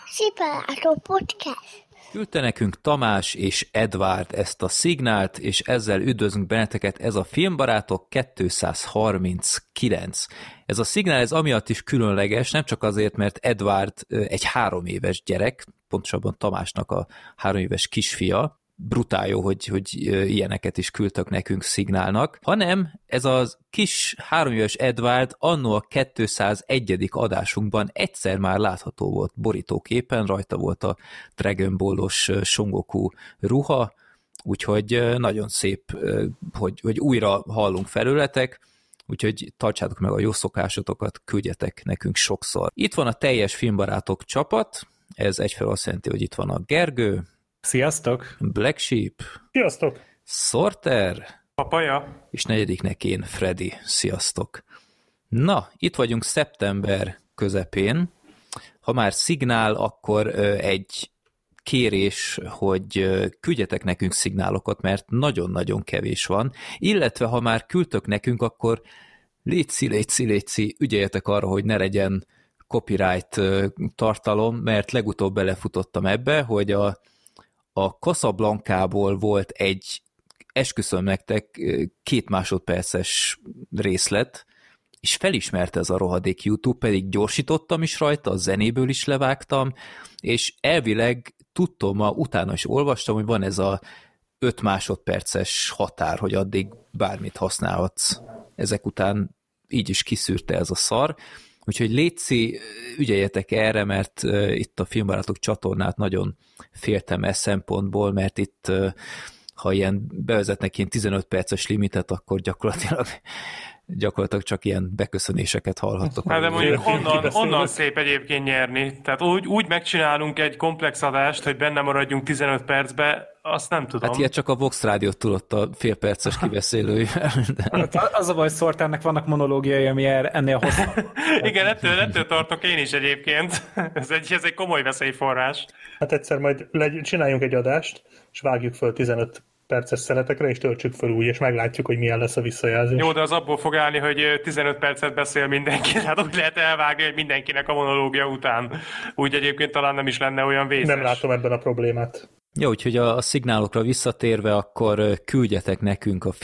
Sziparátó Podcast. Küldte nekünk Tamás és Edvard ezt a szignált, és ezzel üdvözlünk benneteket, ez a Filmbarátok 239. Ez a szignál, ez amiatt is különleges, nem csak azért, mert Edvard egy 3 éves gyerek, pontosabban Tamásnak a 3 éves kisfia, brutál jó, hogy ilyeneket is küldtek nekünk szignálnak, hanem ez az kis 3 éves Edvard annó a 201. adásunkban egyszer már látható volt borítóképen, rajta volt a Dragon Ball-os Son Goku ruha, úgyhogy nagyon szép, hogy újra hallunk felületek, úgyhogy tartsátok meg a jó szokásotokat, küldjetek nekünk sokszor. Itt van a teljes Filmbarátok csapat, ez egyfelől azt jelenti, hogy itt van a Gergő, sziasztok! Black Sheep. Sziasztok! Sorter. Papaja. És negyediknek én, Freddy. Sziasztok! Na, itt vagyunk szeptember közepén. Ha már szignál, akkor egy kérés, hogy küldjetek nekünk szignálokat, mert nagyon-nagyon kevés van. Illetve, ha már küldtök nekünk, akkor léci, ügyeljetek arra, hogy ne legyen copyright tartalom, mert legutóbb belefutottam ebbe, hogy a Casablanca-ból volt egy, esküszöm nektek, 2 másodperces részlet, és felismerte ez a rohadék YouTube, pedig gyorsítottam is rajta, a zenéből is levágtam, és elvileg tudtam, ma utána is olvastam, hogy van ez a 5 másodperces határ, hogy addig bármit használhatsz. Ezek után így is kiszűrte ez a szar. Úgyhogy létszi, ügyeljetek erre, mert itt a Filmbarátok csatornát nagyon féltem e szempontból, mert itt, ha ilyen bevezetnek ilyen 15 perces limitet, akkor gyakorlatilag csak ilyen beköszönéseket hallhattok. Hát de mondjuk onnan szép egyébként nyerni. Tehát úgy megcsinálunk egy komplex adást, hogy benne maradjunk 15 percbe, azt nem tudom. Hát ilyet csak a Vox Rádiót tudott a fél-perces kibeszélőjével. Hát az a baj, Szortárnak vannak monológiai, ami ennél hosszabb. Igen, ettől tartok én is egyébként. Ez egy komoly veszélyforrás. Hát egyszer majd csináljunk egy adást, és vágjuk föl 15 perces szeletekre, és töltsük föl úgy, és meglátjuk, hogy milyen lesz a visszajelzés. Jó, de az abból fog állni, hogy 15 percet beszél mindenki, hát úgy lehet elvágni, hogy mindenkinek a monológia után. Úgy egyébként talán nem is lenne olyan vészes. Nem látom ebben a problémát. Jó, úgyhogy a szignálokra visszatérve, akkor küldjetek nekünk a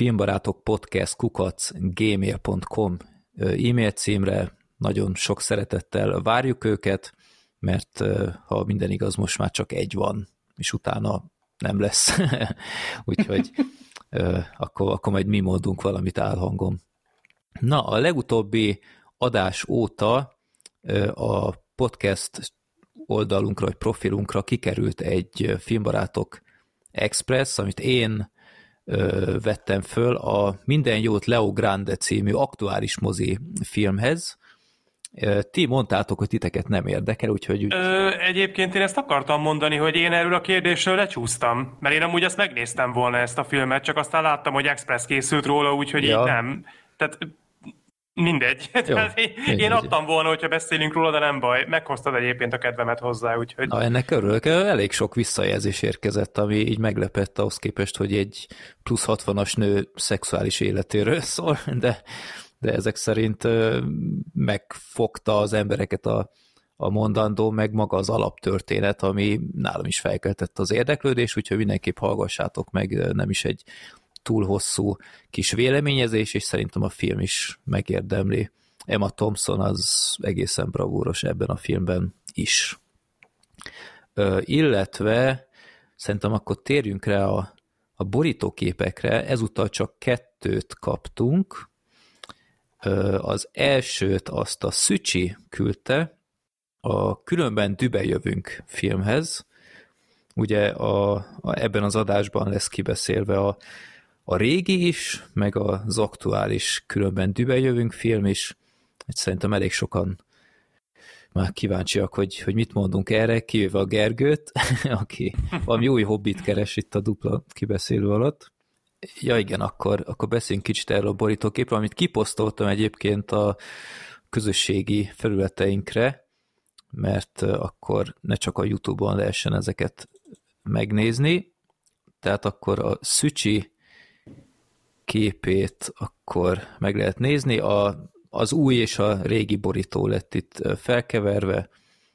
filmbarátokpodcast@gmail.com e-mail címre, nagyon sok szeretettel várjuk őket, mert ha minden igaz, most már csak egy van, és utána nem lesz. Úgyhogy akkor majd mi mondunk valamit álhangom. Na, a legutóbbi adás óta a podcast oldalunkra, vagy profilunkra kikerült egy Filmbarátok Express, amit én vettem föl a Minden jót Leo Grande című aktuális mozi filmhez. Ti mondtátok, hogy titeket nem érdekel, úgyhogy... Egyébként én ezt akartam mondani, hogy én erről a kérdésről lecsúsztam, mert én amúgy azt megnéztem volna ezt a filmet, csak aztán láttam, hogy Express készült róla, úgyhogy így nem. Tehát mindegy. Jó, én adtam volna, hogyha beszélünk róla, de nem baj. Meghoztad egyébként a kedvemet hozzá, úgyhogy... Na, ennek örülök. Elég sok visszajelzés érkezett, ami így meglepett ahhoz képest, hogy egy plusz 60-as nő szexuális életéről szól, de ezek szerint megfogta az embereket a mondandó, meg maga az alaptörténet, ami nálam is felkeltett az érdeklődés, úgyhogy mindenképp hallgassátok meg, nem is egy túl hosszú kis véleményezés, és szerintem a film is megérdemli. Emma Thompson az egészen bravúros ebben a filmben is. Illetve szerintem akkor térjünk rá a borítóképekre, ezúttal csak 2 kaptunk. Az elsőt azt a Szücsi küldte, a Különben dübe jövünk filmhez. Ugye ebben az adásban lesz kibeszélve a régi is, meg az aktuális Különben dübe jövünk film is. Szerintem elég sokan már kíváncsiak, hogy mit mondunk erre, kivéve a Gergőt, aki valami új hobbit keres itt a dupla kibeszélő alatt. Ja igen, akkor beszéljünk kicsit erről a borítóképről, amit kiposztoltam egyébként a közösségi felületeinkre, mert akkor ne csak a YouTube-on lehessen ezeket megnézni. Tehát akkor a Szücsi képét akkor meg lehet nézni. Az új és a régi borító lett itt felkeverve,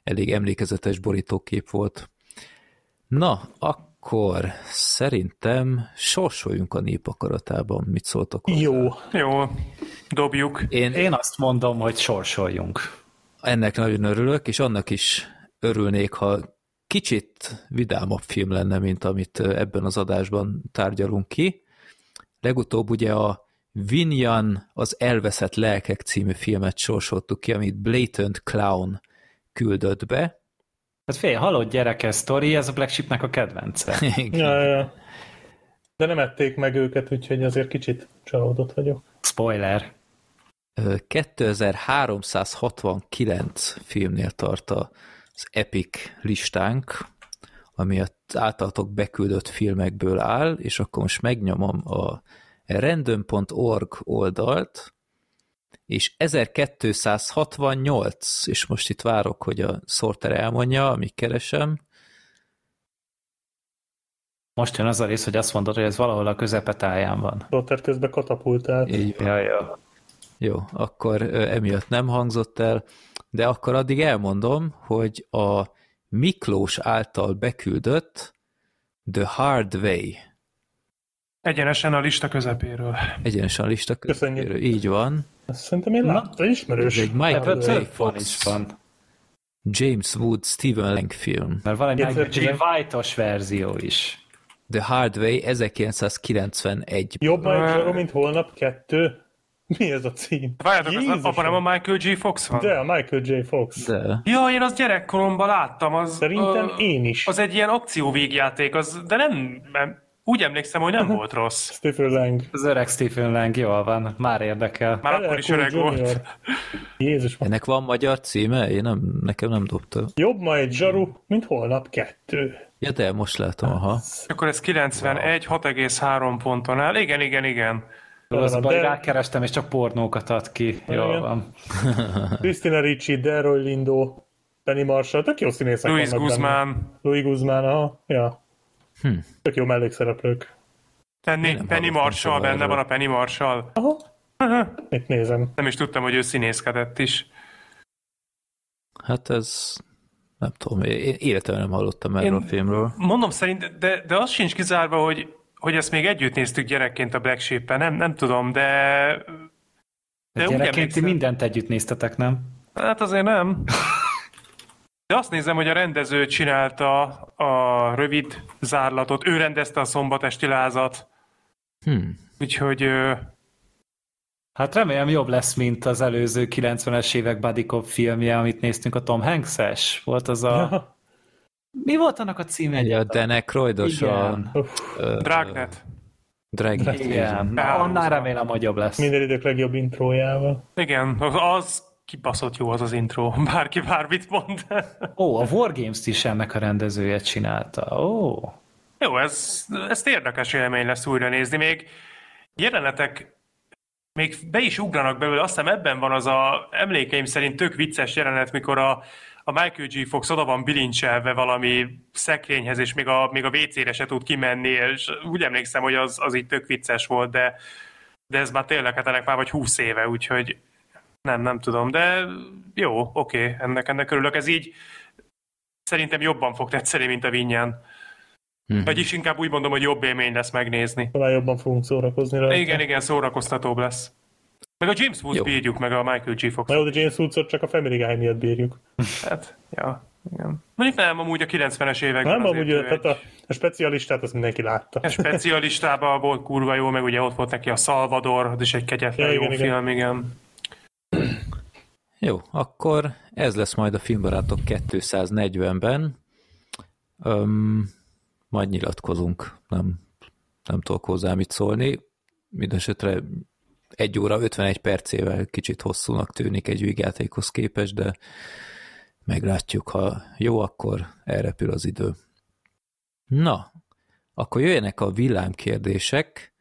elég emlékezetes borítókép volt. Na, akkor szerintem sorsoljunk a nép akaratában. Mit szóltok hozzá? Jó, dobjuk. Én azt mondom, hogy sorsoljunk. Ennek nagyon örülök, és annak is örülnék, ha kicsit vidámabb film lenne, mint amit ebben az adásban tárgyalunk ki. Legutóbb ugye a Vinyan, az elveszett lelkek című filmet sorsoltuk ki, amit Blatant Clown küldött be. Hát halott gyerekes sztori, ez a Black Sheepnek a kedvence. Ja. De nem ették meg őket, úgyhogy azért kicsit csalódott vagyok. Spoiler. 2369 filmnél tart az Epic listánk, ami az általatok beküldött filmekből áll, és akkor most megnyomom a random.org oldalt, és 1268, és most itt várok, hogy a Sorter elmondja, amíg keresem. Most jön az a rész, hogy azt mondod, hogy ez valahol a közepetáján van. Sorter közben katapultált. Ja. Jó, akkor emiatt nem hangzott el, de akkor addig elmondom, hogy a Miklós által beküldött The Hard Way. Egyenesen a lista közepéről. Egyenesen a lista közepéről, Köszönjük. így van. Szerintem én láttam, ismerős. Ez egy Michael J. Van Fox, is van. James Wood, Stephen Lang film. Mert van egy Michael J. White-os verzió is. The Hard Way 1991. Jobb Mike Zsaró, mint holnap 2. Mi ez a cím? Várjátok, abban nem a Michael J. Fox van? De, a Michael J. Fox. De. Ja, én azt gyerekkoromban láttam. Szerintem én is. Az egy ilyen akcióvégjáték, de nem úgy emlékszem, hogy nem volt rossz. Stephen Lang. Az öreg Stephen Lang, jól van, már érdekel. Már akkor is öreg volt. Jézus. Ennek van magyar címe? Nekem nem dobta. Jobb ma egy zsaru, mint holnap 2. Ja, de most látom, aha. Akkor ez 91, 6,3 ponton áll. Igen. Rosszban rákerestem, és csak pornókat ad ki. Jól van. Christina Ricci, Delroy Lindo, Penny Marshall, tök jó színészek Louis vannak Guzmán. benne. Louis Guzmán, aha. Ja. Tök jó mellékszereplők. Penny Marshall, benne van a Penny Marshall. Aha. Itt nézem. Nem is tudtam, hogy ő színészkedett is. Hát ez... Nem tudom, én életemben nem hallottam erről a filmről. Mondom szerint, de az sincs kizárva, hogy ezt még együtt néztük gyerekként a Black Sheep-en. Nem tudom, de Gyerekként ti mindent együtt néztetek, nem? Hát azért nem. De azt nézem, hogy a rendező csinálta a rövid zárlatot, ő rendezte a szombatesti lázat. Úgyhogy... Hát remélem jobb lesz, mint az előző 90-es évek Buddy Cop filmje, amit néztünk, a Tom Hanks-es. Volt az a... Mi volt annak a címe? A Dan Aykroyd-os a... Dragnet. Dragnet. Igen. Annál remélem, hogy jobb lesz. Minden idők legjobb intrójával. Igen, az kibaszott jó az intro. Bárki bármit mond. A Wargames-t is ennek a rendezője csinálta. Jó, ez érdekes élmény lesz újra nézni. Még jelenetek még be is ugranak belőle. Azt hiszem ebben van az a emlékeim szerint tök vicces jelenet, mikor a Michael J. Fox oda van bilincselve valami szekrényhez, és még a WC-re se tud kimenni, és úgy emlékszem, hogy az így tök vicces volt, de ez már tényleg, hát ennek már vagy 20 éve, úgyhogy nem tudom, de jó, oké, ennek örülök. Ez így szerintem jobban fog tetszeni, mint a Vinyan. Vagyis inkább úgy mondom, hogy jobb élmény lesz megnézni. Talán jobban fogunk szórakozni rá. Igen, szórakoztatóbb lesz. Meg a James Woods bírjuk, meg a Michael J. Fox. Na jó, de James Woodsot csak a Family Guy miatt bírjuk. Hát, ja, igen. Mondjuk nem, amúgy a 90-es években nem, amúgy tehát a specialistát azt mindenki látta. A specialistában volt kurva jó, meg ugye ott volt neki a Salvador, az is egy kegyetlen jó film, igen. Jó, akkor ez lesz majd a Filmbarátok 240-ben. Majd nyilatkozunk, nem tudok hozzá mit szólni. Mindenesetre 1 óra 51 percével kicsit hosszúnak tűnik egy vígjátékhoz képest, de meglátjuk, ha jó, akkor elrepül az idő. Na, akkor jöjjenek a villámkérdések.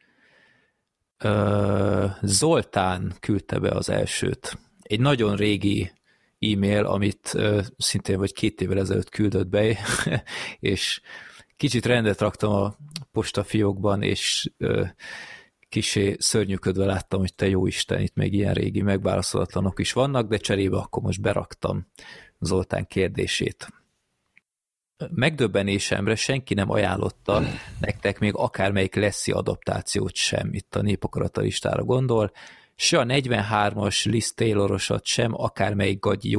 Zoltán küldte be az elsőt. Egy nagyon régi e-mail, amit szintén vagy 2 évvel ezelőtt küldött be, és kicsit rendet raktam a postafiókban, és kissé szörnyűködve láttam, hogy te jó Isten, itt még ilyen régi megválaszolatlanok is vannak, de cserébe akkor most beraktam Zoltán kérdését. Megdöbbenésemre senki nem ajánlotta nektek még akármelyik Lassie adaptációt sem, itt a Népakarata listára gondol, se a 43-as Liz Taylorosat sem, akármelyik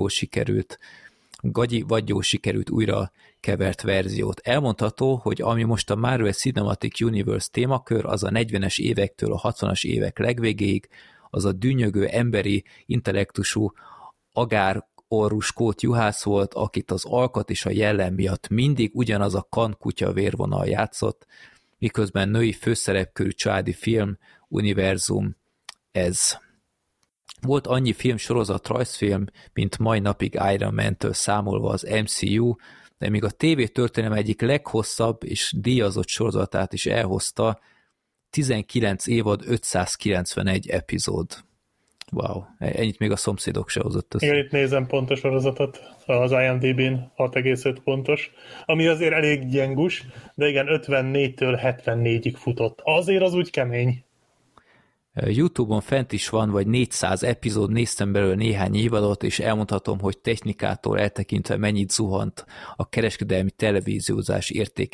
gagyi vagy jó sikerült újra kevert verziót. Elmondható, hogy ami most a Marvel Cinematic Universe témakör, az a 40-es évektől a 60-as évek legvégéig, az a dűnyögő, emberi, intellektusú, agár-orrú skót juhász volt, akit az alkat és a jellem miatt mindig ugyanaz a kankutya vérvonal játszott, miközben női főszerepkörű családi film, univerzum ez. Volt annyi filmsorozat, rajzfilm, mint mai napig Iron Man-től számolva az MCU, de még a TV történelem egyik leghosszabb és díjazott sorozatát is elhozta, 19 évad, 591 epizód. Wow, ennyit még a szomszédok se hozott össze. Igen, itt nézem pontos sorozatot, az IMDb-n 6,5 pontos, ami azért elég gyengus, de igen, 54-től 74-ig futott. Azért az úgy kemény. YouTube-on fent is van, vagy 400 epizód, néztem belőle néhány évadot, és elmondhatom, hogy technikától eltekintve mennyit zuhant a kereskedelmi televíziózás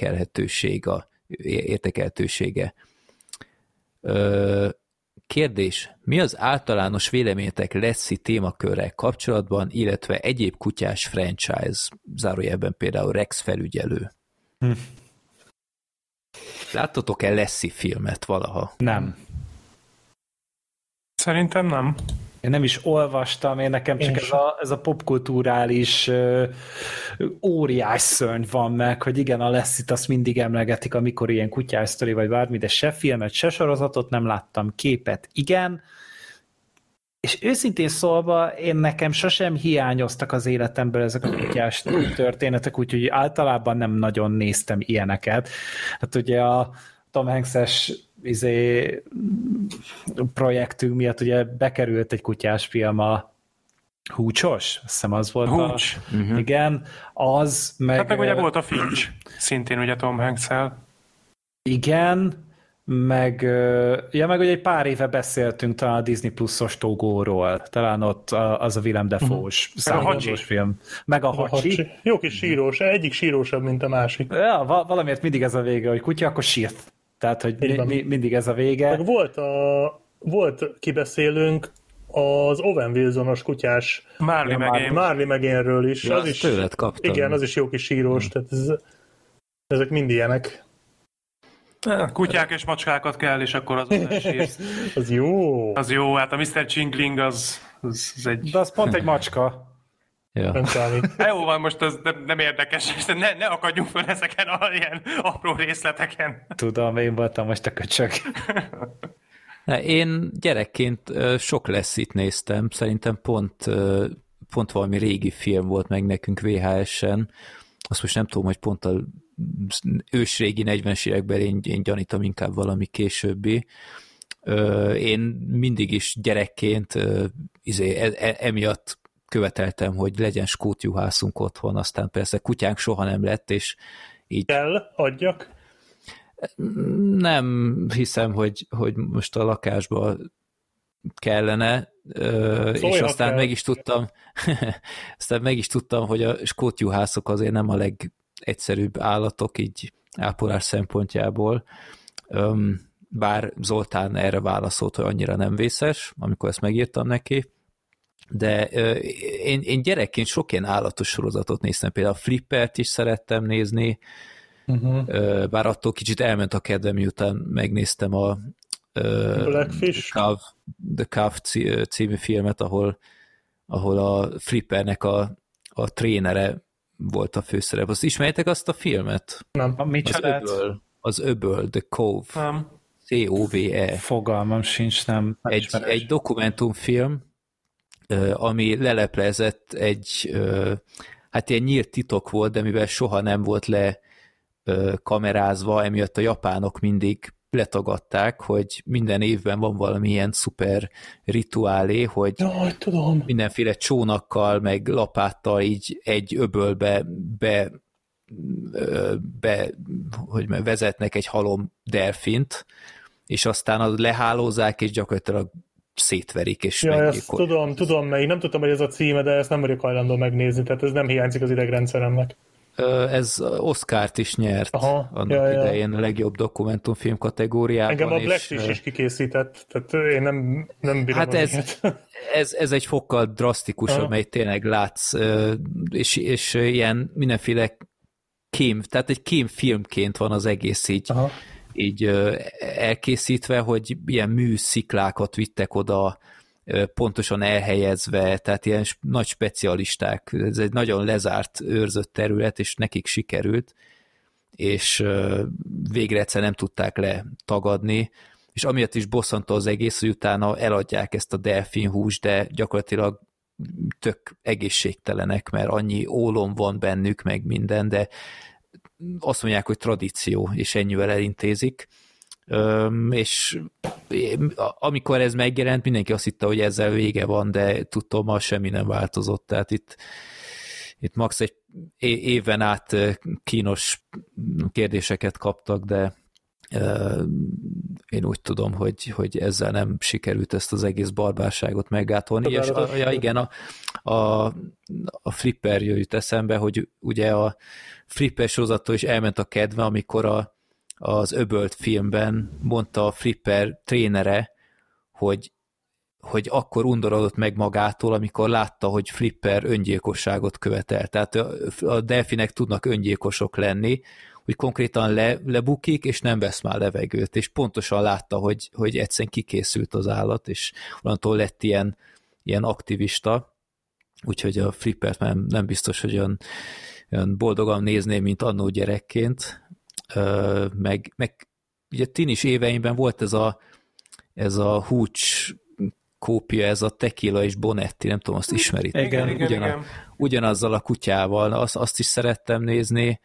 értékelhetősége. Kérdés, mi az általános véleményetek Lassie témakörrel kapcsolatban, illetve egyéb kutyás franchise, zárójelben például Rex felügyelő? Láttatok-e Lassie filmet valaha? Nem. Szerintem nem. Én nem is olvastam, én nekem csak ez a popkulturális óriás szörny van meg, hogy igen, a Lassie-t azt mindig emlegetik, amikor ilyen kutyás sztori vagy bármi, de se filmet, se sorozatot nem láttam, képet igen, és őszintén szólva én nekem sosem hiányoztak az életemből ezek a kutyás történetek, úgyhogy általában nem nagyon néztem ilyeneket. Hát ugye a Tom Hanks-es projektünk miatt ugye bekerült egy kutyás film, a Húcsos, azt hiszem az volt. Húcs. Igen, az meg... Hát meg ugye volt a Finch, szintén ugye Tom Hanks-el. Igen, meg ugye egy pár éve beszéltünk talán a Disney Plus-os Togóról, talán ott az a Willem Dafoe-s számolós film. Meg a Hacsi. Jó kis sírós, egyik sírósabb, mint a másik. Ja, valamiért mindig ez a vége, hogy kutya, akkor sírt. Tehát, hogy mindig ez a vége. Meg volt kibeszélünk az Owen Wilsonos kutyás Marley McGainről is. Ja, az is tőled kaptam. Igen, az is jó kis sírós, tehát ezek mind ilyenek. Kutyák és macskákat kell, és akkor az sírsz. Az jó. Az jó, hát a Mr. Chingling az egy... De az pont egy macska. Ja. Nem számít. Jó van, most az nem érdekes, ne akadjunk fel ezeken a ilyen apró részleteken. Tudom, én voltam most a köcsög. Én gyerekként sok Lassie-t néztem, szerintem pont valami régi film volt meg nekünk VHS-en, azt most nem tudom, hogy pont a ősrégi 40-es években én gyanítom inkább valami későbbi. Én mindig is gyerekként emiatt követeltem, hogy legyen skótjuhászunk otthon, aztán persze kutyánk soha nem lett, és így... Kell, adjak? Nem hiszem, hogy most a lakásba kellene, és aztán meg is tudtam, hogy a skótjuhászok azért nem a legegyszerűbb állatok, így ápolás szempontjából, bár Zoltán erre válaszolt, hogy annyira nem vészes, amikor ezt megírtam neki, de én gyerekként sok ilyen állatos sorozatot néztem, például a Flippert is szerettem nézni, bár attól kicsit elment a kedvem, miután megnéztem a The Cove című filmet, ahol a Flippernek a trénere volt a főszerep. Azt ismerjétek azt a filmet? Nem. Az Öböl, The Cove. Nem. C-O-V-E. Fogalmam sincs, nem. Egy dokumentumfilm, ami leleplezett hát ilyen nyílt titok volt, de mivel soha nem volt kamerázva, emiatt a japánok mindig letagadták, hogy minden évben van valami ilyen szuper rituálé, hogy tudom. Mindenféle csónakkal, meg lapáttal így egy öbölbe hogy vezetnek egy halom delfint, és aztán az lehálózzák, és gyakorlatilag szétverik és meggyilkolják. Tudom, melyik. Nem tudtam, hogy ez a címe, de ezt nem vagyok hajlandó megnézni, tehát ez nem hiányzik az idegrendszeremnek. Ez Oscart is nyert annak idején a legjobb dokumentumfilm kategóriában. Engem a Blacklist is kikészített, tehát én nem bírom. Hát ez egy fokkal drasztikusabb, mely tényleg látsz, és ilyen mindenféle tehát egy kémfilmként van az egész így elkészítve, hogy ilyen műsziklákat vittek oda, pontosan elhelyezve, tehát ilyen nagy specialisták. Ez egy nagyon lezárt, őrzött terület, és nekik sikerült, és végre egyszer nem tudták letagadni, és amiatt is bosszantó az egész, hogy utána eladják ezt a delfinhúst, de gyakorlatilag tök egészségtelenek, mert annyi ólom van bennük, meg minden, de azt mondják, hogy tradíció, és ennyivel elintézik. És amikor ez megjelent, mindenki azt hitte, hogy ezzel vége van, de tudtom, semmi nem változott, tehát itt max. Egy éven át kínos kérdéseket kaptak, de én úgy tudom, hogy ezzel nem sikerült ezt az egész barbárságot meggátolni. És igen, a Flipper jött eszembe, hogy ugye a Flipper sorozattól is elment a kedve, amikor az Öbölt filmben mondta a Flipper trénere, hogy akkor undorodott meg magától, amikor látta, hogy Flipper öngyilkosságot követel. Tehát a delfinek tudnak öngyilkosok lenni, hogy konkrétan lebukik, és nem vesz már levegőt, és pontosan látta, hogy egyszerűen kikészült az állat, és onnantól lett ilyen aktivista, úgyhogy a Flippert már nem biztos, hogy olyan boldogan nézném, mint annó gyerekként, meg ugye tinis éveimben volt ez a húcs kópia, ez a Tequila és Bonetti, nem tudom, azt ismerit. Igen. Ugyanazzal a kutyával, azt is szerettem nézni.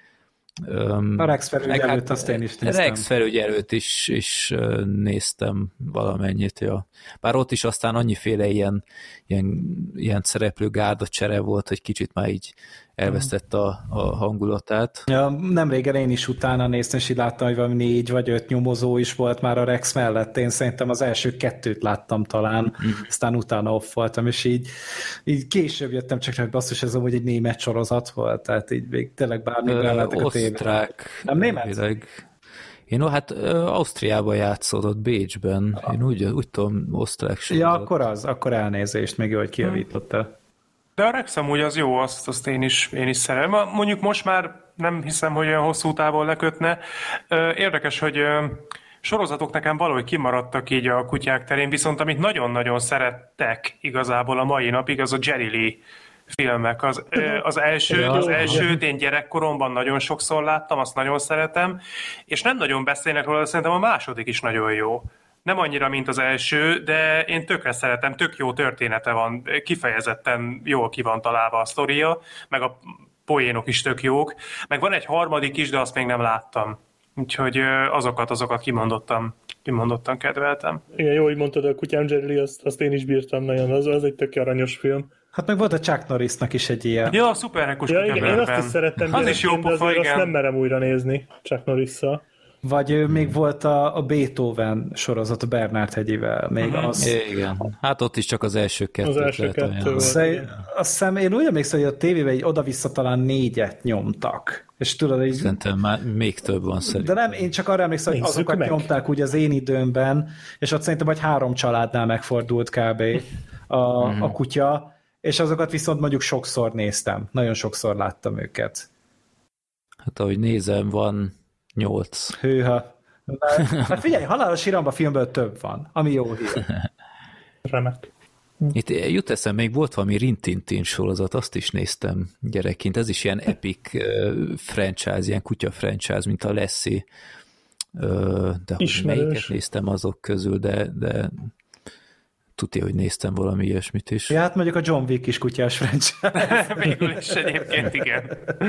A Rex felügyelőt azt én is néztem. Rex felügyelőt is néztem valamennyit, ja. Bár ott is aztán annyiféle ilyen szereplő gárdacsere volt, hogy kicsit már így elvesztett a hangulatát. Ja, nem régen én is utána néztem, és így láttam, hogy valami 4 vagy 5 nyomozó is volt már a Rex mellett. Én szerintem az első 2 láttam talán, aztán utána off voltam, és így később jöttem csak, hogy basszus, ez amúgy egy német sorozat volt, tehát így még tényleg bármiben lettek a tévében. Osztrák. Nem német? Hát Ausztriában játszódott, Bécsben. Én úgy tudom, osztrák sorozat. Ja, akkor elnézést, még jó, hogy kijavította. De a Rex amúgy az jó, azt én is szeretem. Mondjuk most már nem hiszem, hogy olyan hosszú távon lekötne. Érdekes, hogy sorozatok nekem valahogy kimaradtak így a kutyák terén, viszont amit nagyon-nagyon szerettek igazából a mai napig, az a Jerry Lee filmek. Az elsőt én gyerekkoromban nagyon sokszor láttam, azt nagyon szeretem, és nem nagyon beszélnek róla, de szerintem a második is nagyon jó. Nem annyira, mint az első, de én tökre szeretem, tök jó története van, kifejezetten jól ki van találva a sztoria, meg a poénok is tök jók, meg van egy harmadik is, de azt még nem láttam. Úgyhogy azokat kimondottan kedveltem. Igen, jó, hogy mondtad, a Kutyám Jerry, azt én is bírtam nagyon, az egy tök aranyos film. Hát meg volt a Chuck Norrisnak is egy ilyen. Ja, a szuperhekus igen, én azt is szerettem, az is jó pofa, igen. Azt nem merem újra nézni Chuck Norrisszal. Vagy még volt a Beethoven sorozat a Bernard hegyivel, még az. Igen, hát ott is csak az első 2. Az első 2 volt. Azt hiszem, én úgy emlékszem, hogy a tévében egy oda-vissza talán 4-et nyomtak. És tudod, így... Szerintem már még több van szerintem. De nem, én csak arra emlékszem, hogy azokat nyomták úgy az én időmben, és ott szerintem vagy 3 családnál megfordult kb. A kutya, és azokat viszont mondjuk sokszor néztem. Nagyon sokszor láttam őket. Hát ahogy nézem, van 8. Hűha. Hát figyelj, Halálos Iramba filmből több van, ami jó hír. Remek. Itt jut eszem, még volt valami Rin Tin Tin sorozat, azt is néztem gyerekként. Ez is ilyen epic franchise, ilyen kutya franchise, mint a Lassie. De melyiket néztem azok közül, de tudja, hogy néztem valami ilyesmit is. Ja, hát mondjuk a John Wick is kutyás franchise. Végül is egyébként, igen.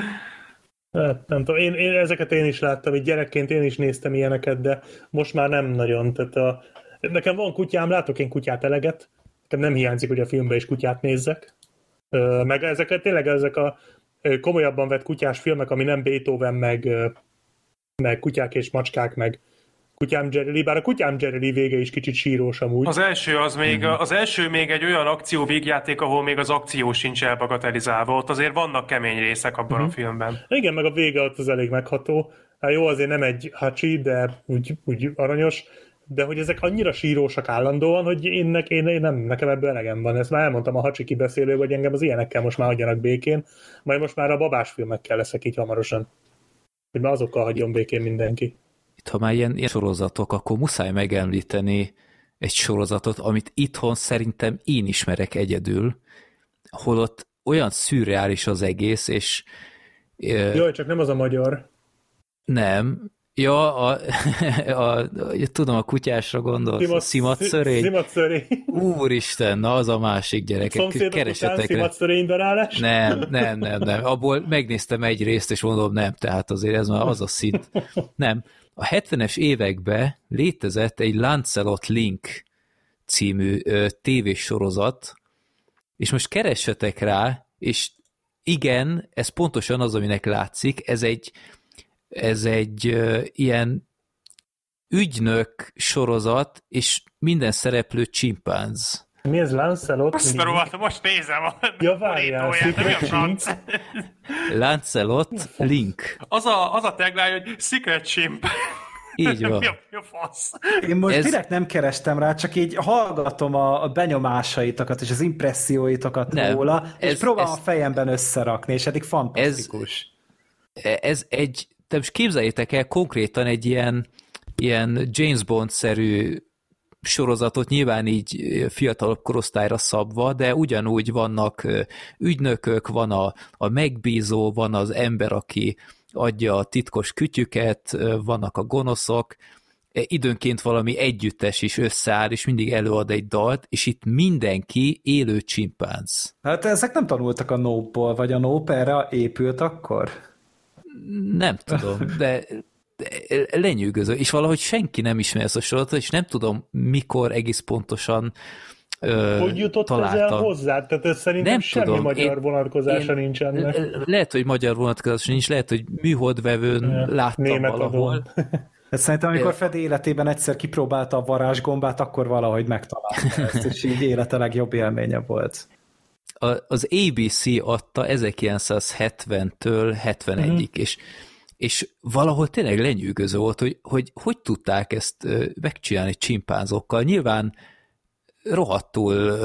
Hát, nem tudom, ezeket én is láttam, így gyerekként én is néztem ilyeneket, de most már nem nagyon. Tehát nekem van kutyám, látok én kutyát eleget, nekem nem hiányzik, hogy a filmben is kutyát nézzek. Meg ezek a komolyabban vett kutyás filmek, ami nem Beethoven, meg kutyák és macskák, meg Kutyám Jerry, bár a Kutyám Jerry vége is kicsit sírós amúgy. Az első még egy olyan akció végjáték, ahol még az akció sincs elbagatelizálva. Ott azért vannak kemény részek abban a filmben. Igen, meg a vége ott az elég megható. Hát jó, azért nem egy hacsi, de úgy aranyos, de hogy ezek annyira sírósak állandóan, hogy nekem ebből elegem van. Ezt már elmondtam a hacsi kibeszélő, hogy engem az ilyenekkel most már hagyjanak békén, majd most már a babás filmekkel leszek így hamarosan. Hogy már azokkal hagyjon békén mindenki. Itt, ha már ilyen sorozatok, akkor muszáj megemlíteni egy sorozatot, amit itthon szerintem én ismerek egyedül, holott olyan szürreális az egész, és... Jaj, csak nem az a magyar. Nem. Ja, tudom, a kutyásra gondolsz. Szimatszörény. Szimatszörény. Úristen, na az a másik gyerekek. Szomszédok után Szimatszörény darálás? Nem. Abból megnéztem egy részt, és mondom, nem, tehát azért ez már az a szint. Nem. A 70-es években létezett egy Lancelot Link című tévésorozat, és most keressetek rá, és igen, ez pontosan az, aminek látszik, ez egy ilyen ügynök sorozat, és minden szereplő csimpánz. Mi ez, Lancelot? Azt a rovatom, most nézem ja, várjál, Secret Chimp. Lancelot Link. Az a tagline, hogy Secret Chimp. Így van. Mi a fasz? Én most direkt nem kerestem rá, csak így hallgatom a benyomásaitokat és az impresszióitokat róla, és próbálom a fejemben összerakni, és eddig fantasztikus. Ez egy, te most képzeljétek el konkrétan egy ilyen James Bond-szerű sorozatot, nyilván így fiatalabb korosztályra szabva, de ugyanúgy vannak ügynökök, van a megbízó, van az ember, aki adja a titkos kütyüket, vannak a gonoszok, időnként valami együttes is összeáll, és mindig előad egy dalt, és itt mindenki élő csimpánz. Hát ezek nem tanultak a Nope-ból, vagy a Nope erre épült akkor? Nem tudom, de lenyűgöző, és valahogy senki nem ismer ezt a sorozatot, és nem tudom, mikor egész pontosan hogy jutott találtam. ezzel hozzá? Tehát ez szerintem nem semmi tudom. Magyar vonatkozása nincs ennek. Lehet, hogy magyar vonatkozása nincs, lehet, hogy műholdvevőn láttam német valahol. Hát szerintem, amikor Fedi életében egyszer kipróbálta a varázsgombát, akkor valahogy megtalálta ezt, és így élete legjobb élménye volt. Az ABC adta 1970-től 71-ig, és valahol tényleg lenyűgöző volt, hogy tudták ezt megcsinálni csimpánzokkal. Nyilván rohadtul,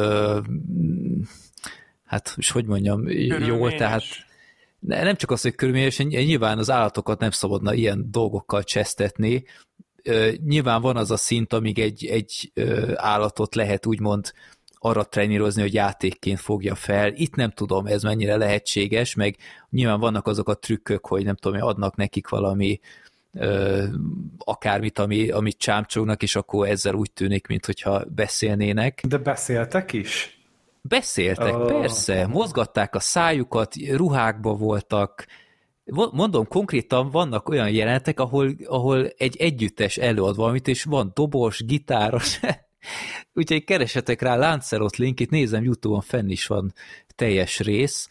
hát és hogy mondjam, jól, tehát nem csak az, hogy körülményes, nyilván az állatokat nem szabadna ilyen dolgokkal csesztetni. Nyilván van az a szint, amíg egy állatot lehet úgymond arra trenírozni, hogy játékként fogja fel. Itt nem tudom, ez mennyire lehetséges, meg nyilván vannak azok a trükkök, hogy nem tudom, adnak nekik valami akármit, amit csámcsognak, és akkor ezzel úgy tűnik, mintha beszélnének. De beszéltek is? Beszéltek, persze. Mozgatták a szájukat, ruhákba voltak. Mondom, konkrétan vannak olyan jelenetek, ahol egy együttes előad valamit, és van dobos, gitáros. Úgyhogy keresetek rá Lancelot Linkit, nézem, YouTube-on fenn is van teljes rész.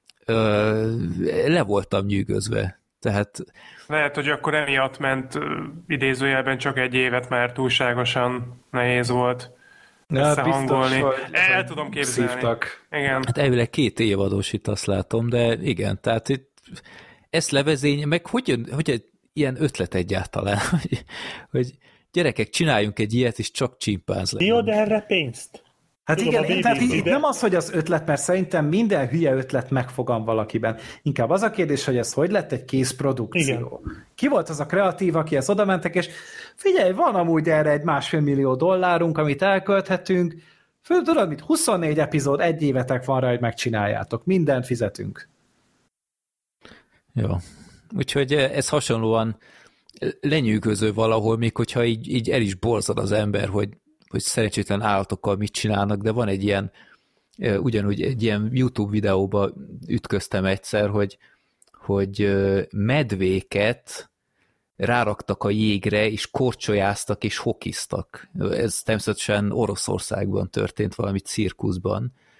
Le voltam nyűgözve. Tehát... Lehet, hogy akkor emiatt ment idézőjelben csak egy évet, mert túlságosan nehéz volt összehangolni. El tudom képzelni. Szívtak. Igen. Hát elvileg 2 évados itt, azt látom, de igen, tehát itt ezt levezény, meg hogy ilyen ötlet egyáltalán, hogy gyerekek, csináljunk egy ilyet, és csak csimpánz legyen. Jó, de erre pénzt. Hát tudom, igen, tehát itt nem az, hogy az ötlet, mert szerintem minden hülye ötlet megfogan valakiben. Inkább az a kérdés, hogy ez hogy lett egy kész produkció. Igen. Ki volt az a kreatív, akihez oda mentek, és figyelj, van amúgy erre egy $1,5 millió, amit elkölthetünk, tudod mit, 24 epizód, 1 évetek van rá, hogy megcsináljátok. Mindent fizetünk. Jó. Úgyhogy ez hasonlóan lenyűgöző valahol, még hogyha így el is borzad az ember, hogy szerencsétlen állatokkal mit csinálnak, de van egy ilyen, ugyanúgy egy ilyen YouTube videóba ütköztem egyszer, hogy medvéket ráraktak a jégre, és korcsolyáztak, és hokiztak. Ez természetesen Oroszországban történt, valami cirkuszban.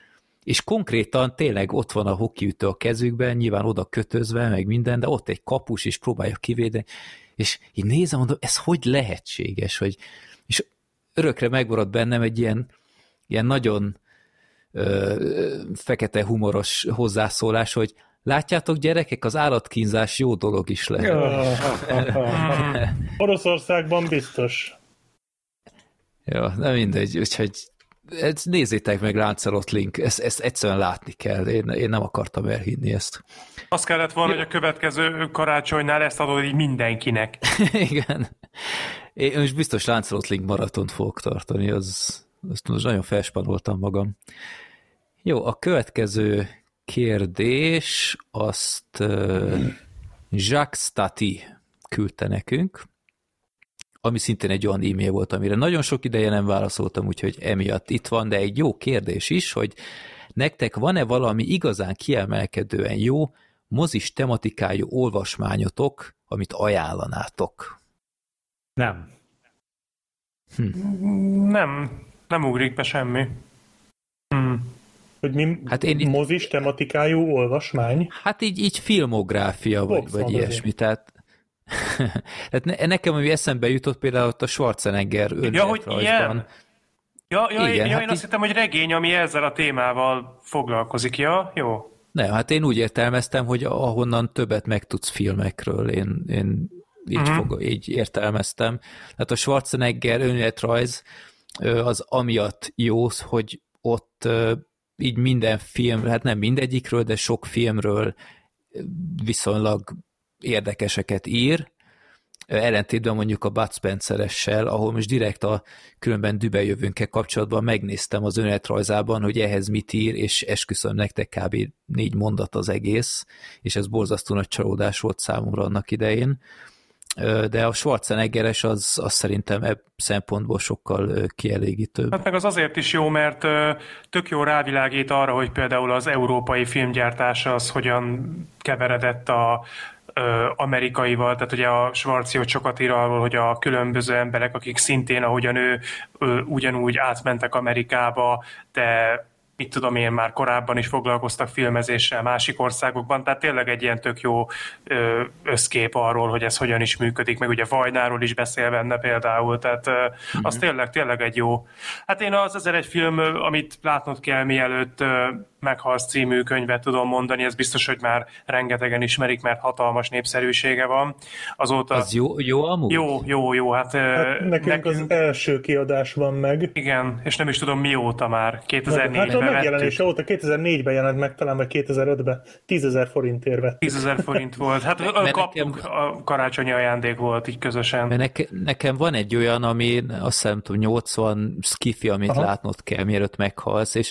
és konkrétan tényleg ott van a hokiütő a kezükben, nyilván oda kötözve, meg minden, de ott egy kapus, és próbálja kivédeni, és így nézem, mondom, ez hogy lehetséges, hogy, és örökre megmaradt bennem egy ilyen nagyon fekete humoros hozzászólás, hogy látjátok, gyerekek, az állatkínzás jó dolog is lehet. Oroszországban biztos. Ja, nem mindegy, úgyhogy nézzétek meg, Lancelot Link, ezt egyszerűen látni kell, én nem akartam elhinni ezt. Azt kellett volna, hogy a következő karácsonynál ezt adod így mindenkinek. Igen. Én most biztos Lancelot Link maratont fogok tartani, azt most nagyon felspanoltam magam. Jó, a következő kérdés, azt Jacques Stati küldte nekünk, ami szintén egy olyan e-mail volt, amire nagyon sok ideje nem válaszoltam, úgyhogy emiatt itt van, de egy jó kérdés is, hogy nektek van-e valami igazán kiemelkedően jó mozis tematikájú olvasmányotok, amit ajánlanátok? Nem. Nem ugrik be semmi. Hogy mi mozis tematikájú olvasmány? Hát így filmográfia, vagy ilyesmi, tehát nekem, ami eszembe jutott, például ott a Schwarzenegger önéletrajzban. Én azt hittem, hogy regény, ami ezzel a témával foglalkozik. Ja, jó. Nem, hát én úgy értelmeztem, hogy ahonnan többet megtudsz filmekről, én így értelmeztem. Hát a Schwarzenegger önéletrajz az amiatt jó, hogy ott így minden film, hát nem mindegyikről, de sok filmről viszonylag érdekeseket ír, ellentétben mondjuk a Bud Spencer-essel, ahol most direkt a különben dübejövőnkkel kapcsolatban megnéztem az önéletrajzában, hogy ehhez mit ír, és esküszöm nektek kb. 4 mondat az egész, és ez borzasztó nagy csalódás volt számomra annak idején. De a Schwarzeneggeres az szerintem ebb szempontból sokkal kielégítőbb. Hát meg az azért is jó, mert tök jó rávilágít arra, hogy például az európai filmgyártás az hogyan keveredett a amerikaival, tehát ugye a Schwarzi sokat ír arról, hogy a különböző emberek, akik szintén, ahogyan ő ugyanúgy átmentek Amerikába, de mit tudom én, már korábban is foglalkoztak filmezéssel másik országokban, tehát tényleg egy ilyen tök jó összkép arról, hogy ez hogyan is működik, meg ugye Vajnáról is beszél benne például, tehát az tényleg egy jó. Hát én az 1001 film, amit látnod kell, mielőtt Meghalsz című könyvet tudom mondani, ez biztos, hogy már rengetegen ismerik, mert hatalmas népszerűsége van. Azóta... Az jó amúgy? Jó. Hát nekünk az első kiadás van meg. Igen, és nem is tudom mióta már. 2004-ben hát a megjelenése óta, 2004-ben jelent meg, talán vagy 2005-ben. 10 000 forintért vett. 10 000 forint volt. Hát kaptuk, a karácsonyi ajándék volt így közösen. Nekem van egy olyan, ami azt hiszem 80 skifi, amit látnod kell, mielőtt meghalsz, és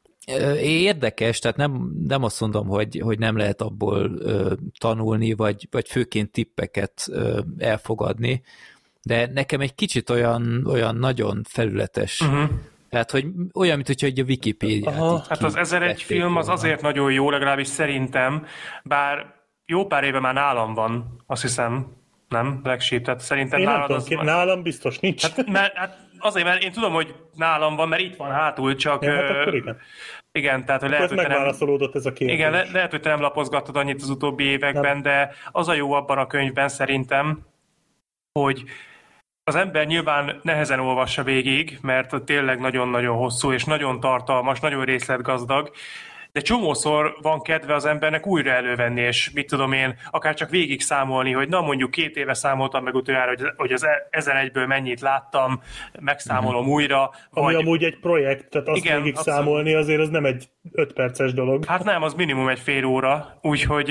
érdekes, tehát nem azt mondom, hogy nem lehet abból tanulni, vagy főként tippeket elfogadni, de nekem egy kicsit olyan nagyon felületes. Tehát, hogy olyan, mint hogyha egy a Wikipédiát. Hát az 1001 film az azért nagyon jó, legalábbis szerintem, bár jó pár éve már nálam van, azt hiszem, nem? Black Sheep, tehát szerintem nálam biztos nincs. Hát azért, mert én tudom, hogy nálam van, mert itt van hátul, csak... Ja, hát akkor igen. Igen, tehát hogy lehet, hogy megválaszolódott ez a kérdés. Igen, lehet, hogy te nem lapozgattad annyit az utóbbi években, de az a jó abban a könyvben szerintem, hogy az ember nyilván nehezen olvassa végig, mert tényleg nagyon-nagyon hosszú, és nagyon tartalmas, nagyon részletgazdag, de csomószor van kedve az embernek újra elővenni, és mit tudom én, akár csak végig számolni, hogy na mondjuk 2 éve számoltam meg utoljára, hogy az 1001-ből mennyit láttam, megszámolom újra. Ami amúgy egy projekt, tehát azt végig számolni azért az nem egy 5 perces dolog. Hát nem, az minimum egy fél óra, úgyhogy...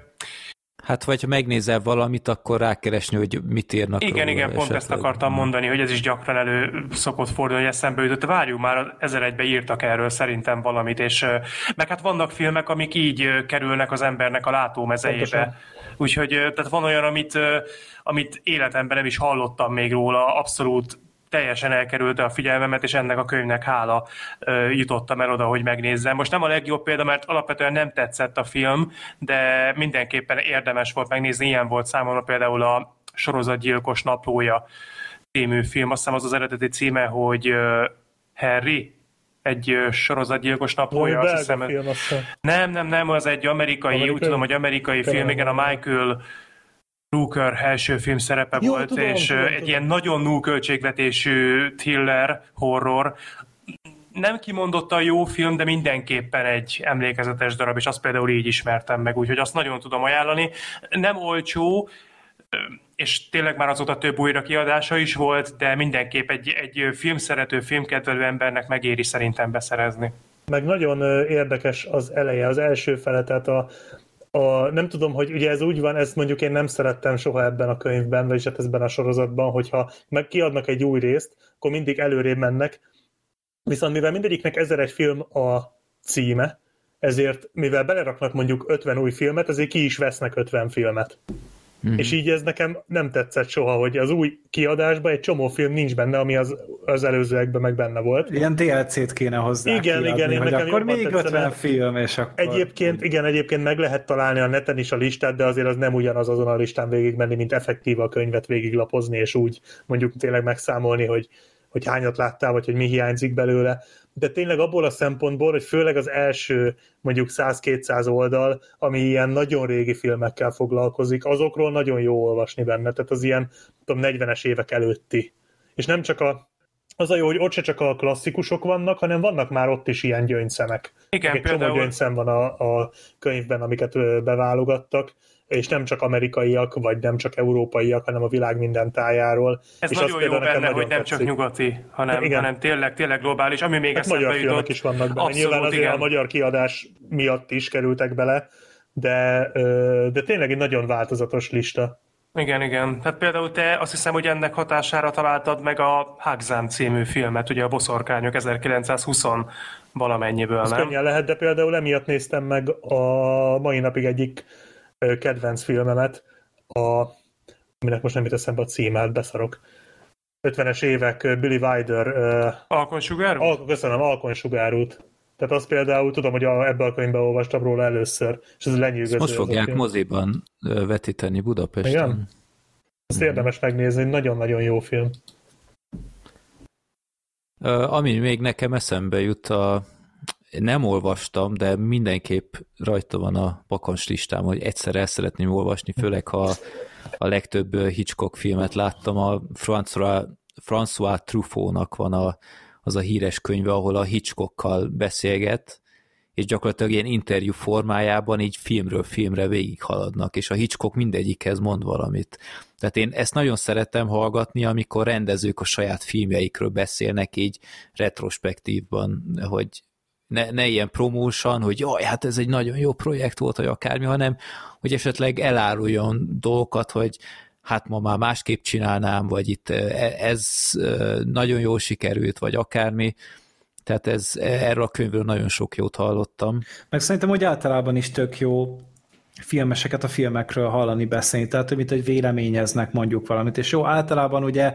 Hát vagy ha megnézel valamit, akkor rákeresni, hogy mit írnak róla. Igen, pont ezt akartam mondani, hogy ez is gyakran elő szokott fordulni, hogy eszembe jutott. Várjuk már, 1001-ben írtak erről szerintem valamit, és meg hát vannak filmek, amik így kerülnek az embernek a látómezejébe. Úgyhogy tehát van olyan, amit életemben nem is hallottam még róla, abszolút teljesen elkerülte a figyelmemet, és ennek a könyvnek hála jutottam el oda, hogy megnézzem. Most nem a legjobb példa, mert alapvetően nem tetszett a film, de mindenképpen érdemes volt megnézni. Ilyen volt számomra például a Sorozatgyilkos naplója című film. Azt hiszem az eredeti címe, hogy Harry, egy sorozatgyilkos naplója, azt hiszem. Film, nem, az egy amerikai, úgy tudom, hogy amerikai film, igen, a Michael Rooker első film szerepe volt, tudom, és egy ilyen nagyon null költségvetésű thriller, horror. Nem kimondottan jó film, de mindenképpen egy emlékezetes darab, és azt például így ismertem meg, úgyhogy azt nagyon tudom ajánlani. Nem olcsó, és tényleg már azóta több újra kiadása is volt, de mindenképp egy filmszerető, filmkedvelő embernek megéri szerintem beszerezni. Meg nagyon érdekes az eleje, az első fele, tehát nem tudom, hogy ugye ez úgy van, ezt mondjuk én nem szerettem soha ebben a könyvben, vagyis hát ebben a sorozatban, hogyha meg kiadnak egy új részt, akkor mindig előrébb mennek, viszont mivel mindegyiknek 1001 film a címe, ezért mivel beleraknak mondjuk 50 új filmet, ezért ki is vesznek 50 filmet. Mm-hmm. És így ez nekem nem tetszett soha, hogy az új kiadásban egy csomó film nincs benne, ami az előzőekben meg benne volt. Ilyen DLC-t kéne hozzá igen, hogy nekem akkor még 50 film, és akkor... Egyébként meg lehet találni a neten is a listát, de azért az nem ugyanaz azon a listán végigmenni, mint effektív a könyvet végiglapozni, és úgy mondjuk tényleg megszámolni, hogy hányat láttál, vagy hogy mi hiányzik belőle. De tényleg abból a szempontból, hogy főleg az első mondjuk 100-200 oldal, ami ilyen nagyon régi filmekkel foglalkozik, azokról nagyon jó olvasni benne, tehát az ilyen 40-es évek előtti. És nem csak az a jó, hogy ott se csak a klasszikusok vannak, hanem vannak már ott is ilyen gyöngyszemek. Igen, egy csomó gyöngyszem van a könyvben, amiket beválogattak, és nem csak amerikaiak, vagy nem csak európaiak, hanem a világ minden tájáról. Ez és nagyon jó benne, hogy nem csak nyugati, hanem tényleg globális, ami még eszembe magyar filmek is vannak benne. Abszolút, nyilván azért igen. A magyar kiadás miatt is kerültek bele, de tényleg egy nagyon változatos lista. Igen. Tehát például te azt hiszem, hogy ennek hatására találtad meg a Hagzám című filmet, ugye a Boszorkányok 1920 valamennyiből, ez nem? Könnyen lehet, de például emiatt néztem meg a mai napig egyik kedvenc filmemet, aminek most nem jut eszembe a címát, beszarok. 50-es évek, Billy Wilder. Alkonsugárút? Köszönöm, Alkonsugárút. Tehát azt például tudom, hogy ebben a könyvben olvastam róla először, és ez lenyűgöző. Most fogják moziban vetíteni Budapesten. Igen? Ezt érdemes megnézni, nagyon-nagyon jó film. Ami még nekem eszembe jut, nem olvastam, de mindenképp rajta van a pakoncs listám, hogy egyszer el szeretném olvasni, főleg ha a legtöbb Hitchcock filmet láttam. A François Truffautnak van az a híres könyve, ahol a Hitchcockkal beszélget, és gyakorlatilag ilyen interjú formájában így filmről filmre végighaladnak, és a Hitchcock mindegyikhez mond valamit. Tehát én ezt nagyon szeretem hallgatni, amikor rendezők a saját filmjeikről beszélnek így retrospektívban, hogy ne ilyen promósan, hogy jaj, hát ez egy nagyon jó projekt volt, vagy akármi, hanem hogy esetleg eláruljon dolgokat, hogy hát ma már másképp csinálnám, vagy itt ez nagyon jól sikerült, vagy akármi. Tehát erről a könyvről nagyon sok jót hallottam. Meg szerintem, hogy általában is tök jó filmeseket a filmekről hallani, beszélni, tehát hogy véleményeznek mondjuk valamit, és jó, általában ugye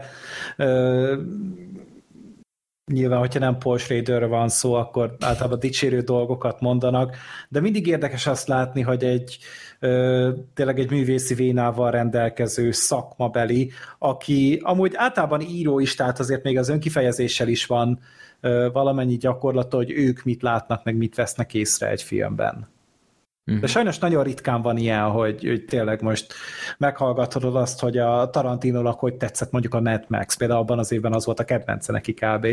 nyilván, hogyha nem Paul Schraderről van szó, akkor általában dicsérő dolgokat mondanak, de mindig érdekes azt látni, hogy tényleg egy művészi vénával rendelkező szakmabeli, aki amúgy általában író is, tehát azért még az önkifejezéssel is van valamennyi gyakorlata, hogy ők mit látnak, meg mit vesznek észre egy filmben. De sajnos nagyon ritkán van ilyen, hogy tényleg most meghallgatod azt, hogy a Tarantinónak hogy tetszett mondjuk a Mad Max, például abban az évben az volt a kedvence neki kb.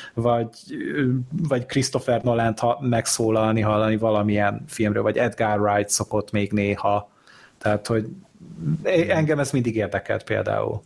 Vagy Christopher Nolant megszólalni, hallani valamilyen filmről, vagy Edgar Wright szokott még néha. Tehát, hogy engem ez mindig érdekelt például.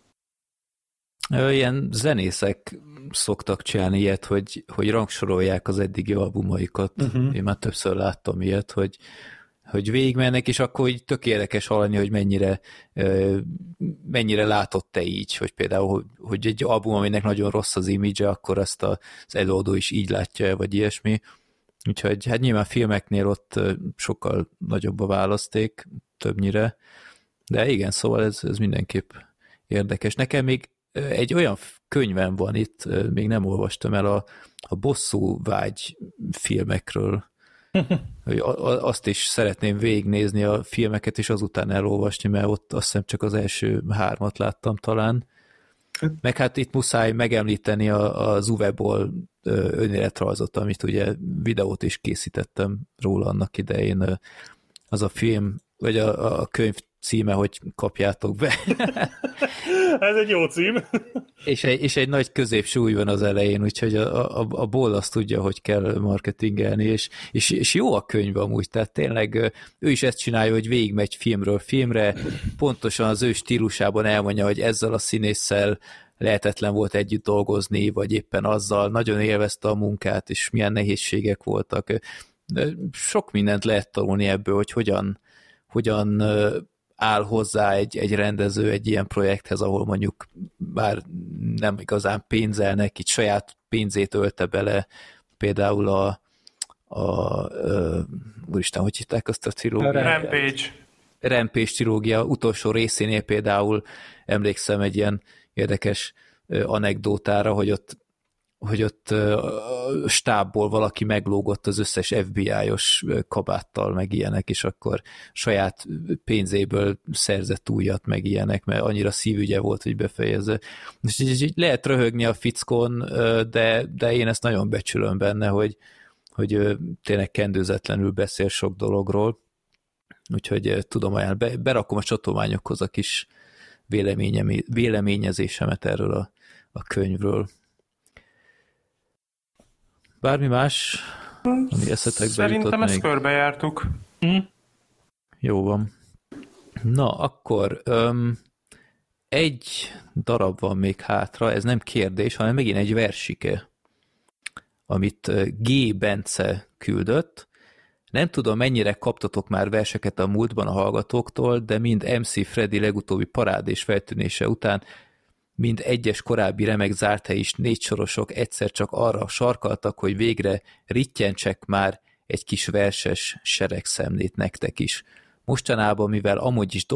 Ilyen zenészek szoktak csinálni ilyet, hogy rangsorolják az eddigi albumaikat. Én már többször láttam ilyet, hogy végigmennek, és akkor így tök érdekes hallani, hogy mennyire látott te így, hogy például, hogy egy album, aminek nagyon rossz az image, akkor azt az előadó is így látja, vagy ilyesmi. Úgyhogy hát nyilván filmeknél ott sokkal nagyobb a választék, többnyire. De igen, szóval ez mindenképp érdekes. Nekem még egy olyan könyvem van itt, még nem olvastam el a bosszú vágy filmekről. Azt is szeretném végignézni a filmeket, és azután elolvasni, mert ott azt hiszem csak az első 3 láttam talán. Meg hát itt muszáj megemlíteni az Uwe Boll önéletrajzot, amit ugye videót is készítettem róla annak idején. Az a film, vagy a könyv címe, hogy kapjátok be. Ez egy jó cím. És egy nagy középsúly van az elején, úgyhogy a Ball azt tudja, hogy kell marketingelni, és jó a könyv amúgy, tehát tényleg ő is ezt csinálja, hogy végigmegy filmről filmre, pontosan az ő stílusában elmondja, hogy ezzel a színésszel lehetetlen volt együtt dolgozni, vagy éppen azzal, nagyon élvezte a munkát, és milyen nehézségek voltak. De sok mindent lehet tanulni ebből, hogy hogyan áll hozzá egy rendező egy ilyen projekthez, ahol mondjuk bár nem igazán pénzelnek, itt saját pénzét ölte bele, például úristen, hogy hitták azt a trilógiát? Rampage trilógia utolsó részénél például emlékszem egy ilyen érdekes anekdótára, hogy ott a stábból valaki meglógott az összes FBI-os kabáttal, meg ilyenek, és akkor saját pénzéből szerzett újat, meg ilyenek, mert annyira szívügye volt, hogy befejezze. És lehet röhögni a fickón, de én ezt nagyon becsülöm benne, hogy tényleg kendőzetlenül beszél sok dologról, úgyhogy tudom ajánlani, berakom a csatolmányokhoz a kis véleményezésemet erről a könyvről. Bármi más, ami eszetekbe Szerintem ezt körbejártuk. Jó van. Na, akkor egy darab van még hátra, ez nem kérdés, hanem megint egy versike, amit G. Bence küldött. Nem tudom, mennyire kaptatok már verseket a múltban a hallgatóktól, de mind MC Freddy legutóbbi parádés feltűnése után mind egyes korábbi remek zárthely is 4 sorosok egyszer csak arra sarkaltak, hogy végre rittyentsek már egy kis verses seregszemlét nektek is. Mostanában, mivel amúgy is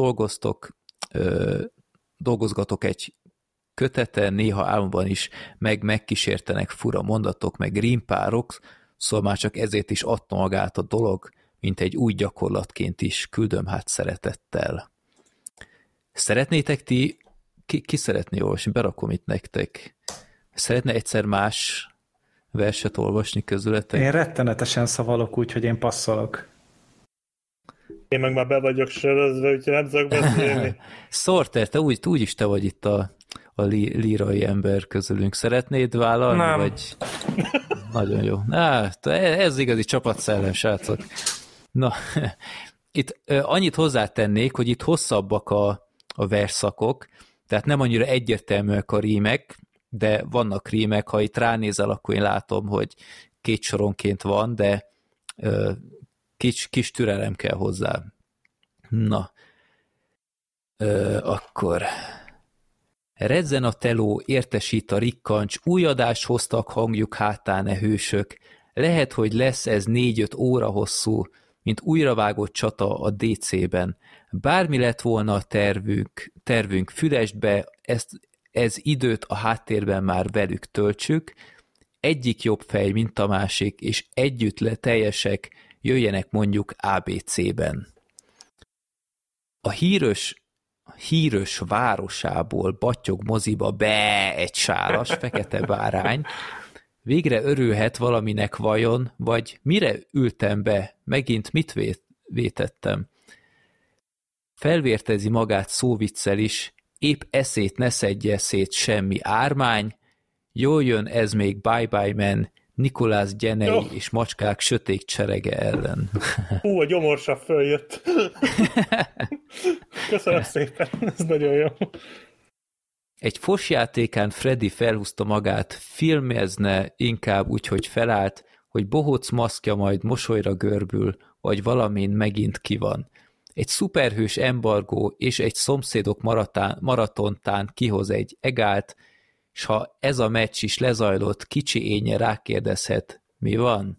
dolgozgatok egy köteten, néha álmomban is megkísértenek fura mondatok, meg rímpárok, szóval már csak ezért is adta magát a dolog, mint egy új gyakorlatként is, küldöm hát szeretettel. Szeretnétek ti, ki szeretné olvasni? Berakom itt nektek. Szeretne egyszer más verset olvasni közületek? Én rettenetesen szavalok úgy, hogy én passzolok. Én meg már be vagyok sörözve, úgyhogy nem tudok beszélni. Sorter, te úgyis te vagy itt a lírai ember közülünk. Szeretnéd vállalni? Nem. Vagy... Nagyon jó. Ez igazi csapatszellem, srácok. Na, itt annyit hozzátennék, hogy itt hosszabbak a versszakok, tehát nem annyira egyértelműek a rímek, de vannak rímek, ha itt ránézel, akkor én látom, hogy 2 soronként van, de kis türelem kell hozzá. Na, akkor redzen a teló, értesít a rikkancs, új adást hoztak, hangjuk hátán e hősök. Lehet, hogy lesz ez 4-5 óra hosszú, mint újravágott csata a DC-ben. Bármi lett volna a tervünk fülesd be, ez időt a háttérben már velük töltsük, egyik jobb fej, mint a másik, és együtt teljesek, jöjjenek mondjuk ABC-ben. A hírös városából battyog moziba be egy sálas, fekete bárány, végre örülhet valaminek vajon, vagy mire ültem be, megint mit vétettem? Felvértezi magát szóviccel is, épp eszét ne szedje szét semmi ármány, jól jön ez még Bye-Bye Man, Nikolász Gyenei és macskák sötét cserege ellen. A gyomorsav följött. Köszönöm szépen, ez nagyon jó. Egy fosjátékán Freddy felhúzta magát, filmezne inkább úgy, hogy felállt, hogy bohóc maszkja majd mosolyra görbül, vagy valamin megint ki van. Egy szuperhős embargó és egy szomszédok maratontán kihoz egy egált, és ha ez a meccs is lezajlott, kicsi énje rákérdezhet, mi van?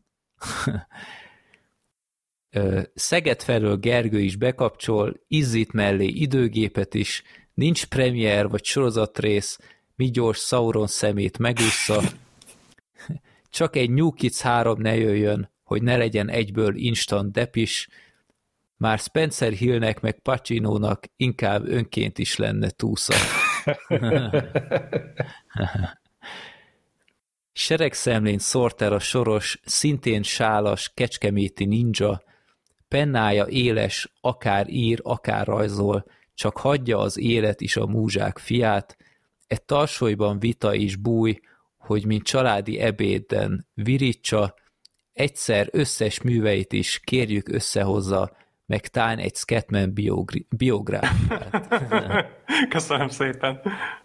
Szeged felől Gergő is bekapcsol, izzít mellé időgépet is, nincs premier vagy sorozatrész, mi gyors Sauron szemét megúszza, csak egy New Kids 3 ne jöjjön, hogy ne legyen egyből instant depis, már Spencer Hillnek meg Pacinónak inkább önként is lenne túsza. Seregszemlén Sorter a soros, szintén sálas, kecskeméti ninja, pennája éles, akár ír, akár rajzol, csak hagyja az élet is a múzsák fiát, egy tarsolyban vita és búj, hogy mint családi ebéden virítsa, egyszer összes műveit is kérjük összehozza, meg tán egy Scatman biográfiát. Köszönöm szépen.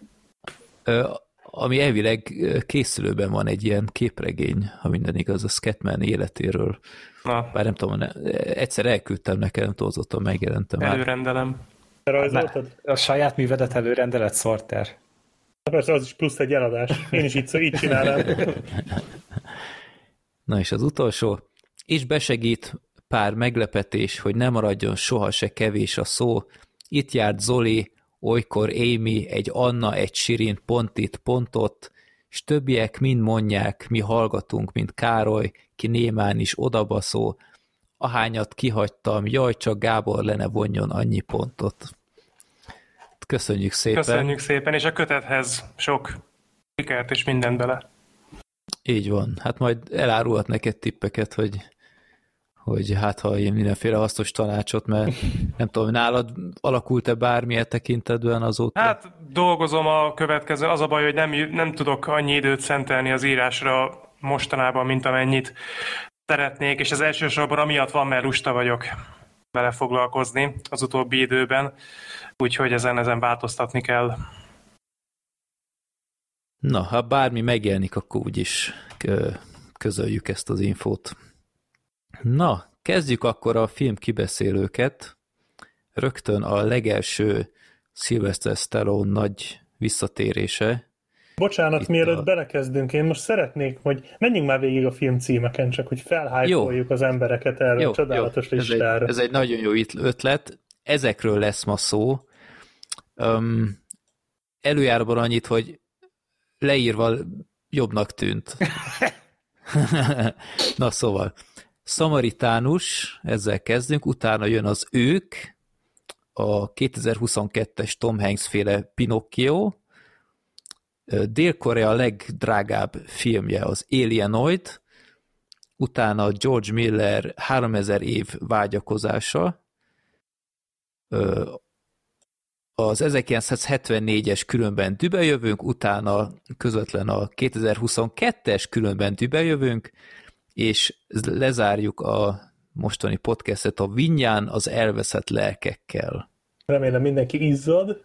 Ami elvileg készülőben van egy ilyen képregény, ha minden igaz, a Scatman életéről. Na. Bár nem tudom, egyszer elküldtem neked, nem tudom, azóta megjelentem már. Előrendelem. Rajzoltad? A saját művedet előrendelet, Sorter? Persze, az is plusz egy eladás. Én is így csinálom. Na és az utolsó, és besegít pár meglepetés, hogy ne maradjon soha se kevés a szó. Itt járt Zoli, olykor Amy, egy Anna, egy Sirin, pont itt, pont ott, s többiek mind mondják, mi hallgatunk, mint Károly, ki némán is odabaszó, ahányat kihagytam, jaj, csak Gábor le ne vonjon annyi pontot. Köszönjük szépen. Köszönjük szépen, és a kötethez sok sikert és mindent bele. Így van. Hát majd elárulhat neked tippeket, hogy hát ha én mindenféle hasznos tanácsot, mert nem tudom, nálad alakult-e bármilyen tekintetben azóta? Hát dolgozom a következő, az a baj, hogy nem tudok annyi időt szentelni az írásra mostanában, mint amennyit szeretnék, és ez elsősorban amiatt van, mert lusta vagyok belefoglalkozni az utóbbi időben, úgyhogy ezen változtatni kell. Na, ha bármi megjelenik, akkor úgyis közöljük ezt az infót. Na, kezdjük akkor a film kibeszélőket. Rögtön a legelső Sylvester Stallone nagy visszatérése. Bocsánat, mielőtt belekezdünk, én most szeretnék, hogy menjünk már végig a film címeken, csak hogy felhájkoljuk az embereket erre a csodálatos listára. Ez egy nagyon jó ötlet. Ezekről lesz ma szó. Előjáróban annyit, hogy leírva jobbnak tűnt. Na szóval, Szamaritánus, ezzel kezdünk, utána jön az Ők, a 2022-es Tom Hanks féle Pinocchio, Dél-Korea legdrágább filmje az Alienoid, utána George Miller 3000 év vágyakozása, az 1974-es Különben dübejövünk, utána közvetlen a 2022-es Különben dübejövünk, és lezárjuk a mostani podcastet a Vinyán az elveszett lelkekkel. Remélem mindenki izzad.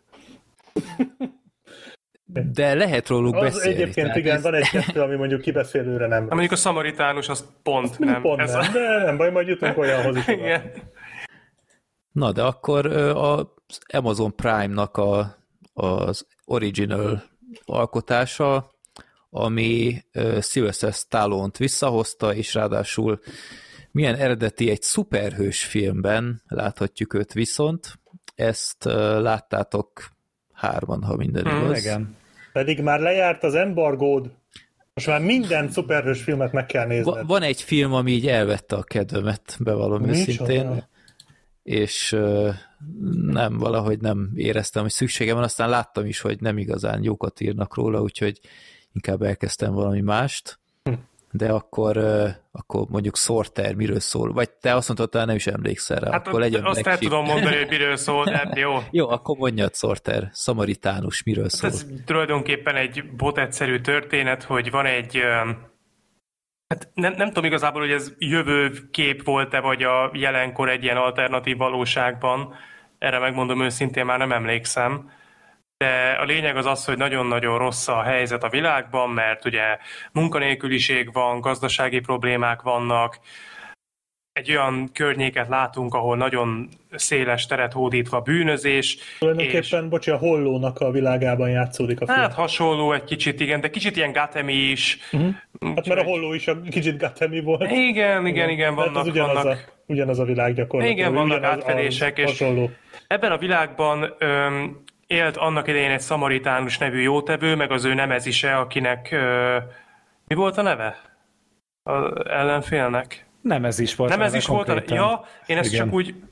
De lehet róluk beszélni. Egyébként igen, van egy-kettő, ami mondjuk kibeszélőre nem. Mondjuk a Szamaritánus az pont nem. Pont nem, de nem baj, majd jutunk olyanhoz is. Igen. Na, de akkor az Amazon Prime-nak az original alkotása, ami Sylvester Stallone-t visszahozta, és ráadásul milyen eredeti egy szuperhős filmben láthatjuk őt viszont. Ezt láttátok hárman, ha minden igaz. Igen. Pedig már lejárt az embargód. Most már minden szuperhős filmet meg kell nézned. Van egy film, ami így elvette a kedvemet, bevallom őszintén. És valahogy nem éreztem, hogy szükségem van, aztán láttam is, hogy nem igazán jókat írnak róla, úgyhogy inkább elkezdtem valami mást, de akkor mondjuk Sorter miről szól, vagy te azt mondtad, hogy nem is emlékszel rá. Hát akkor legyen azt el tudom mondani, hogy miről szól, de jó. Jó, akkor mondjad, Sorter, Szamaritánus, miről szól? Ez tulajdonképpen egy botegyszerű történet, hogy van egy... Hát nem tudom igazából, hogy ez jövőkép volt-e, vagy a jelenkor egy ilyen alternatív valóságban. Erre megmondom őszintén, már nem emlékszem. De a lényeg az, hogy nagyon-nagyon rossz a helyzet a világban, mert ugye munkanélküliség van, gazdasági problémák vannak, egy olyan környéket látunk, ahol nagyon széles teret hódítva bűnözés. Tulajdonképpen, bocsi, a Hollónak a világában játszódik a film. Hát hasonló egy kicsit, igen, de kicsit ilyen Gotham is. Hát mert a Holló is a kicsit Gotham volt. Igen, vannak. Ugyanaz a világ gyakorlatilag. Igen, vannak átfedések, és hasonló. Ebben a világban élt annak idején egy Szamaritánus nevű jótevő, meg az ő nemezise, akinek mi volt a neve? Az ellenfélnek? Nem ez is volt. Nem ez is volt. Ja, én ezt igen. csak úgy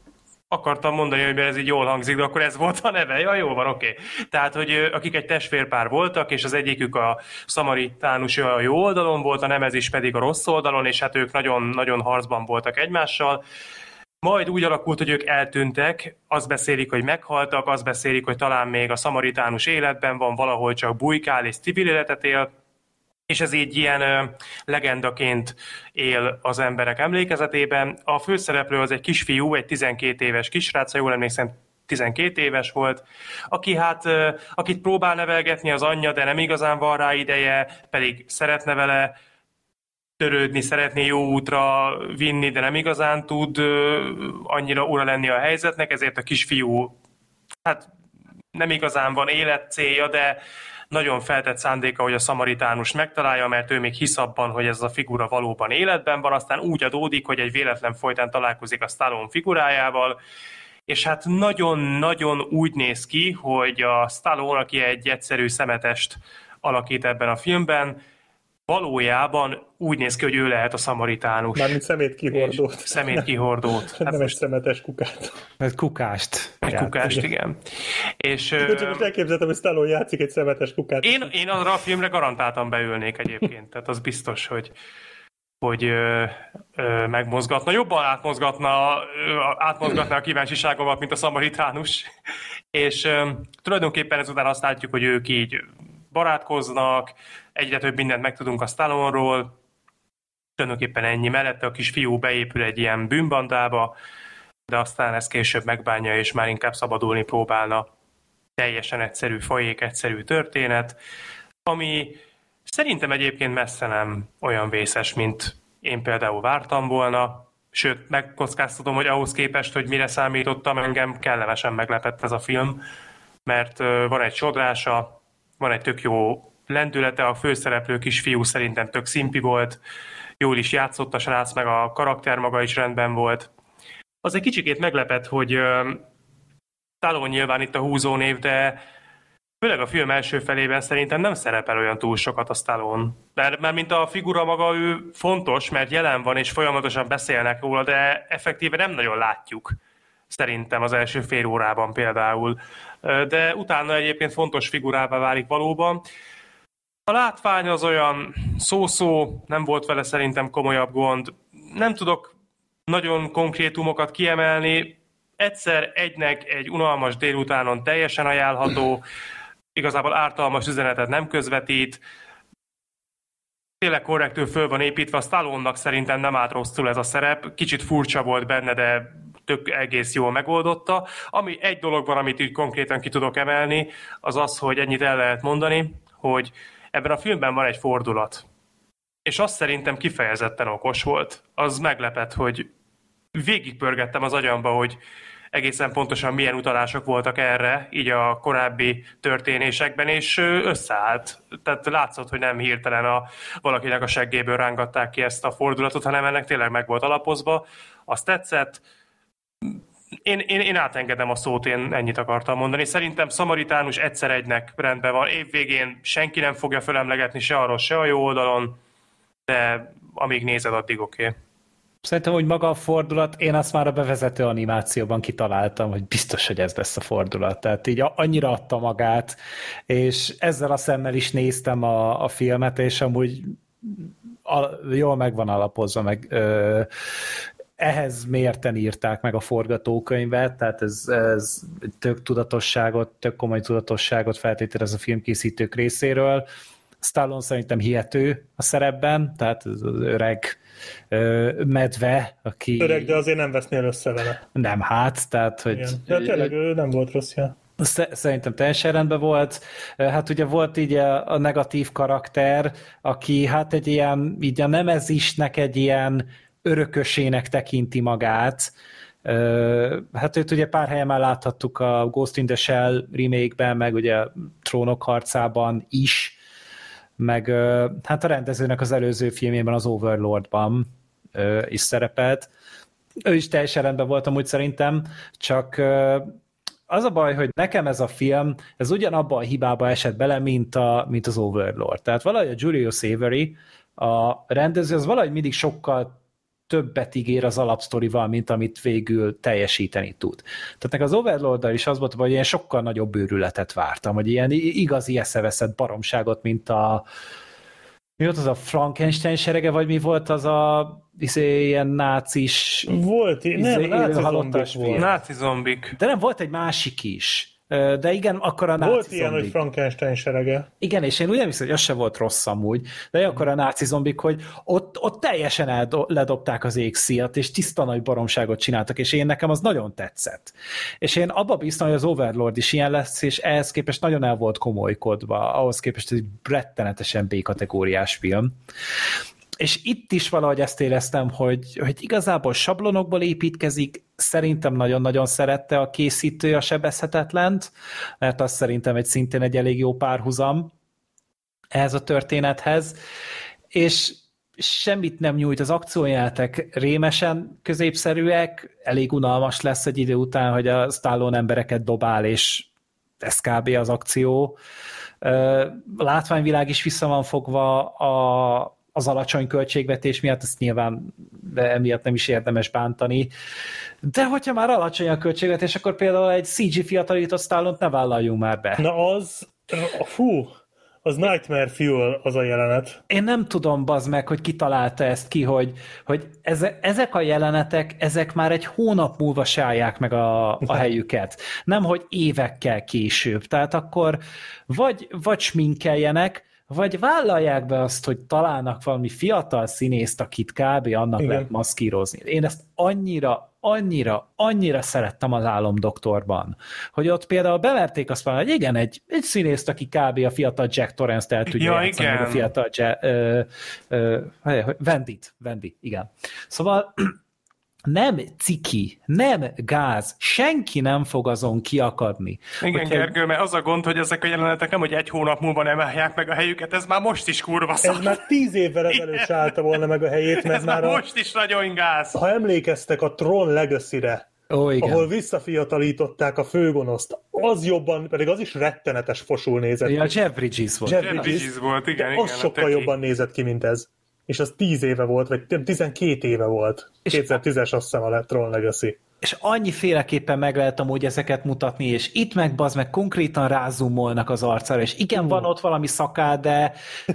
Akartam mondani, hogy ez így jól hangzik, de akkor ez volt a neve. Ja, jó van, oké. Tehát, hogy akik egy testvérpár voltak, és az egyikük a szamaritánus a jó oldalon volt, a Nemezis pedig a rossz oldalon, és hát ők nagyon-nagyon harcban voltak egymással. Majd úgy alakult, hogy ők eltűntek, azt beszélik, hogy meghaltak, azt beszélik, hogy talán még a szamaritánus életben van, valahol csak bujkál és civil életet él, és ez így ilyen legendaként él az emberek emlékezetében. A főszereplő az egy kisfiú, egy 12 éves kisrác, ha jól emlékszem, 12 éves volt, akit próbál nevelgetni az anyja, de nem igazán van rá ideje, pedig szeretne vele törődni, szeretné jó útra vinni, de nem igazán tud annyira ura lenni a helyzetnek, ezért a kisfiú nem igazán van életcélja, de nagyon feltett szándéka, hogy a szamaritánus megtalálja, mert ő még hisz abban, hogy ez a figura valóban életben van, aztán úgy adódik, hogy egy véletlen folytán találkozik a Stallone figurájával, és hát nagyon-nagyon úgy néz ki, hogy a Stallone, aki egy egyszerű szemetest alakít ebben a filmben, valójában úgy néz ki, hogy ő lehet a szamaritánus. Mármint szemétkihordót. Szemétkihordót. Nem egy szemetes kukát. Egy kukást. Egy kukást, igen. És, csak most elképzeltem, hogy Stallone játszik egy szemetes kukát. Én arra a filmre garantáltan beülnék egyébként. Tehát az biztos, hogy megmozgatna. Jobban átmozgatna a kíváncsiságomat, mint a szamaritánus. És tulajdonképpen ezután azt látjuk, hogy ők így barátkoznak, egyre több mindent megtudunk a Stallone-ról, tulajdonképpen ennyi. Mellette a kis fiú beépül egy ilyen bűnbandába, de aztán ezt később megbánja, és már inkább szabadulni próbálna. Teljesen egyszerű fajék, egyszerű történet, ami szerintem egyébként messze nem olyan vészes, mint én például vártam volna, sőt, megkockáztatom, hogy ahhoz képest, hogy mire számítottam, engem kellemesen meglepett ez a film, mert van egy sodrása, van egy tök jó lendülete, a főszereplő kisfiú szerintem tök szimpi volt, jól is játszott a srác, meg a karakter maga is rendben volt. Az egy kicsikét meglepett, hogy Stallone nyilván itt a húzónév, de főleg a film első felében szerintem nem szerepel olyan túl sokat a Stallone. Mert mint a figura maga ő fontos, mert jelen van és folyamatosan beszélnek róla, de effektíve nem nagyon látjuk. Szerintem az első fél órában például. De utána egyébként fontos figurává válik valóban. A látvány az olyan szó-szó, nem volt vele szerintem komolyabb gond. Nem tudok nagyon konkrétumokat kiemelni. Egyszer egynek egy unalmas délutánon teljesen ajánlható, igazából ártalmas üzenetet nem közvetít, tényleg korrektül föl van építve, a Stallone-nak szerintem nem állt rosszul ez a szerep, kicsit furcsa volt benne, de tök egész jól megoldotta. Ami egy dolog van, amit így konkrétan ki tudok emelni, az az, hogy ennyit el lehet mondani, hogy ebben a filmben van egy fordulat. És azt szerintem kifejezetten okos volt. Az meglepett, hogy végigpörgettem az agyamba, hogy egészen pontosan milyen utalások voltak erre, így a korábbi történésekben, és összeállt. Tehát látszott, hogy nem hirtelen valakinek a seggéből rángatták ki ezt a fordulatot, hanem ennek tényleg meg volt alapozva. Azt tetszett. Én átengedem a szót, én ennyit akartam mondani. Szerintem szamaritánus egyszer egynek rendben van. Évvégén senki nem fogja fölemlegetni se arról, se a jó oldalon, de amíg nézed, addig oké. Szerintem, hogy maga a fordulat, én azt már a bevezető animációban kitaláltam, hogy biztos, hogy ez lesz a fordulat. Tehát így annyira adta magát, és ezzel a szemmel is néztem a filmet, és amúgy jól meg van alapozva, meg ehhez mérten írták meg a forgatókönyvet, tehát ez tök komoly tudatosságot feltételez a filmkészítők részéről. Stallone szerintem hihető a szerepben, tehát az öreg medve, aki... Öreg, de azért nem vesznél össze vele. Nem, tehát, hogy... Igen. De tényleg ő nem volt rosszja. Szerintem teljesen rendben volt. Hát ugye volt így a negatív karakter, aki hát egy ilyen, így a Nemezisnek egy ilyen örökösének tekinti magát. Hát őt ugye pár helyen már láthattuk a Ghost in the Shell remake-ben, meg ugye a Trónok harcában is, meg hát a rendezőnek az előző filmjében, az Overlordban is szerepelt. Ő is teljesen rendben volt amúgy szerintem, csak az a baj, hogy nekem ez a film, ez ugyanabba a hibába esett bele, mint az Overlord. Tehát valahogy a Julius Avery, a rendező, az valahogy mindig sokkal többet ígér az alapsztorival, mint amit végül teljesíteni tud. Tehát nekem az Overlorddal is az volt, hogy ilyen sokkal nagyobb őrületet vártam, hogy ilyen igazi eszeveszett baromságot, mint mi volt az a Frankenstein serege, vagy mi volt az a ilyen nácis... Volt, náci zombik. De nem, volt egy másik is. De igen, akkor a náci volt ilyen, zombik. Hogy Frankenstein serege. Igen, és én úgy nem hiszem, hogy az se volt rossz amúgy, de akkor a náci zombik, hogy ott teljesen ledobták az égszíjat, és tiszta nagy baromságot csináltak, és nekem az nagyon tetszett. És én abba bíztam, hogy az Overlord is ilyen lesz, és ehhez képest nagyon el volt komolykodva, ahhoz képest egy rettenetesen B-kategóriás film. És itt is valahogy ezt éreztem, hogy igazából sablonokból építkezik, szerintem nagyon-nagyon szerette a készítő a Sebezhetetlent, mert az szerintem szintén egy elég jó párhuzam ehhez a történethez, és semmit nem nyújt, az akciójelenetek rémesen középszerűek, elég unalmas lesz egy idő után, hogy a Stallone embereket dobál, és ez kb. Az akció. A látványvilág is vissza van fogva az alacsony költségvetés miatt, ezt nyilván emiatt nem is érdemes bántani. De hogyha már alacsony a költségvetés, akkor például egy CG fiatalított Stallone-t ne vállaljunk már be. Na az Nightmare Fuel az a jelenet. Én nem tudom, bazd meg, hogy kitalálta ezt ki, hogy ezek a jelenetek, ezek már egy hónap múlva se állják meg a helyüket. Nem, hogy évekkel később. Tehát akkor vagy sminkeljenek, vagy vállalják be azt, hogy találnak valami fiatal színészt, akit kb. Annak lehet maszkírozni. Én ezt annyira szerettem az Álomdoktorban, hogy ott például bemerték azt mondani, hogy igen, egy színészt, aki kb. A fiatal Jack Torrance-t el tudja játszani, meg a fiatal Wendy, igen. Szóval nem ciki, nem gáz, senki nem fog azon kiakadni. Igen, Gergő, mert az a gond, hogy ezek a jelenetek nem, hogy egy hónap múlva nem állják meg a helyüket, ez már most is kurva szar. Ez már 10 évvel ezelőtt állta volna meg a helyét, mert ez már most is nagyon gáz. Ha emlékeztek a Tron Legacy-re, ahol visszafiatalították a főgonoszt, az jobban, pedig az is rettenetes fosul nézett ki. Ja, Jeff Bridges volt. Jeff Bridges volt, igen. Az sokkal jobban nézett ki, mint ez. És az 10 éve volt, vagy 12 éve volt. 2010-es azt hiszem a Tron Legacy. És annyiféleképpen meg lehet amúgy ezeket mutatni, és itt meg bazd meg konkrétan rázumolnak az arcára, és igen, van ott valami szakád, de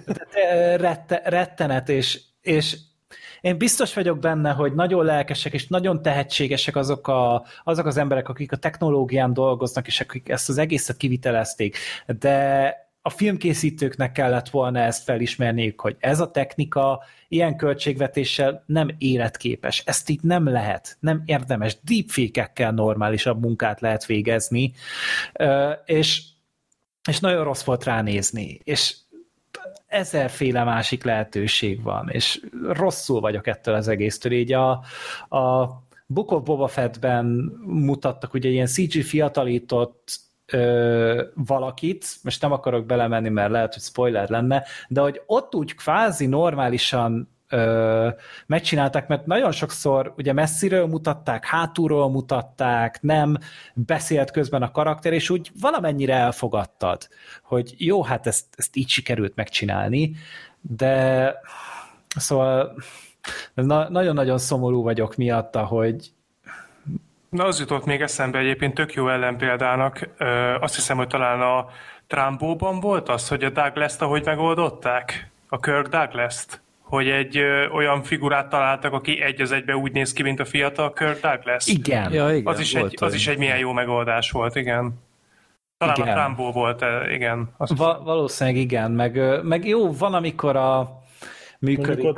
rettenet, és én biztos vagyok benne, hogy nagyon lelkesek és nagyon tehetségesek azok az emberek, akik a technológián dolgoznak, és akik ezt az egészet kivitelezték, de a filmkészítőknek kellett volna ezt felismerniük, hogy ez a technika ilyen költségvetéssel nem életképes. Ezt így nem lehet, nem érdemes. Deepfake-ekkel normálisabb munkát lehet végezni, és nagyon rossz volt ránézni, és ezerféle másik lehetőség van, és rosszul vagyok ettől az egésztől. Így a Book of Boba Fettben mutattak ugye ilyen CG fiatalított valakit, most nem akarok belemenni, mert lehet, hogy spoiler lenne, de hogy ott úgy kvázi normálisan megcsinálták, mert nagyon sokszor ugye messziről mutatták, hátulról mutatták, nem beszélt közben a karakter, és úgy valamennyire elfogadtad, hogy jó, hát ezt így sikerült megcsinálni, de szóval nagyon-nagyon szomorú vagyok miatta, hogy Na, az jutott még eszembe egyébként tök jó ellenpéldának. Azt hiszem, hogy talán a Trumbo-ban volt az, hogy a Douglas-t ahogy megoldották, a Kirk Douglas-t, hogy egy olyan figurát találtak, aki egy az egybe úgy néz ki, mint a fiatal Kirk Douglas. Igen. Ja, igen, az is egy milyen jó megoldás volt, igen. Talán igen. A Trumbo volt, igen. Valószínűleg igen, meg jó, van, amikor működik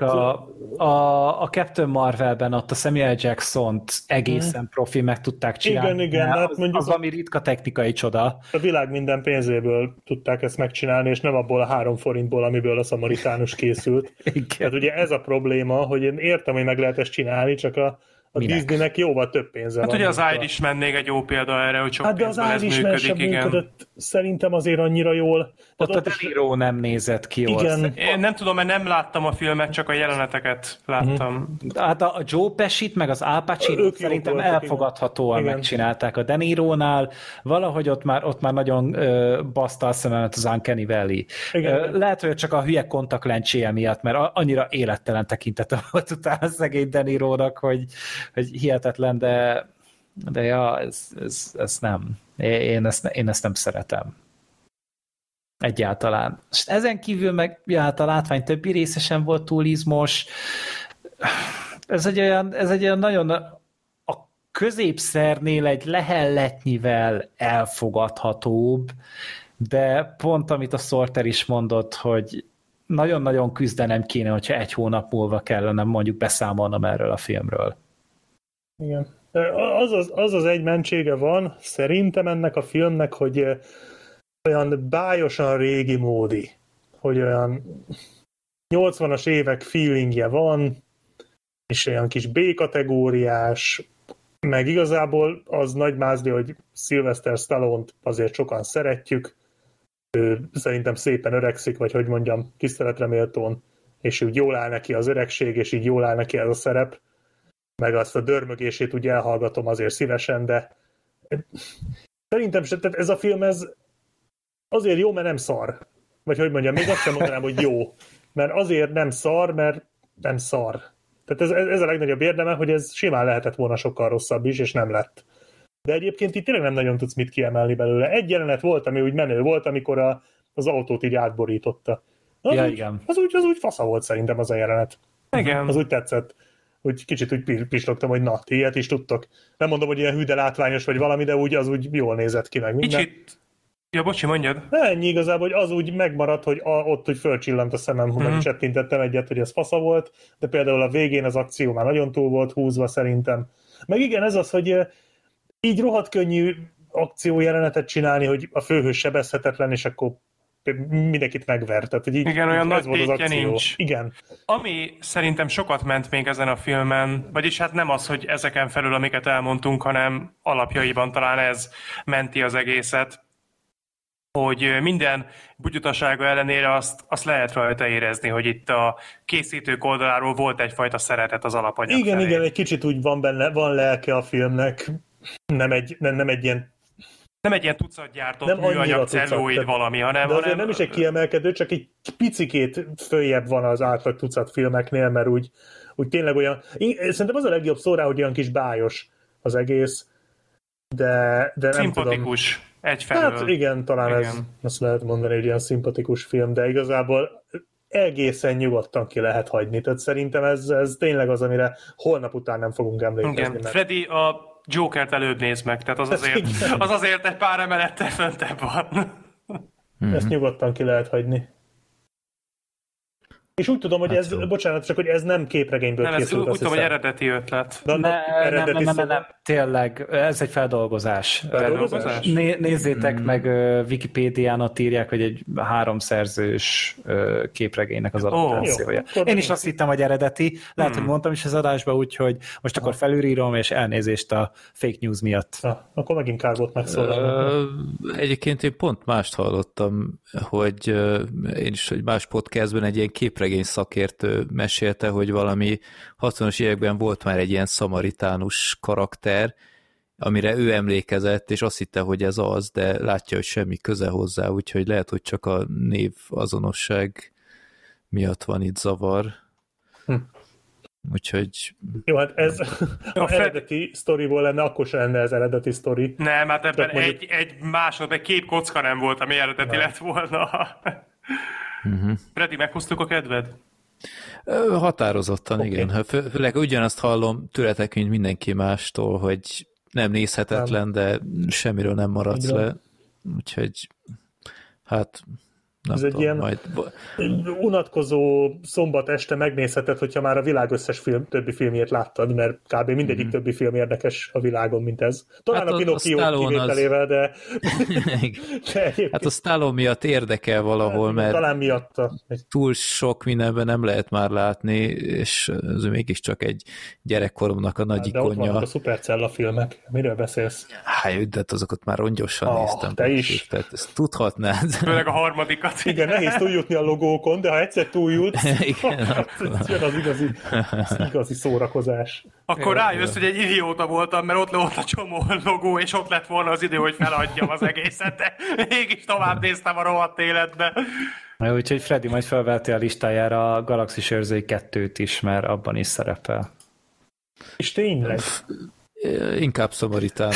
a Captain Marvelben, ott a Samuel Jackson-t egészen profi meg tudták csinálni. Igen, hát az valami ritka technikai csoda. A világ minden pénzéből tudták ezt megcsinálni, és nem abból a 3 forintból, amiből a Szamaritánus készült. Tehát ugye ez a probléma, hogy én értem, hogy meg lehet ezt csinálni, csak a Disneynek jóval több pénze van. Hát ugye az Irishman még egy jó példa erre, hogy sok pénzből ez működik, igen. Működött szerintem azért annyira jól. Ott a De Niro nem nézett ki. Igen. Én nem tudom, mert nem láttam a filmet, csak a jeleneteket láttam. Hát a Joe Pesci-t, meg az Al Pacino szerintem elfogadhatóan megcsinálták. A De Nirónál valahogy ott már nagyon baszta a szememet az Uncanny Valley. Lehet, hogy csak a hülye kontaktlencséje miatt, mert annyira élettelen tekintete volt utána szegény De Nirónak, hogy hihetetlen, de ja, ez nem. Én ezt nem szeretem. Egyáltalán. És ezen kívül meg hát a látvány többi része sem volt túl izmos. Ez egy olyan nagyon a középszernél egy lehelletnyivel elfogadhatóbb, de pont amit a Sorter is mondott, hogy nagyon-nagyon küzdenem kéne, hogyha 1 hónap múlva kellene mondjuk beszámolnom erről a filmről. Igen. Az egy mentsége van szerintem ennek a filmnek, hogy olyan bájosan régi módi, hogy olyan 80-as évek feelingje van, és olyan kis B-kategóriás, meg igazából az nagy mázli, hogy Sylvester Stallone-t azért sokan szeretjük, ő szerintem szépen öregszik, vagy hogy mondjam, tiszteletre méltón, és úgy jól áll neki az öregség, és így jól áll neki ez a szerep, meg azt a dörmögését úgy elhallgatom azért szívesen, de szerintem tehát ez a film azért jó, mert nem szar. Vagy hogy mondjam, még azt sem mondanám, hogy jó. Mert azért nem szar, mert nem szar. Tehát ez a legnagyobb érdeme, hogy ez simán lehetett volna sokkal rosszabb is, és nem lett. De egyébként itt tényleg nem nagyon tudsz mit kiemelni belőle. Egy jelenet volt, ami úgy menő volt, amikor az autót így átborította. Igen. Az úgy fasza volt szerintem az a jelenet. Igen. Az úgy tetszett. Úgy kicsit úgy pislogtam, hogy na, ti ilyet is tudtok. Nem mondom, hogy ilyen hű, de látványos vagy valami, de úgy az úgy jól nézett ki meg minden. Kicsit. Ja, bocsi, mondjad. Ennyi igazából, hogy az úgy megmaradt, hogy ott úgy fölcsillant a szemem, meg csettintettem egyet, hogy ez fasza volt, de például a végén az akció már nagyon túl volt húzva szerintem. Meg igen, ez az, hogy így rohadt könnyű akciójelenetet csinálni, hogy a főhős sebezhetetlen, és akkor mindenkit megvert. Tehát, hogy így, igen, olyan nagy tétje nincs. Igen. Ami szerintem sokat ment még ezen a filmen, vagyis hát nem az, hogy ezeken felül, amiket elmondtunk, hanem alapjaiban talán ez menti az egészet, hogy minden bugyutasága ellenére azt lehet rajta érezni, hogy itt a készítők oldaláról volt egyfajta szeretet az alapanyag igen, felé. Igen, egy kicsit úgy van benne, van lelke a filmnek, nem egy ilyen nem egy ilyen tucatgyártott műanyag celluloid valami, hanem... De azért nem is egy kiemelkedő, csak egy picikét följebb van az átlag tucat filmeknél, mert úgy tényleg olyan... Szerintem az a legjobb szó rá, hogy olyan kis bájos az egész, de nem szimpatikus tudom. Egyfelől. Hát igen, talán ezt lehet mondani, hogy ilyen szimpatikus film, de igazából egészen nyugodtan ki lehet hagyni. Tehát szerintem ez tényleg az, amire holnap után nem fogunk emlékezni. Igen. Freddy, a Jokert előbb néz meg, tehát az azért egy pár emelettel föntebb van. Ezt nyugodtan ki lehet hagyni. És úgy tudom, hogy ez, bocsánat, csak hogy ez nem képregényből nem, készült. Úgy tudom, hogy eredeti ötlet. Nem, tényleg, ez egy feldolgozás. Nézzétek meg, Wikipédián ott írják, hogy egy 3 szerzős képregénynek az adaptációja. Én is azt hittem, hogy eredeti, lehet, hogy mondtam is az adásban, úgyhogy most akkor felülírom, és elnézést a fake news miatt. Akkor megint kár volt megszólalni. Egyébként én pont mást hallottam, hogy én is, hogy más podcastben egy ilyen képregény szakértő mesélte, hogy valami 60-as években volt már egy ilyen szamaritánus karakter, amire ő emlékezett, és azt hitte, hogy ez az, de látja, hogy semmi köze hozzá, úgyhogy lehet, hogy csak a név azonosság miatt van itt zavar. Úgyhogy... Jó, hát ez eredeti sztoriból lenne, akkor sem lenne ez eredeti sztori. Nem, hát ebben egy képkocka nem volt, ami eredeti lett volna. Freddy, meghoztuk a kedved? Határozottan, okay. Igen. Főleg ugyanazt hallom tőletek, mint mindenki mástól, hogy nem nézhetetlen, de semmiről nem maradsz le. Úgyhogy hát Nem Ez tudom, egy ilyen majd... unatkozó szombat este megnézheted, hogyha már a világ összes többi filmjét láttad, mert kb. Mindegyik többi film érdekes a világon, mint ez. Talán hát a Pinocchio kivételével, de hát a Stallone miatt érdekel valahol, hát, mert talán miatta. Túl sok mindenben nem lehet már látni, és ez mégiscsak egy gyerekkoromnak a nagy ikonja. De ott vannak a Supercella filmek. Miről beszélsz? Hát, de azokat már rongyosan néztem. Te is. Tehát ezt tudhatnád. Főleg a harmadikat. Igen, nehéz túljutni a logókon, de ha egyszer túljutsz, jön az igazi szórakozás. Akkor rájössz, hogy egy idióta voltam, mert ott volt a csomó logó, és ott lett volna az idő, hogy feladjam az egészet, de mégis tovább néztem a rohadt életbe. Úgyhogy Freddy majd felveheti a listájára a Galaxis őrzői 2-t is, mert abban is szerepel. És tényleg? Inkább Szamaritán.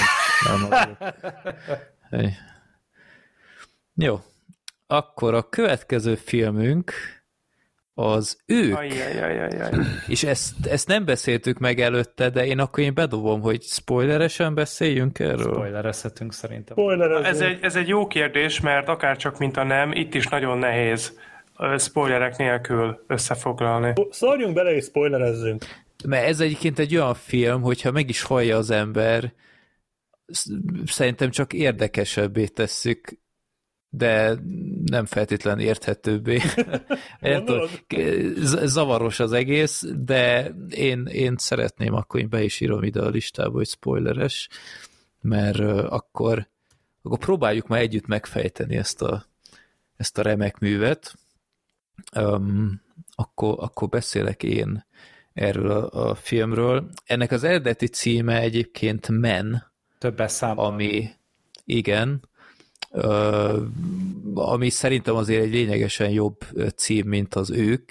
Hey. Jó. Akkor a következő filmünk az Ők. És ezt nem beszéltük meg előtte, de én bedobom, hogy spoileresen beszéljünk erről. Spoilerezhetünk szerintem. Ez egy jó kérdés, mert akárcsak mint a nem, itt is nagyon nehéz spoilerek nélkül összefoglalni. Szarjunk bele és spoilerezzünk. Mert ez egyébként egy olyan film, hogyha meg is hallja az ember, szerintem csak érdekesebbé tesszük, de nem feltétlen érthetőbbé. Zavaros az egész, de én szeretném, akkor én be is írom ide a listába, hogy spoileres, mert akkor próbáljuk már együtt megfejteni ezt a remek művet. Akkor beszélek én erről a filmről. Ennek az eredeti címe egyébként Men. Többes számban. Ami, igen, ami szerintem azért egy lényegesen jobb cím, mint az Ők,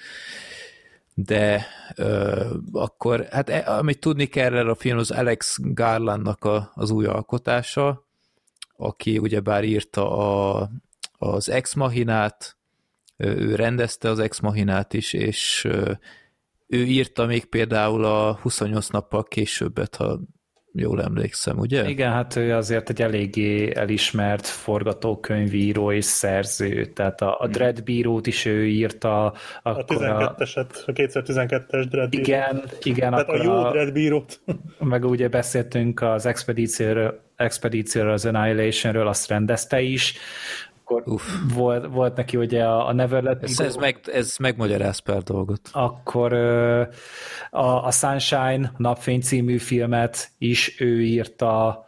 de akkor, hát amit tudni kell erről a film, az Alex Garlandnak az új alkotása, aki ugyebár írta az Ex Machinát, ő rendezte az Ex Machinát is, és ő írta még például a 28 nappal későbbet, ha jól emlékszem, ugye? Igen, hát ő azért egy eléggé elismert forgatókönyvíró és szerző, tehát a Dredd bírót is ő írta. A 12-eset, a 2012-es Dredd bírót. Igen. Tehát a jó Dredd bírót. Meg ugye beszéltünk az Expedícióról, az Annihilationről, azt rendezte is, akkor volt neki ugye a Never Let Me Go. Ez megmagyaráz pár dolgot. Akkor a Sunshine, a Napfény című filmet is ő írta,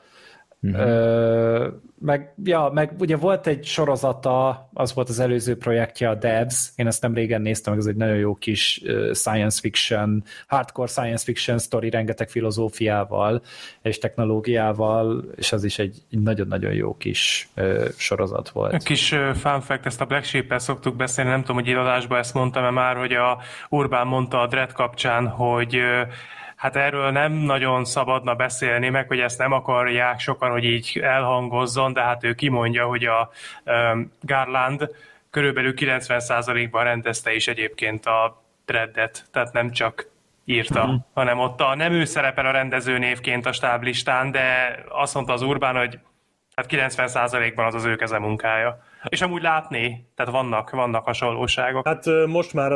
meg ugye volt egy sorozata, az volt az előző projektje, a Devs, én ezt nem régen néztem, meg ez egy nagyon jó kis science fiction, hardcore science fiction sztori, rengeteg filozófiával és technológiával, és az is egy nagyon-nagyon jó kis sorozat volt. Egy kis fun fact, ezt a Black Sheep-el szoktuk beszélni, nem tudom, hogy adásban ezt mondtam-e már, hogy a Urbán mondta a Dredd kapcsán, hogy hát erről nem nagyon szabadna beszélni, meg hogy ezt nem akarják sokan, hogy így elhangozzon, de hát ő kimondja, hogy a Garland körülbelül 90%-ban rendezte is egyébként a Dreddet, tehát nem csak írta, hanem ott nem ő szerepel a rendező névként a stáblistán, de azt mondta az Urbán, hogy hát 90%-ban az ő keze munkája. És amúgy látni, tehát vannak hasonlóságok. Hát most már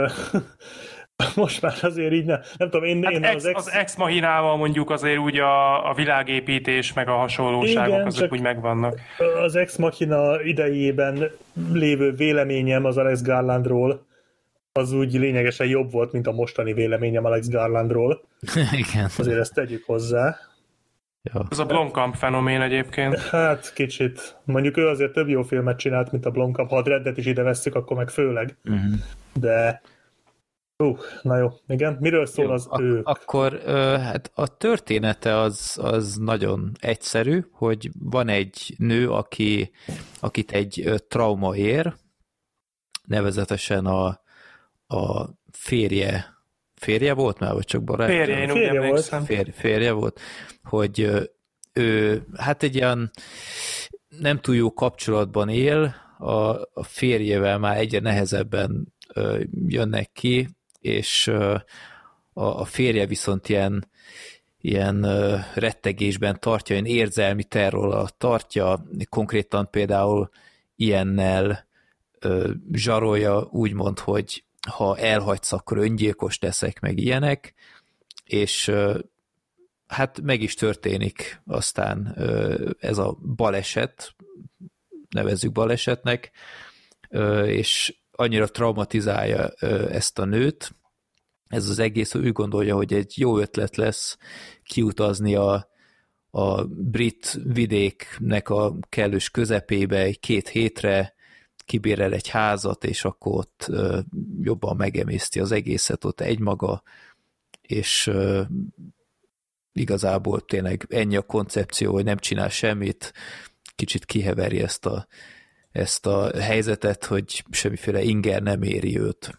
azért így nem tudom, én az Ex Machinával mondjuk azért úgy a világépítés meg a hasonlóságok, igen, azok úgy megvannak. Az Ex Machina idejében lévő véleményem az Alex Garlandról az úgy lényegesen jobb volt, mint a mostani véleményem Alex Garlandról. Igen. Azért ezt tegyük hozzá. Ja. Ez a Blomkamp fenomén egyébként. Hát kicsit. Mondjuk ő azért több jó filmet csinált, mint a Blomkamp. Ha a Dreddet is ide vesszük, akkor meg főleg. De na jó, igen. Miről szól jó, az Ők? Akkor hát a története az nagyon egyszerű, hogy van egy nő, akit egy trauma ér, nevezetesen a férje volt már, vagy csak barátja? Férje, én úgy emlékszem. Férje volt, hogy ő hát egy ilyen nem túl jó kapcsolatban él, a férjével már egyre nehezebben jönnek ki, és a férje viszont ilyen rettegésben tartja, ilyen érzelmi terrorral tartja, konkrétan például ilyennel zsarolja, úgymond, hogy ha elhagysz, akkor öngyilkos leszek, meg ilyenek, és hát meg is történik aztán ez a baleset, nevezzük balesetnek, és annyira traumatizálja ezt a nőt, ez az egész, hogy ő gondolja, hogy egy jó ötlet lesz kiutazni a brit vidéknek a kellős közepébe egy 2 hétre, kibérel egy házat, és akkor ott jobban megemészti az egészet ott egymaga, és igazából tényleg ennyi a koncepció, hogy nem csinál semmit, kicsit kiheveri ezt a helyzetet, hogy semmiféle inger nem éri őt.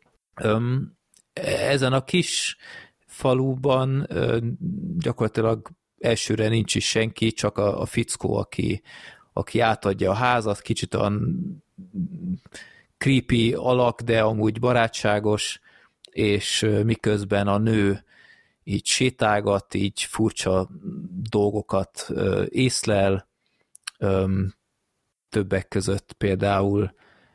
Ezen a kis faluban gyakorlatilag elsőre nincs is senki, csak a fickó, aki átadja a házat, kicsit olyan creepy alak, de amúgy barátságos, és miközben a nő így sétálgat, így furcsa dolgokat észlel, többek között például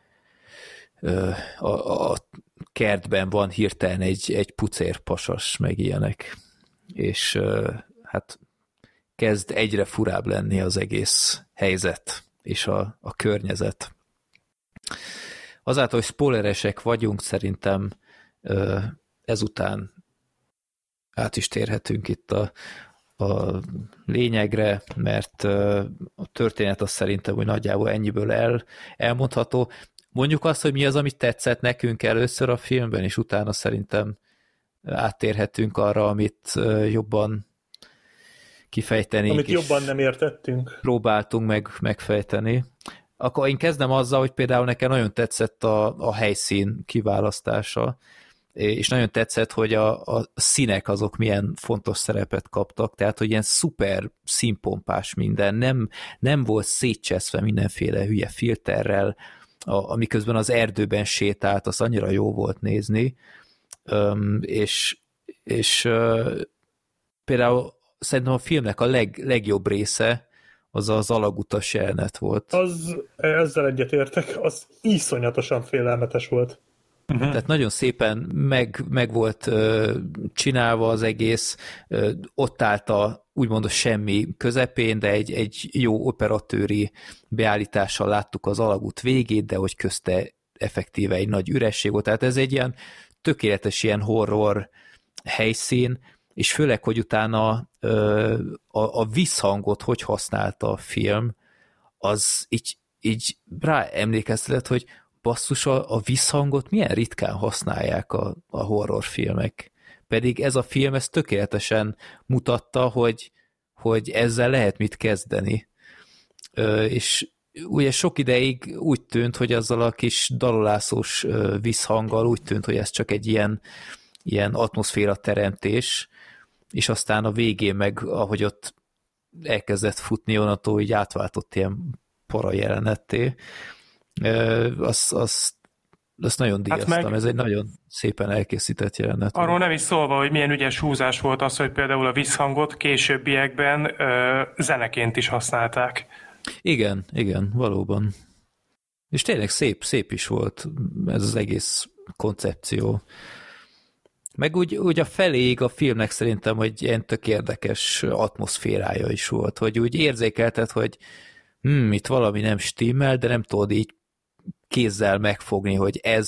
a kertben van hirtelen egy pucérpasas, meg ilyenek, és hát kezd egyre furább lenni az egész helyzet és a környezet. Azáltal, hogy spoileresek vagyunk, szerintem ezután át is térhetünk itt a lényegre, mert a történet az szerintem, hogy nagyjából ennyiből elmondható. Mondjuk azt, hogy mi az, amit tetszett nekünk először a filmben, és utána szerintem áttérhetünk arra, amit jobban kifejteni. Amit jobban nem értettünk. Próbáltunk megfejteni. Akkor én kezdem azzal, hogy például nekem nagyon tetszett a helyszín kiválasztása, és nagyon tetszett, hogy a színek azok milyen fontos szerepet kaptak, tehát, hogy ilyen szuper színpompás minden, nem volt szétcseszve mindenféle hülye filterrel, amiközben az erdőben sétált, az annyira jó volt nézni, és például szerintem a filmnek a legjobb része az alagutas jelenet volt. Ezzel egyetértek, az iszonyatosan félelmetes volt. Uh-huh. Tehát nagyon szépen meg volt csinálva az egész, ott állt úgymond a semmi közepén, de egy jó operatőri beállítással láttuk az alagút végét, de hogy közte effektíve egy nagy üresség volt. Tehát ez egy ilyen tökéletes ilyen horror helyszín, és főleg, hogy utána a visszhangot hogy használta a film, az így rá emlékeztetett, hogy basszus, a visszhangot milyen ritkán használják a horrorfilmek. Pedig ez a film ezt tökéletesen mutatta, hogy ezzel lehet mit kezdeni. És ugye sok ideig úgy tűnt, hogy azzal a kis dalolászós visszhanggal úgy tűnt, hogy ez csak egy ilyen atmoszféra teremtés, és aztán a végén meg, ahogy ott elkezdett futni, onnantól így átváltott ilyen para jelenetté. Azt nagyon díjaztam, ez egy nagyon szépen elkészített jelenet. Arról nem is szólva, hogy milyen ügyes húzás volt az, hogy például a visszhangot későbbiekben zeneként is használták. Igen, valóban. És tényleg szép is volt ez az egész koncepció. Meg úgy a feléig a filmnek szerintem, hogy ilyen tök érdekes atmoszférája is volt, hogy úgy érzékelted, hogy itt valami nem stimmel, de nem tudod így kézzel megfogni, hogy ez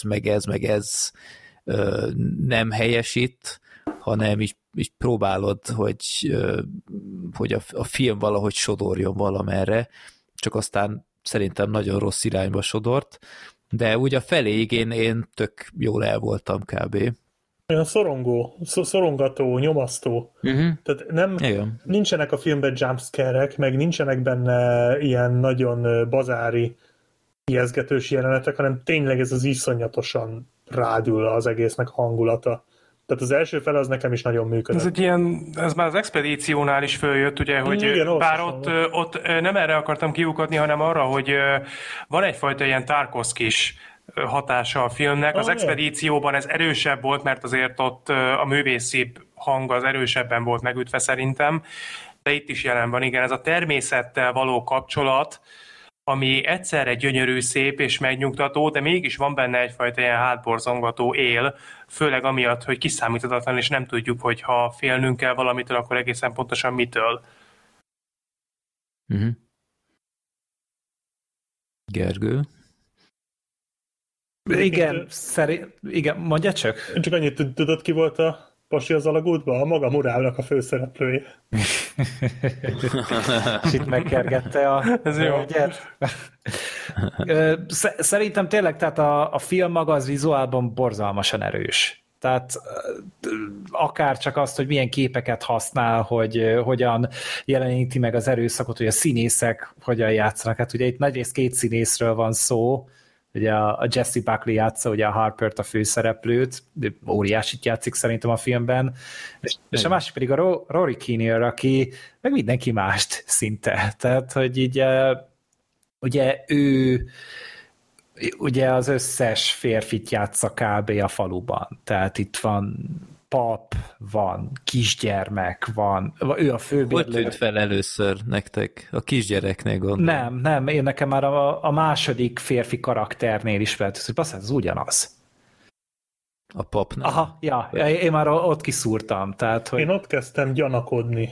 nem helyes itt, hanem így próbálod, hogy a film valahogy sodorjon valamerre, csak aztán szerintem nagyon rossz irányba sodort, de úgy a feléig én tök jól el voltam kb. Olyan szorongató, nyomasztó. Uh-huh. Tehát nincsenek a filmben jumpscare-ek, meg nincsenek benne ilyen nagyon bazári ijesztgetős jelenetek, hanem tényleg ez az iszonyatosan rádül az egésznek hangulata. Tehát az első fel az nekem is nagyon működött. Ez már az expedíciónál is följött, ugye, hogy igen, bár ott nem erre akartam kiukadni, hanem arra, hogy van egyfajta ilyen Tarkovszkis hatása a filmnek. Az expedícióban ez erősebb volt, mert azért ott a művészi hang az erősebben volt megütve szerintem, de itt is jelen van, igen, ez a természettel való kapcsolat, ami egyszerre gyönyörű, szép és megnyugtató, de mégis van benne egyfajta ilyen hátborzongató él, főleg amiatt, hogy kiszámíthatatlan, és nem tudjuk, hogy ha félnünk kell valamitől, akkor egészen pontosan mitől. Uh-huh. Gergő? Igen, mondja csak. Én csak annyit tudod, ki volt a pasi az alagútban? A maga Murának a főszereplője. És itt megkergette a hölgyet. Szerintem tényleg, tehát a film maga az vizuálban borzalmasan erős. Tehát akár csak azt, hogy milyen képeket használ, hogy hogyan jeleníti meg az erőszakot, hogy a színészek hogyan játszanak. Hát ugye itt nagyrészt két színészről van szó, ugye a Jesse Buckley játsza ugye a Harpert, a főszereplőt, óriásit játszik szerintem a filmben, és a másik pedig a Rory Kinnear, aki meg mindenki mást szinte. Tehát, hogy így ugye ő ugye az összes férfit játsza kb. A faluban. Tehát itt van pap, van kisgyermek, van, ő a főbérlő. Hogy tűnt fel először nektek? A kisgyereknél gondolom. Nem, én nekem már a második férfi karakternél is feltűnt, hogy bassz, ez ugyanaz. A papnál? Aha, ja, én már ott kiszúrtam. Tehát, hogy... Én ott kezdtem gyanakodni.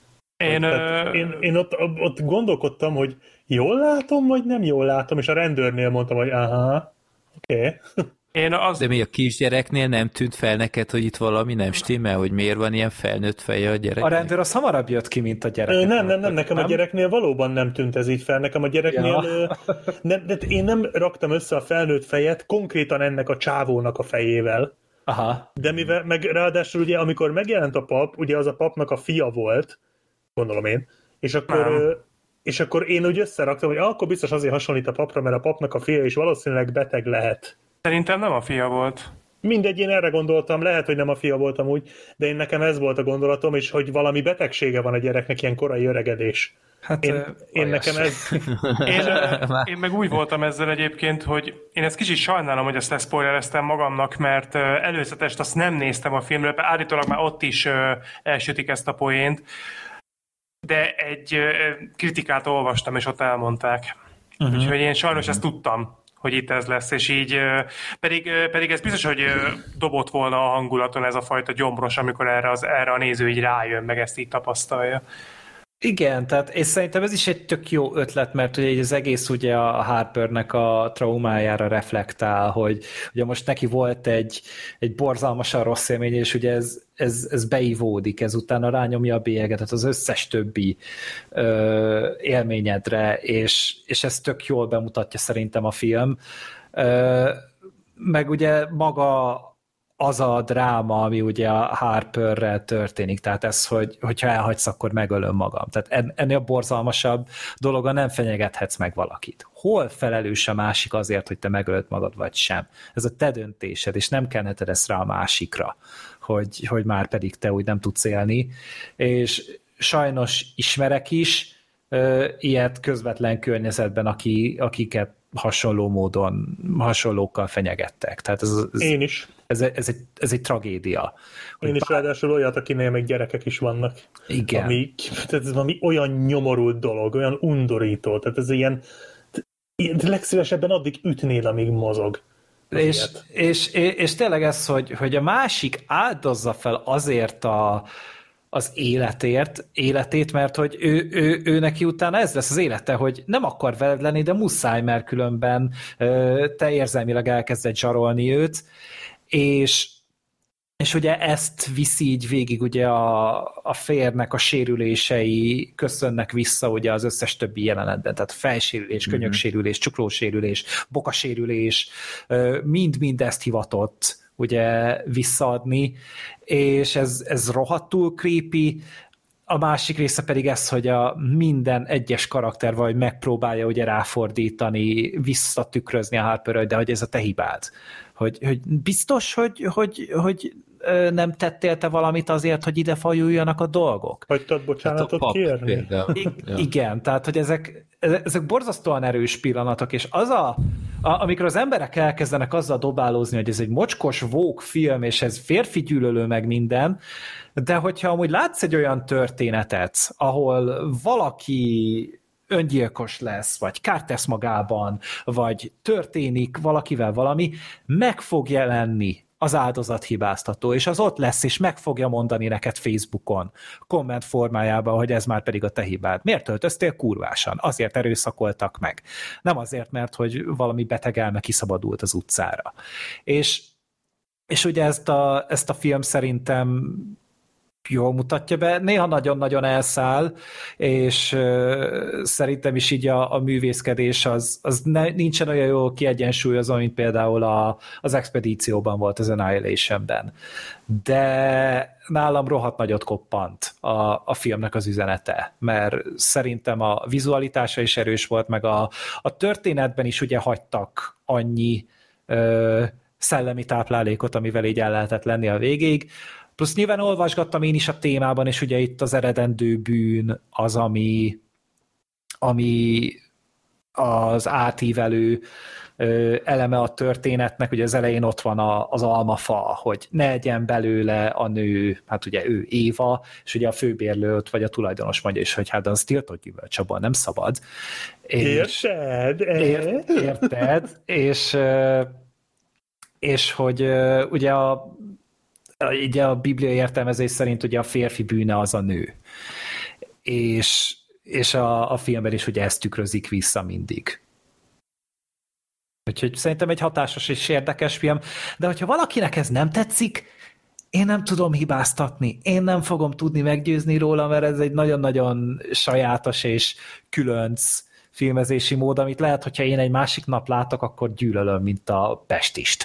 Én ott gondolkodtam, hogy jól látom, vagy nem jól látom, és a rendőrnél mondtam, hogy aha, oké. De mi a kisgyereknél nem tűnt fel neked, hogy itt valami nem stimmel, hogy miért van ilyen felnőtt feje a gyereknek? A rendőr az hamarabb jött ki, mint a gyerek. Nem, nekem a gyereknél valóban nem tűnt ez így fel. Nekem a gyereknél... Ja. De én nem raktam össze a felnőtt fejet konkrétan ennek a csávónak a fejével. Aha. De mivel, meg ráadásul ugye, amikor megjelent a pap, ugye az a papnak a fia volt, gondolom én, és akkor én úgy összeraktam, hogy akkor biztos azért hasonlít a papra, mert a papnak a fia is valószínűleg beteg lehet. Szerintem nem a fia volt. Mindegy, én erre gondoltam, lehet, hogy nem a fia voltam úgy, de én nekem ez volt a gondolatom, és hogy valami betegsége van a gyereknek, ilyen korai öregedés. Hát én nekem ez... Én meg úgy voltam ezzel egyébként, hogy én ezt kicsit sajnálom, hogy ezt leszpoilereztem magamnak, mert előzetest azt nem néztem a filmről, állítólag már ott is elsütik ezt a poént, de egy kritikát olvastam, és ott elmondták. Úgyhogy én sajnos ezt tudtam, hogy itt ez lesz, és így pedig ez biztos, hogy dobott volna a hangulaton ez a fajta gyombros, amikor erre a néző így rájön, meg ezt így tapasztalja. Igen, tehát és szerintem ez is egy tök jó ötlet, mert ugye az egész ugye a Harpernek a traumájára reflektál, hogy ugye most neki volt egy borzalmasan rossz élmény, és ugye ez beivódik, ezután rányomja a bélyeget, tehát az összes többi élményedre, és ez tök jól bemutatja szerintem a film. Meg ugye maga az a dráma, ami ugye a Harperrel történik, tehát ez, hogyha elhagysz, akkor megölöm magam. Tehát ennél borzalmasabb dologa nem fenyegethetsz meg valakit. Hol felelős a másik azért, hogy te megölt magad, vagy sem? Ez a te döntésed, és nem kenheted ezt rá a másikra, hogy már pedig te úgy nem tudsz élni. És sajnos ismerek is ilyet közvetlen környezetben, akiket hasonló módon, hasonlókkal fenyegettek. Tehát én is. Ez egy tragédia. Én is ráadásul olyat, akinél még gyerekek is vannak. Igen. Tehát ez valami olyan nyomorult dolog, olyan undorító. Tehát ez ilyen legszívesebben addig ütnél, amíg mozog. És tényleg ez, hogy a másik áldozza fel azért az életét, mert hogy ő neki utána ez lesz az élete, hogy nem akar veled lenni, de muszáj, mert különben te érzelmileg elkezded zsarolni őt, és ugye ezt viszi így végig ugye a férnek a sérülései köszönnek vissza ugye az összes többi jelenetben, tehát fejsérülés, könyöksérülés, csuklósérülés, bokasérülés, mind ezt hivatott ugye visszaadni, és ez rohadtul creepy. A másik része pedig ez, hogy a minden egyes karakter vagy megpróbálja ugye ráfordítani, visszatükrözni a Harperről, de hogy ez a te hibád. Hogy biztos, hogy nem tettél te valamit azért, hogy ide fajuljanak a dolgok? Hagytad bocsánatot kérni? Igen, tehát hogy ezek borzasztóan erős pillanatok, és amikor az emberek elkezdenek azzal dobálózni, hogy ez egy mocskos woke film, és ez férfi gyűlölő meg minden, de hogyha amúgy látsz egy olyan történetet, ahol valaki öngyilkos lesz, vagy kárt tesz magában, vagy történik valakivel valami, meg fog jelenni az áldozathibáztató, és az ott lesz, és meg fogja mondani neked Facebookon, komment formájában, hogy ez már pedig a te hibád. Miért töltöztél kurvásan? Azért erőszakoltak meg. Nem azért, mert hogy valami beteg elme kiszabadult az utcára. És ugye ezt a film szerintem jól mutatja be, néha nagyon-nagyon elszáll, és szerintem is így a művészkedés az nincsen olyan jól kiegyensúlyozva, mint például az Expedícióban volt, az Annihilation-ben. De nálam rohadt nagyot koppant a filmnek az üzenete, mert szerintem a vizualitása is erős volt, meg a történetben is ugye hagytak annyi szellemi táplálékot, amivel így el lehetett lenni a végéig. Plusz nyilván olvasgattam én is a témában, és ugye itt az eredendő bűn az, ami az átívelő eleme a történetnek, ugye az elején ott van az almafa, hogy ne egyen belőle a nő, hát ugye ő Éva, és ugye a főbérlőt, vagy a tulajdonos mondja is, hogy hát az tiltott gyümölcs, abban nem szabad. Érted? Érted, és hogy ugye a bibliai értelmezés szerint ugye a férfi bűne az a nő. És a filmben is ugye ezt tükrözik vissza mindig. Úgyhogy szerintem egy hatásos és érdekes film, de hogyha valakinek ez nem tetszik, én nem tudom hibáztatni. Én nem fogom tudni meggyőzni róla, mert ez egy nagyon-nagyon sajátos és különc filmezési mód, amit lehet, hogyha én egy másik nap látok, akkor gyűlölöm, mint a Pestist.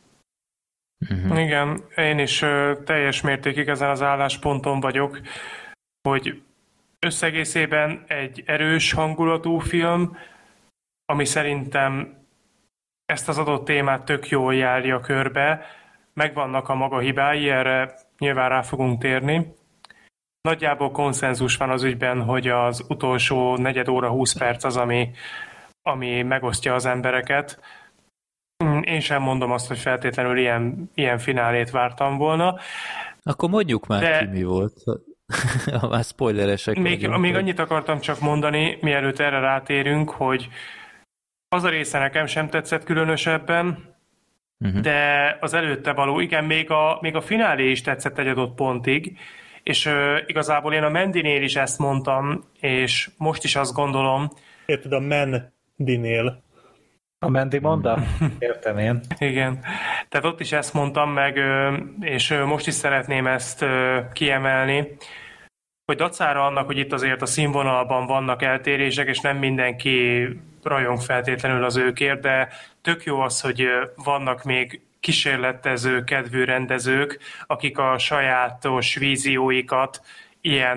Igen, én is teljes mértékig ezen az állásponton vagyok, hogy összegészében egy erős hangulatú film, ami szerintem ezt az adott témát tök jól járja körbe, megvannak a maga hibái, erre nyilván rá fogunk térni. Nagyjából konszenzus van az ügyben, hogy az utolsó 4 óra 20 perc az, ami megosztja az embereket. Én sem mondom azt, hogy feltétlenül ilyen finálét vártam volna. Akkor mondjuk már ki mi volt. Már spoileresek vagyunk. Még annyit akartam csak mondani, mielőtt erre rátérünk, hogy az a része nekem sem tetszett különösebben, de az előtte való, igen, még a finálé is tetszett egy adott pontig, és igazából én a Mandynél is ezt mondtam, és most is azt gondolom. Érted, a Mandynél. A Mandy mondta? Értem én. Igen. Tehát ott is ezt mondtam meg, és most is szeretném ezt kiemelni, hogy dacára annak, hogy itt azért a színvonalban vannak eltérések, és nem mindenki rajong feltétlenül az őkért, de tök jó az, hogy vannak még kísérletező kedvű rendezők, akik a sajátos vízióikat ilyen,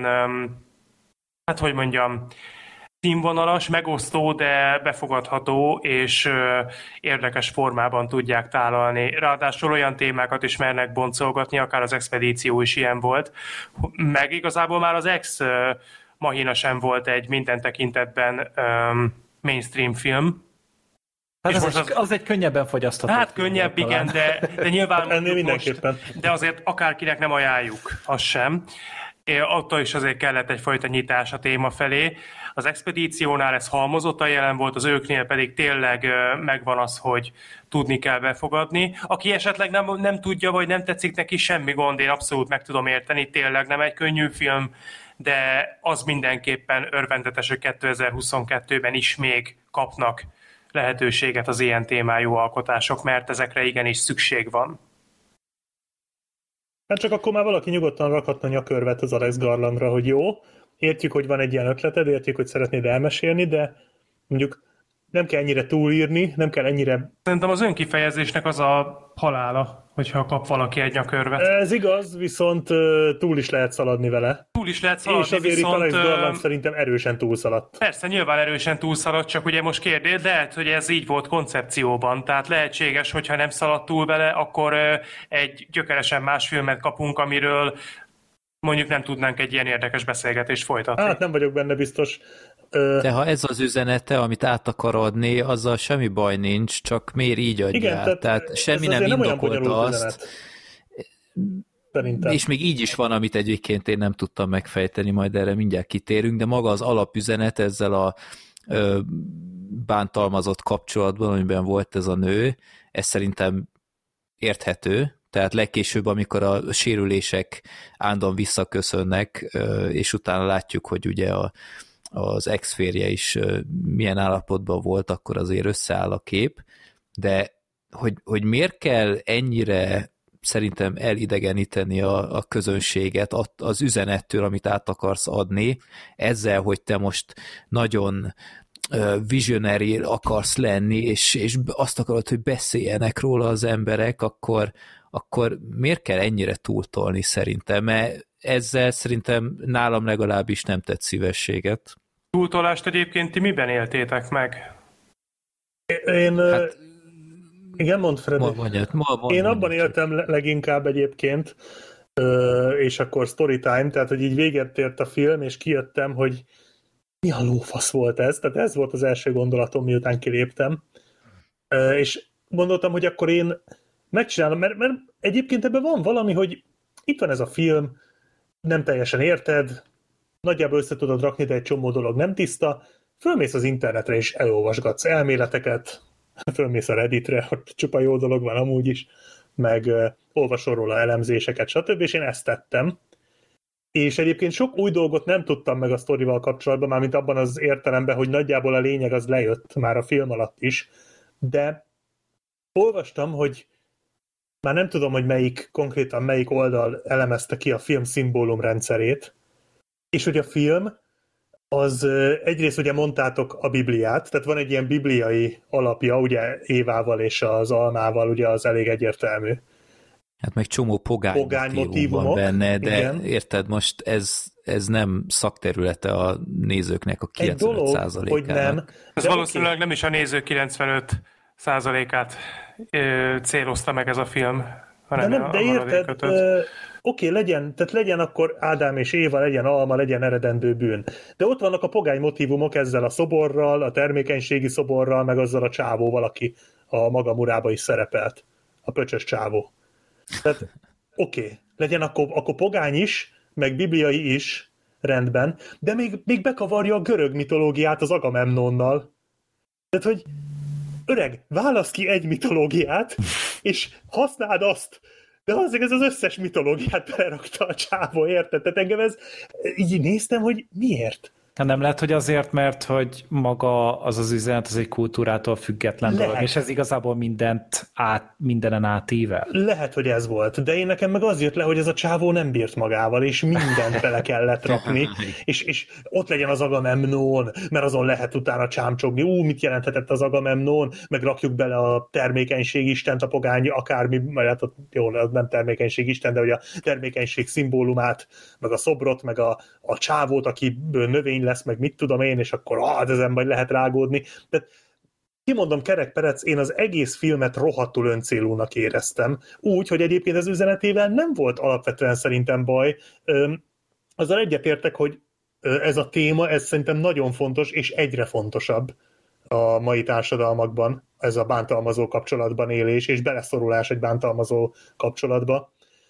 hát hogy mondjam, színvonalas, megosztó, de befogadható és érdekes formában tudják tálalni. Ráadásul olyan témákat is mernek boncolgatni, akár az Expedíció is ilyen volt. Meg igazából már az Ex Machina sem volt egy minden tekintetben mainstream film. Hát az egy könnyebben fogyasztható. Hát könnyebb, igen, de nyilván ennél mindenképpen. De azért akárkinek nem ajánljuk, az sem. Attól is azért kellett egyfajta nyitás a téma felé. Az Expedíciónál ez halmozottan jelen volt, az őknél pedig tényleg megvan az, hogy tudni kell befogadni. Aki esetleg nem tudja, vagy nem tetszik neki, semmi gond, én abszolút meg tudom érteni, tényleg nem egy könnyű film, de az mindenképpen örvendetes, hogy 2022-ben is még kapnak lehetőséget az ilyen témájú alkotások, mert ezekre igenis szükség van. Hát csak akkor már valaki nyugodtan rakhatna nyakörvet az Alex Garlandra, hogy jó, értjük, hogy van egy ilyen ötleted, értjük, hogy szeretnéd elmesélni, de mondjuk nem kell ennyire túlírni, nem kell ennyire... Szerintem az önkifejezésnek az a halála, hogyha kap valaki egy nyakörvet. Ez igaz, viszont túl is lehet szaladni vele. Túl is lehet szaladni, és azért viszont... Alex Garland szerintem erősen túlszaladt. Persze, nyilván erősen túlszaladt, csak ugye most kérdés, lehet, hogy ez így volt koncepcióban. Tehát lehetséges, hogyha nem szaladt túl vele, akkor egy gyökeresen más filmet kapunk, amiről mondjuk nem tudnánk egy ilyen érdekes beszélgetést folytatni. Hát nem vagyok benne biztos. De ha ez az üzenete, amit át akar adni, azzal semmi baj nincs, csak miért így adja? Igen, tehát semmi nem indokolta azt. szerintem. És még így is van, amit egyébként én nem tudtam megfejteni, majd erre mindjárt kitérünk, de maga az alapüzenet ezzel a bántalmazott kapcsolatban, amiben volt ez a nő, ez szerintem érthető, tehát legkésőbb, amikor a sérülések állandóan visszaköszönnek, és utána látjuk, hogy ugye az ex-férje is milyen állapotban volt, akkor azért összeáll a kép, de hogy miért kell ennyire szerintem elidegeníteni a közönséget az üzenettől, amit át akarsz adni, ezzel, hogy te most nagyon visionary akarsz lenni, és azt akarod, hogy beszéljenek róla az emberek, akkor miért kell ennyire túltolni szerintem? Mert ezzel szerintem nálam legalábbis nem tett szívességet. Túltolást egyébként ti miben éltétek meg? Igen, mondd, Freddy. Én abban éltem leginkább egyébként, és akkor story time, tehát hogy így véget ért a film, és kijöttem, hogy mi a lófasz volt ez? Tehát ez volt az első gondolatom, miután kiléptem. És gondoltam, hogy akkor én megcsinálom, mert egyébként ebben van valami, hogy itt van ez a film, nem teljesen érted, nagyjából össze tudod rakni, de egy csomó dolog nem tiszta, fölmész az internetre és elolvasgatsz elméleteket, fölmész a Redditre, ott csupa jó dolog van amúgy is, meg olvasol róla elemzéseket, stb. És én ezt tettem. És egyébként sok új dolgot nem tudtam meg a sztorival kapcsolatban, mármint abban az értelemben, hogy nagyjából a lényeg az lejött már a film alatt is, de olvastam, hogy már nem tudom, hogy konkrétan melyik oldal elemezte ki a film szimbólumrendszerét, és hogy a film az egyrészt ugye mondtátok a Bibliát, tehát van egy ilyen bibliai alapja, ugye Évával és az almával, ugye az elég egyértelmű. Hát meg csomó pogány motívum van benne, de igen. Érted, most ez nem szakterülete a nézőknek a 95%-ának. Hogy nem. Ez valószínűleg nem is a nézők 95%-át célozta meg ez a film, hanem de érted, legyen akkor Ádám és Éva, legyen alma, legyen eredendő bűn. De ott vannak a pogány motívumok ezzel a szoborral, a termékenységi szoborral, meg azzal a csávóval, aki a maga murába is szerepelt. A pöcsös csávó. Tehát legyen akkor pogány is, meg bibliai is, rendben, de még bekavarja a görög mitológiát az Agamemnonnal. Tehát, hogy öreg, válasz ki egy mitológiát, és használd azt, de azért ez az összes mitológiát belerakta a csávó, érted? Tehát engem ez, így néztem, hogy miért? Nem lehet, hogy azért, mert hogy maga az üzenet, az egy kultúrától független dolog, és ez igazából mindenen átível. Lehet, hogy ez volt, de én nekem meg az jött le, hogy ez a csávó nem bírt magával, és mindent bele kellett rakni, és ott legyen az Agamemnon, mert azon lehet utána csámcsogni. Mit jelenthetett az Agamemnon, meg rakjuk bele a termékenység istent, a pogány akármi, mert hát jó, nem termékenység isten, de hogy a termékenység szimbólumát, meg a szobrot, meg a csávót, aki növény lesz, meg mit tudom én, és akkor ezen majd lehet rágódni. Tehát kimondom, kerekperec, én az egész filmet rohadtul öncélúnak éreztem. Úgy, hogy egyébként az üzenetével nem volt alapvetően szerintem baj. Azzal egyetértek, hogy ez a téma, ez szerintem nagyon fontos, és egyre fontosabb a mai társadalmakban, ez a bántalmazó kapcsolatban élés, és beleszorulás egy bántalmazó kapcsolatba.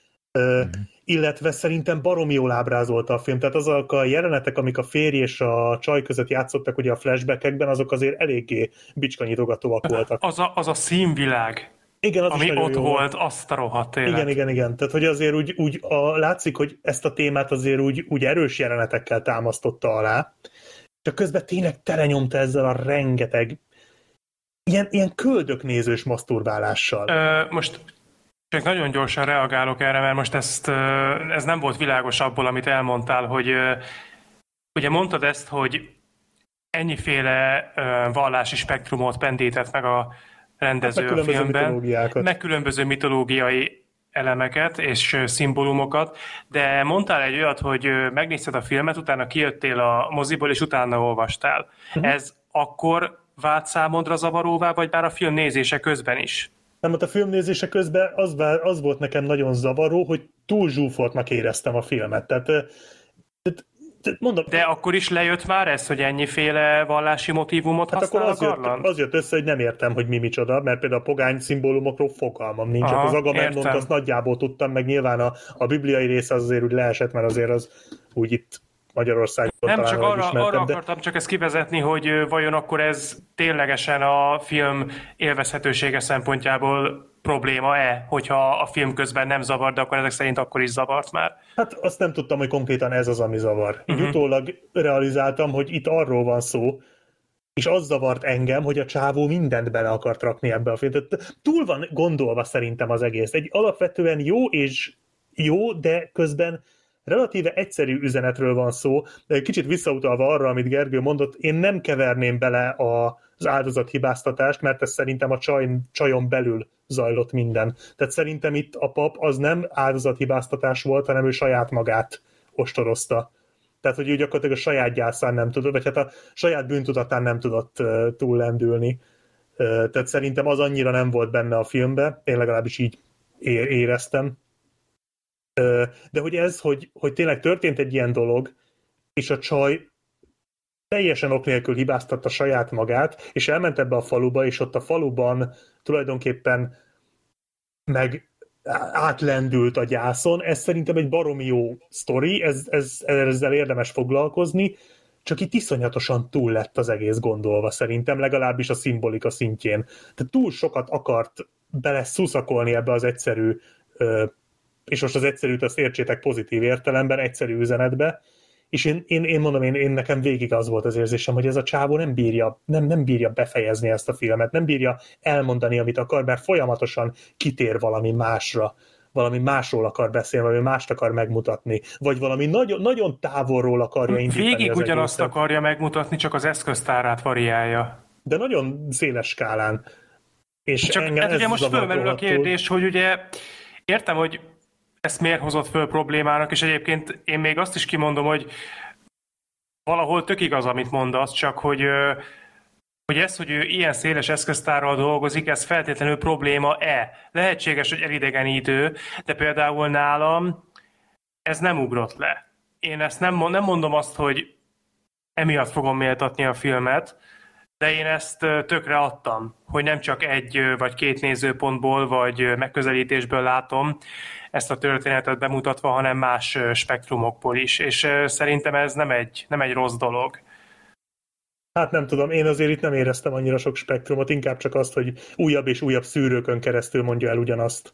Illetve szerintem baromi jól ábrázolta a film. Tehát azok a jelenetek, amik a férj és a csaj között játszottak ugye a flashbackekben, azok azért eléggé bicskanyitogatóak voltak. Az a színvilág, igen, az ami ott volt, azt a rohadt élet. Igen. Tehát, hogy azért úgy látszik, hogy ezt a témát azért úgy erős jelenetekkel támasztotta alá, csak közben tényleg telenyomta ezzel a rengeteg ilyen köldöknézős maszturválással. Most csak nagyon gyorsan reagálok erre, mert most ez nem volt világos abból, amit elmondtál, hogy ugye mondtad ezt, hogy ennyiféle vallási spektrumot pendített meg a rendező a filmben, meg különböző mitológiai elemeket és szimbólumokat, de mondtál egy olyat, hogy megnézted a filmet, utána kijöttél a moziból, és utána olvastál. Ez akkor vált számodra zavaróvá, vagy már a film nézése közben is? Nem, a filmnézése közben az volt nekem nagyon zavaró, hogy túl zsúfoltnak éreztem a filmet. Tehát mondom, de akkor is lejött már ez, hogy ennyiféle vallási motívumot használ a Garland? Az jött össze, hogy nem értem, hogy mi micsoda, mert például a pogány szimbólumokról fogalmam nincs. Aha, az Agamemnont azt nagyjából tudtam, meg nyilván a bibliai része az azért úgy leesett, mert azért az úgy itt Magyarországon nem, csak arra de... akartam csak ezt kivezetni, hogy vajon akkor ez ténylegesen a film élvezhetősége szempontjából probléma-e, hogyha a film közben nem zavar, de akkor ezek szerint akkor is zavart már? Hát azt nem tudtam, hogy konkrétan ez az, ami zavar. Így utólag realizáltam, hogy itt arról van szó, és az zavart engem, hogy a csávó mindent bele akart rakni ebbe a filmbe. Túl van gondolva szerintem az egész. Egy alapvetően jó, de közben relatíve egyszerű üzenetről van szó. Kicsit visszautalva arra, amit Gergő mondott, én nem keverném bele az áldozathibáztatást, mert ez szerintem a csajon belül zajlott minden. Tehát szerintem itt a pap az nem áldozathibáztatás volt, hanem ő saját magát ostorozta. Tehát, hogy ő gyakorlatilag a saját gyászán nem tudott, vagy hát a saját bűntudatán nem tudott túllendülni. Tehát szerintem az annyira nem volt benne a filmbe, én legalábbis így éreztem. De hogy ez, hogy tényleg történt egy ilyen dolog, és a csaj teljesen ok nélkül hibáztatta saját magát, és elment ebbe a faluba, és ott a faluban tulajdonképpen meg átlendült a gyászon. Ez szerintem egy baromi jó sztori, ezzel érdemes foglalkozni, csak itt iszonyatosan túl lett az egész gondolva szerintem, legalábbis a szimbolika szintjén. Tehát túl sokat akart bele szuszakolni ebbe az egyszerű, és most az egyszerűt azt értsétek pozitív értelemben, egyszerű üzenetbe, és én mondom, én nekem végig az volt az érzésem, hogy ez a csávó nem bírja befejezni ezt a filmet, nem bírja elmondani, amit akar, mert folyamatosan kitér valami másra, valami másról akar beszélni, valami mást akar megmutatni, vagy valami nagyon, nagyon távolról akarja indítani. Végig ugyanazt akarja megmutatni, csak az eszköztárát variálja. De nagyon széles skálán. És csak hát ugye most fölmerül a kérdés, hogy ugye értem, hogy ezt miért hozott föl problémának, és egyébként én még azt is kimondom, hogy valahol tök igaz, amit mondasz, csak hogy ez, hogy ő ilyen széles eszköztárral dolgozik, ez feltétlenül probléma-e? Lehetséges, hogy elidegenítő, de például nálam ez nem ugrott le. Én ezt nem mondom azt, hogy emiatt fogom méltatni a filmet, de én ezt tökre adtam, hogy nem csak egy vagy két nézőpontból, vagy megközelítésből látom ezt a történetet bemutatva, hanem más spektrumokból is, és szerintem ez nem egy rossz dolog. Hát nem tudom, én azért itt nem éreztem annyira sok spektrumot, inkább csak azt, hogy újabb és újabb szűrőkön keresztül mondja el ugyanazt.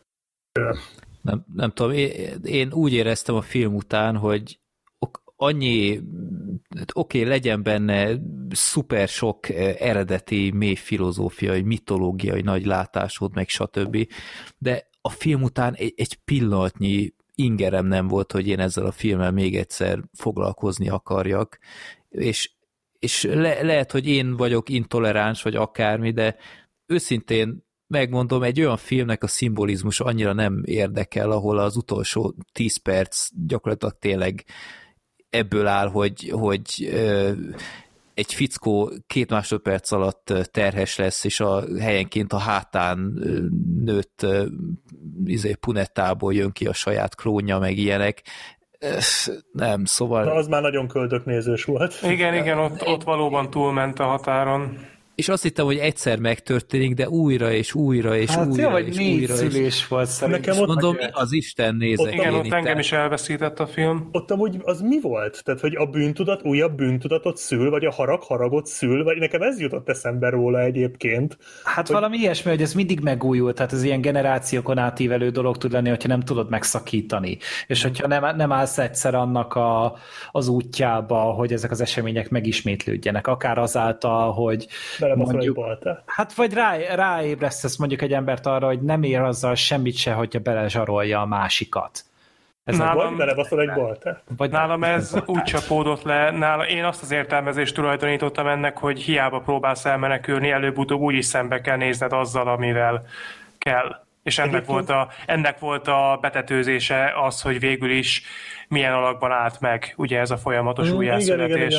Nem tudom, én úgy éreztem a film után, hogy annyi, oké, legyen benne szuper sok eredeti, mély filozófiai, mitológiai nagy látásod, meg stb. De a film után egy pillanatnyi ingerem nem volt, hogy én ezzel a filmmel még egyszer foglalkozni akarjak, és lehet, hogy én vagyok intoleráns, vagy akármi, de őszintén megmondom, egy olyan filmnek a szimbolizmus annyira nem érdekel, ahol az utolsó 10 perc gyakorlatilag tényleg ebből áll, hogy egy fickó 2 másodperc alatt terhes lesz, és a helyenként a hátán nőtt punettából jön ki a saját klónja, meg ilyenek. Nem, szóval... Na, az már nagyon köldöknézős volt. Igen, ott valóban túlment a határon. És azt hittem, hogy egyszer megtörténik, de újra és újra és hát újra vagy és újra. szülés volt szerintem. Nekem mondom, mi az Isten nézek. Igen, ott engem is elveszített a film. Ott amúgy az mi volt? Tehát, hogy a bűntudat újabb bűntudatot szül, vagy a harag haragot szül, vagy nekem ez jutott eszembe róla egyébként. Hát hogy... valami ilyesmi, hogy ez mindig megújul, tehát ez ilyen generációkon átívelő dolog tud lenni, hogyha nem tudod megszakítani. És hogyha nem állsz egyszer annak az útjába, hogy ezek az események megismétlődjenek. Akár azáltal, hogy mondjuk, hát vagy ráébresztesz mondjuk egy embert arra, hogy nem ér azzal semmit se, hogyha belezsarolja a másikat. Ez nálam, belebaszol egy baltát? Nálam ez úgy csapódott le, én azt az értelmezést tulajdonítottam ennek, hogy hiába próbálsz elmenekülni, előbb-utóbb úgyis szembe kell nézned azzal, amivel kell. És ennek volt a betetőzése az, hogy végül is milyen alakban állt meg ugye ez a folyamatos újjászületés. Igen.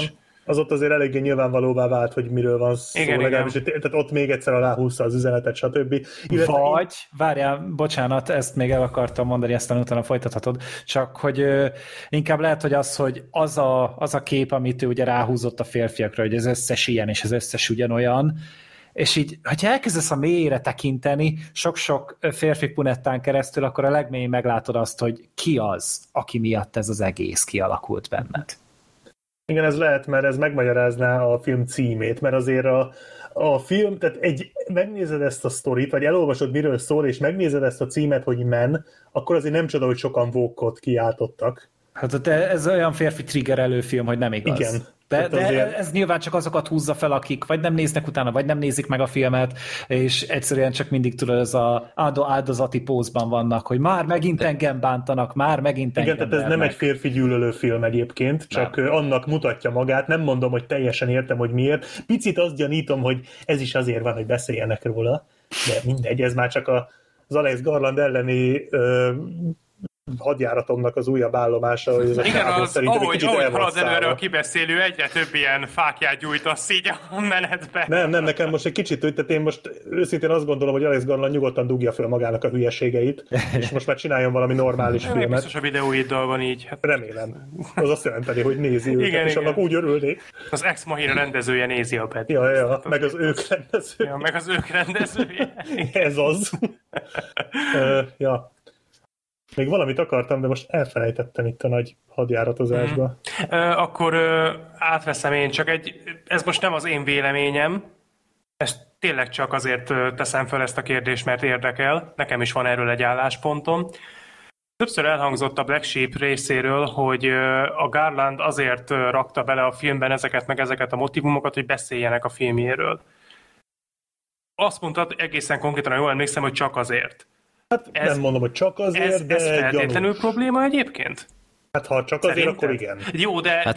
az ott azért eléggé nyilvánvalóvá vált, hogy miről van szó, igen, legalábbis, tehát ott még egyszer aláhúzta az üzenetet, stb. Vagy, várjál, bocsánat, ezt még el akartam mondani, aztán utána folytathatod, csak hogy inkább lehet, hogy az a kép, amit ő ugye ráhúzott a férfiakra, hogy az összes ilyen és az összes ugyanolyan, és így, hogyha elkezdesz a mélyére tekinteni, sok-sok férfi punettán keresztül, akkor a legmélyén meglátod azt, hogy ki az, aki miatt ez az egész kialakult benned. Igen, ez lehet, mert ez megmagyarázná a film címét, mert azért a film, tehát megnézed ezt a sztorit, vagy elolvasod, miről szól, és megnézed ezt a címet, hogy Men, akkor azért nem csoda, hogy sokan vókot kiáltottak. Hát ez olyan férfi triggerelő film, hogy nem igaz. Igen. De ez nyilván csak azokat húzza fel, akik vagy nem néznek utána, vagy nem nézik meg a filmet, és egyszerűen csak mindig tudod, az áldozati pózban vannak, hogy már megint engem bántanak, már megint engem igen, tehát ez nem egy férfi gyűlölő film egyébként, csak annak mutatja magát, nem mondom, hogy teljesen értem, hogy miért. Picit azt gyanítom, hogy ez is azért van, hogy beszéljenek róla, de mindegy, ez már csak az Alex Garland elleni hadjáratomnak az újabb állomása, hogy ez a igen, az, ahogy halad előre a kibeszélő, egyre több ilyen fákját gyújtasz így a menetbe. Nem, nekem most egy kicsit úgy, tehát én most őszintén azt gondolom, hogy Alex Garland nyugodtan dugja föl magának a hülyeségeit, és most már csináljon valami normális filmet. Biztos a videóiddal van így. Hát. Remélem. Az azt jelenteni, hogy nézi őket, igen, és annak úgy örülnék. Az Ex Machina rendezője nézi a Pet. Ja, meg az ők rendezője. Ja, meg az ők rendezője. Ez az. Ja. Még valamit akartam, de most elfelejtettem itt a nagy hadjáratozásba. Akkor átveszem én, csak ez most nem az én véleményem, ezt tényleg csak azért teszem fel ezt a kérdést, mert érdekel, nekem is van erről egy álláspontom. Többször elhangzott a Black Sheep részéről, hogy a Garland azért rakta bele a filmben ezeket a motivumokat, hogy beszéljenek a filmjéről. Azt mondtad egészen konkrétan, jól emlékszem, hogy csak azért. Hát nem mondom, hogy csak azért, de ez feltétlenül gyanús. Probléma egyébként? Hát ha csak azért, akkor igen. Jó, de, hát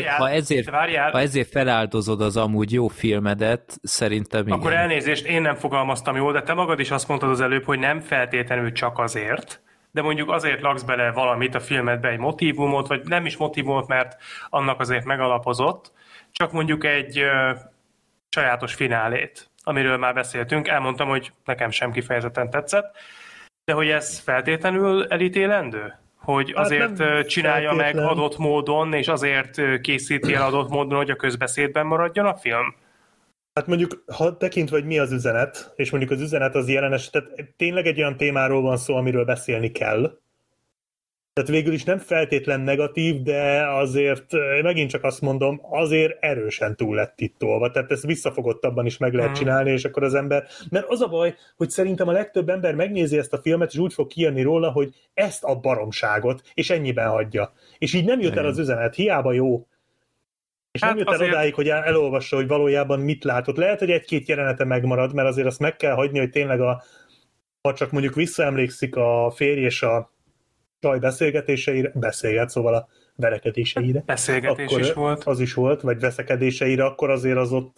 ha ezért feláldozod az amúgy jó filmedet, szerintem igen. Akkor elnézést, én nem fogalmaztam jól, de te magad is azt mondtad az előbb, hogy nem feltétlenül csak azért, de mondjuk azért laksz bele valamit a filmedbe, egy motívumot, vagy nem is motívumot, mert annak azért megalapozott, csak mondjuk egy sajátos finálét, amiről már beszéltünk. Elmondtam, hogy nekem sem kifejezetten tetszett, de hogy ez feltétlenül elítélendő? Hogy azért csinálja meg adott módon, és azért készíti el adott módon, hogy a közbeszédben maradjon a film? Hát mondjuk, ha tekintve, hogy mi az üzenet, és mondjuk az üzenet az jelenes, tehát tényleg egy olyan témáról van szó, amiről beszélni kell. Tehát végül is nem feltétlen negatív, de azért, megint csak azt mondom, azért erősen túl lett tittolva. Tehát ezt visszafogottabban is meg lehet csinálni, és akkor az ember... Mert az a baj, hogy szerintem a legtöbb ember megnézi ezt a filmet, és úgy fog kijönni róla, hogy ezt a baromságot, és ennyiben hagyja. És így nem jut el az üzenet, hiába jó. És nem jut el odáig, hogy elolvassa, hogy valójában mit látott. Lehet, hogy egy-két jelenete megmarad, mert azért azt meg kell hagyni, hogy tényleg ha csak mondjuk visszaemlékszik a férj és a csaj beszélgetéseire, szóval a verekedéseire. Beszélgetés akkor is volt. Az is volt, vagy veszekedéseire, akkor azért az ott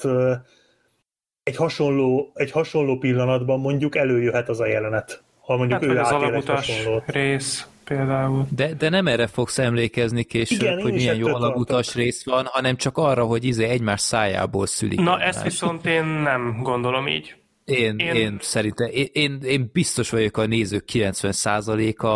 egy hasonló pillanatban mondjuk előjöhet az a jelenet. Ha mondjuk ő átér egy hasonlót. Rész például. De nem erre fogsz emlékezni később, igen, hogy milyen jó alagutas rész van, hanem csak arra, hogy egymás szájából szülik. Na, ezt viszont én nem gondolom így. Én szerintem, én biztos vagyok a nézők 90%-a,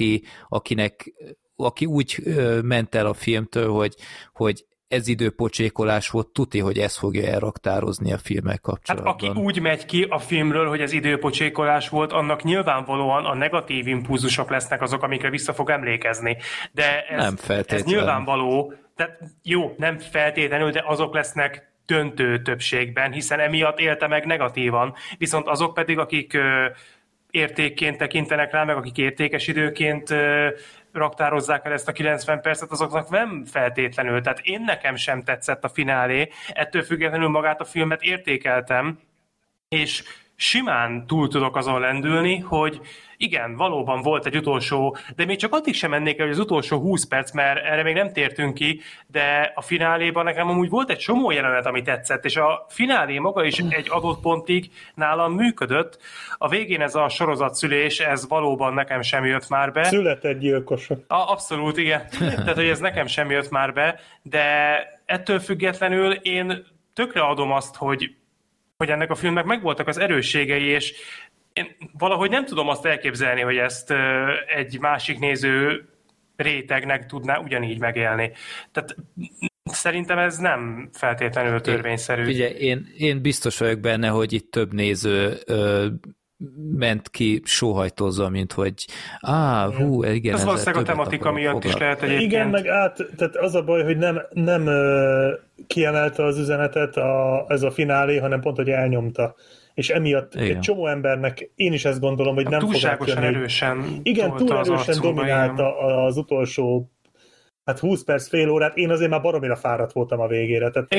aki úgy ment el a filmtől, hogy ez időpocsékolás volt, tuti, hogy ez fogja elraktározni a filmmel kapcsolatban. Hát aki úgy megy ki a filmről, hogy ez időpocsékolás volt, annak nyilvánvalóan a negatív impulzusok lesznek azok, amikre vissza fog emlékezni. De ez nyilvánvaló, tehát jó, nem feltétlenül, de azok lesznek döntő többségben, hiszen emiatt élte meg negatívan, viszont azok pedig, akik értékként tekintenek rá, meg akik értékes időként raktározzák el ezt a 90 percet, azoknak nem feltétlenül. Tehát nekem sem tetszett a finálé, ettől függetlenül magát a filmet értékeltem, és simán túl tudok azon lendülni, hogy igen, valóban volt egy utolsó, de még csak addig sem mennék el, hogy az utolsó 20 perc, mert erre még nem tértünk ki, de a fináléban nekem amúgy volt egy csomó jelenet, ami tetszett, és a finálé maga is egy adott pontig nálam működött. A végén ez a sorozatszülés, ez valóban nekem sem jött már be. Született gyilkosok. Abszolút, igen. Tehát, hogy ez nekem sem jött már be, de ettől függetlenül én tökre adom azt, hogy ennek a filmnek megvoltak az erősségei, és én valahogy nem tudom azt elképzelni, hogy ezt egy másik néző rétegnek tudná ugyanígy megélni. Tehát szerintem ez nem feltétlenül törvényszerű. Ugye én biztos vagyok benne, hogy itt több néző ment ki sóhajtózva, mint hogy igen. Ez valószínűleg a tematika miatt is lehet egyébként. Igen, meg tehát az a baj, hogy nem kiemelte az üzenetet ez a finálé, hanem pont, hogy elnyomta. És emiatt egy csomó embernek, én is ezt gondolom, hogy nem fog túlságosan erősen. Igen, túl erősen dominálta az utolsó 20 perc, fél órát, én azért már baromira fáradt voltam a végére. Tehát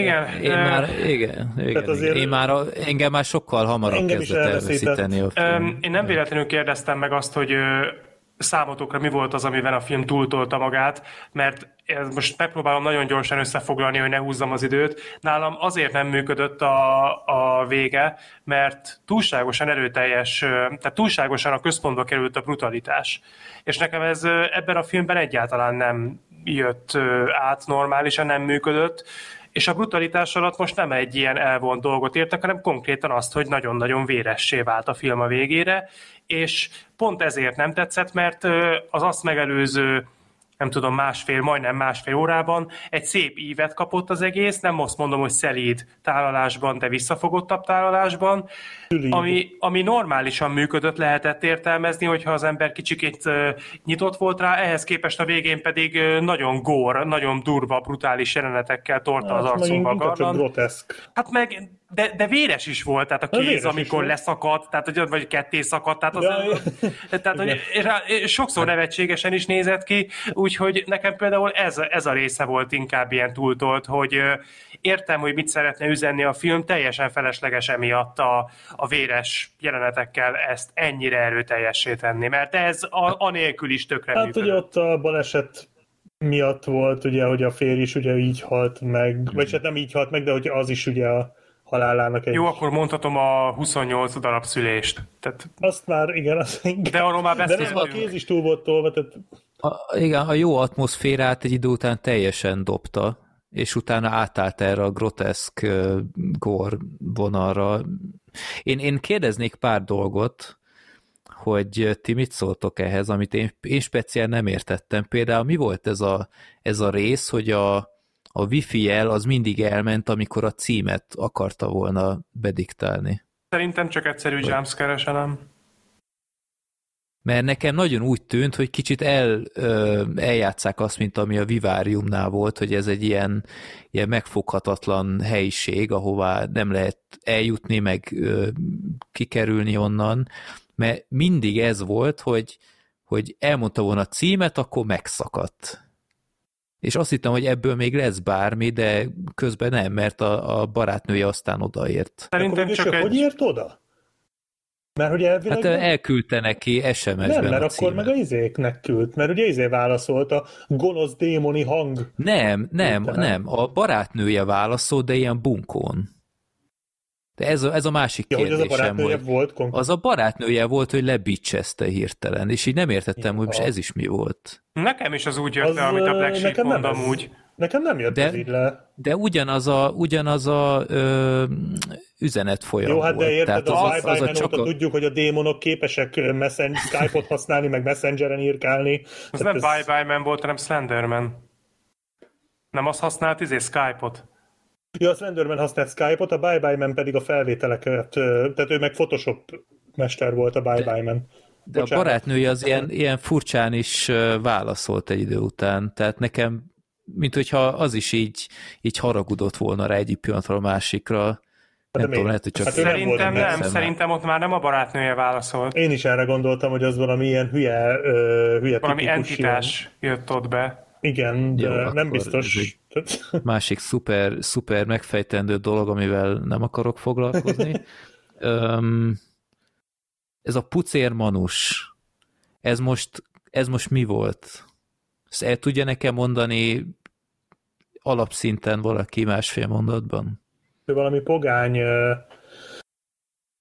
engem már sokkal hamarabb kezdett elveszíteni a film. Én nem véletlenül kérdeztem meg azt, hogy számotokra mi volt az, amiben a film túltolta magát, mert most megpróbálom nagyon gyorsan összefoglalni, hogy ne húzzam az időt. Nálam azért nem működött a vége, mert túlságosan erőteljes, tehát túlságosan a központba került a brutalitás. És nekem ez ebben a filmben egyáltalán nem jött át normálisan, nem működött, és a brutalitás alatt most nem egy ilyen elvont dolgot értek, hanem konkrétan azt, hogy nagyon-nagyon véressé vált a film a végére, és pont ezért nem tetszett, mert az azt megelőző, nem tudom, majdnem másfél órában egy szép ívet kapott az egész, nem azt mondom, hogy szelíd tálalásban, de visszafogottabb tálalásban, ami normálisan működött, lehetett értelmezni, hogyha az ember kicsikét nyitott volt rá, ehhez képest a végén pedig nagyon nagyon durva, brutális jelenetekkel torta az arcunkba Garland. Hát meg de véres is volt, tehát a kéz, amikor leszakadt, tehát, vagy ketté szakadt, tehát sokszor nevetségesen is nézett ki, úgyhogy nekem például ez a része volt inkább ilyen túltolt, hogy értem, hogy mit szeretne üzenni a film, teljesen felesleges emiatt a véres jelenetekkel ezt ennyire erőteljessé tenni, mert ez anélkül is tökre működött. Ugye ott a baleset miatt volt, ugye, hogy a férj is ugye így halt meg, vagy hát nem így halt meg, de hogy az is ugye a halálának egy... Jó, akkor mondhatom a 28 darab szülést. Tehát... Azt már, igen, de arról már beszélünk. De nem, a kéz is túl volt tolva, tehát... Igen, a jó atmoszférát egy idő után teljesen dobta, és utána átállt erre a groteszk gore vonalra. Én kérdeznék pár dolgot, hogy ti mit szóltok ehhez, amit én speciál nem értettem. Például mi volt ez a rész, hogy a wifi jel az mindig elment, amikor a címet akarta volna bediktálni. Szerintem csak egyszerű jumpscare-eselem. Mert nekem nagyon úgy tűnt, hogy kicsit eljátsszák azt, mint ami a Vivariumnál volt, hogy ez egy ilyen megfoghatatlan helyiség, ahová nem lehet eljutni, meg kikerülni onnan, mert mindig ez volt, hogy elmondta volna a címet, akkor megszakadt. És azt hittem, hogy ebből még lesz bármi, de közben nem, mert a barátnője aztán odaért. Szerintem csak hogy ért oda? Mert hogy elvileg... Hát elküldte neki SMS-ben nem, mert a akkor meg a izéknek küld, mert ugye válaszolt a gonosz démoni hang. Nem, a barátnője válaszolt, de ilyen bunkón. De ez a másik kérdésem, hogy az a barátnője volt konkrét. Az a barátnője volt, hogy lebicsezte hirtelen, és így nem értettem, hogy most ez is mi volt. Nekem is az úgy jött le, amit a Black Sheep mond amúgy. Nekem nem jött ez így le. De ugyanaz a üzenet folyam volt. Jó, hát de érted, az Bye Bye Man óta tudjuk, hogy a démonok képesek Skype-ot használni, meg Messengeren írkálni. Ez nem Bye Bye Man volt, hanem Slenderman. Nem az használt Skype-ot? Ja, a Slenderman használt Skype-ot, a Bye Bye Man pedig a felvételeket, tehát ő meg Photoshop mester volt a Bye Bye Man. De a barátnője az ilyen furcsán is válaszolt egy idő után, tehát nekem, mint hogyha az is így haragudott volna rá egyik pillanatra a másikra. Nem tudom, lehet, hogy csak... Hát szerintem nem, szerintem ott már nem a barátnője válaszolt. Én is erre gondoltam, hogy az valami ilyen hülye valami entitás jött ott be. Igen, de jó, nem biztos. Másik szuper megfejtendő dolog, amivel nem akarok foglalkozni. Ez a pucér manus, ez most mi volt? Ezt el tudja nekem mondani alapszinten valaki másfél mondatban? Valami pogány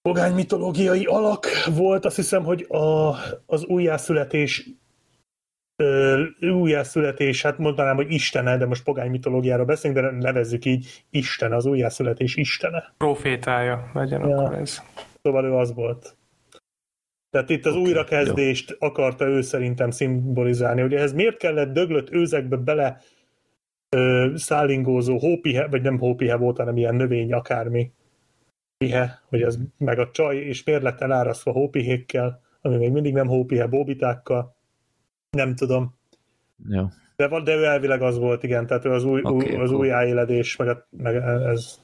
mitológiai alak volt, azt hiszem, hogy az újjászületés újjászületés, hát mondanám, hogy istene, de most pogány mitológiáról beszélünk, de nevezzük így, Isten, az újjászületés istene. Profétája legyen akkor ez. Szóval ő az volt. Tehát itt az újrakezdést akarta ő szerintem szimbolizálni, hogy ehhez miért kellett döglött őzekbe bele szállingózó hópihe, vagy nem hópihe volt, hanem ilyen növény akármi pihe, hogy ez meg a csaj, és miért lett elárasztva hópihékkel, ami még mindig nem hópihe, bóbitákkal. Nem tudom. Jó. De ő elvileg az volt, igen, tehát ő az újjáéledés, meg ez.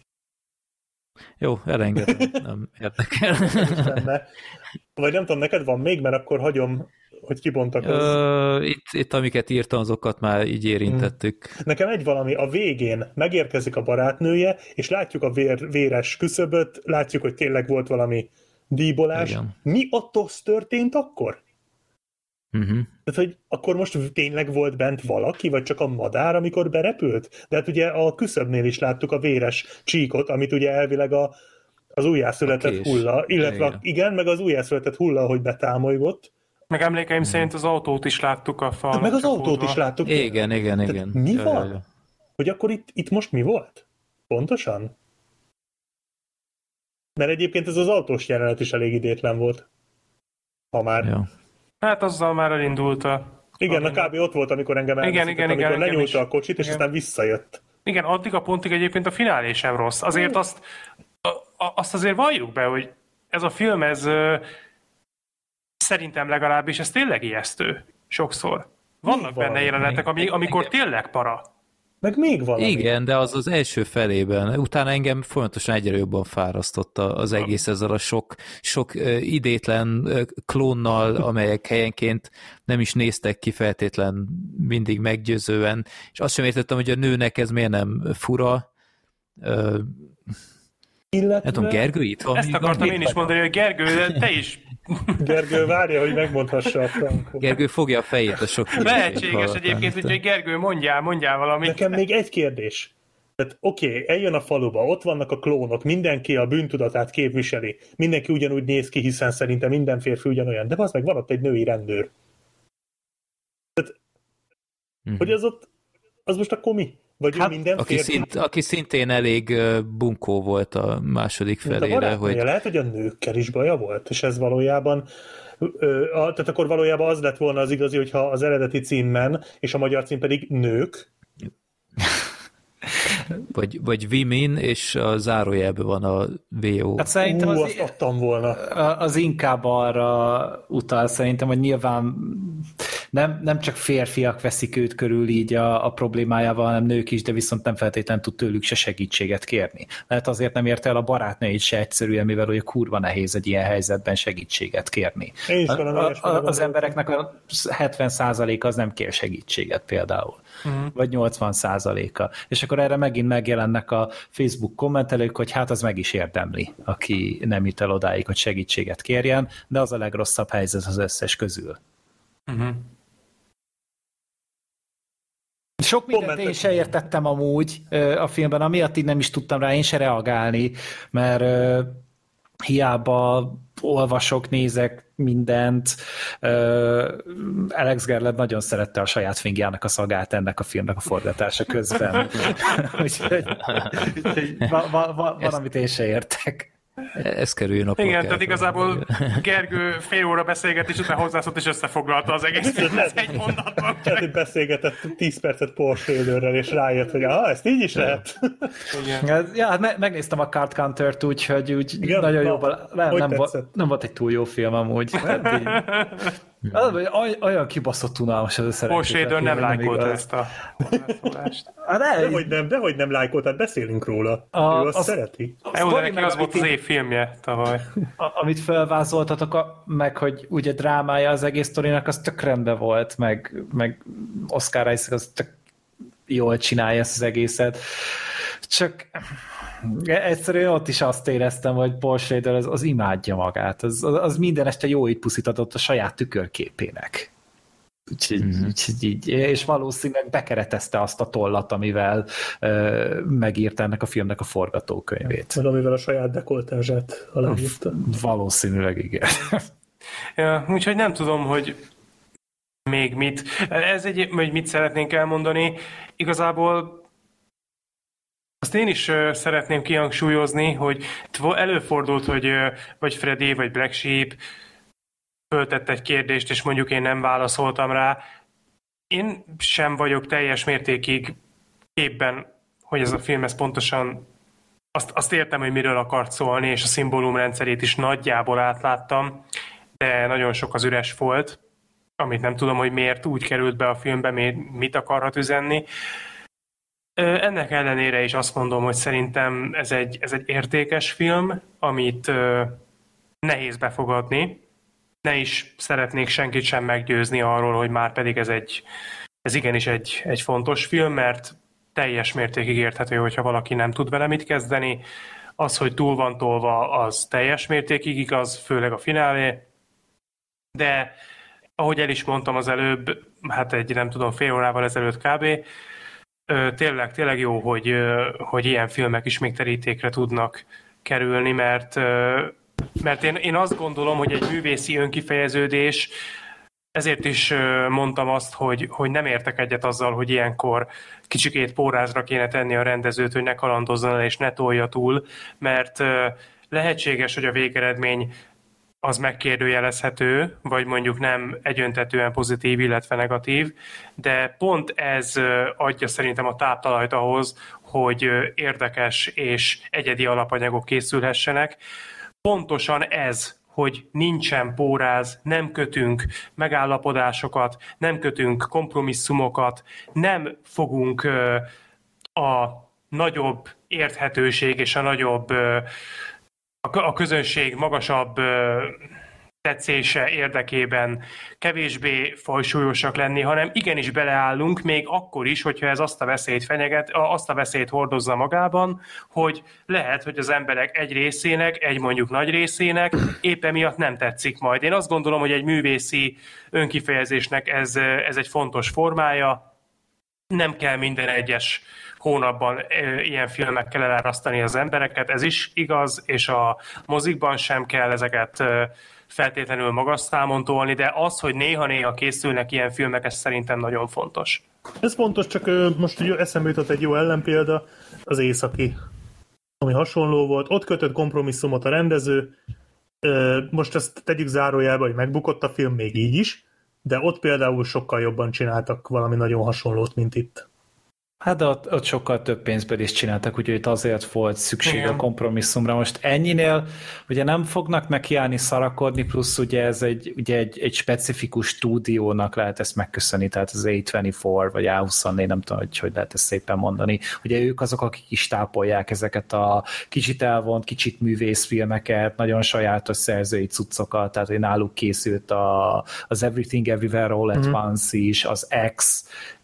Jó, elengedem, nem érdekel. Vagy nem tudom, neked van még, mert akkor hagyom, hogy kibontakozz. Itt amiket írtam, azokat már így érintettük. Nekem egy valami, a végén megérkezik a barátnője, és látjuk a véres küszöböt, látjuk, hogy tényleg volt valami díbolás. Igen. Mi a tosz történt akkor? Tehát, hogy akkor most tényleg volt bent valaki, vagy csak a madár, amikor berepült? De hát ugye a küszöbnél is láttuk a véres csíkot, amit ugye elvileg az újjászületett hulla, illetve igen, meg az újjászületett hulla, hogy betámolygott. Meg emlékeim szerint az autót is láttuk a falnak. Meg az autót is láttuk. Igen. Mi van? Ja. Hogy akkor itt most mi volt? Pontosan? Mert egyébként ez az autós jelenet is elég idétlen volt. Ha már. Ja. Hát azzal már elindult igen, a kb. Ott volt, amikor engem elveszített, amikor lenyúlta a kocsit, és aztán visszajött. Igen, addig a pontig egyébként a finálé sem rossz. Azért azt azért valljuk be, hogy ez a film, ez szerintem legalábbis, ez tényleg ijesztő. Sokszor. Vannak benne jelenetek, amikor tényleg para. Meg még valami. Igen, de az első felében. Utána engem folyamatosan egyre jobban fárasztotta az egész ezzel a sok idétlen klónnal, amelyek helyenként nem is néztek ki feltétlen mindig meggyőzően, és azt sem értettem, hogy a nőnek ez miért nem fura. Illetve... Nem tudom, Gergő itt van? Ezt akartam én is mondani, hogy Gergő, te is. Gergő várja, hogy megmondhassa a Frankot. Gergő fogja a fejét a sok lehetséges egyébként, úgyhogy Gergő, mondjál valamit. Nekem még egy kérdés. Tehát oké, eljön a faluba, ott vannak a klónok, mindenki a bűntudatát képviseli, mindenki ugyanúgy néz ki, hiszen szerintem minden férfi ugyanolyan, de az meg van ott egy női rendőr. Tehát, hogy az most akkor mi? Vagy hát, minden aki szintén elég bunkó volt a második felére. Hogy... Lehet, hogy a nőkkel is baja volt, és ez valójában tehát akkor valójában az lett volna az igazi, hogyha az eredeti címben, és a magyar cím pedig nők. Vagy women, és a zárójelben van a VO. Hát szerintem azt adtam volna. Az inkább arra utal szerintem, hogy nyilván nem csak férfiak veszik őt körül így a problémájával, hanem nők is, de viszont nem feltétlenül tud tőlük se segítséget kérni. Lehet azért nem érte el a barátnőit se egyszerűen, mivel ugye kurva nehéz egy ilyen helyzetben segítséget kérni. Az embereknek a 70% az nem kér segítséget például. Vagy 80%-a. És akkor erre megint megjelennek a Facebook kommentelők, hogy hát az meg is érdemli, aki nem jut el odáig, hogy segítséget kérjen, de az a legrosszabb helyzet az összes közül. Sok mindent én se értettem amúgy a filmben, amiatt így nem is tudtam rá én se reagálni, mert hiába olvasok, nézek mindent. Alex Garland nagyon szerette a saját fingjának a szagát ennek a filmnek a forgatása közben. Úgyhogy van, amit én se értek. Ez kerüljön a igen, tehát igazából Gergő fél óra beszélget, és utána hozzászólt, és összefoglalta az egész filmet egy mondatban. Tehát, hogy beszélgetett 10 percet Paul Schraderrel, és rájött, hogy ezt így is lehet. Igen. Ja, hát megnéztem a Card Counter-t, úgyhogy úgy igen, nagyon jóban. Nem volt egy túl jó film amúgy. Olyan kibaszott unalmas ez a szerencsét. Paul Schrader nem lájkolta ezt a hozzászólást. Dehogy nem lájkolt, tehát beszélünk róla. Ő azt szereti. De neki az volt az év filmje tavaly. Amit felvázoltatok, meg hogy ugye drámája az egész sztorinak, az tök rendben volt, meg Oscar Isaac az tök jól csinálja ezt az egészet. Csak egyszerűen ott is azt éreztem, hogy Paul Schrader az imádja magát. Az minden este jó így puszítatott a saját tükörképének. Úgyhogy így, és valószínűleg bekeretezte azt a tollat, amivel megírta ennek a filmnek a forgatókönyvét. Vagy amivel a saját dekoltázsát aláírta. Valószínűleg igen. Ja, úgyhogy nem tudom, hogy még mit. Mit szeretnénk elmondani. Igazából azt én is szeretném kihangsúlyozni, hogy előfordult, hogy vagy Freddy, vagy Black Sheep föltett egy kérdést, és mondjuk én nem válaszoltam rá. Én sem vagyok teljes mértékig képben, hogy ez a film ez pontosan azt értem, hogy miről akart szólni, és a szimbólumrendszerét is nagyjából átláttam, de nagyon sok az üres volt, amit nem tudom, hogy miért úgy került be a filmbe, mit akarhat üzenni. Ennek ellenére is azt mondom, hogy szerintem ez egy értékes film, amit nehéz befogadni. Ne is szeretnék senkit sem meggyőzni arról, hogy már pedig ez igenis egy fontos film, mert teljes mértékig érthető, hogyha valaki nem tud vele mit kezdeni. Az, hogy túl van tolva, az teljes mértékig igaz, főleg a finálé. De ahogy el is mondtam az előbb, hát nem tudom, fél órával ezelőtt kb., tényleg jó, hogy ilyen filmek is még terítékre tudnak kerülni, mert én azt gondolom, hogy egy művészi önkifejeződés, ezért is mondtam azt, hogy nem értek egyet azzal, hogy ilyenkor kicsikét pórázra kéne tenni a rendezőt, hogy ne kalandozzon el és ne tolja túl, mert lehetséges, hogy a végeredmény az megkérdőjelezhető, vagy mondjuk nem egyöntetően pozitív, illetve negatív, de pont ez adja szerintem a táptalajt ahhoz, hogy érdekes és egyedi alapanyagok készülhessenek. Pontosan ez, hogy nincsen póráz, nem kötünk megállapodásokat, nem kötünk kompromisszumokat, nem fogunk a nagyobb érthetőség és a közönség magasabb tetszése érdekében kevésbé fajsúlyosak lenni, hanem igenis beleállunk, még akkor is, hogyha ez azt a veszélyt hordozza magában, hogy lehet, hogy az emberek egy részének, egy mondjuk nagy részének éppen miatt nem tetszik majd. Én azt gondolom, hogy egy művészi önkifejezésnek ez egy fontos formája. Nem kell minden egyes hónapban ilyen filmekkel elárasztani az embereket, ez is igaz, és a mozikban sem kell ezeket feltétlenül magas számon tolni, de az, hogy néha-néha készülnek ilyen filmek, ez szerintem nagyon fontos. Ez fontos, csak most eszembe jutott egy jó ellenpélda, az Északi, ami hasonló volt. Ott kötött kompromisszumot a rendező, most ezt tegyük zárójelbe, hogy megbukott a film még így is, de ott például sokkal jobban csináltak valami nagyon hasonlót, mint itt. Hát de ott sokkal több pénzből is csináltak, úgyhogy itt azért volt szükség a kompromisszumra. Most ennyinél ugye nem fognak nekiállni szarakodni, plusz ugye ez egy specifikus stúdiónak lehet ezt megköszönni, tehát az A24 vagy A24, nem tudom, hogy lehet ezt szépen mondani. Ugye ők azok, akik is tápolják ezeket a kicsit elvont, kicsit művészfilmeket, nagyon sajátos szerzői cuccokat, tehát hogy náluk készült az Everything Everywhere All at Once is, az X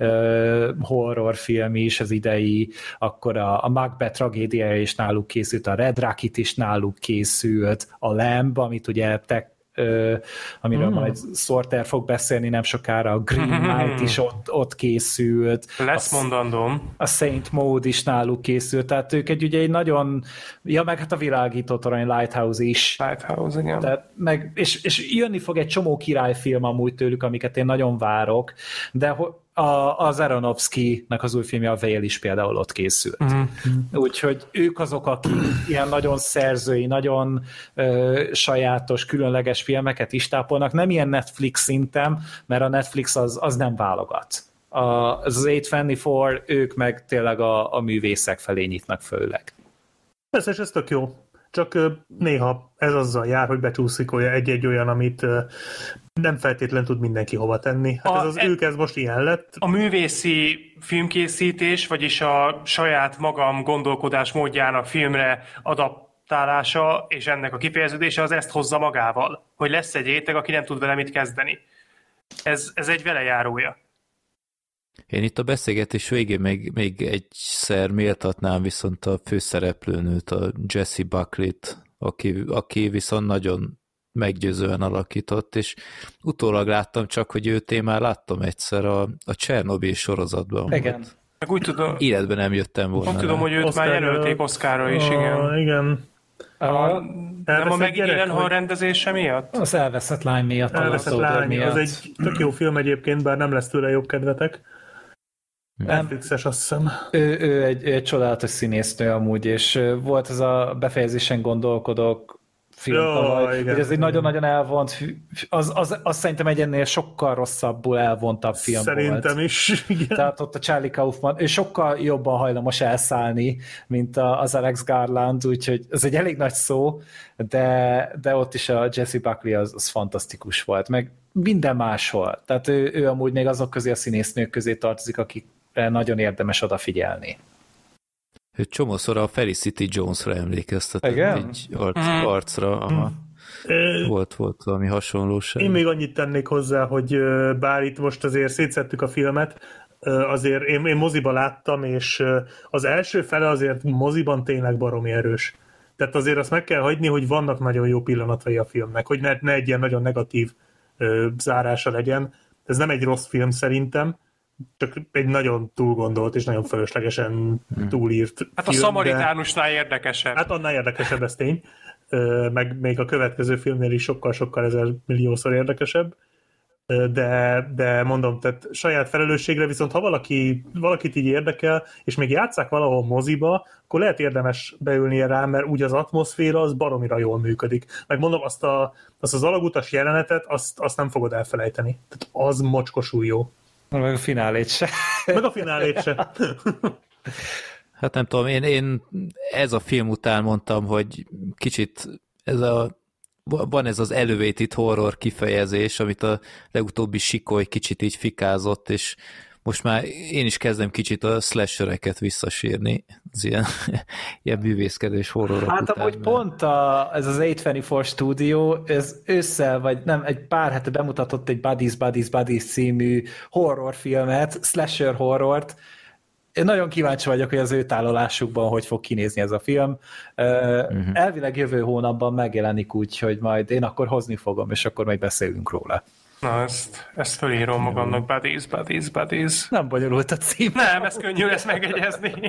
horrorfilm is az idei, akkor a Macbeth tragédiája is náluk készült, a Red Rocket is náluk készült, a Lamb, amit ugye amiről majd Sorter fog beszélni nem sokára, a Green Knight is ott készült. Lesz mondandóm. A Saint Maud is náluk készült, tehát ők ugye egy nagyon, meg hát a világító torony Lighthouse is. Lighthouse, igen. Tehát és jönni fog egy csomó királyfilm amúgy tőlük, amiket én nagyon várok, de az Aronofsky-nek az új filmje, a Veil is például ott készült. Úgyhogy ők azok, akik ilyen nagyon szerzői, nagyon sajátos, különleges filmeket is tápolnak, nem ilyen Netflix szinten, mert a Netflix az nem válogat. Az A24, ők meg tényleg a művészek felé nyitnak főleg. Persze, és ez tök jó. Csak néha ez azzal jár, hogy becsúszik egy-egy olyan, amit nem feltétlenül tud mindenki hova tenni. Hát ez most ilyen lett. A művészi filmkészítés, vagyis a saját magam gondolkodás módjának filmre adaptálása és ennek a kifejeződése az ezt hozza magával. Hogy lesz egy réteg, aki nem tud vele mit kezdeni. Ez egy velejárója. Én itt a beszélgetés végén még egyszer méltatnám viszont a főszereplőnőt, a Jessie Buckley-t, aki viszont nagyon meggyőzően alakított, és utólag láttam csak, hogy őt én már láttam egyszer a Csernobyl sorozatban. Igen. Úgy tudom, életben nem jöttem volna. Úgy tudom, hogy őt már jelölték Oscarra is, igen. Igen. Nem a Maggie Gyllenhaal rendezése miatt? Az elveszett lány miatt. Elveszett lány, miatt. Az egy tök jó film egyébként, bár nem lesz tőle jobb kedvetek. Netflixes, azt hiszem. Ő egy csodálatos színésznő amúgy, és volt ez a befejezésen gondolkodok film tavaly, hogy ez egy nagyon-nagyon elvont, az szerintem egy ennél sokkal rosszabbul elvontabb film szerintem volt. Is, igen. Tehát ott a Charlie Kaufman, ő sokkal jobban hajlamos elszállni, mint az Alex Garland, úgyhogy ez egy elég nagy szó, de ott is a Jessie Buckley az fantasztikus volt, meg minden máshol. Tehát ő amúgy még azok közé a színésznők közé tartozik, akikre nagyon érdemes odafigyelni. Ő csomószor a Felicity Jonesra emlékeztetett egy arcra. Aha. Volt valami hasonlóság. Én még annyit tennék hozzá, hogy bár itt most azért szétszettük a filmet, azért én moziba láttam, és az első fele azért moziban tényleg baromi erős. Tehát azért azt meg kell hagyni, hogy vannak nagyon jó pillanatai a filmnek, hogy ne egy ilyen nagyon negatív zárása legyen. Ez nem egy rossz film szerintem, csak egy nagyon túlgondolt és nagyon fölöslegesen túlírt Hát film, a Szamaritánusnál érdekesebb. Hát annál érdekesebb, ez tény. Meg még a következő filmnél is sokkal-sokkal 1000 milliószor érdekesebb. De mondom, tehát saját felelősségre, viszont ha valakit így érdekel, és még játsszák valahol moziba, akkor lehet érdemes beülnie rá, mert úgy az atmoszféra az baromira jól működik. Meg mondom, azt az alagutas jelenetet, azt nem fogod elfelejteni. Tehát az mocskosul jó. Meg a finálét se. Meg a finálét se. Hát nem tudom, én ez a film után mondtam, hogy kicsit van ez az elevated horror kifejezés, amit a legutóbbi Sikoly kicsit így fikázott, és most már én is kezdem kicsit a slashereket visszasírni, az ilyen bűvészkedés horrorok hát után. amúgy pont ez az A24 Studio, ez ősszel, vagy nem, egy pár hete bemutatott egy Buddies című horrorfilmet, slasher horrort. Én nagyon kíváncsi vagyok, hogy az ő tálalásukban hogy fog kinézni ez a film. Elvileg jövő hónapban megjelenik úgy, hogy majd én akkor hozni fogom, és akkor majd beszélünk róla. Na, ezt fölírom magamnak, Buddies. Nem bonyolult a cím. Nem, ez könnyű lesz megegyezni.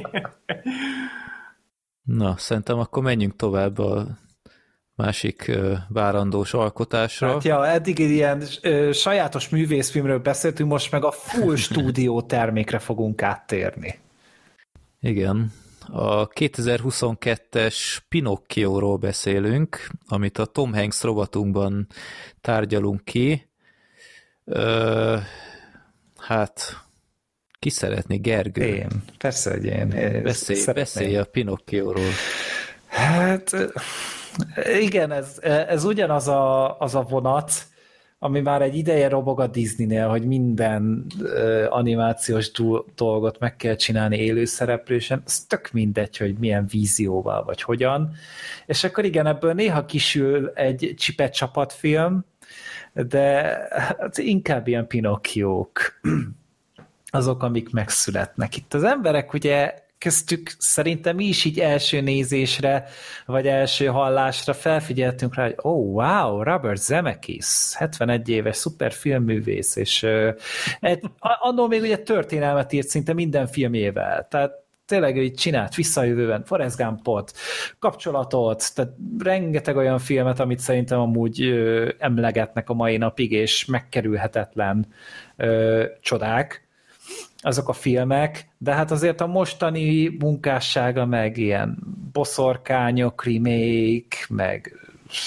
Na, szerintem akkor menjünk tovább a másik várandós alkotásra. Hát ja, eddig ilyen sajátos művészfilmről beszéltünk, most meg a full stúdió termékre fogunk áttérni. Igen. A 2022-es Pinocchio-ról beszélünk, amit a Tom Hanks rovatunkban tárgyalunk ki. Hát, ki szeretné, Gergő? Én. Persze, hogy én. Beszélj a Pinocchio-ról. Hát, igen, ez ugyanaz a vonat, ami már egy ideje robog a Disneynél, hogy minden animációs dolgot meg kell csinálni élőszereplésen, ez tök mindegy, hogy milyen vízióval, vagy hogyan. És akkor igen, ebből néha kisül egy csipet csapatfilm, de hát inkább ilyen Pinocchiók azok, amik megszületnek. Itt az emberek ugye köztük szerintem mi is így első nézésre, vagy első hallásra felfigyeltünk rá, hogy wow, Robert Zemeckis, 71 éves, szuper filmművész, és annól még ugye történelmet írt szinte minden filmjével, tehát tényleg így csinált Visszajövőben, Forrest Gumpot, Kapcsolatot, tehát rengeteg olyan filmet, amit szerintem amúgy emlegetnek a mai napig, és megkerülhetetlen csodák, azok a filmek, de hát azért a mostani munkássága meg ilyen boszorkányok, remake, meg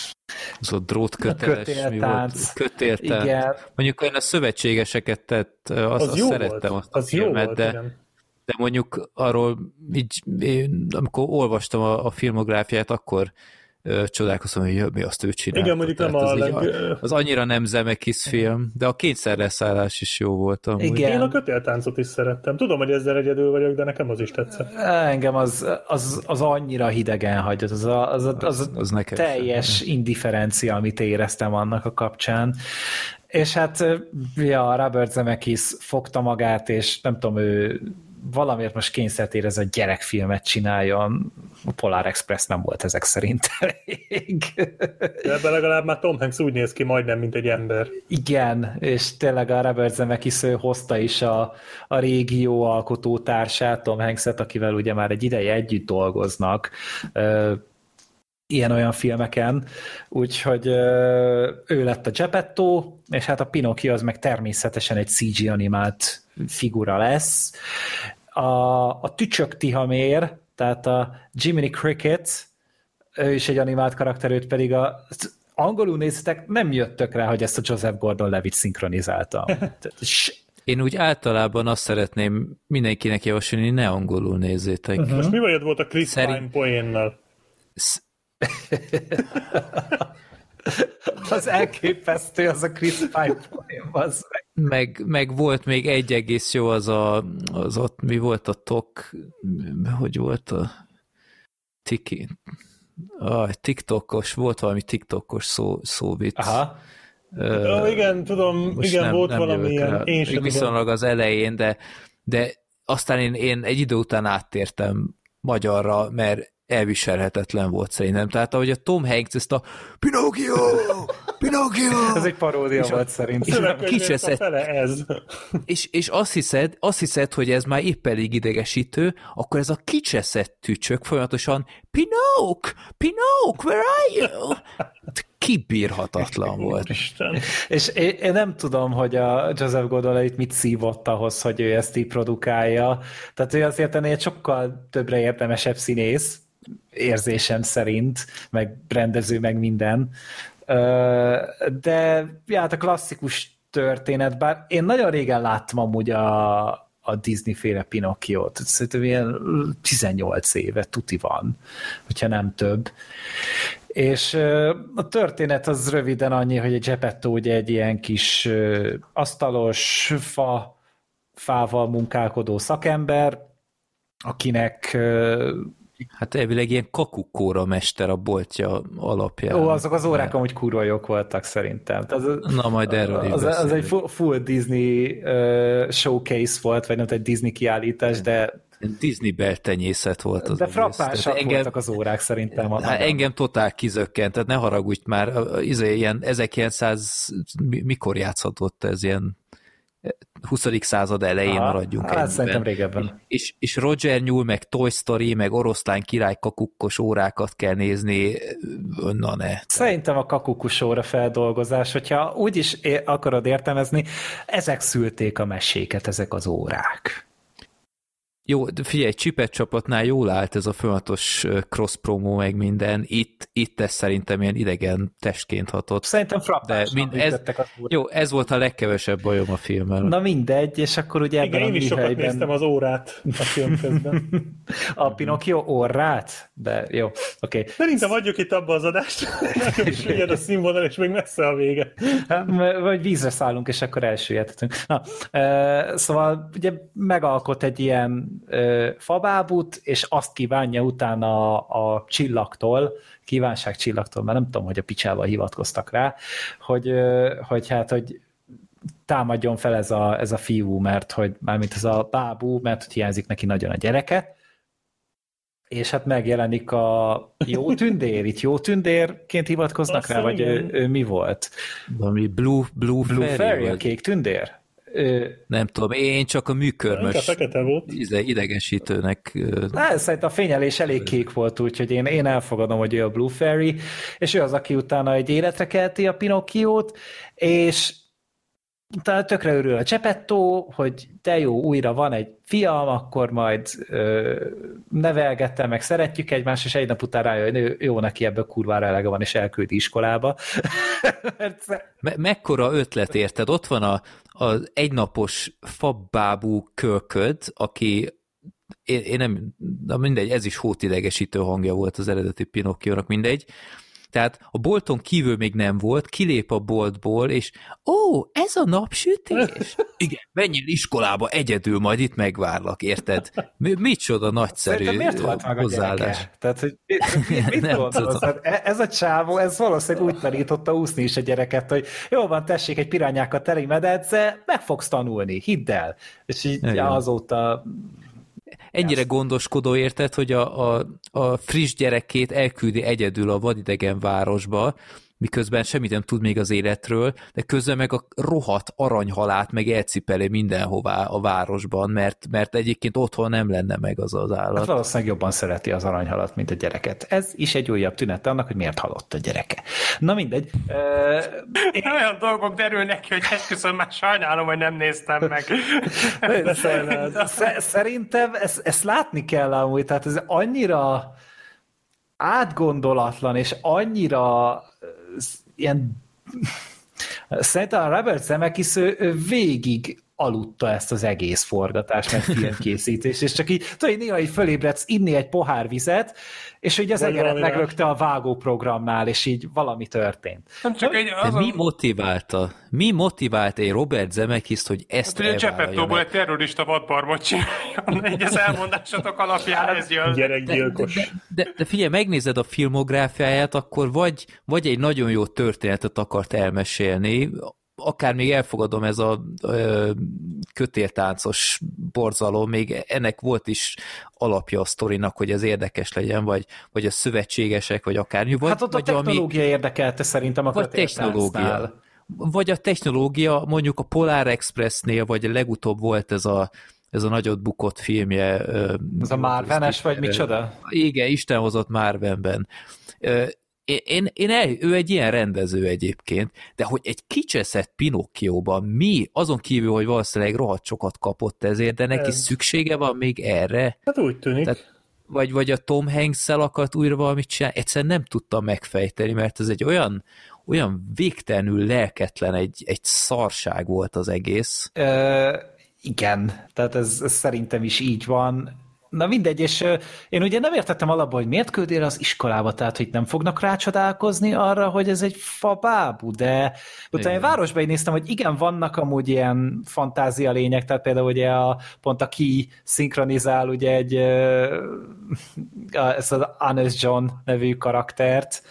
az a drótköteles, kötéltánc. Igen. Mondjuk olyan a szövetségeseket tett, azt szerettem azt a filmet, de mondjuk arról így, amikor olvastam a filmográfiát, akkor csodálkozom, hogy mi azt ő csinálta. Igen, mondjuk nem az annyira nem Zemeckis film, de a kényszerleszállás is jó volt amúgy. Igen. Én a kötéltáncot is szerettem. Tudom, hogy ezzel egyedül vagyok, de nekem az is tetszett. Engem az annyira hidegen hagyott, az teljes indifferencia, amit éreztem annak a kapcsán. És hát ja, Robert Zemeckis fogta magát, és nem tudom, ő valamiért most kényszert érez, hogy gyerekfilmet csináljon. A Polar Express nem volt ezek szerint elég. De ebben legalább már Tom Hanks úgy néz ki majdnem, mint egy ember. Igen, és tényleg a Robert Zemeckis hozta is a régió alkotótársát, Tom Hankset, akivel ugye már egy ideje együtt dolgoznak. ilyen-olyan filmeken, úgyhogy ő lett a Geppetto, és hát a Pinocchio az meg természetesen egy CG animált figura lesz. A Tücsök Tihamér, tehát a Jiminy Cricket, ő is egy animált karakter, őt pedig angolul néztek, nem jöttök rá, hogy ezt a Joseph Gordon-Levitt szinkronizálta. Én úgy általában azt szeretném mindenkinek javasolni, hogy ne angolul nézzétek. Most mi bajod volt a Chris Pine poénnal? Az elképesztő, az a Chris Pine poén, meg volt még egy egész jó, az ott, mi volt a hogy volt a TikTokos, volt valami TikTokos szóvic. Aha. Igen, tudom, igen, volt valami ilyen. Én sem viszonylag az elején, de aztán én egy idő után áttértem magyarra, mert elviselhetetlen volt szerintem. Tehát ahogy a Tom Hanks ezt a Pinocchio! Ez egy paródia volt szerintem. És azt hiszed, hogy ez már épp elég idegesítő, akkor ez a kicseszett tücsök folyamatosan Pinocchio, where are you? Kibírhatatlan volt. Isten. És én nem tudom, hogy a Joseph Gordon-Levitt mit szívott ahhoz, hogy ő ezt így produkálja. Tehát ő azért ennél sokkal többre érdemesebb színész, érzésem szerint, meg rendező, meg minden. De hát a klasszikus történet, bár én nagyon régen láttam amúgy a Disney-féle Pinocchiót. Szerintem ilyen 18 éve tuti van, hogyha nem több. És a történet az röviden annyi, hogy a Geppetto ugye egy ilyen kis asztalos, fával munkálkodó szakember, akinek hát elvileg ilyen kakukkóra mester a boltja alapján. Ó, azok az órák amúgy kurva jók voltak szerintem. Na, majd erről is az egy full Disney showcase volt, vagy nem egy Disney kiállítás, de Disney beltenyészet volt az. De frappánsak voltak az órák szerintem. Engem totál kizökkent, tehát ne haragudj már, ilyen 1900, mikor játszhatott ez, ilyen 20. század elején maradjunk egyben. Szerintem régebben. És Roger Nyúl, meg Toy Story, meg Oroszlán király kakukkos órákat kell nézni, na ne. Szerintem a kakukkos óra feldolgozás, hogyha úgy is akarod értelmezni, ezek szülték a meséket, ezek az órák. Jó, de figyelj, Csipet csapatnál jól állt ez a folyamatos cross-promo, meg minden. Itt ez szerintem ilyen idegen testként hatott. Szerintem frappánsan működtek az órák. Jó, ez volt a legkevesebb bajom a filmmel. Na mindegy, és akkor ugye ebben én is sokat néztem az órát a film közben. A Pinocchio órát? De jó, oké. Szerintem adjuk itt abba az adást. Nagyon is figyeld a színvonal, és még messze a vége. Vagy vízre szállunk, és akkor elsüllyedhetünk. Na, szóval ugye megalkot egy ilyen fabábút, és azt kívánja utána a csillagtól, kívánságcsillagtól, mert nem tudom, hogy a picsával hivatkoztak rá, hogy támadjon fel ez a fiú, mert hogy mármint ez a bábú, mert hogy hiányzik neki nagyon a gyereke, és hát megjelenik a jó tündér, itt jó tündérként hivatkoznak rá, vagy ő mi volt? Valami Blue Fairy, a kék tündér? Nem tudom, én csak a műkörmös idegesítőnek... Szerintem a fényelés elég kék volt, úgyhogy én elfogadom, hogy ő a Blue Fairy, és ő az, aki utána egy életre kelti a Pinocchiót, és utána tökre örül a Geppetto, hogy de jó, újra van egy fiam, akkor majd nevelgettem, meg szeretjük egymást, és egy nap után rájön, hogy jó, neki ebből kurvára elege van, és elküldi iskolába. Mekkora ötlet, érted? Ott van az egynapos fabbábú kölköd, aki én nem, mindegy, ez is hótidegesítő hangja volt az eredeti Pinocchiónak, mindegy. Tehát a bolton kívül még nem volt, kilép a boltból, és ez a napsütés? Igen, menjél iskolába egyedül, majd itt megvárlak, érted? Micsoda nagyszerű hozzáállás. Tehát, hogy mit gondolsz? Ez a csávó, ez valószínűleg úgy tanította úszni is a gyereket, hogy jó van, tessék egy pirányákat teli medence, meg fogsz tanulni, hidd el. És így azóta... Ennyire gondoskodó, érted, hogy a friss gyerekét elküldi egyedül a vadidegen városba, miközben semmit nem tud még az életről, de közben meg a rohadt aranyhalát meg elcipeli mindenhová a városban, mert egyébként otthon nem lenne meg az állat. Hát valószínűleg jobban szereti az aranyhalat, mint a gyereket. Ez is egy újabb tünet annak, hogy miért halott a gyereke. Na mindegy. Olyan dolgok derülnek ki, hogy esküszöm, már sajnálom, hogy nem néztem meg. Szerintem ezt látni kell amúgy, tehát ez annyira átgondolatlan, és annyira ilyen... Szerintem a Robert Zemeckis végig aludta ezt az egész forgatást, meg filmkészítést, és csak így, tudod, néha így fölébredsz inni egy pohár vizet, és így az egeret meglökte a vágóprogramnál, és így valami történt. Nem csak egy, Mi motivált egy Robert Zemeckis-t, hogy ezt elvállalja? Cseppettóból egy terrorista vadbarmot csinálja, így az elmondásatok alapján ez jön. Gyerekgyilkos. De figyelj, megnézed a filmográfiáját, akkor vagy egy nagyon jó történetet akart elmesélni, akár még elfogadom, ez a kötéltáncos borzalom, még ennek volt is alapja a sztorinak, hogy ez érdekes legyen, vagy a szövetségesek, vagy akármi. Hát ott a technológia érdekelte szerintem a kötéltáncnál. Vagy a technológia, mondjuk a Polar Expressnél, vagy a legutóbb volt ez a nagyot bukott filmje. Ez a Marvenes, vagy micsoda? Igen, Isten hozott Marvenben. Ő egy ilyen rendező egyébként, de hogy egy kicseszett Pinocchióban mi, azon kívül, hogy valószínűleg rohadt sokat kapott ezért, de neki szüksége van még erre? Hát úgy tűnik. Tehát, vagy a Tom Hanks-szel akart újra valamit csinálni, egyszerűen nem tudtam megfejteni, mert ez egy olyan végtelenül lelketlen, egy szarság volt az egész. Igen, tehát ez szerintem is így van. Na mindegy, és én ugye nem értettem alapból, hogy miért küldél az iskolába, tehát hogy nem fognak rácsodálkozni arra, hogy ez egy fabábú, de utána a városban én néztem, hogy igen, vannak amúgy ilyen fantázia lények, tehát például ugye pont a Key szinkronizál ugye ezt az Honest John nevű karaktert,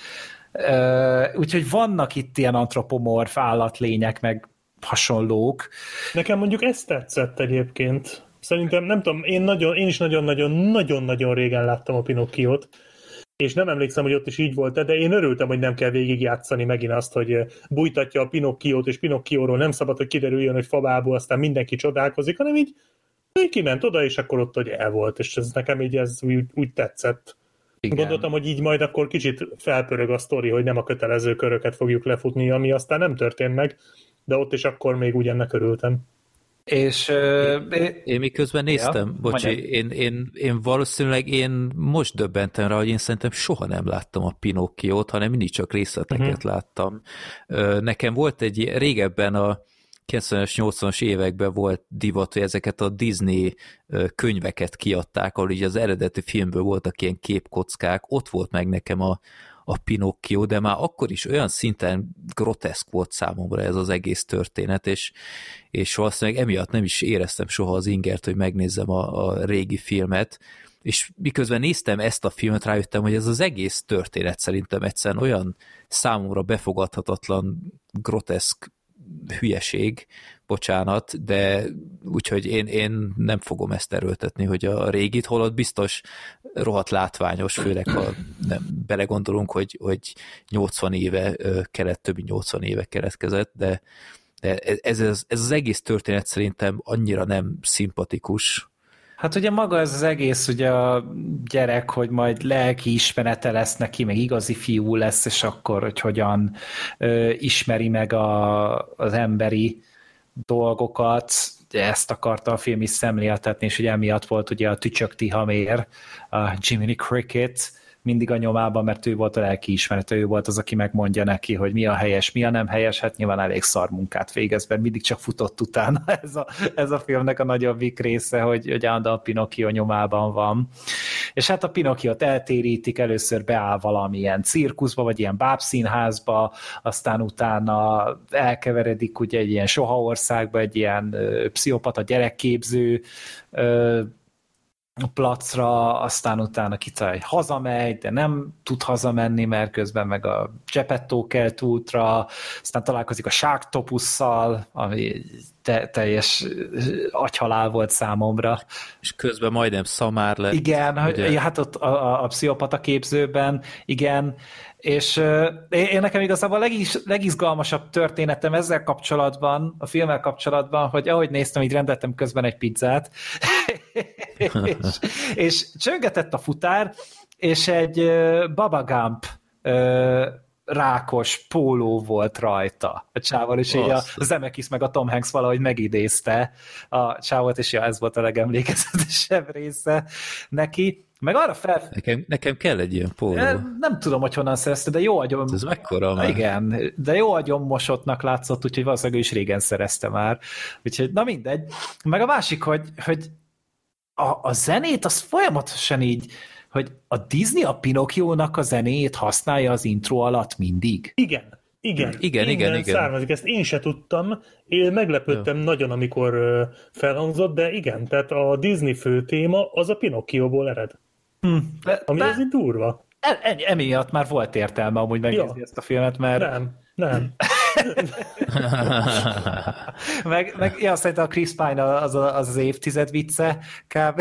úgyhogy vannak itt ilyen antropomorf állatlények, meg hasonlók. Nekem mondjuk ez tetszett egyébként. Szerintem, nem tudom, én is nagyon-nagyon régen láttam a Pinocchiót, és nem emlékszem, hogy ott is így volt, de én örültem, hogy nem kell végigjátszani megint azt, hogy bújtatja a Pinocchiót, és Pinocchióról nem szabad, hogy kiderüljön, hogy fabából, aztán mindenki csodálkozik, hanem így kiment oda, és akkor ott, hogy el volt, és ez nekem így ez úgy tetszett. Igen. Gondoltam, hogy így majd akkor kicsit felpörög a sztori, hogy nem a kötelező köröket fogjuk lefutni, ami aztán nem történt meg, de ott is akkor még úgy ennek örültem. És én miközben néztem, bocsi, én valószínűleg most döbbentem rá, hogy én szerintem soha nem láttam a Pinocchiót, hanem mindig csak részleteket láttam. Nekem volt régebben a 90-es, 80-as években volt divat, hogy ezeket a Disney könyveket kiadták, ahol így az eredeti filmből voltak ilyen képkockák, ott volt meg nekem a Pinocchio, de már akkor is olyan szinten groteszk volt számomra ez az egész történet, és valószínűleg emiatt nem is éreztem soha az ingert, hogy megnézzem a régi filmet, és miközben néztem ezt a filmet, rájöttem, hogy ez az egész történet szerintem egyszerűen olyan számomra befogadhatatlan, groteszk hülyeség, bocsánat, de úgyhogy én nem fogom ezt erőltetni, hogy a régit, holott biztos rohadt látványos, főleg ha nem belegondolunk, hogy 80 éve több mint 80 éve keletkezett, de ez az egész történet szerintem annyira nem szimpatikus. Hát ugye maga ez az egész, ugye a gyerek, hogy majd lelki ismerete lesz neki, meg igazi fiú lesz, és akkor, hogy hogyan ismeri meg az emberi dolgokat, ezt akarta a film is szemléltetni, és ugye emiatt volt ugye a Tücsök Tihamér, a Jiminy Cricket, mindig a nyomában, mert ő volt a lelkiismerete, ő volt az, aki megmondja neki, hogy mi a helyes, mi a nem helyes, hát nyilván elég szar munkát végez, mert mindig csak futott utána ez a filmnek a nagyobbik része, hogy állandóan a Pinocchio nyomában van. És hát a Pinocchiót eltérítik, először beáll valamilyen cirkuszba, vagy ilyen bábszínházba, aztán utána elkeveredik ugye egy ilyen soha országba, egy ilyen pszichopata gyerekképző placra, aztán utána kitalál, hogy hazamegy, de nem tud hazamenni, mert közben meg a Geppetto kelt útra, aztán találkozik a Sharktopusszal, ami teljes agyhalál volt számomra. És közben majdnem szamár lett. Igen, ugye? Hát ott a pszichopata képzőben, igen, és én nekem igazából a legizgalmasabb történetem ezzel kapcsolatban, a filmmel kapcsolatban, hogy ahogy néztem, így rendeltem közben egy pizzát, és csöngetett a futár, és egy Baba Gump rákos póló volt rajta a csávon, és így a Zemeckis meg a Tom Hanks valahogy megidézte a csávot, és ez volt a legemlékezetesebb része neki. Meg arra Nekem kell egy ilyen póló. Nem tudom, hogy honnan szerezte, de jó agyom... Ez mekkora már? Igen, de jó agyom mosottnak látszott, úgyhogy valószínűleg ő is régen szerezte már. Úgyhogy, na mindegy. Meg a másik, hogy a zenét az folyamatosan így, hogy a Disney a Pinocchio-nak a zenéjét használja az intro alatt mindig. Igen. Származik, ezt én se tudtam. Én meglepődtem nagyon, amikor felhangzott, de igen, tehát a Disney fő téma az a Pinocchioból ered. Ami az így durva. Emiatt már volt értelme amúgy megnézni ezt a filmet, mert... Nem. meg szerintem a Chris Pine az évtized vicce, kb.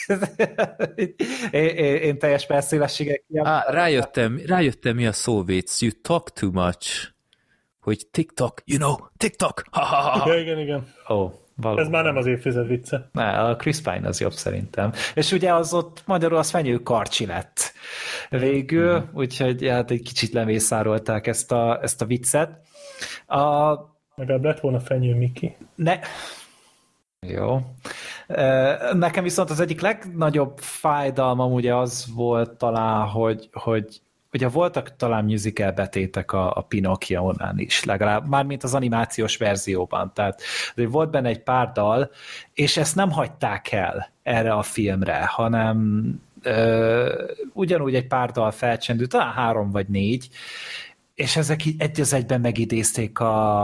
Én teljes perszélességek. Rájöttem, mi a szóvic. You talk too much. Hogy TikTok, TikTok. Igen. Valóban. Ez már nem az évtized vicce. A Chris Pine az jobb szerintem. És ugye az ott magyarul az Fenyő Karcsi lett végül, úgyhogy hát egy kicsit lemészárolták ezt a viccet. Legalább lett volna Fenyő Miki. Jó. Nekem viszont az egyik legnagyobb fájdalmam ugye az volt talán, hogy ugye voltak talán musical betétek a Pinocchio-nál is, legalább, mármint az animációs verzióban, tehát volt benne egy pár dal, és ezt nem hagyták el erre a filmre, hanem ugyanúgy egy pár dal felcsendült, talán 3 vagy 4, és ezek egy az egyben megidézték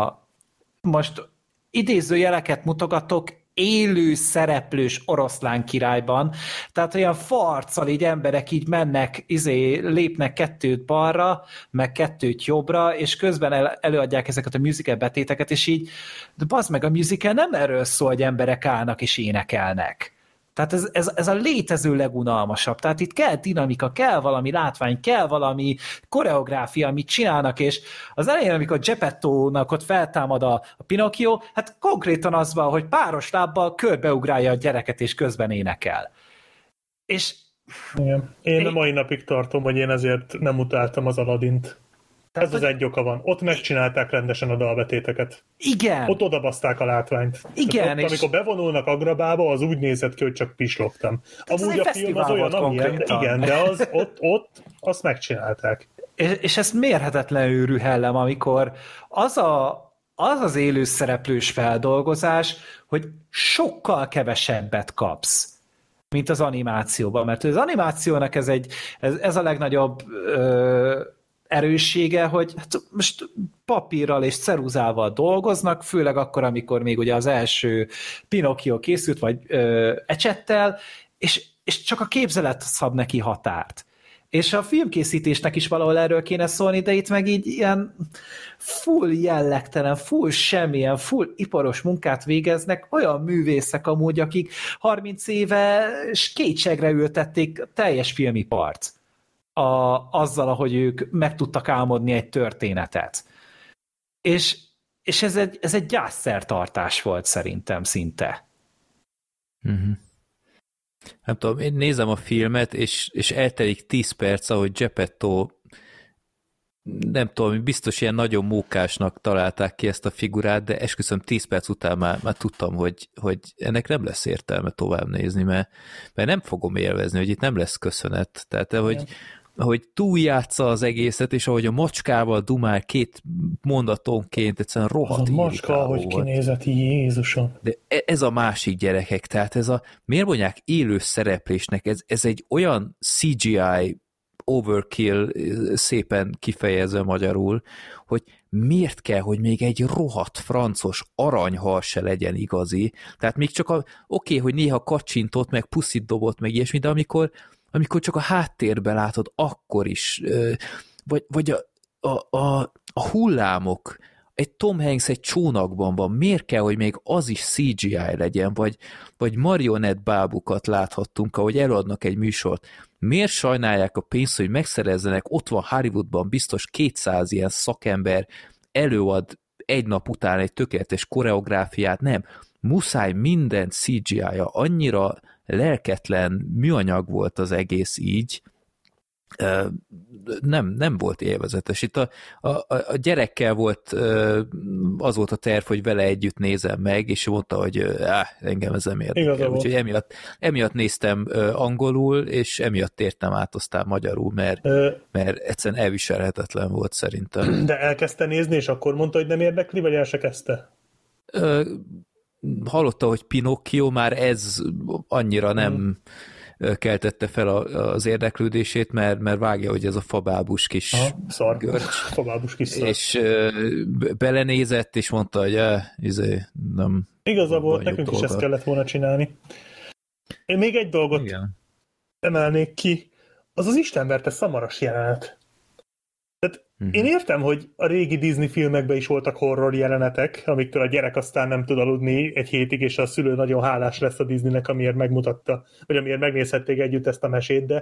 most idézőjeleket mutogatok, élő szereplős oroszlán királyban, tehát olyan farccal így emberek így mennek, lépnek 2 balra, meg 2 jobbra, és közben előadják ezeket a musical betéteket, és így, de bazd meg, a musical nem erről szól, hogy emberek állnak és énekelnek. Tehát ez a létező legunalmasabb. Tehát itt kell dinamika, kell valami látvány, kell valami koreográfia, amit csinálnak, és az elején, amikor Geppettónak ott feltámad a Pinocchio, hát konkrétan az van, hogy páros lábbal körbeugrálja a gyereket, és közben énekel. És... Igen. Én mai napig tartom, hogy én ezért nem utáltam az Aladdint. Ez az egy oka van. Ott megcsinálták rendesen a dalbetéteket. Igen. Ott odabaszták a látványt. Igen. Ott, amikor bevonulnak Agrabába, az úgy nézett ki, hogy csak pislogtam. Amúgy a film az olyan, amilyen, igen, de ott azt megcsinálták. És ezt mérhetetlenül rühellem, amikor az élő szereplős feldolgozás, hogy sokkal kevesebbet kapsz, mint az animációban. Mert az animációnak ez a legnagyobb erőssége, hogy hát most papírral és ceruzával dolgoznak, főleg akkor, amikor még ugye az első Pinocchio készült, vagy ecsettel, és csak a képzelet szab neki határt. És a filmkészítésnek is valahol erről kéne szólni, de itt meg így ilyen full jellegtelen, full semmilyen, full iparos munkát végeznek olyan művészek amúgy, akik 30 éve kétségre ültették teljes filmipart. Azzal, ahogy ők meg tudtak álmodni egy történetet. És ez egy gyászszertartás volt szerintem szinte. Uh-huh. Nem tudom, én nézem a filmet, és eltelik 10 perc, ahogy Geppetto, nem tudom, biztos ilyen nagyon mókásnak találták ki ezt a figurát, de esküszöm 10 perc után már tudtam, hogy ennek nem lesz értelme tovább nézni, mert nem fogom élvezni, hogy itt nem lesz köszönet. Tehát ahogy túljátsza az egészet, és ahogy a macskával dumál 2 mondatonként, egyszerűen rohadt az a macska, ahogy kinézett, Jézusom. De ez a másik gyerekek, tehát miért mondják élő szereplésnek, ez egy olyan CGI overkill, szépen kifejezve magyarul, hogy miért kell, hogy még egy rohadt francos aranyhal se legyen igazi? Tehát még csak oké, hogy néha kacsintott, meg puszit dobott, meg ilyesmi, de amikor csak a háttérben látod, akkor is, vagy a hullámok, egy Tom Hanks egy csónakban van, miért kell, hogy még az is CGI legyen, vagy marionett bábukat láthattunk, ahogy előadnak egy műsort. Miért sajnálják a pénzt, hogy megszerezzenek, ott van Hollywoodban biztos 200 ilyen szakember, előad egy nap után egy tökéletes koreográfiát, nem. Muszáj minden CGI-ja, annyira lelketlen műanyag volt az egész így, nem volt élvezetes. Itt a gyerekkel volt, az volt a terv, hogy vele együtt nézem meg, és mondta, hogy engem ez nem érdekel. Úgyhogy emiatt néztem angolul, és emiatt tértem át aztán magyarul, mert egyszerűen elviselhetetlen volt szerintem. De elkezdte nézni, és akkor mondta, hogy nem érdekli, vagy el se kezdte? Hallotta, hogy Pinocchio, már ez annyira nem keltette fel az érdeklődését, mert vágja, hogy ez a fabábus kis görcs. Fabábus kis szar. És belenézett, és mondta, hogy nem... Igaza volt, nekünk is ezt kellett volna csinálni. Én még egy dolgot emelnék ki, az istenverte szamaras jelenet. Tehát én értem, hogy a régi Disney filmekben is voltak horror jelenetek, amiktől a gyerek aztán nem tud aludni egy hétig, és a szülő nagyon hálás lesz a Disneynek, amiért megmutatta, vagy amiért megnézhették együtt ezt a mesét, de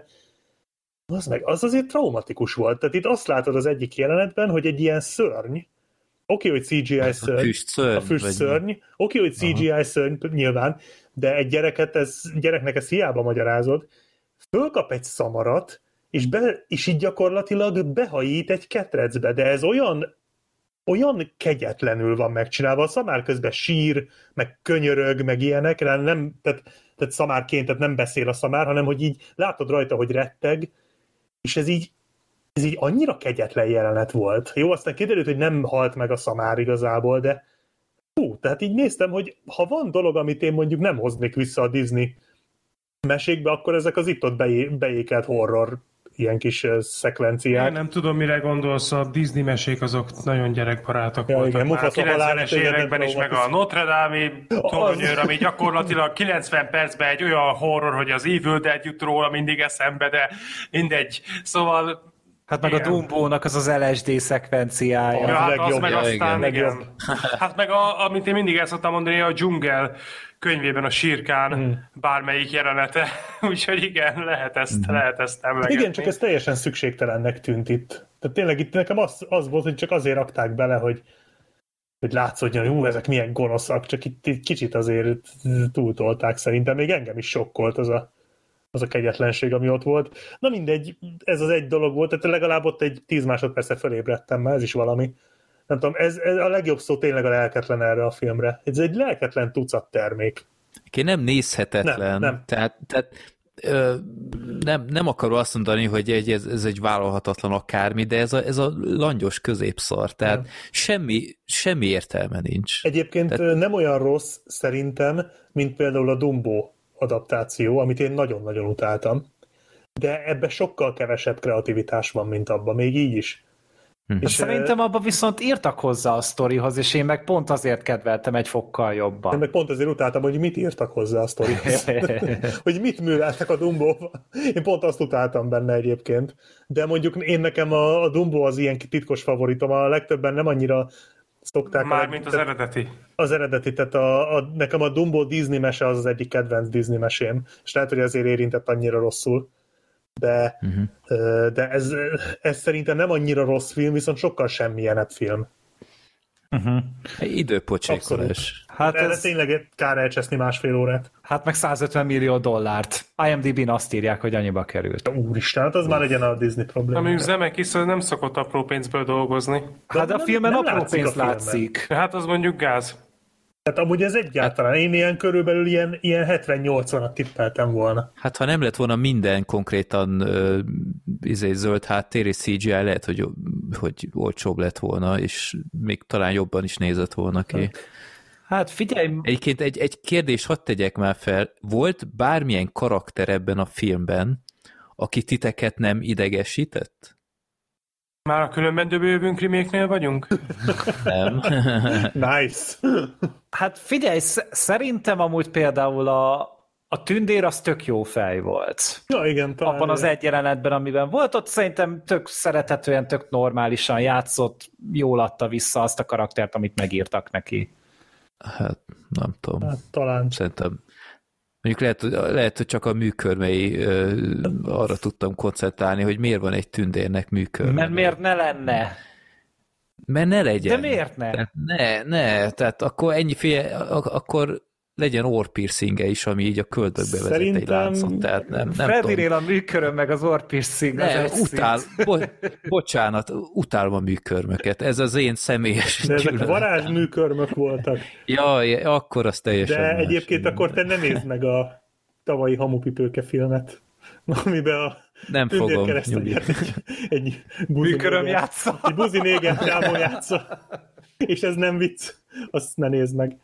az azért traumatikus volt. Tehát itt azt látod az egyik jelenetben, hogy egy ilyen szörny, oké, hogy CGI szörny, a füstszörny, oké, hogy CGI szörny nyilván, de egy gyereknek ezt hiába magyarázod, fölkap egy szamarat, és így gyakorlatilag behajít egy ketrecbe, de ez olyan kegyetlenül van megcsinálva. A szamár közben sír, meg könyörög, meg ilyenek, tehát szamárként, tehát nem beszél a szamár, hanem hogy így látod rajta, hogy retteg, és ez így annyira kegyetlen jelenet volt. Jó, aztán kiderült, hogy nem halt meg a szamár igazából, de tehát így néztem, hogy ha van dolog, amit én mondjuk nem hoznék vissza a Disney mesékbe, akkor ezek az itt-ott beékelt horror ilyen kis szekvenciák. Én nem tudom, mire gondolsz, a Disney mesék azok nagyon gyerekbarátok voltak. Igen, már a 90-es években is, meg a Notre Dame-i tornyőr, ami gyakorlatilag 90 percben egy olyan horror, hogy az Evil Dead jut róla mindig eszembe, de mindegy. Szóval... Hát meg igen. A Dumbo-nak az LSD szekvenciája. Ja, hát az meg aztán, igen. Hát meg amit én mindig el szoktam mondani, a dzsungel könyvében a sírkán bármelyik jelenete. Úgyhogy igen, lehet ezt emlegetni. Igen, csak ez teljesen szükségtelennek tűnt itt. Tehát tényleg itt nekem az volt, hogy csak azért rakták bele, hogy látszódjon, hogy ezek milyen gonoszak, csak itt kicsit azért túltolták szerintem. Még engem is sokkolt az a kegyetlenség, ami ott volt. Na mindegy, ez az egy dolog volt, tehát legalább ott egy 10 másodpercre felébredtem, már ez is valami. Nem tudom, ez a legjobb szó tényleg a lelketlen erre a filmre. Ez egy lelketlen tucat termék. Nem nézhetetlen. Nem. Tehát nem akarom azt mondani, hogy ez egy vállalhatatlan akármi, de ez a langyos középszar, tehát semmi értelme nincs. Egyébként nem olyan rossz szerintem, mint például a Dumbo adaptáció, amit én nagyon-nagyon utáltam, de ebben sokkal kevesebb kreativitás van, mint abban, még így is. És szerintem abban viszont írtak hozzá a sztorihoz, és én meg pont azért kedveltem egy fokkal jobban. Én meg pont azért utáltam, hogy mit írtak hozzá a sztorihoz. Hogy mit műveltek a Dumbo-val. Én pont azt utáltam benne egyébként. De mondjuk nekem a Dumbo az ilyen titkos favoritom, a legtöbben nem annyira szokták. Mármint az eredeti. Az eredeti, tehát nekem a Dumbo Disney mese az egyik kedvenc Disney mesém, és lehet, hogy ezért érintett annyira rosszul. De ez szerintem nem annyira rossz film, viszont sokkal semmilyenebb film. Időpocsékolás. Hát ez tényleg kár elcseszni másfél órát. Hát meg 150 millió dollárt. IMDb-n azt írják, hogy annyiba került. Úristen, hát az már legyen a Disney probléma. Amíg Zemeckis nem szokott apró pénzből dolgozni. Hát a filmen apró pénz látszik. Hát az mondjuk gáz. Hát amúgy ez egyáltalán, én ilyen körülbelül ilyen 70-80-at tippeltem volna. Hát ha nem lett volna minden konkrétan zöld háttér és CGI, lehet, hogy olcsóbb lett volna, és még talán jobban is nézett volna ki. Hát figyelj! Egyébként egy kérdés hadd tegyek már fel. Volt bármilyen karakter ebben a filmben, aki titeket nem idegesített? Már a különben döbővünk remake-nél vagyunk? Nem. Nice. Hát figyelj, szerintem amúgy például a tündér az tök jó fej volt. Ja, igen, talán. Abban az egy jelenetben, amiben volt, ott szerintem tök szerethetően, tök normálisan játszott, jól adta vissza azt a karaktert, amit megírtak neki. Hát nem tudom. Hát, talán. Szerintem mondjuk lehet, hogy csak a műkörmei arra tudtam koncentrálni, hogy miért van egy tündérnek műkörme. Mert miért ne lenne? Mert ne legyen. De miért ne? Tehát akkor akkor legyen orrpiercinge is, ami így a köldökbe vezet egy láncot. Tehát nem Freddynél a műköröm meg az orrpiercing bocsánat, utálom a műkörmöket. Ez az én személyes De ezek gyűlölet. varázsműkörmök voltak. Jaj, akkor az teljesen De más. egyébként akkor te ne nézd meg a tavalyi Hamupipőke filmet, amiben a nem fogom, egy műköröm játsza. Egy buzi néger csávó játsza. És ez nem vicc. Azt ne nézd meg.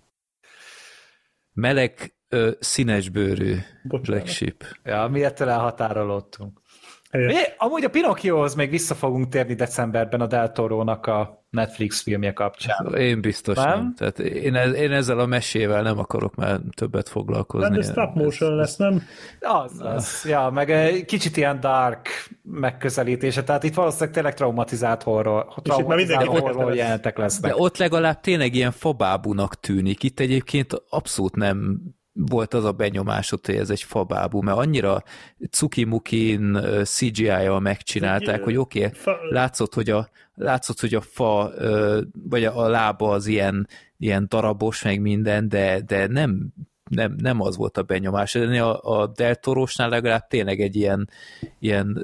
Meleg, színesbőrű Black Sheep. Ja, mi ettől elhatárolódtunk. Amúgy a Pinocchiohoz még vissza fogunk térni decemberben a Del Torónak a Netflix filmje kapcsán. Én biztos nem. Tehát én ezzel a mesével nem akarok már többet foglalkozni. De stop motion lesz, nem? Az. Ja, meg egy kicsit ilyen dark megközelítése, tehát itt valószínűleg tényleg traumatizált horror jelentek lesznek. De ott legalább tényleg ilyen fabábúnak tűnik. Itt egyébként abszolút nem volt az a benyomásod, hogy ez egy fabábú, mert annyira cukimukin CGI-jal megcsinálták, hogy oké, látszott, hogy a fa, vagy a lába az ilyen darabos, meg minden, de nem az volt a benyomás. A Del Torósnál legalább tényleg egy ilyen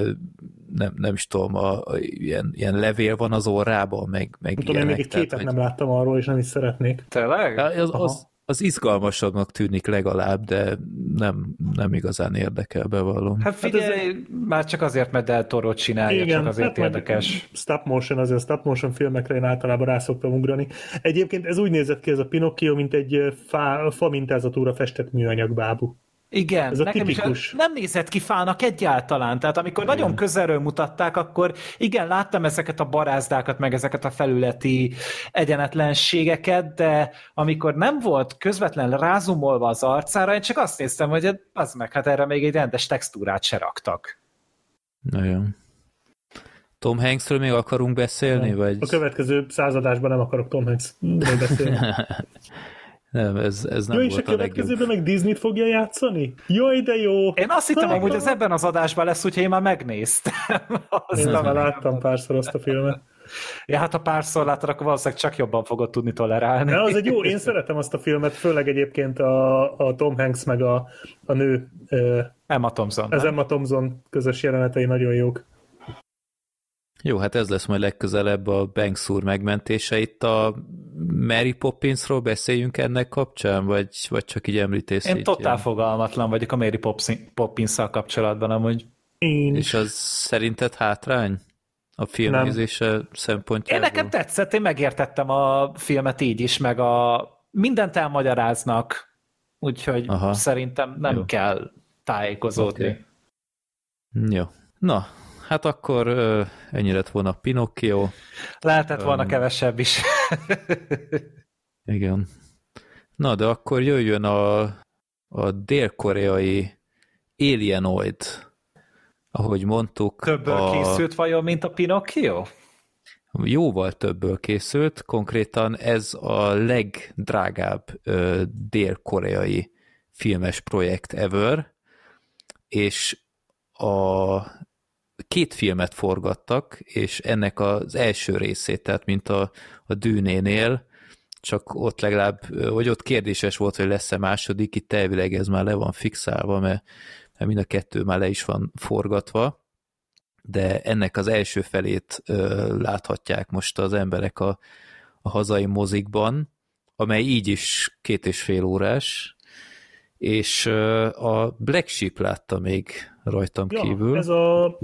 nem is tudom, ilyen levél van az orrában, meg tudom, én még egy képet nem láttam arról, és nem is szeretnék. Tényleg? Az izgalmasabbnak tűnik legalább, de nem igazán érdekel, bevallom. Hát figyelj, már csak azért, mert Del Toro csinálja, igen, csak azért érdekes. Stop motion, azért a stop motion filmekre én általában rá szoktam ugrani. Egyébként ez úgy nézett ki, ez a Pinocchio, mint egy fa mintázatúra festett műanyag bábú. Igen, ez nekem is nem nézett ki fának egyáltalán, tehát amikor nagyon közelről mutatták, akkor igen, láttam ezeket a barázdákat, meg ezeket a felületi egyenetlenségeket, de amikor nem volt közvetlen rázumolva az arcára, én csak azt néztem, hogy az meg, hát erre még egy rendes textúrát se raktak. Na jó. Tom Hanksről még akarunk beszélni? Vagy? A következő századásban nem akarok Tom Hanksről beszélni. Nem, ez nem jó, és a következőben meg Disney-t fogja játszani? Jaj, de jó! Én azt hittem, hogy ez ebben az adásban lesz, úgyhogy én már megnéztem. Én már láttam párszor azt a filmet. Ja, hát ha párszor láttad, akkor valószínűleg csak jobban fogod tudni tolerálni. De az egy jó, én szeretem azt a filmet, főleg egyébként a Tom Hanks meg a nő. Emma Thompson. Az Emma Thompson közös jelenetei nagyon jók. Jó, hát ez lesz majd legközelebb a Banks úr megmentése. Itt a Mary Poppinsról beszéljünk ennek kapcsán, vagy csak így említés? Én totál fogalmatlan vagyok a Mary Poppinsszal kapcsolatban amúgy. És az szerinted hátrány? A filmnézése szempontjából? Én nekem tetszett, én megértettem a filmet így is, meg mindent elmagyaráznak, úgyhogy szerintem nem kell tájékozódni. Okay. Jó. Na, hát akkor ennyi lett volna Pinocchio. Lehetett volna kevesebb is. Igen. Na, de akkor jöjjön a dél-koreai Alienoid, ahogy mondtuk. Többből készült vajon, mint a Pinocchio? Jóval többből készült, konkrétan ez a legdrágább dél-koreai filmes projekt ever, és két filmet forgattak, és ennek az első részét, tehát mint a Dűnénél, csak ott legalább, hogy ott kérdéses volt, hogy lesz-e második, itt elvileg ez már le van fixálva, mert mind a kettő már le is van forgatva, de ennek az első felét láthatják most az emberek a hazai mozikban, amely így is 2,5 órás, és a Black Sheep látta még rajtam kívül. Ez a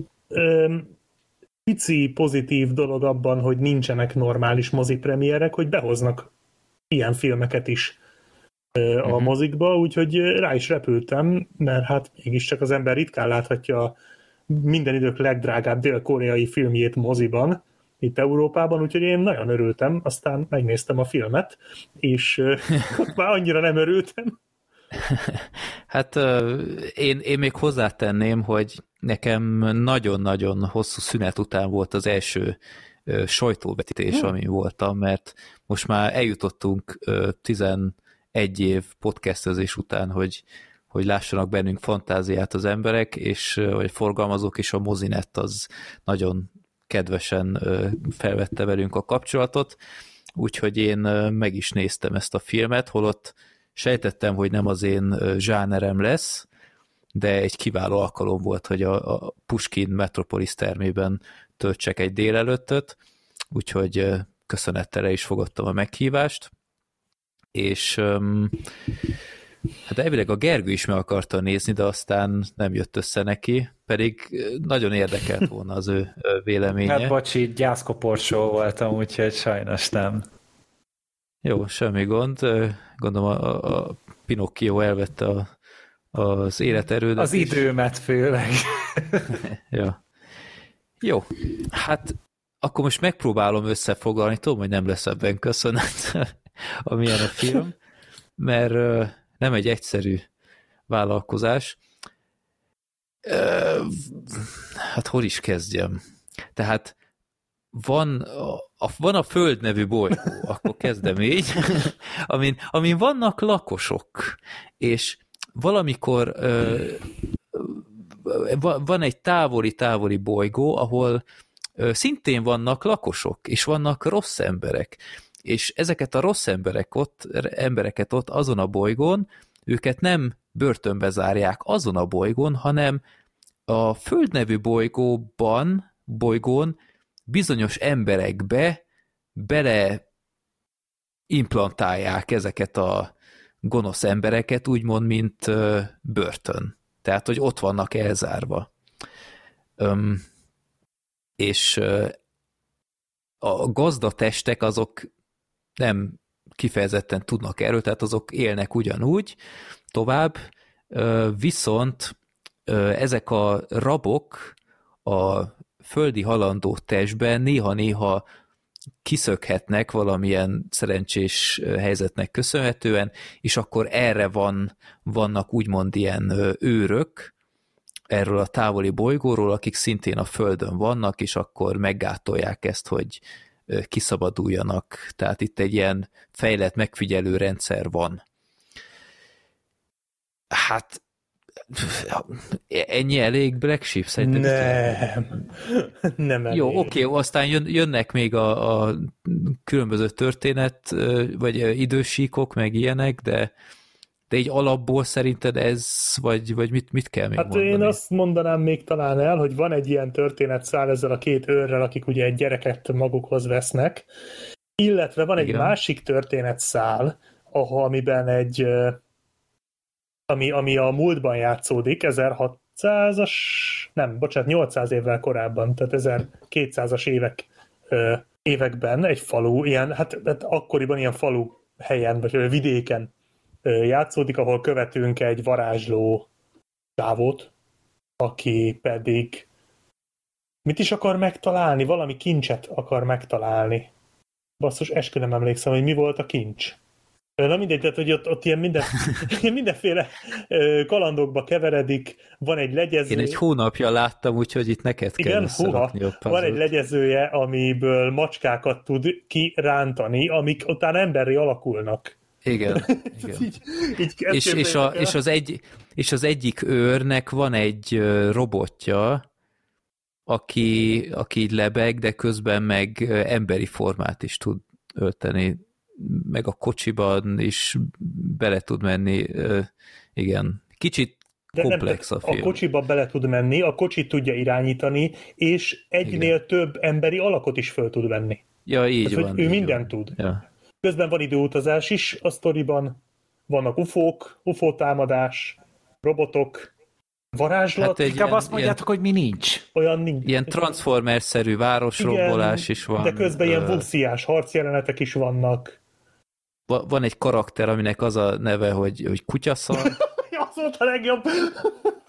pici pozitív dolog abban, hogy nincsenek normális mozipremierek, hogy behoznak ilyen filmeket is a mozikba, úgyhogy rá is repültem, mert hát mégiscsak az ember ritkán láthatja minden idők legdrágább dél-koreai filmjét moziban, itt Európában, úgyhogy én nagyon örültem, aztán megnéztem a filmet, és már annyira nem örültem. Hát én még hozzátenném, hogy nekem nagyon-nagyon hosszú szünet után volt az első sajtóvetítés, amin voltam, mert most már eljutottunk 11 év podcastezés után, hogy lássanak bennünk fantáziát az emberek, és vagy forgalmazók, és a Mozinet az nagyon kedvesen felvette velünk a kapcsolatot, úgyhogy én meg is néztem ezt a filmet, holott sejtettem, hogy nem az én zsánerem lesz, de egy kiváló alkalom volt, hogy a Puskin Metropolis termében töltsek egy délelőttöt, úgyhogy köszönettel is fogadtam a meghívást, és hát elvileg a Gergő is meg akarta nézni, de aztán nem jött össze neki, pedig nagyon érdekelt volna az ő véleménye. Hát bocsi, gyászkoporsó voltam, úgyhogy sajnos nem. Jó, semmi gond. Gondolom a Pinocchio elvette az életerődet. Az időmet főleg. Ja. Jó, hát akkor most megpróbálom összefoglalni, tudom, hogy nem lesz ebben köszönet, amilyen a film, mert nem egy egyszerű vállalkozás. Hát hol is kezdjem? Tehát van a Föld nevű bolygó, akkor kezdem így, amin vannak lakosok, és valamikor van egy távoli bolygó, ahol szintén vannak lakosok, és vannak rossz emberek, és ezeket a rossz embereket ott azon a bolygón, őket nem börtönbe zárják azon a bolygón, hanem a Föld nevű bolygón bizonyos emberekbe bele implantálják ezeket a gonosz embereket, úgymond, mint börtön. Tehát, hogy ott vannak elzárva. És a gazdatestek azok nem kifejezetten tudnak erről, tehát azok élnek ugyanúgy tovább, viszont ezek a rabok a földi halandó testben néha-néha kiszökhetnek valamilyen szerencsés helyzetnek köszönhetően, és akkor erre vannak úgymond ilyen őrök erről a távoli bolygóról, akik szintén a Földön vannak, és akkor meggátolják ezt, hogy kiszabaduljanak. Tehát itt egy ilyen fejlett megfigyelő rendszer van. Hát ennyi elég Black Sheep szerintem? Nem elég. Jó, oké, aztán jönnek még a különböző történet, vagy idősíkok, meg ilyenek, de így alapból szerinted ez, vagy mit kell még mondani? Én azt mondanám még talán el, hogy van egy ilyen történetszál ezzel a két őrrel, akik ugye egy gyereket magukhoz vesznek, illetve van egy másik történetszál, amiben ami a múltban játszódik, 1600-as, nem, bocsánat, 800 évvel korábban, tehát 1200-as években egy falu, ilyen, hát akkoriban ilyen falu helyen, vagy vidéken játszódik, ahol követünk egy varázsló csávót, aki pedig mit is akar megtalálni? Valami kincset akar megtalálni. Basszus, eskü nem emlékszem, hogy mi volt a kincs. Na mindegy, tehát hogy ott ilyen mindenféle kalandokba keveredik, van egy legyező. Én egy hónapja láttam, úgyhogy itt neked kell összerakni a puzzle-t. Van egy legyezője, amiből macskákat tud kirántani, amik utána emberré alakulnak. Igen. És az egyik őrnek van egy robotja, aki így lebeg, de közben meg emberi formát is tud ölteni, meg a kocsiban is bele tud menni, igen. Kicsit komplex a film. A kocsiba bele tud menni, a kocsit tudja irányítani, és egynél több emberi alakot is föl tud venni. Ja, így tehát, van. Ő mindent tud. Ja. Közben van időutazás is a sztoriban, vannak UFO-k, UFO támadás, robotok, varázslat. Hát inkább azt mondjátok, hogy mi nincs. Olyan nincs. Ilyen Transformers-szerű városrombolás is van. De közben ilyen vuxiás harcjelenetek is vannak. Van egy karakter, aminek az a neve, hogy kutyaszar. Az volt a legjobb.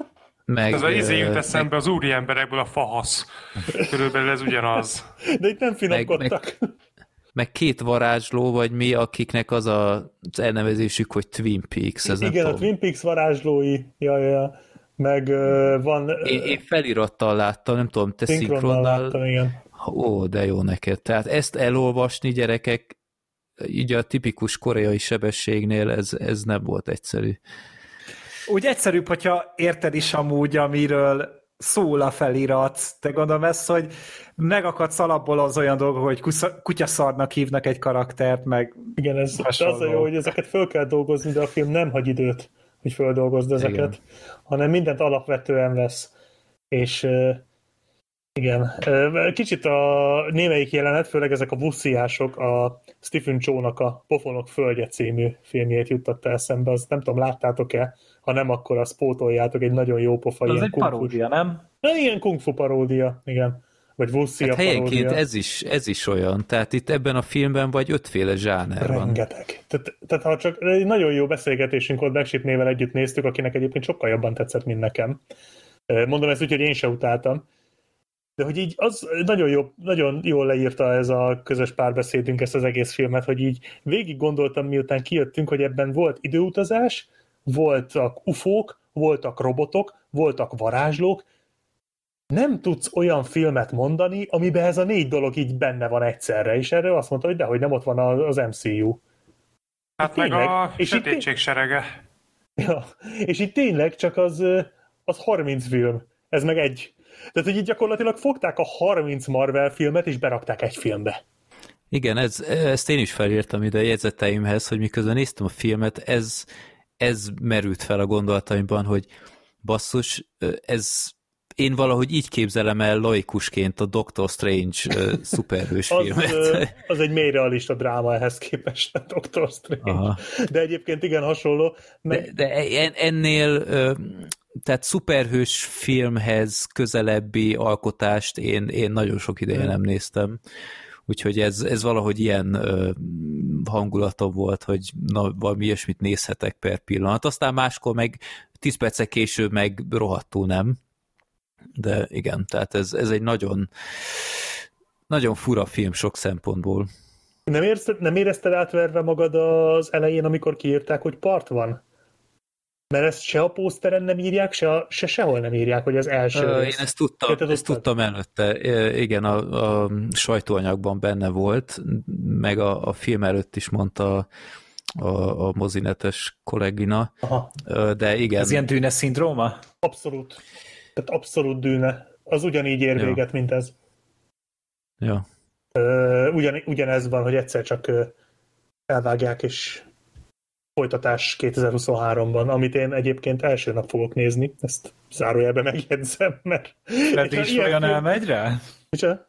Ez az izé jut eszembe az úri emberekből a fahasz. Körülbelül ez ugyanaz. De itt nem finomkodtak. Meg két varázsló, vagy mi, akiknek az az elnevezésük, hogy Twin Peaks. Ez igen, a Twin Peaks varázslói. Ja. Meg van... Én felirattal láttam, nem tudom, te szinkronnal láttam, igen. Ó, de jó neked. Tehát ezt elolvasni, gyerekek, így a tipikus koreai sebességnél ez nem volt egyszerű. Úgy egyszerűbb, hogyha érted is amúgy, amiről szól a felirat. Te gondolom ezt, hogy megakadsz alapból az olyan dolgok, hogy kutyaszarnak hívnak egy karaktert, meg igen, ez az a jó, hogy ezeket föl kell dolgozni, de a film nem hagy időt, hogy földolgozd ezeket, igen. Hanem mindent alapvetően vesz. És igen, kicsit a némelyik jelenet, főleg ezek a buszhiások, a Stephen Chow-nak a Pofonok földje című filmjét juttatta eszembe, azt nem tudom, láttátok-e? Ha nem, akkor azt pótoljátok, egy nagyon jó pofa. Az egy paródia, nem? Ilyen kung fu paródia, igen. Vagy wusszia paródia. Helyenként ez is olyan, tehát itt ebben a filmben vagy 5 zsáner van. Rengeteg. Tehát ha csak egy nagyon jó beszélgetésünk volt, Blackshipnével együtt néztük, akinek egyébként sokkal jobban tetszett, mint nekem. Mondom ezt úgy, hogy én se utáltam. De hogy így az nagyon jól leírta ez a közös párbeszédünk ezt az egész filmet, hogy így végig gondoltam, miután kijöttünk, hogy ebben volt időutazás, voltak ufók, voltak robotok, voltak varázslók. Nem tudsz olyan filmet mondani, amiben ez a 4 dolog így benne van egyszerre, és erről azt mondta, hogy dehogy nem, ott van az MCU. Hát meg a sötétség serege. Ja, és itt tényleg csak az 30 film. Ez meg egy. Tehát, hogy így gyakorlatilag fogták a 30 Marvel filmet, és berakták egy filmbe. Igen, ezt én is felírtam ide a jegyzeteimhez, hogy miközben néztem a filmet, ez merült fel a gondolataimban, hogy basszus, én valahogy így képzelem el laikusként a Doctor Strange szuperhős filmet. Az egy mély realista dráma ehhez képest, a Doctor Strange. Aha. De egyébként igen, hasonló. De ennél, tehát szuperhős filmhez közelebbi alkotást én nagyon sok ideje nem néztem. Úgyhogy ez valahogy ilyen hangulatom volt, hogy valami ilyesmit nézhetek per pillanat. Aztán máskor meg 10 perccel később meg rohadtul nem. De igen, tehát ez egy nagyon, nagyon fura film sok szempontból. Nem érezted átverve magad az elején, amikor kiírták, hogy part van? Mert ezt se a pószteren nem írják, sehol nem írják, hogy az első rész. Én ezt tudtam előtte. Igen, a sajtóanyagban benne volt, meg a film előtt is mondta a mozinetes kollégina. Aha. De igen. Ez ilyen dűne szindróma? Abszolút. Tehát abszolút dűne. Az ugyanígy ér véget, mint ez. Ja. Ugyanez van, hogy egyszer csak elvágják, és folytatás 2023-ban, amit én egyébként első nap fogok nézni. Ezt zárójelben megjegyzem, mert... Freddy is olyan elmegy rá? Micsoda?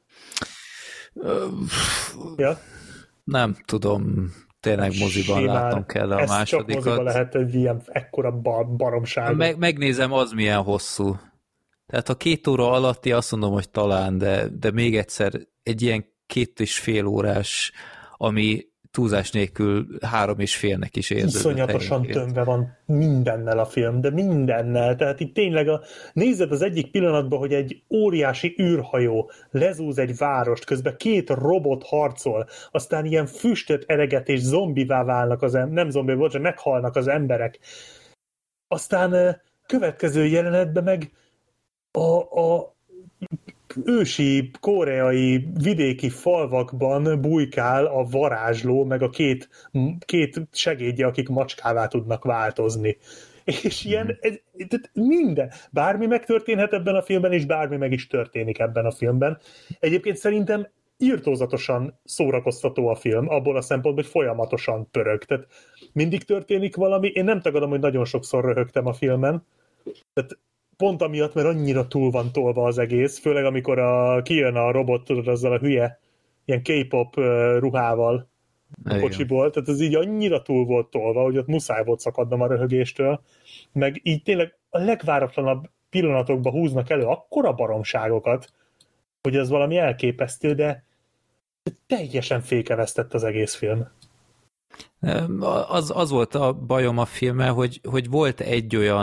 Ja? Nem tudom. Tényleg moziban látnom kell a másodikat. Csak moziban lehet egy ilyen ekkora baromság. Megnézem, az milyen hosszú. Tehát a 2 óra alatti azt mondom, hogy talán, de még egyszer egy ilyen 2,5 órás, ami túlzás nélkül 3,5-nek is érződött. Iszonyatosan tömve van mindennel a film, de mindennel. Tehát itt tényleg nézed az egyik pillanatban, hogy egy óriási űrhajó lezúz egy várost, közben 2 robot harcol, aztán ilyen füstöt ereget és zombivá válnak nem zombi, bocsánat, meghalnak az emberek. Aztán következő jelenetben meg a ősi, koreai vidéki falvakban bujkál a varázsló, meg a két segédje, akik macskává tudnak változni. És ilyen, minden. Bármi megtörténhet ebben a filmben, és bármi meg is történik ebben a filmben. Egyébként szerintem irtózatosan szórakoztató a film, abból a szempontból, hogy folyamatosan pörög. Tehát mindig történik valami. Én nem tagadom, hogy nagyon sokszor röhögtem a filmen. Tehát pont amiatt, mert annyira túl van tolva az egész, főleg amikor kijön a robot, tudod, azzal a hülye, ilyen K-pop ruhával a kocsiból, tehát ez így annyira túl volt tolva, hogy ott muszáj volt szakadnom a röhögéstől, meg így tényleg a legváratlanabb pillanatokban húznak elő akkora baromságokat, hogy ez valami elképesztő, de teljesen fékevesztett az egész film. Az volt a bajom a filmmel, hogy volt egy olyan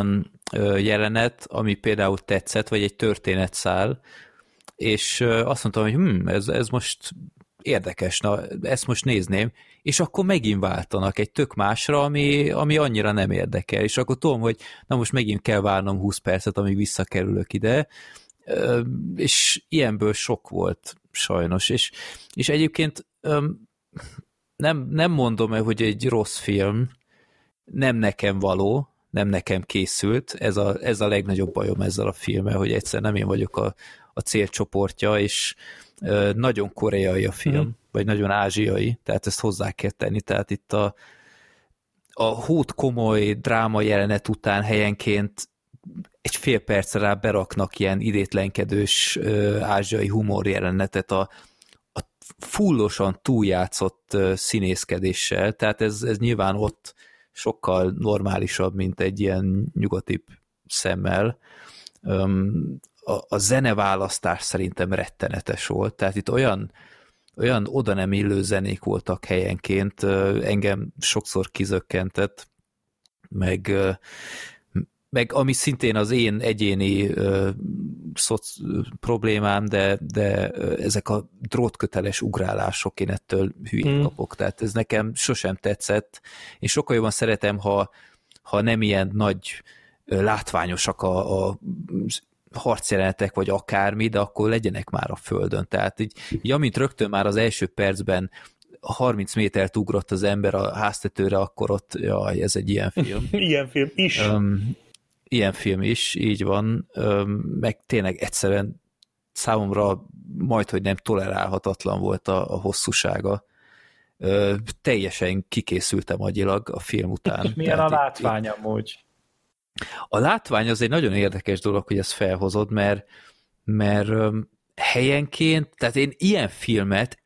jelenet, ami például tetszett, vagy egy történetszál, és azt mondtam, hogy ez most érdekes, na ezt most nézném, és akkor megint váltanak egy tök másra, ami annyira nem érdekel, és akkor tudom, hogy na most megint kell várnom 20 percet, amíg visszakerülök ide, és ilyenből sok volt sajnos, és egyébként nem mondom el, hogy egy rossz film, nem nekem való, nem nekem készült, ez a legnagyobb bajom ezzel a filmmel, hogy egyszer nem én vagyok a célcsoportja, és nagyon koreai a film, vagy nagyon ázsiai, tehát ezt hozzá kell tenni, tehát itt a hót komoly dráma jelenet után helyenként egy fél percre rá beraknak ilyen idétlenkedős ázsiai humor jelenetet a fullosan túljátszott színészkedéssel, tehát ez nyilván ott sokkal normálisabb, mint egy ilyen nyugatibb szemmel. A zeneválasztás szerintem rettenetes volt, tehát itt olyan oda nem illő zenék voltak helyenként, engem sokszor kizökkentett, meg ami szintén az én egyéni problémám, de ezek a drótköteles ugrálások, én ettől hülyét kapok, tehát ez nekem sosem tetszett. Én sokkal jobban szeretem, ha nem ilyen nagy látványosak a harcjelenetek, vagy akármi, de akkor legyenek már a földön. Tehát így amint rögtön már az első percben 30 métert ugrott az ember a háztetőre, akkor ott, jaj, ez egy ilyen film. Ilyen film is. Ilyen film is, így van, meg tényleg egyszerűen számomra majdhogy nem tolerálhatatlan volt a hosszúsága. Teljesen kikészültem agyilag a film után. Milyen a látvány amúgy? A látvány az egy nagyon érdekes dolog, hogy ezt felhozod, mert helyenként, tehát én ilyen filmet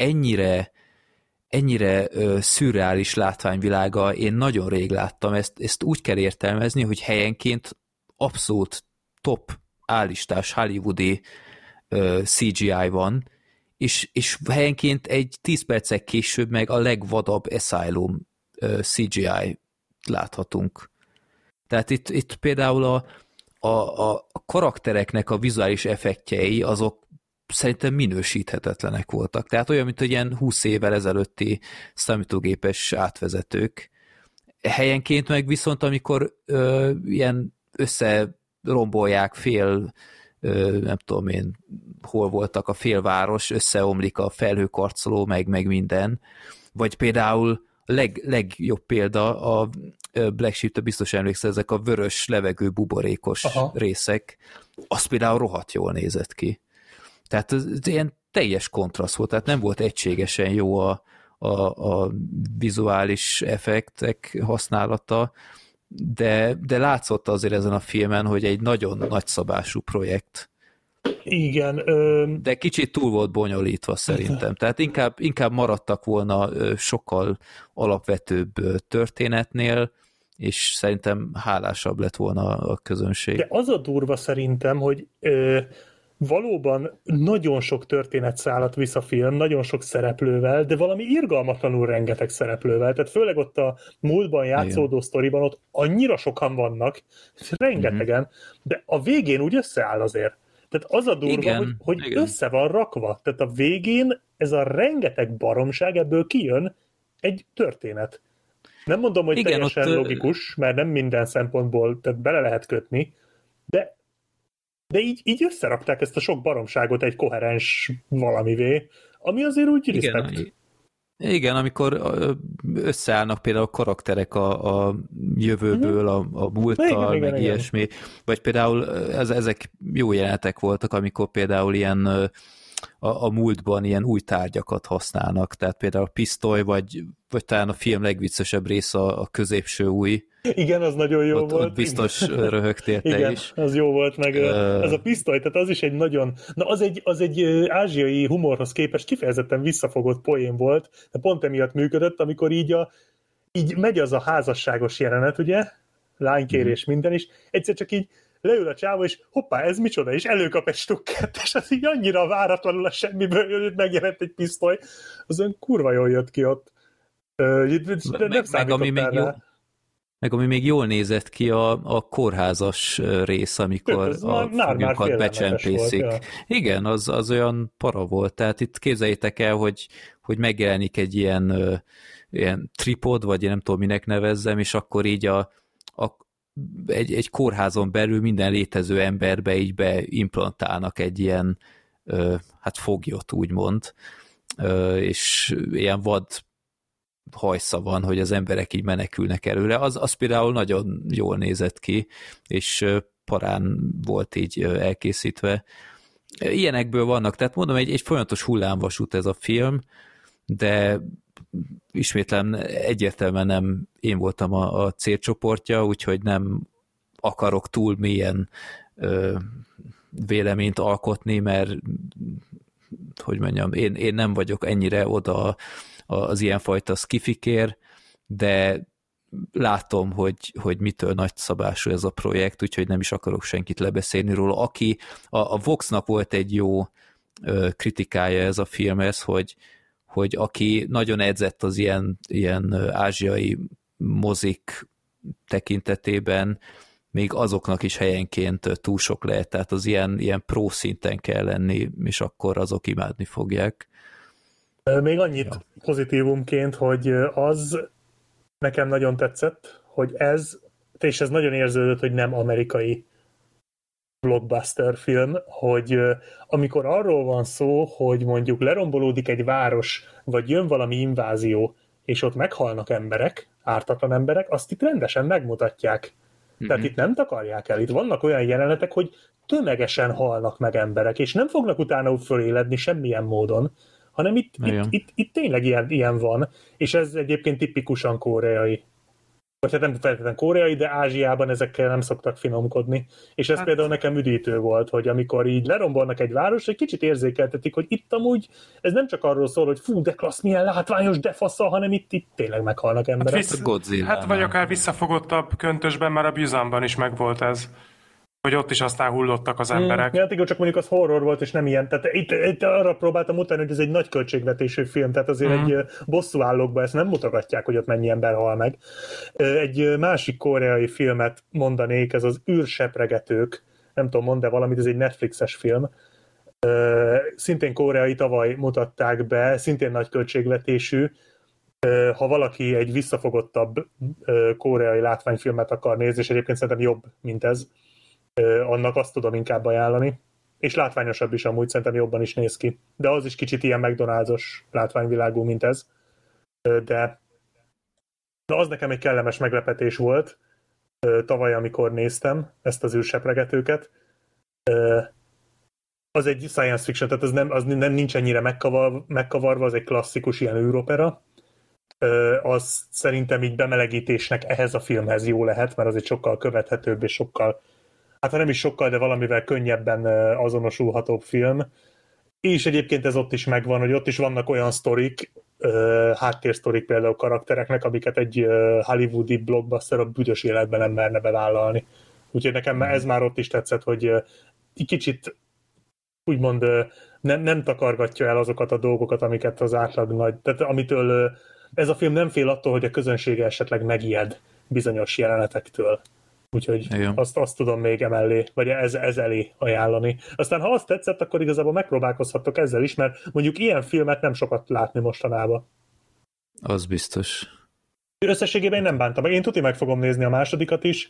ennyire szürreális látványvilága én nagyon rég láttam, ezt úgy kell értelmezni, hogy helyenként abszolút top állistás hollywoodi CGI van, és helyenként egy 10 perccel később meg a legvadabb Asylum CGI láthatunk. Tehát itt például a karaktereknek a vizuális effektjei azok szerintem minősíthetetlenek voltak. Tehát olyan, mint hogy ilyen 20 évvel ezelőtti számítógépes átvezetők. Helyenként meg viszont, amikor ilyen összerombolják nem tudom én, hol voltak a félváros, összeomlik a felhőkarcoló, meg minden. Vagy például legjobb példa a Black Sheep-től biztos emlékszel, ezek a vörös levegő buborékos részek, az például rohadt jól nézett ki. Tehát ez ilyen teljes kontraszt volt, tehát nem volt egységesen jó a vizuális effektek használata, de látszott azért ezen a filmen, hogy egy nagyon nagyszabású projekt. Igen. De kicsit túl volt bonyolítva szerintem. Tehát inkább maradtak volna sokkal alapvetőbb történetnél, és szerintem hálásabb lett volna a közönség. De az a durva szerintem, hogy valóban nagyon sok történetszálat visz a film, nagyon sok szereplővel, de valami irgalmatlanul rengeteg szereplővel. Tehát főleg ott a múltban játszódó sztoriban ott annyira sokan vannak, rengetegen, de a végén úgy összeáll azért. Tehát az a durva, hogy össze van rakva. Tehát a végén ez a rengeteg baromság, ebből kijön egy történet. Nem mondom, hogy teljesen logikus, mert nem minden szempontból tehát bele lehet kötni, de így összerakták ezt a sok baromságot egy koherens valamivé, ami azért úgy respekt. Igen, amikor összeállnak például a karakterek a jövőből, a múlttal, meg ilyesmi. Vagy például ezek jó jelenetek voltak, amikor például ilyen a múltban ilyen új tárgyakat használnak. Tehát például a pisztoly, vagy talán a film legviccesebb része a középső új. Igen, az nagyon jó volt. Ott biztos röhögtél te igen, is. Az jó volt, meg ez a pisztoly, tehát az is egy nagyon... Na, az egy ázsiai humorhoz képest kifejezetten visszafogott poén volt, de pont emiatt működött, amikor így megy az a házasságos jelenet, ugye? Lánykérés minden is. Egyszer csak így leül a csávó, és hoppá, ez micsoda, és előkap egy stukkert, és az így annyira váratlanul a semmiből jött, megjelent egy pisztoly. Az olyan kurva jól jött ki ott. Nem számítottam rá. meg ami még jól nézett ki a kórházas rész, amikor a foglyokat becsempészik. Volt, ja. Igen, az olyan para volt. Tehát itt képzeljétek el, hogy megjelenik egy ilyen tripod, vagy én nem tudom, minek nevezzem, és akkor így egy kórházon belül minden létező emberbe így beimplantálnak egy ilyen hát foglyot, úgymond, és ilyen vad hajsza van, hogy az emberek így menekülnek előle. Az például nagyon jól nézett ki, és parán volt így elkészítve. Ilyenekből vannak, tehát mondom, egy folyamatos hullámvasút ez a film, de ismétlem egyértelműen nem én voltam a célcsoportja, úgyhogy nem akarok túl mélyen véleményt alkotni, mert hogy mondjam, én nem vagyok ennyire oda az ilyenfajta skifikér, de látom, hogy mitől nagyszabású ez a projekt, úgyhogy nem is akarok senkit lebeszélni róla. Aki a Voxnak volt egy jó kritikája ez a filmhez, hogy aki nagyon edzett az ilyen ázsiai mozik tekintetében, még azoknak is helyenként túl sok lehet, tehát az ilyen pro szinten kell lenni, és akkor azok imádni fogják. Még annyit pozitívumként, hogy az nekem nagyon tetszett, hogy és ez nagyon érződött, hogy nem amerikai blockbuster film, hogy amikor arról van szó, hogy mondjuk lerombolódik egy város, vagy jön valami invázió, és ott meghalnak emberek, ártatlan emberek, azt itt rendesen megmutatják. Tehát itt nem takarják el. Itt vannak olyan jelenetek, hogy tömegesen halnak meg emberek, és nem fognak utána föléledni semmilyen módon, hanem itt tényleg ilyen van, és ez egyébként tipikusan koreai. Vagy hát nem feltétlenül koreai, de Ázsiában ezekkel nem szoktak finomkodni. És ez például nekem üdítő volt, hogy amikor így lerombolnak egy város, egy kicsit érzékeltetik, hogy itt amúgy ez nem csak arról szól, hogy fú, de klassz, milyen látványos, de faszal, hanem itt tényleg meghalnak emberek. Hát vagy akár visszafogottabb köntösben, már a Busanban is megvolt ez. Hogy ott is aztán hullottak az emberek. Hát igen, csak mondjuk az horror volt, és nem ilyen. Tehát itt arra próbáltam mutatni, hogy ez egy nagy költségvetésű film, tehát azért egy bosszúállókban ezt nem mutogatják, hogy ott mennyi ember hal meg. Egy másik koreai filmet mondanék, ez az űrsepregetők. Nem tudom, mond-e valamit, ez egy Netflixes film. Szintén koreai, tavaly mutatták be, szintén nagy költségvetésű. Ha valaki egy visszafogottabb koreai látványfilmet akar nézni, és egyébként szerintem jobb, mint ez, annak azt tudom inkább ajánlani. És látványosabb is amúgy, szerintem jobban is néz ki. De az is kicsit ilyen McDonald's-os látványvilágú, mint ez. De az nekem egy kellemes meglepetés volt tavaly, amikor néztem ezt az űrsepregetőket. Az egy science fiction, tehát az nem nincs ennyire megkavarva, az egy klasszikus ilyen űropera. Az szerintem így bemelegítésnek ehhez a filmhez jó lehet, mert az egy sokkal követhetőbb és sokkal, hát ha nem is sokkal, de valamivel könnyebben azonosulhatóbb film. És egyébként ez ott is megvan, hogy ott is vannak olyan sztorik, háttérsztorik például karaktereknek, amiket egy hollywoodi blockbuster a büdös életben nem merne bevállalni. Úgyhogy nekem ez már ott is tetszett, hogy kicsit úgymond nem takargatja el azokat a dolgokat, amiket az átlag nagy, tehát amitől ez a film nem fél attól, hogy a közönsége esetleg megijed bizonyos jelenetektől. Úgyhogy azt tudom még emellé, vagy ez elé ajánlani. Aztán ha azt tetszett, akkor igazából megpróbálkozhattok ezzel is, mert mondjuk ilyen filmet nem sokat látni mostanában. Az biztos. Összességében én nem bántam meg. Én tuti meg fogom nézni a másodikat is.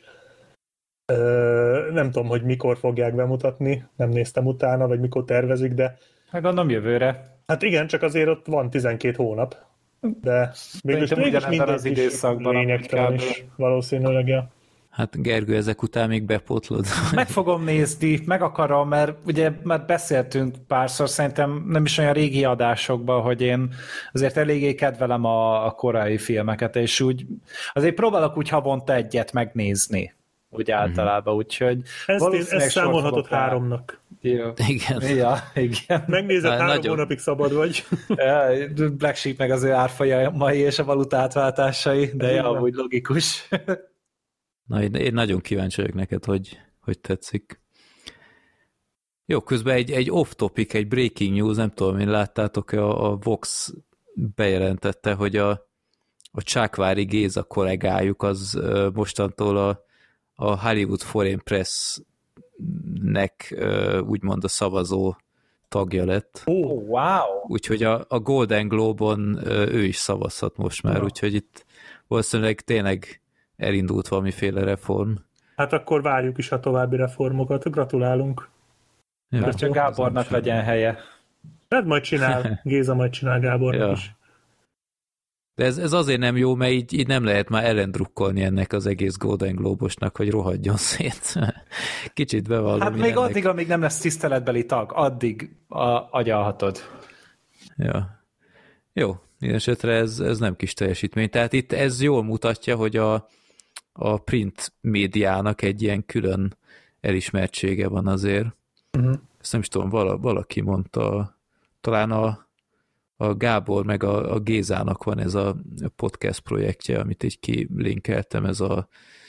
Nem tudom, hogy mikor fogják bemutatni, nem néztem utána, vagy mikor tervezik, de... Hát gondolom jövőre. Hát igen, csak azért ott van 12 hónap. De mégis mindegy az időszakban lényegtelen is valószínűleg. Ja. Hát Gergő, ezek után még bepótlod. Meg fogom nézni, meg akarom, mert ugye már beszéltünk párszor, szerintem nem is olyan régi adásokban, hogy én azért eléggé kedvelem a koreai filmeket, és úgy azért próbálok úgy havonta egyet megnézni, úgy általában, úgyhogy ezt számolhatod 3-nak. Jó. Igen. Ja, igen. Megnézed, 3 hónapig szabad vagy. Black Sheep meg az ő árfolyamai és a valuta átváltásai, de ja, úgy logikus. Na, én nagyon kíváncsi vagyok neked, hogy tetszik. Jó, közben egy off-topic, egy breaking news, nem tudom, én láttátok, a Vox bejelentette, hogy Csákvári Géza kollégájuk az mostantól a Hollywood Foreign Press-nek úgymond a szavazó tagja lett. Oh, wow! Úgyhogy a Golden Globe-on ő is szavazhat most már, úgyhogy itt valószínűleg tényleg elindult valamiféle reform. Hát akkor várjuk is a további reformokat. Gratulálunk. Ja, csak Gábornak legyen helye. Tehát majd csinál, Géza majd csinál Gábornak is. De ez azért nem jó, mert így nem lehet már ellendrukkolni ennek az egész Golden Globe-osnak, hogy rohadjon szét. Kicsit bevallom. Hát még addig, amíg nem lesz tiszteletbeli tag, addig agyalhatod. Ja. Jó, mindenesetre ez nem kis teljesítmény. Tehát itt ez jól mutatja, hogy a print médiának egy ilyen külön elismertsége van azért. Ezt nem is tudom, valaki mondta, talán a Gábor meg a Gézának van ez a podcast projektje, amit így kilinkeltem, ez a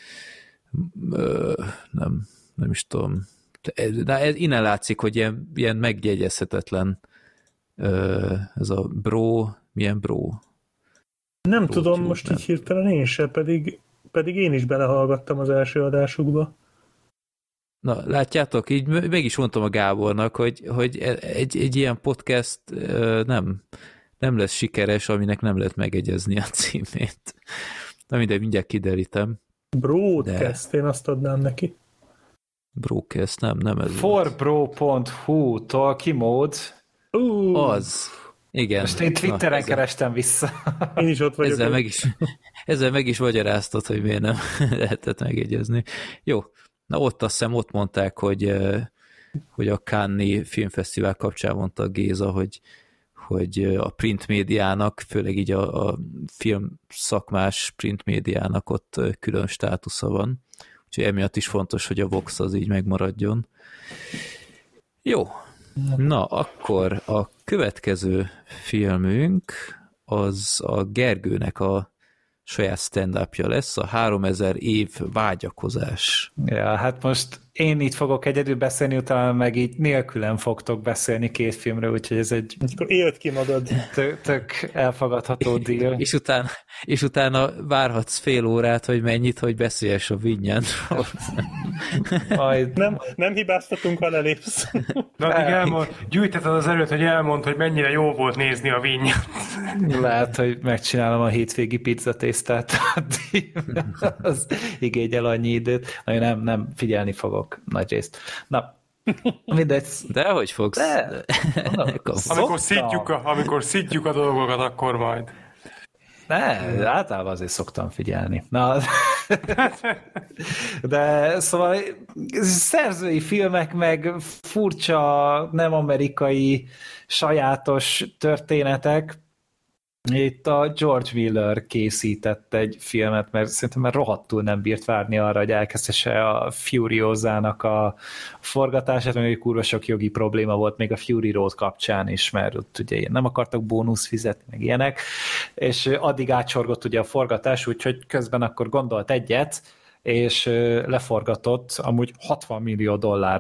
nem is tudom, de innen látszik, hogy ilyen megjegyezhetetlen ez a milyen bro? Nem tudom, most így hirtelen én se, pedig én is belehallgattam az első adásukba. Na, látjátok, így meg is mondtam a Gábornak, hogy egy ilyen podcast nem lesz sikeres, aminek nem lehet megegyezni a címét. Na mindegy, mindjárt kiderítem. Broadcast, én azt adnám neki. Broadcast, nem ez Forbro.hu talkie mode. Az. Igen. Most én Twitteren kerestem vissza. Én is ott vagyok. Ezzel meg is magyaráztad, hogy miért nem lehetett megjegyezni. Jó. Na azt hiszem ott mondták, hogy a Cannes-i filmfesztivál kapcsán mondta a Géza, hogy a print médiának, főleg így a film szakmás print médiának ott külön státusza van. Úgyhogy emiatt is fontos, hogy a Vox az így megmaradjon. Jó. Na, akkor a következő filmünk az a Gergőnek a saját stand-upja lesz, a 3000 év vágyakozás. Ja, hát most én itt fogok egyedül beszélni, utána meg így nélkülem fogtok beszélni két filmről, úgyhogy ez egy... Akkor élt ki magad. Tök elfogadható deal. és utána várhatsz fél órát, hogy mennyit, hogy beszéljes a Vinyánról. Nem hibáztatunk, ha lelépsz. De addig gyűjteted az erőt, hogy elmondd, hogy mennyire jó volt nézni a Vinyánt. Lehet, hogy megcsinálom a hétvégi pizzatésztát. Az igényel annyi időt. Nem figyelni fogok nagy részt. Na, mindegy. De hogy fogsz? Amikor szidjuk a dolgokat, akkor majd. Általában azért szoktam figyelni. Na, de szóval szerzői filmek, meg furcsa, nem amerikai, sajátos történetek. Itt a George Miller készített egy filmet, mert szerintem már rohadtul nem bírt várni arra, hogy elkezdhesse a Furiosa-nak a forgatását, mert kurva sok jogi probléma volt még a Fury Road kapcsán is, mert ott ugye nem akartak bónusz fizetni, meg ilyenek, és addig átsorgott ugye a forgatás, úgyhogy közben akkor gondolt egyet, és leforgatott amúgy $60 millió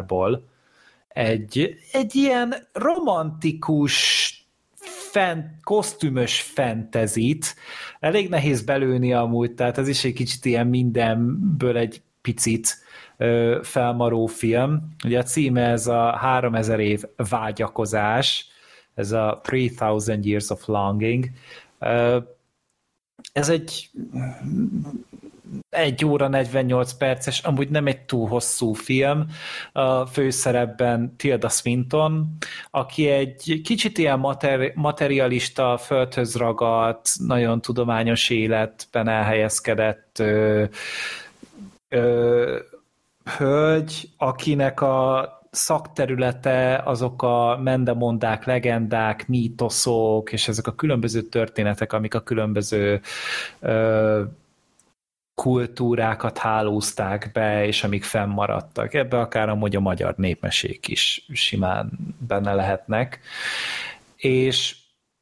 egy ilyen romantikus kosztümös fentezit. Elég nehéz belőni amúgy, tehát ez is egy kicsit ilyen mindenből egy picit felmaró film. Ugye a címe ez a 3000 év vágyakozás, ez a 3000 Years of Longing. Ez egy 1 óra 48 perces, amúgy nem egy túl hosszú film. A főszerepben Tilda Swinton, aki egy kicsit ilyen materialista, földhöz ragadt, nagyon tudományos életben elhelyezkedett hölgy, akinek a szakterülete azok a mendemondák, legendák, mítoszok, és ezek a különböző történetek, amik a különböző kultúrákat hálózták be, és amik fennmaradtak. Ebbe akár amúgy a magyar népmesék is simán benne lehetnek. És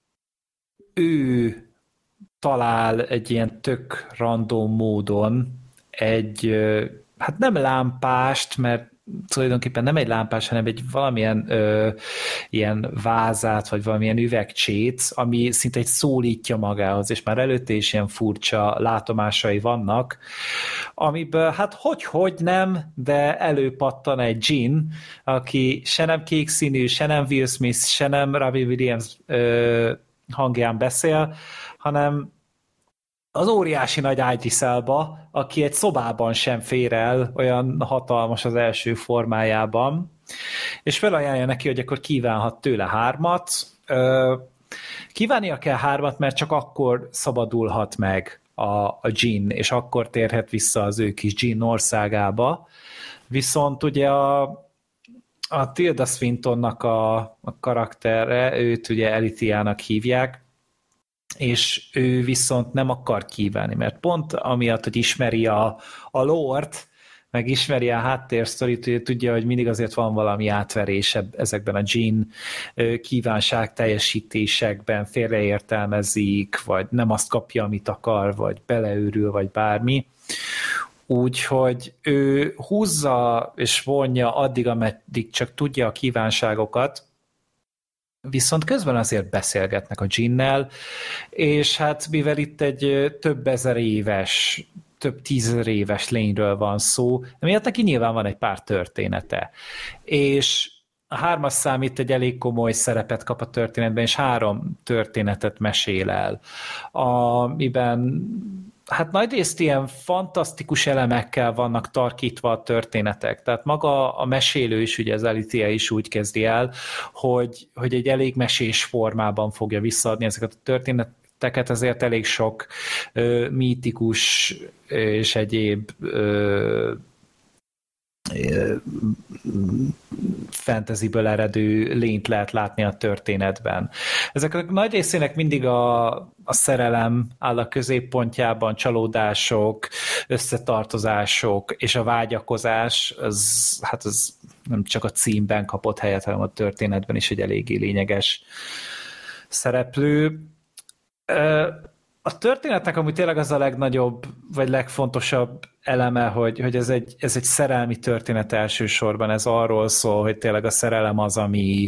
ő talál egy ilyen tök random módon egy, hát nem lámpást, mert tulajdonképpen nem egy lámpás, hanem egy valamilyen ilyen vázát, vagy valamilyen üvegcsét, ami szinte egy szólítja magához, és már előtte is ilyen furcsa látomásai vannak, amiből hát hogy nem, de előpattan egy Jean, aki se nem kék színű, se nem Will Smith, se nem Robbie Williams hangján beszél, hanem az óriási nagy Idris Elba, aki egy szobában sem fér el, olyan hatalmas az első formájában, és felajánlja neki, hogy akkor kívánhat tőle 3. Kívánnia kell 3, mert csak akkor szabadulhat meg a Jean, és akkor térhet vissza az ő kis Jean országába. Viszont ugye a Tilda Swintonnak a karaktere, őt ugye Elitiának hívják, és ő viszont nem akar kívánni, mert pont amiatt, hogy ismeri a lore-t, meg ismeri a háttérsztorit, tudja, hogy mindig azért van valami átverés ezekben a Jean kívánság teljesítésekben, félreértelmezik, vagy nem azt kapja, amit akar, vagy beleőrül, vagy bármi. Úgyhogy ő húzza és vonja addig, ameddig csak tudja a kívánságokat, viszont közben azért beszélgetnek a Jeannel, és hát mivel itt egy több ezer éves, több 10 éves lényről van szó, emiatt neki nyilván van egy pár története. És a 3. szám itt egy elég komoly szerepet kap a történetben, és 3 történetet mesél el, amiben hát nagyrészt ilyen fantasztikus elemekkel vannak tarkítva a történetek. Tehát maga a mesélő is, ugye az Alicia is úgy kezdi el, hogy egy elég mesés formában fogja visszaadni ezeket a történeteket, ezért elég sok mítikus és egyéb fantasyből eredő lényt lehet látni a történetben. Ezek a nagy részének mindig a szerelem áll a középpontjában, csalódások, összetartozások és a vágyakozás, az nem csak a címben kapott helyet, hanem a történetben is egy eléggé lényeges szereplő. A történetnek amúgy tényleg az a legnagyobb, vagy legfontosabb eleme, hogy ez egy szerelmi történet elsősorban, ez arról szól, hogy tényleg a szerelem az, ami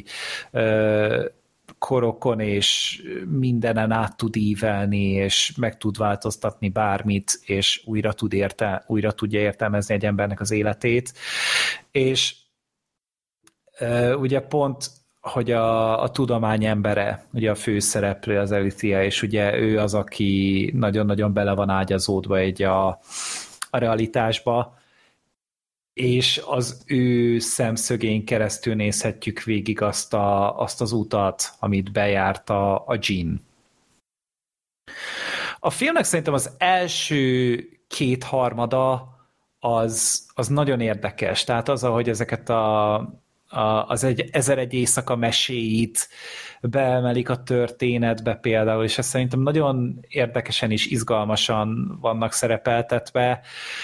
korokon és mindenen át tud ívelni, és meg tud változtatni bármit, és újra tudja értelmezni egy embernek az életét. És ugye pont hogy a tudomány embere, ugye a főszereplő az Alicia, és ugye ő az, aki nagyon-nagyon bele van ágyazódva a realitásba, és az ő szemszögén keresztül nézhetjük végig azt az utat, amit bejárt a Jean. A filmnek szerintem az első 2/3 az nagyon érdekes, tehát az, ahogy ezeket az 1001 éjszaka meséit beemelik a történetbe például, és ez szerintem nagyon érdekesen és izgalmasan vannak szerepeltetve,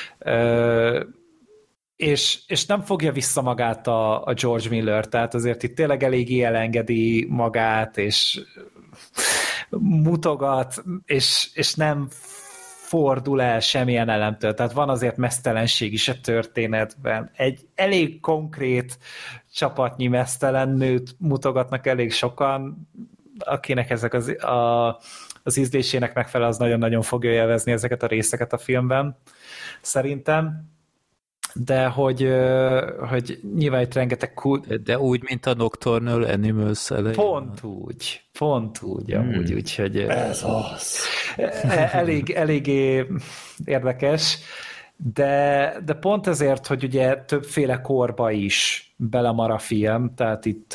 és nem fogja vissza magát a George Miller, tehát azért itt tényleg eléggé elengedi magát, és mutogat, és nem fordul el semmilyen elemtől, tehát van azért meztelenség is a történetben. Egy elég konkrét csapatnyi meztelen nőt mutogatnak elég sokan, akinek ezek az ízlésének megfelel, az nagyon-nagyon fogja élvezni ezeket a részeket a filmben, szerintem. De hogy nyilván itt rengeteg De úgy, mint a Nocturnal Animals elején. Pont úgy, amúgy, úgyhogy ez az. Eléggé érdekes, de pont ezért, hogy ugye többféle korba is belemar a film, tehát itt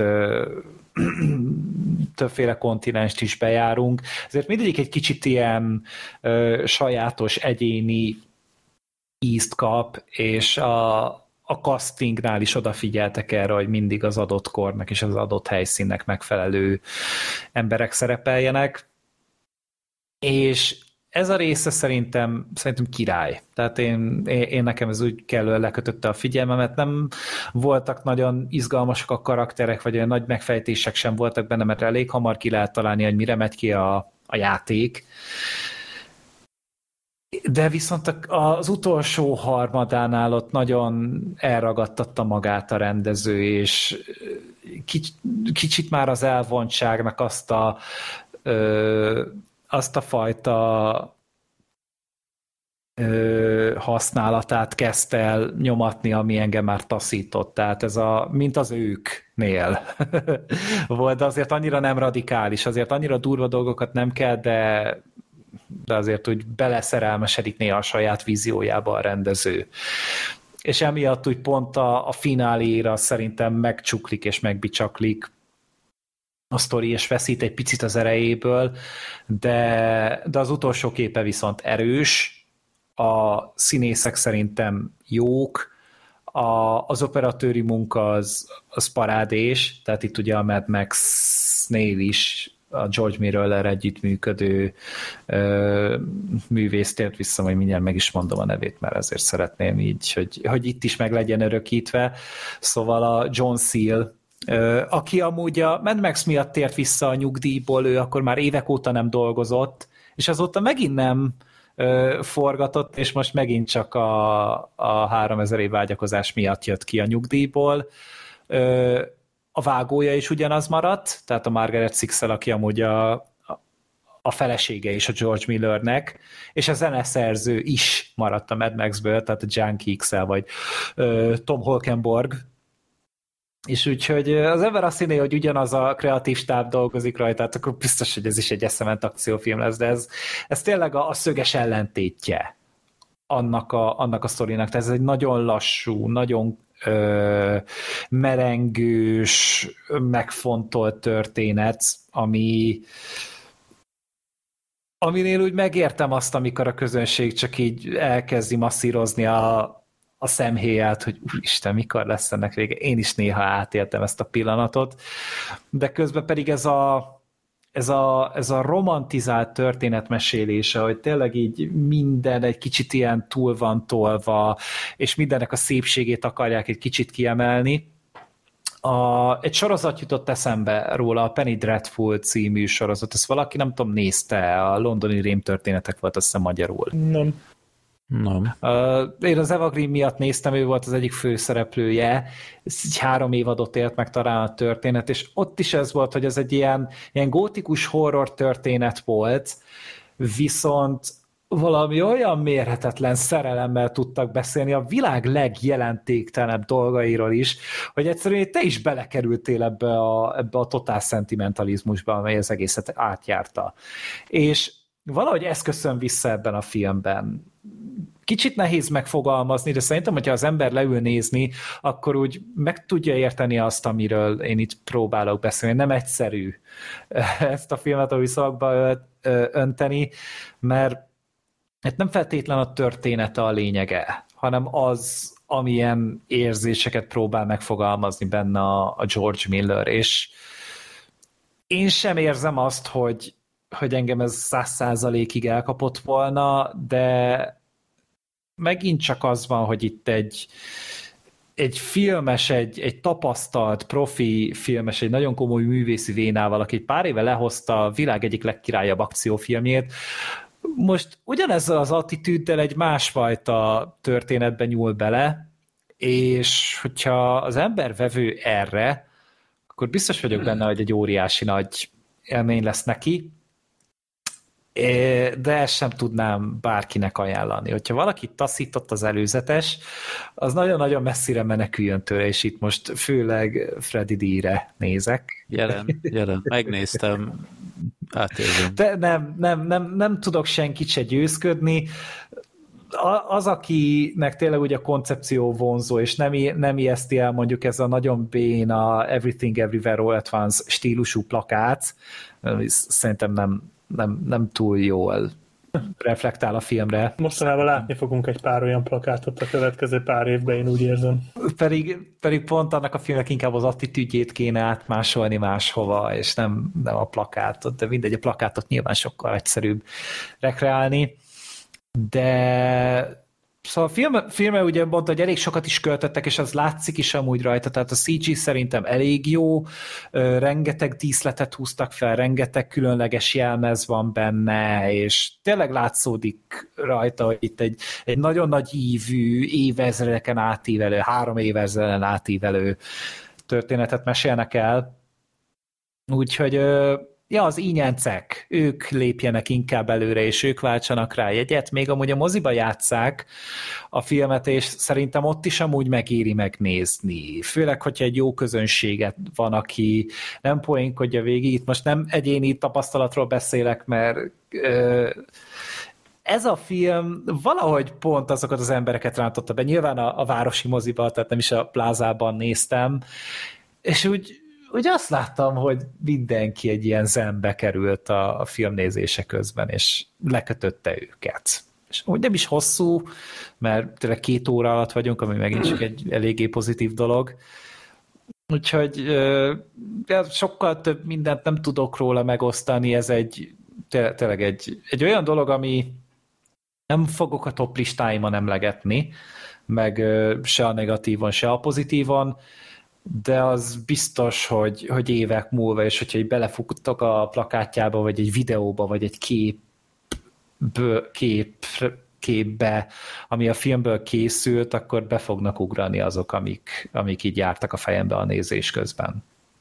többféle kontinenst is bejárunk, ezért mindegyik egy kicsit ilyen sajátos, egyéni ízt kap, és a castingnál is odafigyeltek erre, hogy mindig az adott kornak és az adott helyszínnek megfelelő emberek szerepeljenek, és ez a része szerintem király. Tehát én nekem ez úgy kellően lekötötte a figyelmemet, nem voltak nagyon izgalmasak a karakterek, vagy olyan nagy megfejtések sem voltak benne, mert elég hamar ki lehet találni, hogy mire megy ki a játék. De viszont az utolsó harmadánál ott nagyon elragadtatta magát a rendező, és kicsit már az elvontságnak azt a fajta használatát kezdte el nyomatni, ami engem már taszított. Tehát ez mint az őknél volt, de azért annyira nem radikális, azért annyira durva dolgokat nem kell, de azért úgy beleszerelmesedik néha a saját víziójába a rendező. És emiatt úgy pont a fináléra szerintem megcsuklik és megbicsaklik a sztori, és veszít egy picit az erejéből, de az utolsó képe viszont erős, a színészek szerintem jók, az operatőri munka az parádés, tehát itt ugye a Mad Max-nél is a George Miller együttműködő művész tért vissza, majd mindjárt meg is mondom a nevét, mert ezért szeretném így, hogy itt is meg legyen örökítve. Szóval a John Seal, aki amúgy a Mad Max miatt tért vissza a nyugdíjból, ő akkor már évek óta nem dolgozott, és azóta megint nem forgatott, és most megint csak a 3000 év vágyakozás miatt jött ki a nyugdíjból. A vágója is ugyanaz maradt, tehát a Margaret Sixel, aki amúgy a felesége is a George Millernek, és a zeneszerző is maradt a Mad Max-ből, tehát a Junkie XL, vagy Tom Holkenborg. És úgyhogy az ember azt hinné, hogy ugyanaz a kreatív stáb dolgozik rajta, tehát akkor biztos, hogy ez is egy eszement akciófilm lesz, de ez tényleg a szöges ellentétje annak a sztorinak. Tehát ez egy nagyon lassú, nagyon merengős, megfontolt történet, aminél úgy megértem azt, amikor a közönség csak így elkezdi masszírozni a szemhéját, hogy úristen, mikor lesz ennek vége. Én is néha átéltem ezt a pillanatot, de közben pedig ez a romantizált történetmesélése, hogy tényleg így minden egy kicsit ilyen túl van tolva, és mindennek a szépségét akarják egy kicsit kiemelni. Egy sorozat jutott eszembe róla, a Penny Dreadful című sorozat. Ezt valaki, nem tudom, nézte, a londoni rémtörténetek volt, azt hiszem magyarul. Nem. Én az Eva Green miatt néztem, ő volt az egyik főszereplője, ez egy 3 évadot élt meg talán a történet, és ott is ez volt, hogy ez egy ilyen gótikus horror történet volt, viszont valami olyan mérhetetlen szerelemmel tudtak beszélni a világ legjelentéktelenebb dolgairól is, hogy egyszerűen te is belekerültél ebbe a totál szentimentalizmusba, amely az egészet átjárta. És valahogy ez köszön vissza ebben a filmben. Kicsit nehéz megfogalmazni, de szerintem, hogyha az ember leül nézni, akkor úgy meg tudja érteni azt, amiről én itt próbálok beszélni. Nem egyszerű ezt a filmet a szavakba önteni, mert nem feltétlen a története a lényege, hanem az, amilyen érzéseket próbál megfogalmazni benne a George Miller, és én sem érzem azt, hogy engem ez 100%-ig elkapott volna, de megint csak az van, hogy itt egy filmes, egy tapasztalt, profi filmes, egy nagyon komoly művészi vénával, aki egy pár éve lehozta a világ egyik legkirályabb akciófilmjét, most ugyanezzel az attitűddel egy másfajta történetben nyúl bele, és hogyha az ember vevő erre, akkor biztos vagyok benne, hogy egy óriási nagy élmény lesz neki, de ezt sem tudnám bárkinek ajánlani. Hogyha valaki taszított az előzetes, az nagyon-nagyon messzire meneküljön tőle, és itt most főleg Freddy D-re nézek. Jelen. Megnéztem, átérzem. De nem tudok senkit se győzködni. Az, akinek tényleg ugye a koncepció vonzó, és nem ijeszti el mondjuk ez a nagyon béna Everything Everywhere All at Once stílusú plakát, szerintem nem túl jól reflektál a filmre. Mostanában látni fogunk egy pár olyan plakátot a következő pár évben, én úgy érzem. Pedig pont annak a filmnek inkább az attitűdjét kéne átmásolni máshova, és nem a plakátot, de mindegy, a plakátot nyilván sokkal egyszerűbb rekreálni, de Szóval a filmre ugye mondta, hogy elég sokat is költöttek, és az látszik is amúgy rajta, tehát a CG szerintem elég jó, rengeteg díszletet húztak fel, rengeteg különleges jelmez van benne, és tényleg látszódik rajta, hogy itt egy nagyon nagy ívű, évezredeken átívelő, 3 évezreden átívelő történetet mesélnek el. Úgyhogy ja, az ínyencek, ők lépjenek inkább előre, és ők váltsanak rá jegyet, még amúgy a moziba játsszák a filmet, és szerintem ott is amúgy megéri megnézni. Főleg, hogyha egy jó közönséget van, aki nem poénkodja végig. Itt most nem egyéni tapasztalatról beszélek, mert ez a film valahogy pont azokat az embereket rántotta be. Nyilván a városi moziba, tehát nem is a plázában néztem, és úgy azt láttam, hogy mindenki egy ilyen zenbe került a filmnézése közben, és lekötötte őket. És úgy nem is hosszú, mert tényleg 2 óra alatt vagyunk, ami megint csak egy eléggé pozitív dolog. Úgyhogy sokkal több mindent nem tudok róla megosztani, ez tényleg egy olyan dolog, ami nem fogok a top listáimon emlegetni, meg se a negatívon, se a pozitívon, de az biztos, hogy évek múlva, és hogyha így belefuttok a plakátjába, vagy egy videóba, vagy egy képbe, ami a filmből készült, akkor be fognak ugrani azok, amik így jártak a fejembe a nézés közben.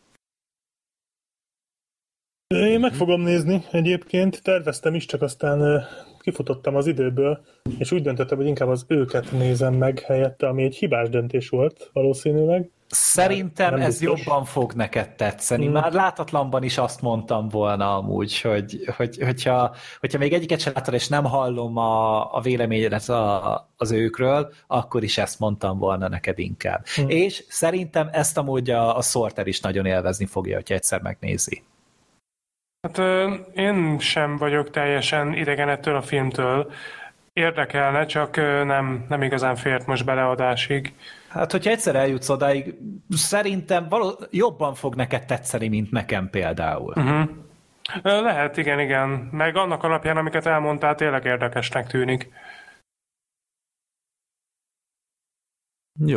Én meg fogom nézni egyébként, terveztem is, csak aztán kifutottam az időből, és úgy döntöttem, hogy inkább az őket nézem meg helyette, ami egy hibás döntés volt valószínűleg. Szerintem ez jobban fog neked tetszeni. Már látatlanban is azt mondtam volna amúgy, hogyha még egyiket sem láttad, és nem hallom a véleményedet az őkről, akkor is ezt mondtam volna neked inkább. És szerintem ezt amúgy a Sorter is nagyon élvezni fogja, hogyha egyszer megnézi. Hát én sem vagyok teljesen idegen ettől a filmtől. Érdekelne, csak nem igazán fért most beleadásig. Hát, hogyha egyszer eljutsz odáig, szerintem jobban fog neked tetszeni, mint nekem például. Lehet, igen. Meg annak alapján, amiket elmondtál, tényleg érdekesnek tűnik. Jó.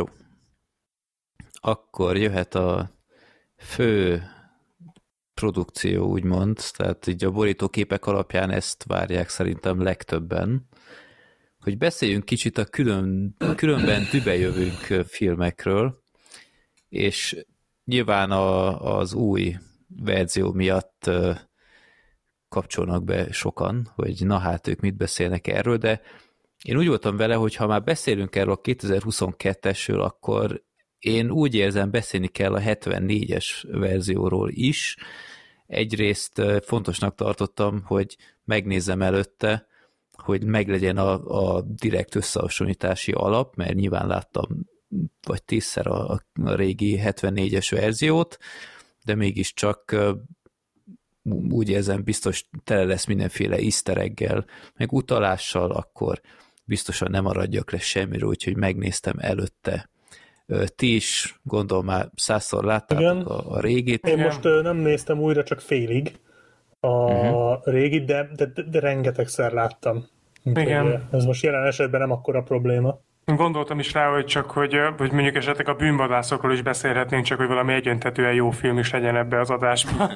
Akkor jöhet a fő produkció, úgymond, tehát így a borítóképek alapján ezt várják szerintem legtöbben, hogy beszéljünk kicsit a különben dübejövünk filmekről, és nyilván az új verzió miatt kapcsolnak be sokan, hogy na hát ők mit beszélnek erről, de én úgy voltam vele, hogy ha már beszélünk erről a 2022-esről, akkor én úgy érzem, beszélni kell a 74-es verzióról is. Egyrészt fontosnak tartottam, hogy megnézzem előtte, hogy meglegyen a direkt összehasonlítási alap, mert nyilván láttam vagy 10-szer a régi 74-es verziót, de mégiscsak úgy érzem, biztos tele lesz mindenféle easter egggel, meg utalással, akkor biztosan nem maradjak le semmiről, úgyhogy megnéztem előtte. Ti is, gondolom már 100-szor láttátok a régit. Én most nem néztem újra, csak félig a régit, de rengetegszer láttam. Igen. Ez most jelen esetben nem akkora probléma. Gondoltam is rá, hogy mondjuk esetleg a bűnvadászokról is beszélhetnénk, csak hogy valami egyöntetően jó film is legyen ebbe az adásban.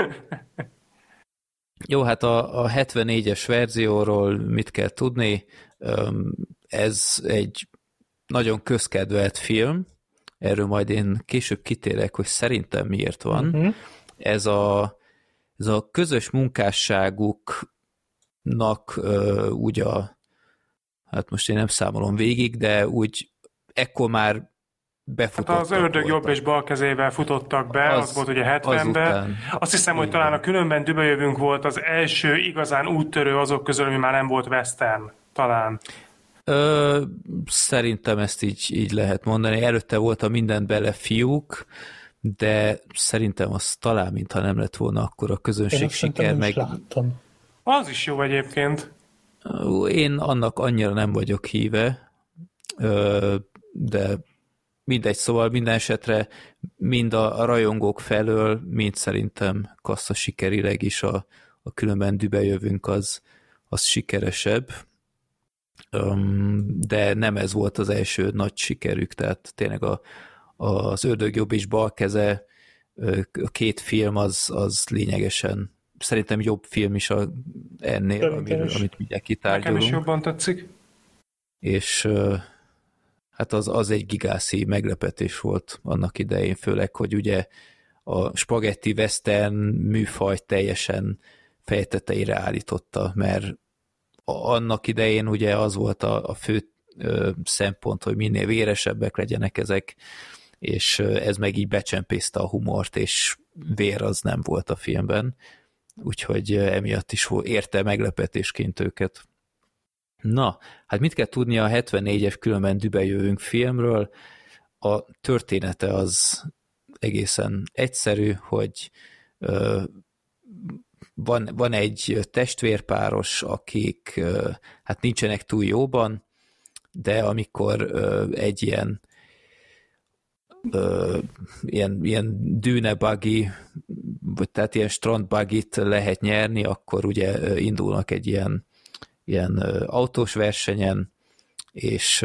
Jó, hát a 74-es verzióról mit kell tudni? Ez egy nagyon közkedvelt film, erről majd én később kitérek, hogy szerintem miért van. Ez a közös munkásságuknak úgy hát most én nem számolom végig, de úgy ekkor már befutottak. Hát az ördög jobb és bal kezével futottak be, az volt ugye 70-ben. Azt hiszem, hogy talán a Különben düböljövünk volt az első igazán úttörő azok közül, ami már nem volt western, talán. Szerintem ezt így lehet mondani. Előtte volt a Mindent bele fiúk, de szerintem az talán, mintha nem lett volna akkor a közönség siker. Meg... Az is jó egyébként. Én annak annyira nem vagyok híve, de mindegy, szóval minden esetre mind a rajongók felől, mind szerintem kassza sikerileg is a Különben dübejövünk az sikeresebb. de nem ez volt az első nagy sikerük, tehát tényleg az Ördög jobb és bal keze, a két film az lényegesen, szerintem jobb film is ennél, amit mindjárt kitárgyalunk. Nekem is jobban tetszik. És hát az egy gigászi meglepetés volt annak idején, főleg, hogy ugye a spaghetti western műfajt teljesen fejteteire állította, mert annak idején ugye az volt a fő szempont, hogy minél véresebbek legyenek ezek, és ez meg így becsempészte a humort, és vér az nem volt a filmben, úgyhogy emiatt is érte meglepetésként őket. Na, hát mit kell tudni a 74-es Különben dühbe jövünk filmről? A története az egészen egyszerű, hogy van egy testvérpáros, akik hát nincsenek túl jóban, de amikor egy ilyen dűnebuggy, tehát ilyen strandbuggit lehet nyerni, akkor ugye indulnak egy ilyen autós versenyen, és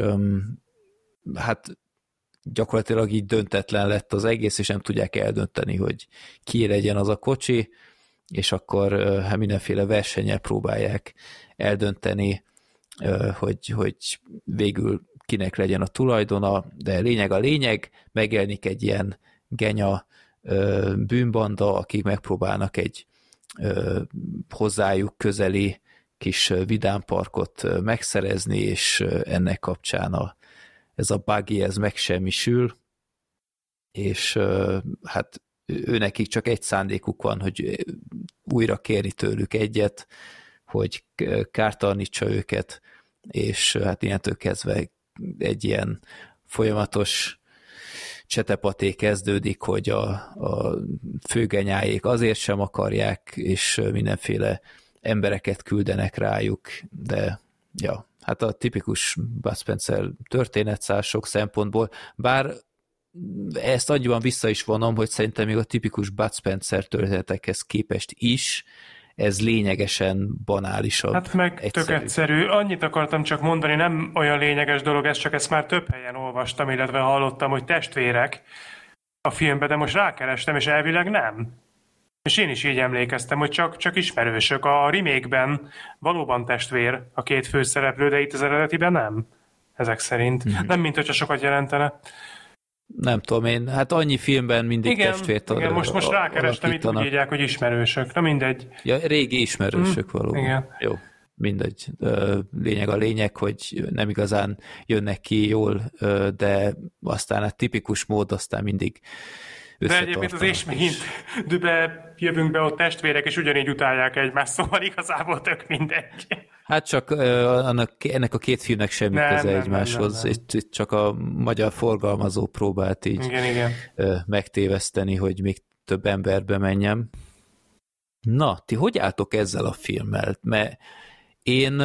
hát gyakorlatilag így döntetlen lett az egész, és nem tudják eldönteni, hogy ki legyen az a kocsi, és akkor hát mindenféle versennyel próbálják eldönteni, hogy végül kinek legyen a tulajdona, de lényeg a lényeg, megjelenik egy ilyen genya bűnbanda, akik megpróbálnak egy hozzájuk közeli kis vidámparkot megszerezni, és ennek kapcsán ez a buggy, ez megsemmisül, és hát őnekik csak egy szándékuk van, hogy újra kérni tőlük egyet, hogy kártalanítsa őket, és hát ilyentől kezdve egy ilyen folyamatos csetepaté kezdődik, hogy a főgenyáék azért sem akarják, és mindenféle embereket küldenek rájuk, de ja, hát a tipikus Bud Spencer történetszál sok szempontból, bár ezt annyiban vissza is vonom, hogy szerintem még a tipikus Bud Spencer történetekhez képest is ez lényegesen banálisabb. Hát meg tök egyszerű. Annyit akartam csak mondani, nem olyan lényeges dolog ez, csak ezt már több helyen olvastam, illetve hallottam, hogy testvérek a filmben, de most rákerestem, és elvileg nem. És én is így emlékeztem, hogy csak ismerősök. A remake-ben valóban testvér a két főszereplő, de itt az eredetiben nem. Ezek szerint. Mm-hmm. Nem, mint hogyha sokat jelentene. Nem tudom én, hát annyi filmben mindig testvért igen, most rákerestem, itt úgy írják, hogy ismerősök. Na mindegy. Ja, régi ismerősök valóban. Igen. Jó, mindegy. Lényeg a lényeg, hogy nem igazán jönnek ki jól, de aztán a tipikus mód aztán mindig összetartanak. De egyébként az és megint dübe jövünk be, ott testvérek, és ugyanígy utálják egymást, szóval igazából tök mindegy. Hát csak ennek a két filmnek semmi köze egymáshoz. Itt csak a magyar forgalmazó próbált így igen. megtéveszteni, hogy még több emberbe menjem. Na, ti hogy álltok ezzel a filmmel? Mert én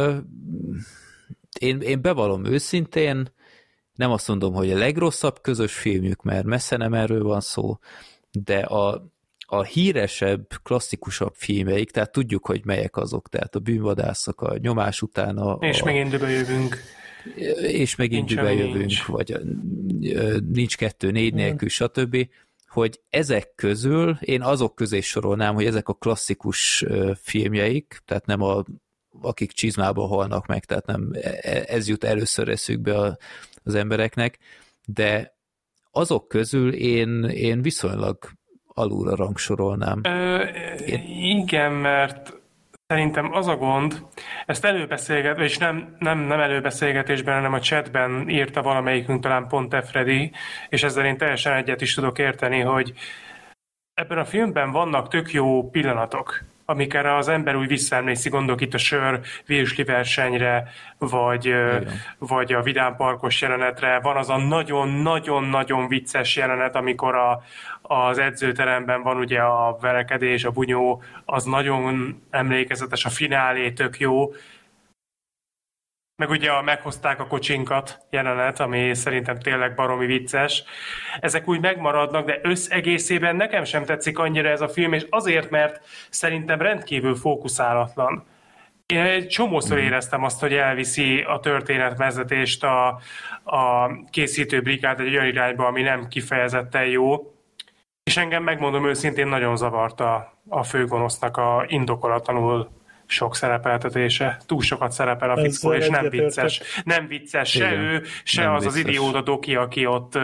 bevallom őszintén, nem azt mondom, hogy a legrosszabb közös filmjük, mert messze nem erről van szó, de a híresebb, klasszikusabb filmeik, tehát tudjuk, hogy melyek azok, tehát a Bűnvadászok, a Nyomás után és megint dübe jövünk. És megint dübe jövünk, vagy Nincs 2 4 nélkül, stb., hogy ezek közül, én azok közé sorolnám, hogy ezek a klasszikus filmjeik, tehát nem akik csizmába halnak meg, tehát nem ez jut először eszükbe az embereknek, de azok közül én viszonylag alulra rangsorolnám. Igen, mert szerintem az a gond, ezt előbeszélgetve, és nem előbeszélgetésben, hanem a chatben írta valamelyikünk, talán pont Freddy, és ezzel én teljesen egyet is tudok érteni, hogy ebben a filmben vannak tök jó pillanatok, amikre az ember úgy visszaemlékszik, gondolok itt a sör virsli versenyre, vagy a vidámparkos jelenetre. Van az a nagyon-nagyon-nagyon vicces jelenet, amikor az edzőteremben van ugye a verekedés, a bunyó, az nagyon emlékezetes, a finálé tök jó. Meg ugye meghozták a kocsinkat jelenet, ami szerintem tényleg baromi vicces. Ezek úgy megmaradnak, de összegészében nekem sem tetszik annyira ez a film, és azért, mert szerintem rendkívül fókuszálatlan. Én egy csomószor éreztem azt, hogy elviszi a történetvezetést a készítő brigád egy olyan irányba, ami nem kifejezetten jó. És engem, megmondom őszintén, nagyon zavarta a főgonosznak a indokolatlanul sok szerepeltetése. Túl sokat szerepel a fickó, és nem vicces. Nem vicces, se igen, ő, se az vicces. Az idióta doki, aki ott...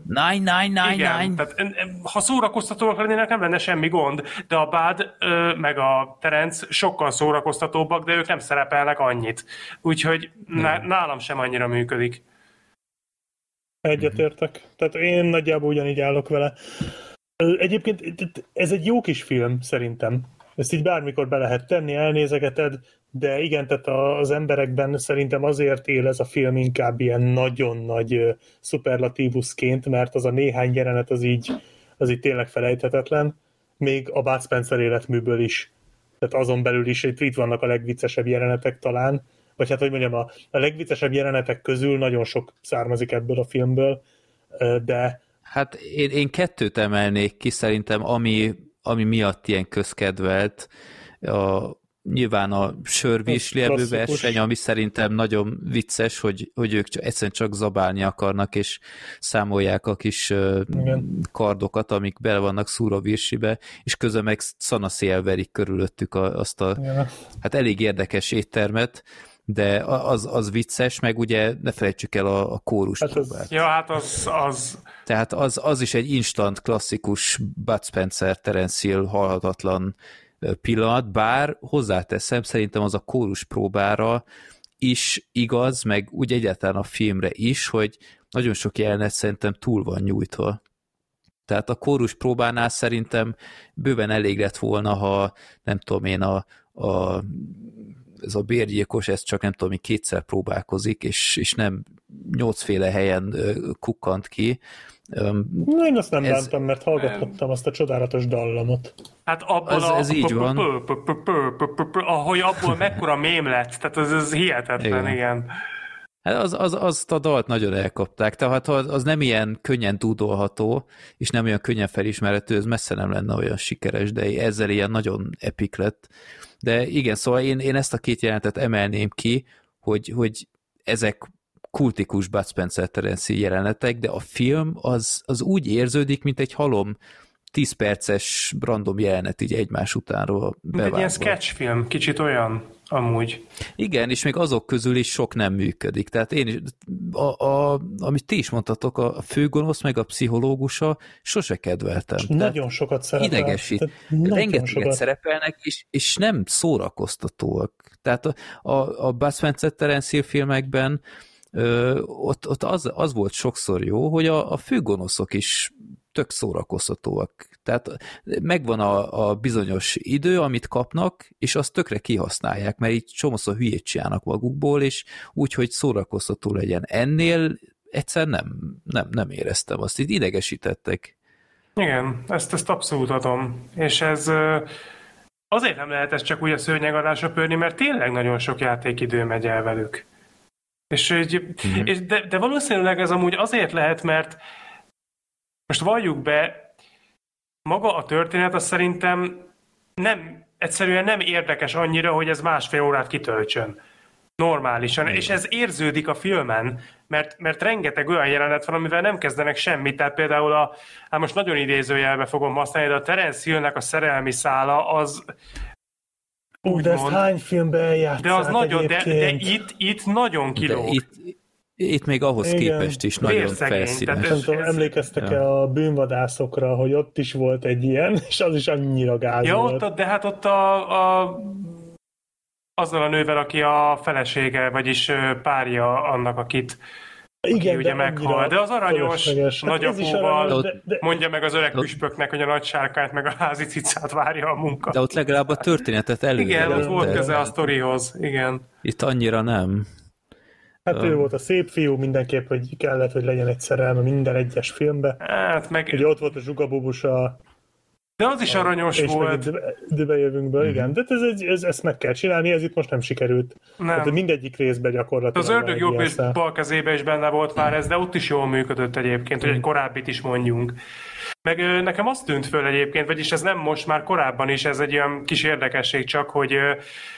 Nine. Tehát, ha szórakoztatóak lennének, nem lenne semmi gond, de a Bud meg a Terence sokkal szórakoztatóbbak, de ők nem szerepelnek annyit. Úgyhogy nálam sem annyira működik. Egyetértek. Tehát én nagyjából ugyanígy állok vele. Egyébként ez egy jó kis film, szerintem. Ezt így bármikor be lehet tenni, elnézegeted, de igen, tehát az emberekben szerintem azért él ez a film inkább ilyen nagyon nagy szuperlatívuszként, mert az a néhány jelenet az így tényleg felejthetetlen, még a Bud Spencer életműből is. Tehát azon belül is itt vannak a legviccesebb jelenetek talán, vagy hát hogy mondjam, a legviccesebb jelenetek közül nagyon sok származik ebből a filmből, de... Hát én kettőt emelnék ki szerintem, ami miatt ilyen közkedvelt, nyilván a sörvízslierő verseny, ami szerintem nagyon vicces, hogy ők egyszerűen csak zabálni akarnak, és számolják a kis kardokat, amik bele vannak szúrva virsibe, és közben meg szanaszéjjel verik körülöttük azt a hát elég érdekes éttermet, de az vicces, meg ugye ne felejtsük el a kórus próbát. Hát az... Tehát az is egy instant klasszikus Bud Spencer, Terence Hill halhatatlan pillanat, bár hozzáteszem, szerintem az a kórus próbára is igaz, meg úgy egyáltalán a filmre is, hogy nagyon sok jelenet szerintem túl van nyújtva. Tehát a kórus próbánál szerintem bőven elég lett volna, ha nem tudom én ez a bérgyilkos, ez csak nem tudom, hogy kétszer próbálkozik, és nem 8 féle helyen kukkant ki. Én azt nem bántam, mert hallgattam azt a csodálatos dallamot. Hát abból ez így van. Ahogy abból mekkora mém lett, tehát ez hihetetlen, igen. Hát azt a dalt nagyon elkapták, tehát az nem ilyen könnyen dúdolható, és nem olyan könnyen felismerhető, ez messze nem lenne olyan sikeres, de ezzel ilyen nagyon epik lett. De igen, szóval én ezt a két jelenetet emelném ki, hogy ezek kultikus Bud Spencer Terence jelenetek, de a film az úgy érződik, mint egy halom 10 perces random jelenet így egymás utánról bevágva. Egy ilyen sketchfilm, kicsit olyan amúgy. Igen, és még azok közül is sok nem működik. Tehát én is, amit ti is mondtatok, a főgonosz meg a pszichológusa sose kedveltem. Nagyon sokat szerepel. Idegesít. Rengeteget szerepelnek, és nem szórakoztatóak. Tehát a Bud Spencer Terence Hill filmekben ott az volt sokszor jó, hogy a főgonoszok is tök szórakoztatóak. Tehát megvan a bizonyos idő, amit kapnak, és azt tökre kihasználják, mert így csomószor hülyét csinálnak magukból, és úgy, hogy szórakoztató legyen. Ennél egyszer nem éreztem azt, így idegesítettek. Igen, ezt abszolút adom. És ez azért nem lehet ez csak úgy a szőnyeg alá söpörni, mert tényleg nagyon sok játékidő megy el velük. De valószínűleg ez amúgy azért lehet, mert most valljuk be, maga a történet az szerintem egyszerűen nem érdekes annyira, hogy ez 1,5 órát kitöltsön. Normálisan. És ez érződik a filmen, mert rengeteg olyan jelenet van, amivel nem kezdenek semmit. Tehát például most nagyon idézőjelbe fogom használni, de a Terence Hill-nek a szerelmi szála az de ezt hány filmben eljátszák? De az nagyon, de itt nagyon kilóg. Itt még ahhoz képest is nagyon felszínes. Nem tudom, emlékeztek-e a bűnvadászokra, hogy ott is volt egy ilyen, és az is annyira gáz volt. De hát ott azzal a nővel, aki a felesége, vagyis párja annak, aki ugye meghal. De az aranyos, nagyapóval mondja meg az öreg püspöknek, hogy a nagy sárkányt meg a házi cicát várja a munka. De ott legalább a történetet előre. Igen, ott volt köze a sztorihoz, igen. Itt annyira nem. Hát ő volt a szép fiú, mindenképp, hogy kellett, hogy legyen egy szerelme minden egyes filmben. Hát meg... Ugye ott volt a zsugabubus de az is aranyos és volt. És meg jövőnkből, igen. De ezt meg kell csinálni, ez itt most nem sikerült. Nem. Tehát mindegyik részben gyakorlatilag. Az ördög jobb és bal kezébe is benne volt már ez, de ott is jól működött egyébként, hogy egy korábbit is mondjunk. Meg nekem azt tűnt föl egyébként, vagyis ez nem most, már korábban is, ez egy olyan kis érdekesség csak, hogy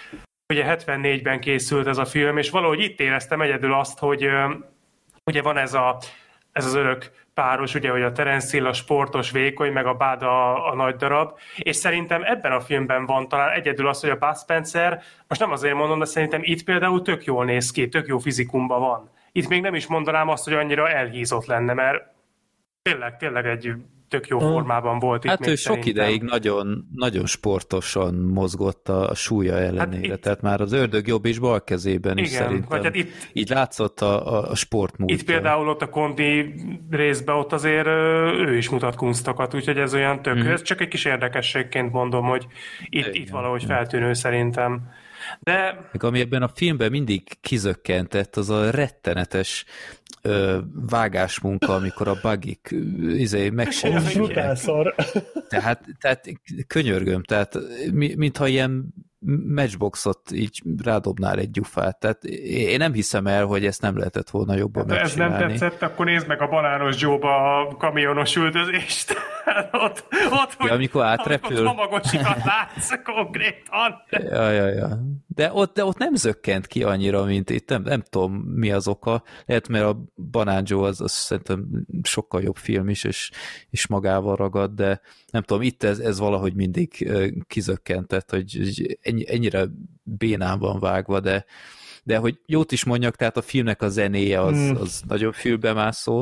ugye 74-ben készült ez a film, és valahogy itt éreztem egyedül azt, hogy ugye van ez az örök páros, ugye, hogy a Terence Hill a sportos, vékony, meg a Bud a nagy darab, és szerintem ebben a filmben van talán egyedül az, hogy a Bud Spencer, most nem azért mondom, de szerintem itt például tök jól néz ki, tök jó fizikumban van. Itt még nem is mondanám azt, hogy annyira elhízott lenne, mert tényleg egy tök jó formában volt itt. Hát ő sok ideig nagyon, nagyon sportosan mozgott a súlya ellenére, hát tehát már az ördög jobb és bal kezében is szerintem. Hát így látszott a sportmúltja. Itt például ott a Kondi részben ott azért ő is mutat kunsztokat, úgyhogy ez olyan tök. Ez csak egy kis érdekességként mondom, hogy itt valahogy feltűnő szerintem. De... Ami ebben a filmben mindig kizökkentett, az a rettenetes vágásmunka, amikor a bugik megsérülnek. Tehát könyörgöm, tehát mintha ilyen matchboxot így rádobnál egy gyufát. Tehát én nem hiszem el, hogy ezt nem lehetett volna jobban megcsinálni. Ez nem tetszett, akkor nézd meg a Banános Joe-ba a kamionos üldözést. ott, amikor átrepül. Amikor hamagocsikat látsz konkrétan. Ja. De ott nem zökkent ki annyira, mint itt. Nem tudom, mi az oka. Lehet, mert a Banán Joe az szerintem sokkal jobb film is, és magával ragad, de nem tudom, itt ez valahogy mindig kizökkentett, hogy ennyire bénán van vágva, de hogy jót is mondjak, tehát a filmnek a zenéje az nagyon fülbemászó,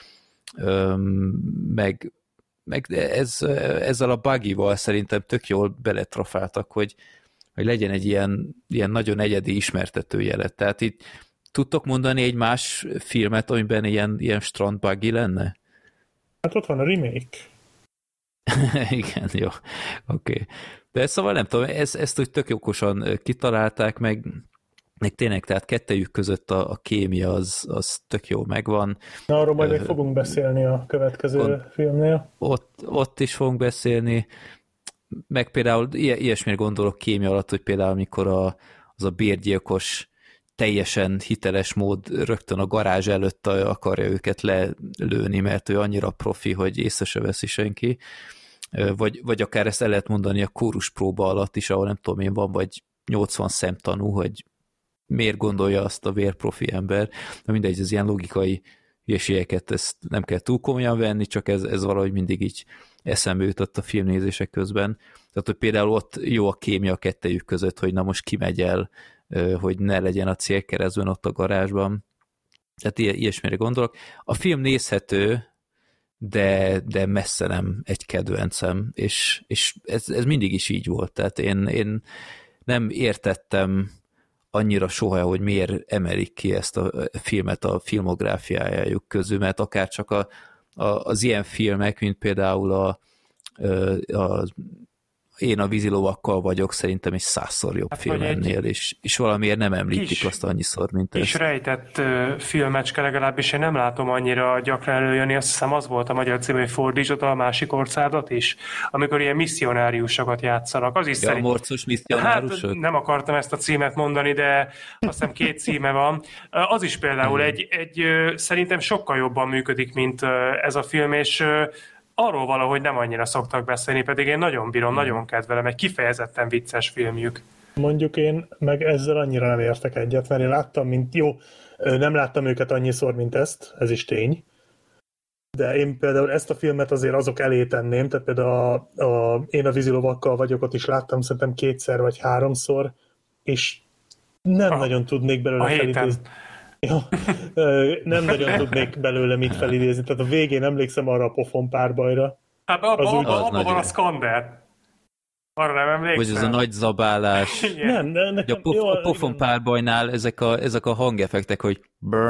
meg ezzel a buggyval szerintem tök jól beletrafáltak, hogy legyen egy ilyen nagyon egyedi ismertető jelet. Tehát itt tudtok mondani egy más filmet, amiben ilyen strand buggy lenne? Hát ott van a remake. Igen, jó. Oké. De szóval nem tudom, ezt úgy tök okosan kitalálták, meg tényleg, tehát kettejük között a kémia az tök jó megvan. Na, arról majd még fogunk beszélni a következő filmnél. Ott is fogunk beszélni, meg például ilyesmire gondolok kémia alatt, hogy például amikor az a bérgyilkos teljesen hiteles mód rögtön a garázs előtt akarja őket lelőni, mert ő annyira profi, hogy észre se veszi senki. Vagy akár ezt el lehet mondani a kóruspróba alatt is, ahol nem tudom én, van vagy 80 szemtanú, hogy miért gondolja azt a vérprofi ember. De mindegy, ez ilyen logikai hülyeségeket, ezt nem kell túl komolyan venni, csak ez valahogy mindig így eszembe jutott a filmnézések közben. Tehát, hogy például ott jó a kémia a kettejük között, hogy na most kimegy el, hogy ne legyen a célkeresztben ott a garázsban. Tehát ilyesmire gondolok. A film nézhető, de messze nem egy kedvencem, és ez mindig is így volt. Tehát én nem értettem annyira soha, hogy miért emelik ki ezt a filmet a filmográfiájuk közül, mert akár csak az ilyen filmek, mint például Én a vízilovakkal vagyok, szerintem egy 100-szor jobb film ennél, és valamiért nem említik azt annyiszor, mint ez. És rejtett filmecske, legalábbis én nem látom annyira gyakran előjönni, azt hiszem az volt a magyar cím, hogy Fordítsd a másik országot is, amikor ilyen misszionáriusokat játszanak. Az is a morcos misszionárusok? Hát nem akartam ezt a címet mondani, de azt hiszem 2 címe van. Az is például egy szerintem sokkal jobban működik, mint ez a film, és arról valahogy nem annyira szoktak beszélni, pedig én nagyon bírom, nagyon kedvelem, egy kifejezetten vicces filmjük. Mondjuk én meg ezzel annyira nem értek egyet, mert én láttam, nem láttam őket annyiszor, mint ezt, ez is tény. De én például ezt a filmet azért azok elé tenném, tehát például Én a vízilovakkal vagyok, ott is láttam szerintem 2 vagy 3-szor, és nem nagyon tudnék belőle felidézni. Ja, nem nagyon tudnék belőle mit felidézni. Tehát a végén emlékszem arra a pofon párbajra. Hát abban van a Skander. Arra nem emlékszem. Vagy ez a nagy zabálás. Nem, de nekem... A pofon párbajnál ezek a hangeffektek, hogy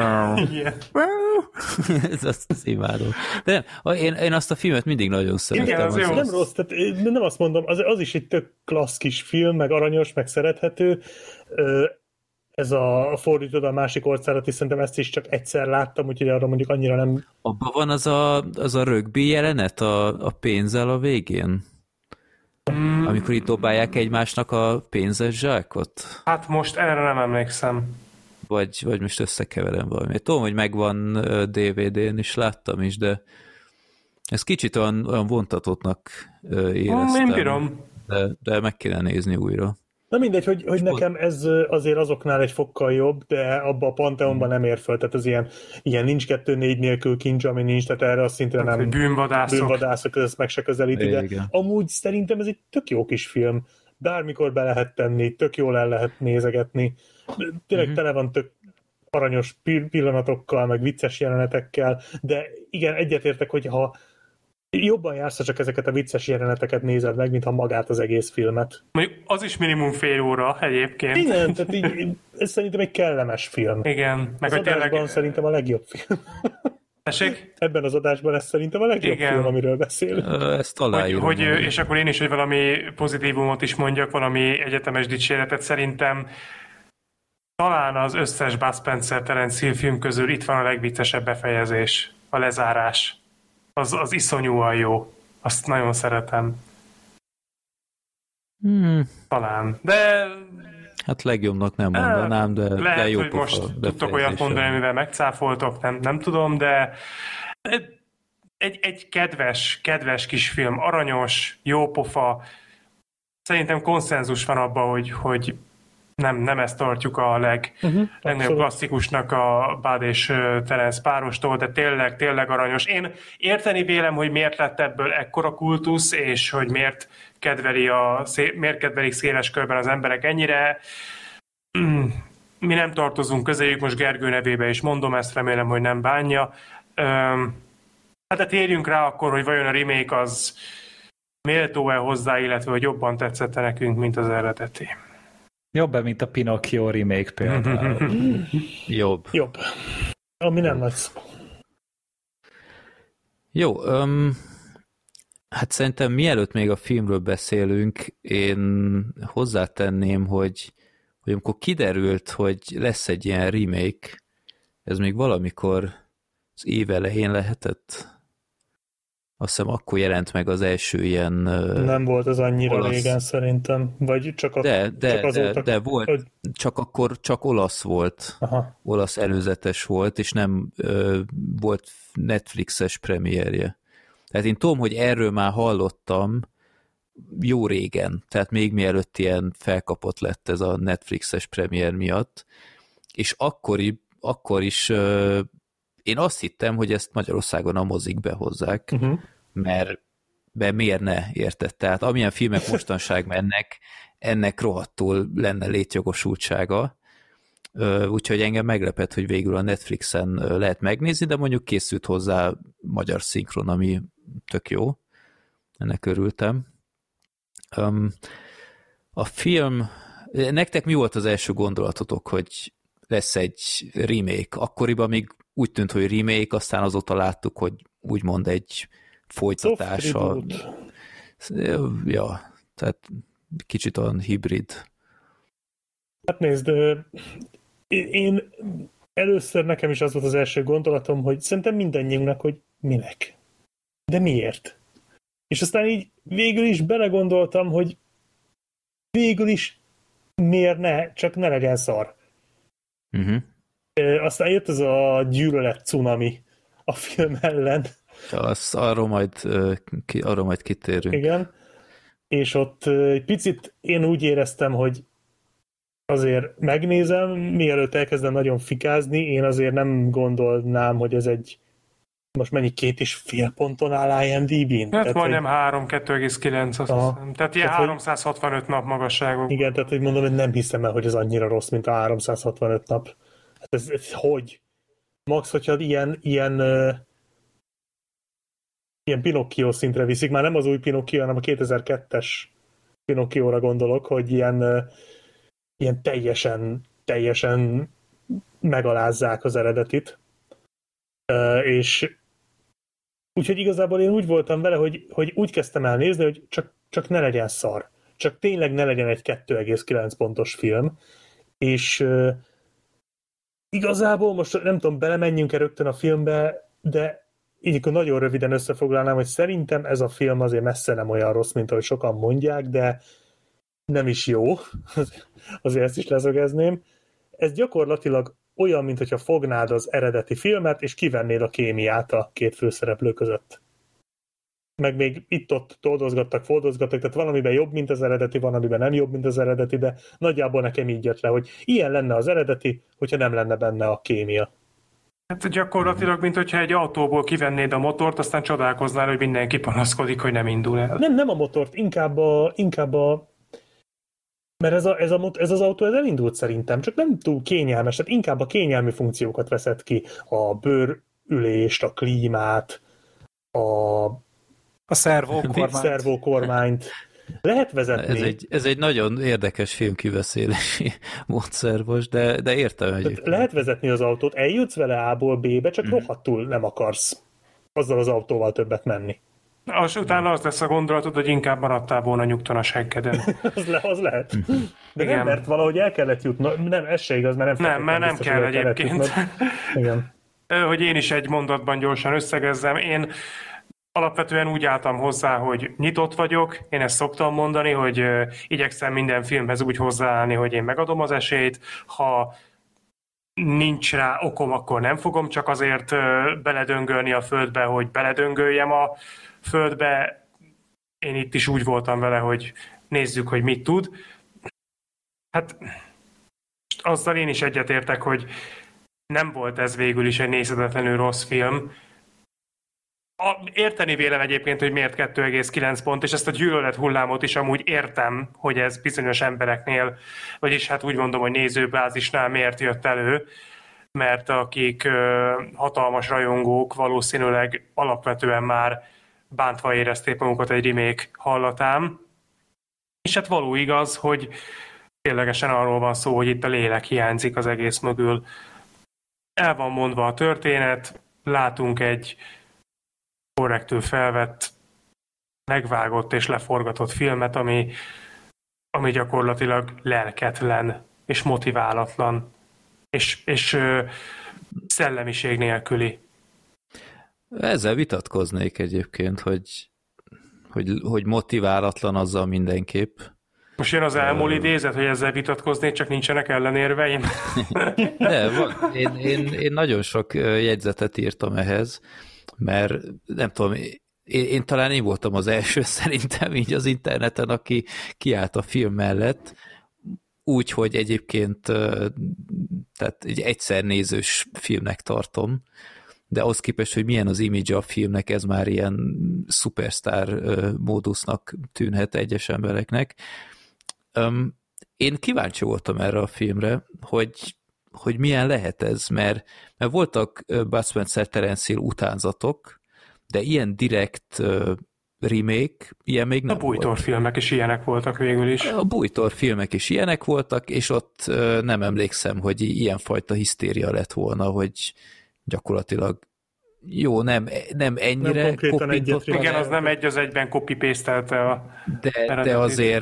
ezt imádom. De én azt a filmet mindig nagyon szerettem. Igen, nem rossz, tehát nem azt mondom, az is egy tök klassz kis film, meg aranyos, meg szerethető. Ez a Fordítod a másik országot, és szerintem ezt is csak egyszer láttam, úgyhogy arra mondjuk annyira nem... Abban van az a rögbi jelenet a pénzzel a végén? Amikor itt dobálják egymásnak a pénzes zsákot? Hát most erre nem emlékszem. Vagy most összekeverem valami. Tudom, hogy megvan DVD-n is, láttam is, de ez kicsit olyan vontatottnak éreztem. Én bírom. De meg kéne nézni újra. Na mindegy, hogy nekem ez azért azoknál egy fokkal jobb, de abba a Pantheonban nem ér föl, tehát az ilyen nincs 2-4 nélkül kincs, ami nincs, tehát erre azt szintén nem bűnvadászok, ezt meg se közelíti, de amúgy szerintem ez egy tök jó kis film. Bármikor be lehet tenni, tök jól el lehet nézegetni. Tényleg tele van tök aranyos pillanatokkal, meg vicces jelenetekkel, de igen, egyetértek, hogy ha jobban jársz, ha csak ezeket a vicces jeleneteket nézed meg, mintha magát az egész filmet. Mondjuk az is minimum fél óra egyébként. Igen, tehát így, ez szerintem egy kellemes film. Igen. Meg az adásban szerintem a legjobb film. Tessék? Ebben az adásban ez szerintem a legjobb film, amiről beszélünk. Ezt aláírom. És akkor én is, hogy valami pozitívumot is mondjak, valami egyetemes dicséretet, szerintem talán az összes Bud Spencer Terence Hill film közül itt van a legviccesebb befejezés, a lezárás. Az iszonyúan jó. Azt nagyon szeretem. Talán. De... Hát legjobbnak nem mondanám, de lehet, jó hogy most tudtok olyat mondani, amivel megcáfoltok, nem tudom, de egy kedves kis film, aranyos, jó pofa. Szerintem konszenzus van abban, hogy nem ezt tartjuk a legnagyobb klasszikusnak a Bud és Terence párostól, de tényleg aranyos. Én érteni vélem, hogy miért lett ebből ekkora kultusz, és hogy miért kedvelik széles körben az emberek ennyire. Mi nem tartozunk közéjük, most Gergő nevébe is mondom, ezt remélem, hogy nem bánja. Hát de térjünk rá akkor, hogy vajon a remake az méltó-e hozzá, illetve hogy jobban tetszett nekünk, mint az eredeti. Jobb-e, mint a Pinocchio remake például? Jobb. Ami nem nagy szó. Jó, hát szerintem mielőtt még a filmről beszélünk, én hozzátenném, hogy amikor kiderült, hogy lesz egy ilyen remake, ez még valamikor az év elején lehetett. Azt hiszem, akkor jelent meg az első ilyen... Nem volt az annyira régen szerintem, vagy csak azóta... De volt, hogy... csak olasz volt. Aha. Olasz előzetes volt, és nem volt Netflixes premierje. Tehát én tudom, hogy erről már hallottam jó régen, tehát még mielőtt ilyen felkapott lett ez a Netflixes premier miatt, és akkor is én azt hittem, hogy ezt Magyarországon a mozikbe hozzák, mert miért ne, érted? Tehát amilyen filmek mostanság mennek, ennek rohadtul lenne létjogosultsága, úgyhogy engem meglepett, hogy végül a Netflixen lehet megnézni, de mondjuk készült hozzá magyar szinkron, ami tök jó. Ennek örültem. A film... Nektek mi volt az első gondolatotok, hogy lesz egy remake? Akkoriban még úgy tűnt, hogy remake, aztán azóta láttuk, hogy úgymond egy folytatása. Ja, tehát kicsit olyan hibrid. Hát nézd, én először nekem is az volt az első gondolatom, hogy szerintem mindannyiunknak, hogy minek? De miért? És aztán így végül is belegondoltam, hogy végül is miért ne, csak ne legyen szar. Aztán jött ez a gyűlölet cunami a film ellen. Ja, arról majd kitérünk. Igen. És ott egy picit én úgy éreztem, hogy azért megnézem, mielőtt elkezdem nagyon fikázni, én azért nem gondolnám, hogy ez egy most mennyi 2,5 ponton áll IMDb-n? Hát majdnem 2,9 azt hiszem. Tehát ilyen 365 nap magasságú. Igen, tehát hogy mondom, hogy nem hiszem el, hogy ez annyira rossz, mint a 365 nap. Hát ez hogy? Max, hogyha ilyen Pinocchio szintre viszik, már nem az új Pinocchio, hanem a 2002-es Pinocchióra gondolok, hogy ilyen teljesen megalázzák az eredetit. És úgyhogy igazából én úgy voltam vele, hogy úgy kezdtem el nézni, hogy csak ne legyen szar. Csak tényleg ne legyen egy 2,9 pontos film. És igazából most nem tudom, belemenjünk-e rögtön a filmbe, de így akkor nagyon röviden összefoglalnám, hogy szerintem ez a film azért messze nem olyan rossz, mint ahogy sokan mondják, de nem is jó. Azért ezt is leszögezném. Ez gyakorlatilag olyan, mintha fognád az eredeti filmet, és kivennéd a kémiát a két főszereplő között. meg még itt-ott toldozgattak, foldozgattak, tehát valamiben jobb, mint az eredeti, van, amiben nem jobb, mint az eredeti, de nagyjából nekem így jött le, hogy ilyen lenne az eredeti, hogyha nem lenne benne a kémia. Hát gyakorlatilag, mint hogyha egy autóból kivennéd a motort, aztán csodálkoznál, hogy mindenki panaszkodik, hogy nem indul el. Nem a motort, inkább a mert ez az autó elindult szerintem, csak nem túl kényelmes, tehát inkább a kényelmi funkciókat veszed ki, a bőrülést, a klímát, a szervókormányt. Lehet vezetni. Ez egy nagyon érdekes filmkiveszélési módszer most, de értem egyébként. Lehet vezetni az autót, eljutsz vele A-ból B-be, csak rohadtul nem akarsz azzal az autóval többet menni. Utána az lesz a gondolatod, hogy inkább maradtál volna nyugton a seggeden. az lehet. De igen. Nem, mert valahogy el kellett jutni. Nem, ez se igaz, mert nem biztos, kell egyébként. Igen. Hogy én is egy mondatban gyorsan összegezzem. Én alapvetően úgy álltam hozzá, hogy nyitott vagyok. Én ezt szoktam mondani, hogy igyekszem minden filmhez úgy hozzáállni, hogy én megadom az esélyt. Ha nincs rá okom, akkor nem fogom csak azért beledöngölni a földbe, hogy beledöngöljem a földbe. Én itt is úgy voltam vele, hogy nézzük, hogy mit tud. Hát azzal én is egyetértek, hogy nem volt ez végül is egy nézhetetlenül rossz film. Érteni vélem egyébként, hogy miért 2,9 pont, és ezt a gyűlölet hullámot is amúgy értem, hogy ez bizonyos embereknél, vagyis hát úgy mondom, hogy nézőbázisnál miért jött elő, mert akik hatalmas rajongók valószínűleg alapvetően már bántva érezték magukat egy remake hallatán. És hát való igaz, hogy ténylegesen arról van szó, hogy itt a lélek hiányzik az egész mögül. El van mondva a történet, látunk egy korrektül felvett, megvágott és leforgatott filmet, ami gyakorlatilag lelketlen és motiválatlan és szellemiség nélküli. Ezzel vitatkoznék egyébként, hogy motiválatlan azzal mindenképp. Most jön az elmúlt idézet, hogy ezzel vitatkoznék, csak nincsenek ellenérveim. De van. Én nagyon sok jegyzetet írtam ehhez, mert nem tudom, én talán én voltam az első szerintem így az interneten, aki kiállt a film mellett, úgy, hogy egyébként tehát egy egyszer nézős filmnek tartom, de ahhoz képest, hogy milyen az image a filmnek, ez már ilyen szupersztár módusznak tűnhet egyes embereknek. Én kíváncsi voltam erre a filmre, hogy milyen lehet ez, mert voltak Bud Spencer, Terence Hill utánzatok, de ilyen direkt remake, ilyen még nem volt. A Bújtor filmek is ilyenek voltak végül is. A Bújtor filmek is ilyenek voltak, és ott nem emlékszem, hogy ilyenfajta hisztéria lett volna, hogy gyakorlatilag jó, nem ennyire kopított. Igen, az nem egy az egyben copy-paste-elte a de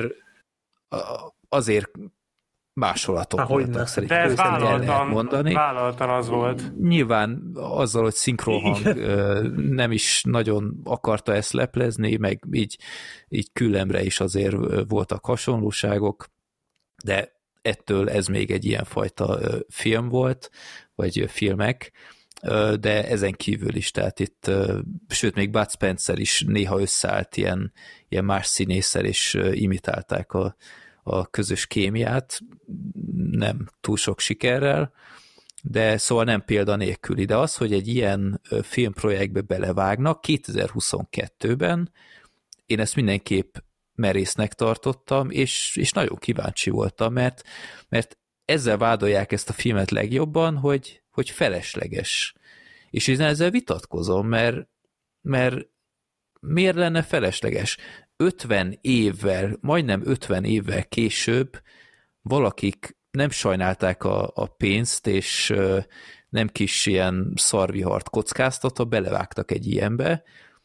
azért másolatok voltak szerintem. De ez vállaltan az volt. Nyilván azzal, hogy szinkronhang nem is nagyon akarta ezt leplezni, meg így küllemre is azért voltak hasonlóságok, de ettől ez még egy ilyenfajta film volt, vagy filmek, de ezen kívül is, tehát itt, sőt, még Bud Spencer is néha összeállt ilyen más színésszel, és imitálták a közös kémiát, nem túl sok sikerrel, de szóval nem példa nélküli. De az, hogy egy ilyen filmprojektbe belevágnak 2022-ben, én ezt mindenképp merésznek tartottam, és nagyon kíváncsi voltam, mert ezzel vádolják ezt a filmet legjobban, hogy felesleges. És én ezzel vitatkozom, mert miért lenne felesleges? 50 évvel, majdnem 50 évvel később valakik nem sajnálták a pénzt, és nem kis ilyen szarvihart kockáztatva, belevágtak egy ilyenbe.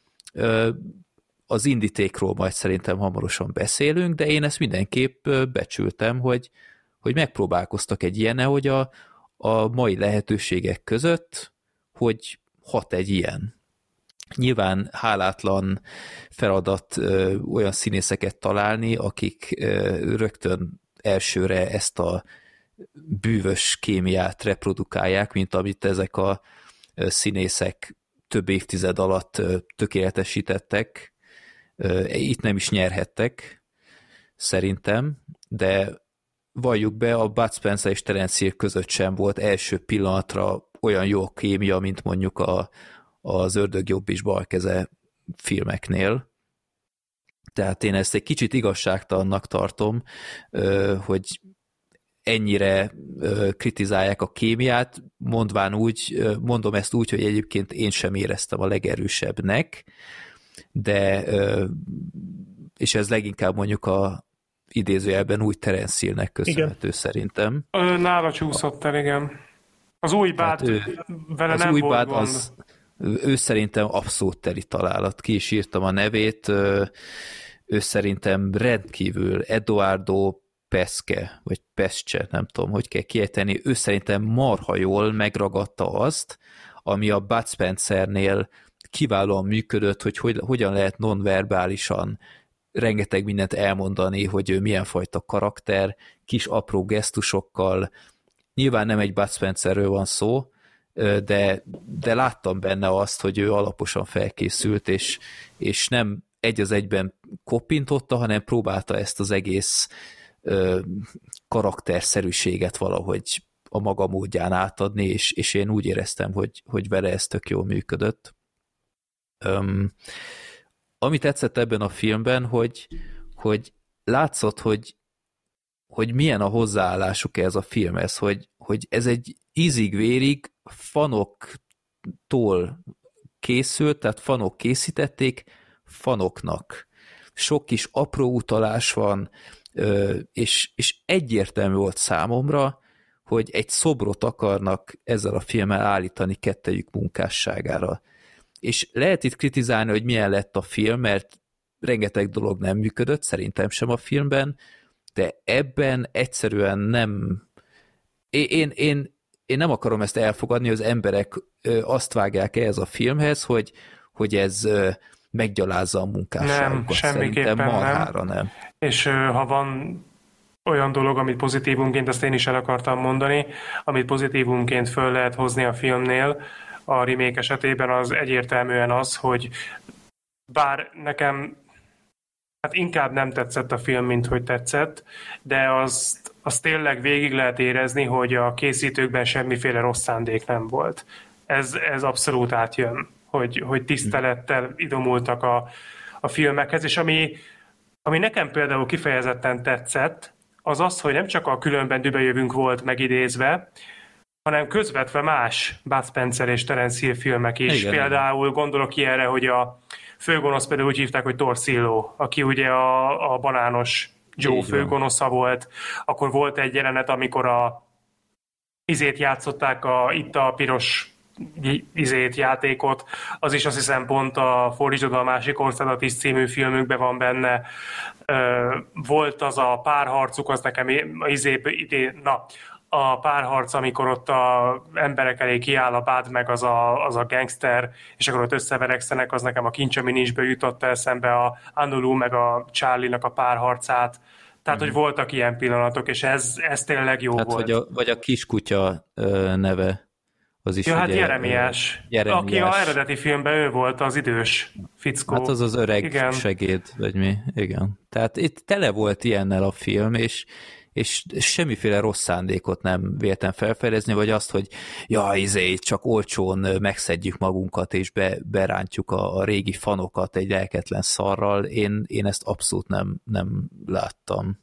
Az indítékról majd szerintem hamarosan beszélünk, de én ezt mindenképp becsültem, hogy megpróbálkoztak egy ilyenne, hogy a mai lehetőségek között, hogy hat egy ilyen. Nyilván hálátlan feladat olyan színészeket találni, akik rögtön elsőre ezt a bűvös kémiát reprodukálják, mint amit ezek a színészek több évtized alatt tökéletesítettek, Itt nem is nyerhettek, szerintem, de valljuk be, a Bud Spencer és Terence Hill között sem volt első pillanatra olyan jó kémia, mint mondjuk az Ördög jobb és bal keze filmeknél. Tehát én ezt egy kicsit igazságtalannak tartom, hogy ennyire kritizálják a kémiát, mondom ezt úgy, hogy egyébként én sem éreztem a legerősebbnek, de és ez leginkább mondjuk a idézőjelben új Terence Hill-nek köszönhető szerintem. Nála csúszott el, igen. Az új Bud vele az nem új volt Bud, gond. ő szerintem abszolút teli találat. Ki is írtam a nevét, ő szerintem rendkívül Eduardo Pesce, vagy Pesce, nem tudom, hogy kell kiejteni, ő szerintem marha jól megragadta azt, ami a Bud Spencernél kiválóan működött, hogy hogyan lehet nonverbálisan rengeteg mindent elmondani, hogy ő milyen fajta karakter, kis apró gesztusokkal. Nyilván nem egy Bud Spencerről van szó, de láttam benne azt, hogy ő alaposan felkészült, és nem egy az egyben koppintotta, hanem próbálta ezt az egész karakterszerűséget valahogy a maga módján átadni, és én úgy éreztem, hogy vele ez tök jól működött. Ami tetszett ebben a filmben, hogy látszott, hogy milyen a hozzáállásuk ez a filmhez, hogy ez egy ízig-vérig fanoktól készült, tehát fanok készítették fanoknak. Sok kis apró utalás van, és egyértelmű volt számomra, hogy egy szobrot akarnak ezzel a filmmel állítani kettejük munkásságára. És lehet itt kritizálni, hogy milyen lett a film, mert rengeteg dolog nem működött, szerintem sem a filmben, de ebben egyszerűen nem... Én nem akarom ezt elfogadni, hogy az emberek azt vágják ehhez a filmhez, hogy ez meggyalázza a munkásságukat. Nem, semmiképpen nem. És ha van olyan dolog, amit pozitívunként, ezt én is el akartam mondani, amit pozitívunként föl lehet hozni a filmnél, a remake esetében az egyértelműen az, hogy bár nekem hát inkább nem tetszett a film, mint hogy tetszett, de azt tényleg végig lehet érezni, hogy a készítőkben semmiféle rossz szándék nem volt. Ez abszolút átjön, hogy tisztelettel idomultak a filmekhez, és ami nekem például kifejezetten tetszett, az az, hogy nem csak a Különben düböljövünk volt megidézve, hanem közvetve más Bud Spencer és Terence Hill filmek is. Igen, például gondolok ilyenre, hogy a főgonosz például úgy hívták, hogy Torsillo, aki ugye a banános Joe főgonosza volt. Akkor volt egy jelenet, amikor izét játszották, itt a piros játékot, az is azt hiszem pont a Fordítsd oda a másik országot is című filmükben van benne. Volt az a párharcuk, az nekem a párharc, amikor ott a emberek elé kiáll a Bud, meg az a gangster, és akkor ott összeverekszenek, az nekem a Kincsaminisből jutott eszembe a Anulu meg a Charlie-nak a párharcát. Tehát, hogy voltak ilyen pillanatok, és ez tényleg jó volt. Vagy a kiskutya neve. Az is hát Jeremiás. Aki a eredeti filmben ő volt, az idős fickó. Hát az öreg segéd, vagy mi. Igen. Tehát itt tele volt ilyennel a film, és semmiféle rossz szándékot nem véltem felfedezni, vagy azt, hogy csak olcsón megszedjük magunkat, és berántjuk a régi fanokat egy lelketlen szarral. Én ezt abszolút nem láttam.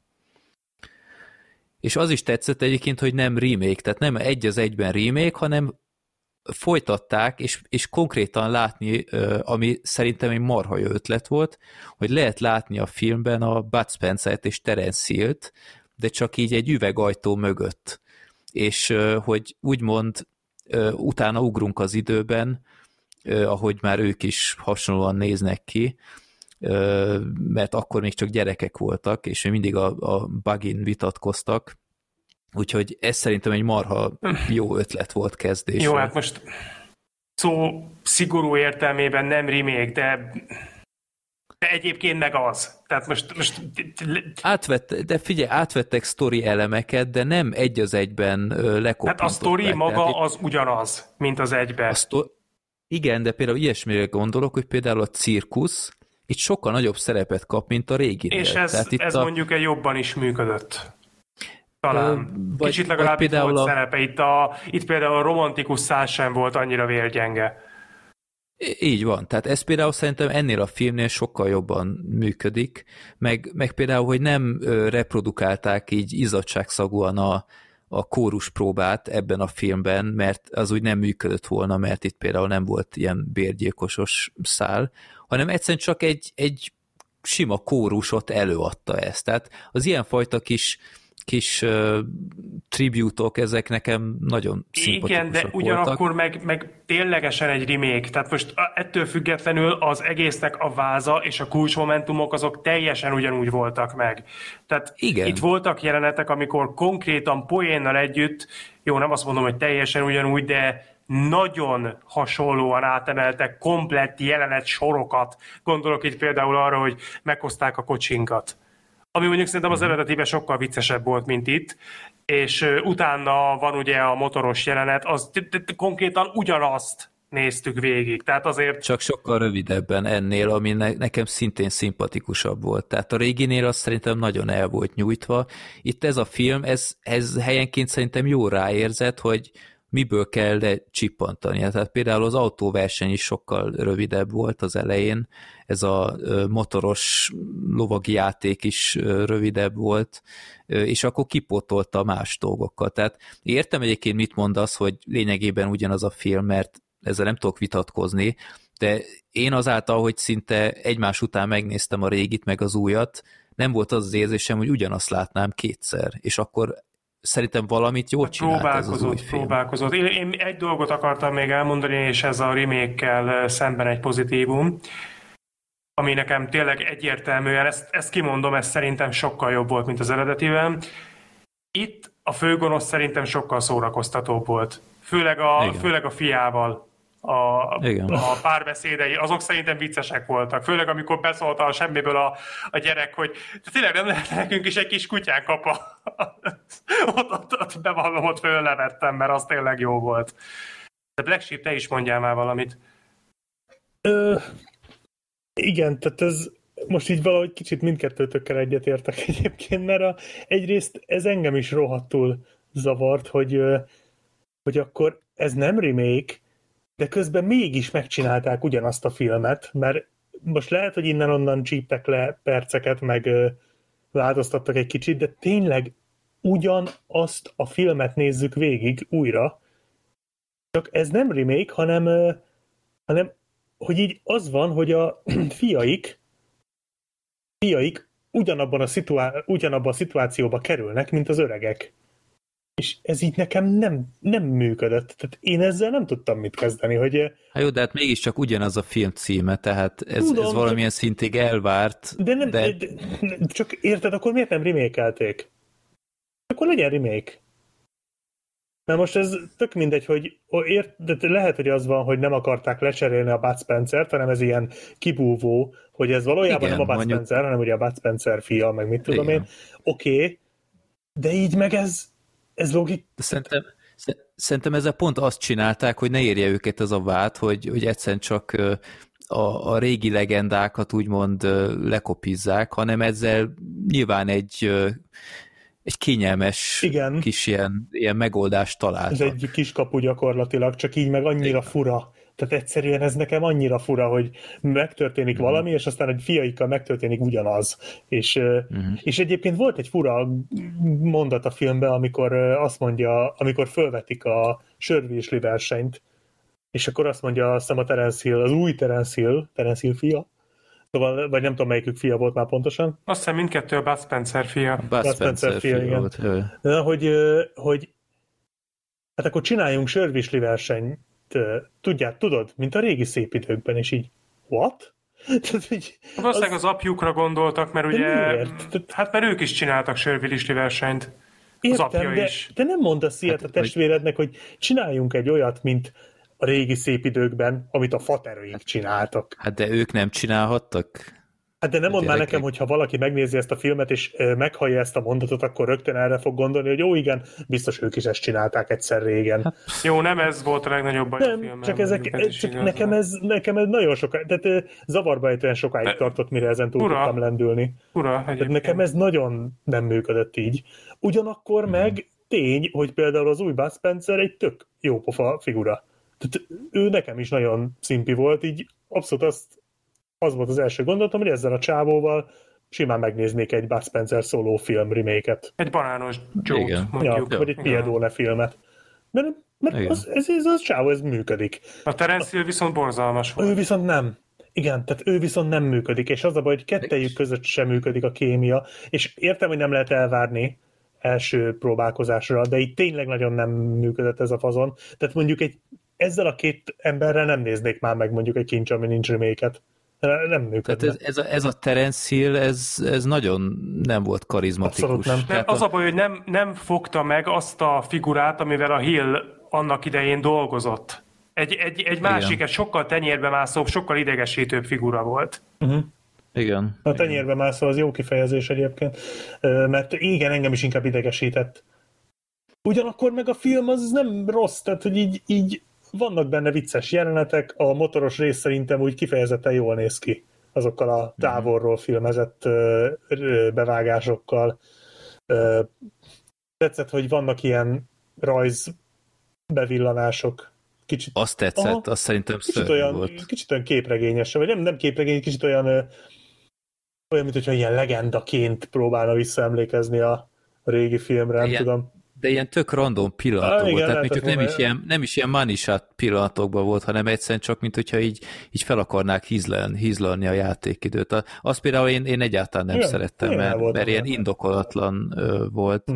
És az is tetszett egyébként, hogy nem remake, tehát nem egy az egyben remake, hanem folytatták, és konkrétan látni, ami szerintem egy marha jó ötlet volt, hogy lehet látni a filmben a Bud Spencer-t és Terence Hill-t, de csak így egy üvegajtó mögött. És hogy úgymond utána ugrunk az időben, ahogy már ők is hasonlóan néznek ki, mert akkor még csak gyerekek voltak, és mindig a bugin vitatkoztak. Úgyhogy ez szerintem egy marha jó ötlet volt kezdésre. Jó, hát most szó szigorú értelmében nem remake, de egyébként meg az. Tehát most... átvettek sztori elemeket, de nem egy az egyben lekopintották. Hát a sztori maga az ugyanaz, mint az egyben. Igen, de például ilyesmire gondolok, hogy például a cirkusz itt sokkal nagyobb szerepet kap, mint a réginél. És ez mondjuk egy jobban is működött. Talán. Kicsit legalább például volt szerepe. Itt például a romantikus szál sem volt annyira vérgyenge. Így van, tehát ez például szerintem ennél a filmnél sokkal jobban működik, meg például, hogy nem reprodukálták így izzadságszagúan a kórus próbát ebben a filmben, mert az úgy nem működött volna, mert itt például nem volt ilyen bérgyilkosos szál, hanem egyszerűen csak egy sima kórusot előadta ezt. Tehát az ilyenfajta kis tribútok, ezek nekem nagyon szimpatikusak voltak. Igen, de ugyanakkor meg ténylegesen egy remake. Tehát most ettől függetlenül az egésznek a váza és a kulcsmomentumok azok teljesen ugyanúgy voltak meg. Tehát igen. Itt voltak jelenetek, amikor konkrétan poénnal együtt, jó, nem azt mondom, hogy teljesen ugyanúgy, de nagyon hasonlóan átemeltek komplett jelenet sorokat. Gondolok itt például arra, hogy meghozták a kocsinkat. Ami mondjuk szerintem az eredetiben sokkal viccesebb volt, mint itt, és utána van ugye a motoros jelenet, az konkrétan ugyanazt néztük végig, tehát azért... Csak sokkal rövidebben ennél, ami nekem szintén szimpatikusabb volt. Tehát a réginél az szerintem nagyon el volt nyújtva. Itt ez a film, ez helyenként szerintem jól ráérzett, hogy miből kell lecsippantani. Tehát például az autóverseny is sokkal rövidebb volt az elején, ez a motoros lovagi játék is rövidebb volt, és akkor kipótolta más dolgokkal. Tehát értem egyébként, mit mondasz, hogy lényegében ugyanaz a film, mert ezzel nem tudok vitatkozni, de én azáltal, hogy szinte egymás után megnéztem a régit, meg az újat, nem volt az érzésem, hogy ugyanazt látnám kétszer, és akkor szerintem valamit jól csinált ez az új film. Próbálkozott. Én egy dolgot akartam még elmondani, és ez a remake-kel szemben egy pozitívum, ami nekem tényleg egyértelműen, ezt kimondom, ez szerintem sokkal jobb volt, mint az eredetiben. Itt a főgonosz szerintem sokkal szórakoztatóbb volt. Főleg a fiával. A párbeszédei, azok szerintem viccesek voltak. Főleg, amikor beszólt a semmiből a gyerek, hogy tényleg nem lehet nekünk is egy kis kutyánk, apa. ott bevallom, ott fölnevettem, mert az tényleg jó volt. De Black Sheep, te is mondjál már valamit. Igen, tehát ez most így valahogy kicsit mindkettőtökkel egyetértek egyébként, mert egyrészt ez engem is rohadtul zavart, hogy akkor ez nem remake, de közben mégis megcsinálták ugyanazt a filmet, mert most lehet, hogy innen-onnan csíptek le perceket, meg változtattak egy kicsit, de tényleg ugyanazt a filmet nézzük végig újra, csak ez nem remake, hanem hogy így van, hogy a fiaik ugyanabban a szituációba kerülnek, mint az öregek. És ez így nekem nem működött. Tehát én ezzel nem tudtam mit kezdeni, hogy... Hát jó, de hát mégiscsak ugyanaz a film címe, tehát ez valamilyen szintig elvárt. De csak érted, akkor miért nem remake-elték? Akkor legyen remake. Mert most ez tök mindegy, hogy de lehet, hogy az van, hogy nem akarták lecserélni a Bud Spencer-t, hanem ez ilyen kibúvó, hogy ez valójában igen, nem a Bud Spencer, hanem ugye a Bud Spencer fia, meg mit tudom én. Oké, de így meg ez logik. Szerintem ezzel pont azt csinálták, hogy ne érje őket ez a vád, hogy egyszerűen csak a régi legendákat úgymond lekopizzák, hanem ezzel nyilván egy kényelmes igen. Kis ilyen megoldást találtak. Ez egy kiskapu gyakorlatilag, csak így meg annyira igen. Fura. Tehát egyszerűen ez nekem annyira fura, hogy megtörténik valami, és aztán egy fiaikkal megtörténik ugyanaz. És egyébként volt egy fura mondat a filmben, amikor azt mondja, amikor fölvetik a sörvésli versenyt, és akkor azt mondja, azt hiszem a Terence Hill, az új Terence Hill fia, szóval, vagy nem tudom, melyikük fia volt már pontosan. Azt hiszem mindkettő a Bud Spencer fia. Bud Spencer fia igen. Volt. De, hogy hát akkor csináljunk sörvésli versenyt, tudod, mint a régi szép időkben, és így, what? Valószínűleg az apjukra gondoltak, mert ugye, hát mert ők is csináltak sörvilisli versenyt. Értem, az apja is. De nem mondasz ilyet a testvérednek, hogy csináljunk egy olyat, mint a régi szép időkben, amit a faterőink csináltak. Hát de ők nem csinálhattak? Hát de nem mondd már Gyerekek. nekem, hogy ha valaki megnézi ezt a filmet, és meghallja ezt a mondatot, akkor rögtön erre fog gondolni, hogy jó, igen, biztos ők is ezt csinálták egyszer régen. Hát, Jó, nem ez volt a legnagyobb baj a nem, filmben. csak, csak nekem ez nagyon sokáig, tehát zavarba ejtően sokáig tartott, mire ezen túl tudtam lendülni. Tehát nekem ez nagyon nem működött így. Ugyanakkor meg tény, hogy például az új Bud Spencer egy tök jópofa figura. Tehát ő nekem is nagyon szimpi volt, így abszolút az volt az első gondolatom, hogy ezzel a csávóval simán megnéznék egy Bud Spencer szóló film remake-et. Egy banános Joe-t, mondjuk. Ja, vagy egy Piedone filmet. Mert ez a csávó, ez működik. A Terence Hill viszont borzalmas volt. Ő viszont nem. Igen, tehát ő viszont nem működik, és az a baj, hogy kettejük között sem működik a kémia, és értem, hogy nem lehet elvárni első próbálkozásra, de itt tényleg nagyon nem működött ez a fazon. Tehát mondjuk ezzel a két emberrel nem néznék már meg mondjuk egy Kincs, ami nincs remake-et. Nem működne. Tehát ez a Terence Hill, ez nagyon nem volt karizmatikus. Abszolút nem. Az a baj, hogy nem fogta meg azt a figurát, amivel a Hill annak idején dolgozott. Egy másik, egy sokkal tenyérbe mászóbb, sokkal idegesítőbb figura volt. Igen. A tenyérbe mászó az jó kifejezés egyébként, mert igen, engem is inkább idegesített. Ugyanakkor meg a film az nem rossz, tehát hogy így vannak benne vicces jelenetek, a motoros rész szerintem úgy kifejezetten jól néz ki, azokkal a távolról filmezett bevágásokkal. Tetszett, hogy vannak ilyen rajz bevillanások. Kicsit, azt tetszett, azt szerintem szörnyű volt. Kicsit olyan képregényes, vagy nem képregény, kicsit olyan, mint hogyha ilyen legendaként próbálna visszaemlékezni a régi filmre, nem tudom. De ilyen tök random pillanatok volt, tehát még csak nem is ilyen money shot pillanatokban volt, hanem egyszerűen csak, mint hogyha így fel akarnák hízlalni a játékidőt. Azt például én egyáltalán nem szerettem, mert ilyen indokolatlan volt.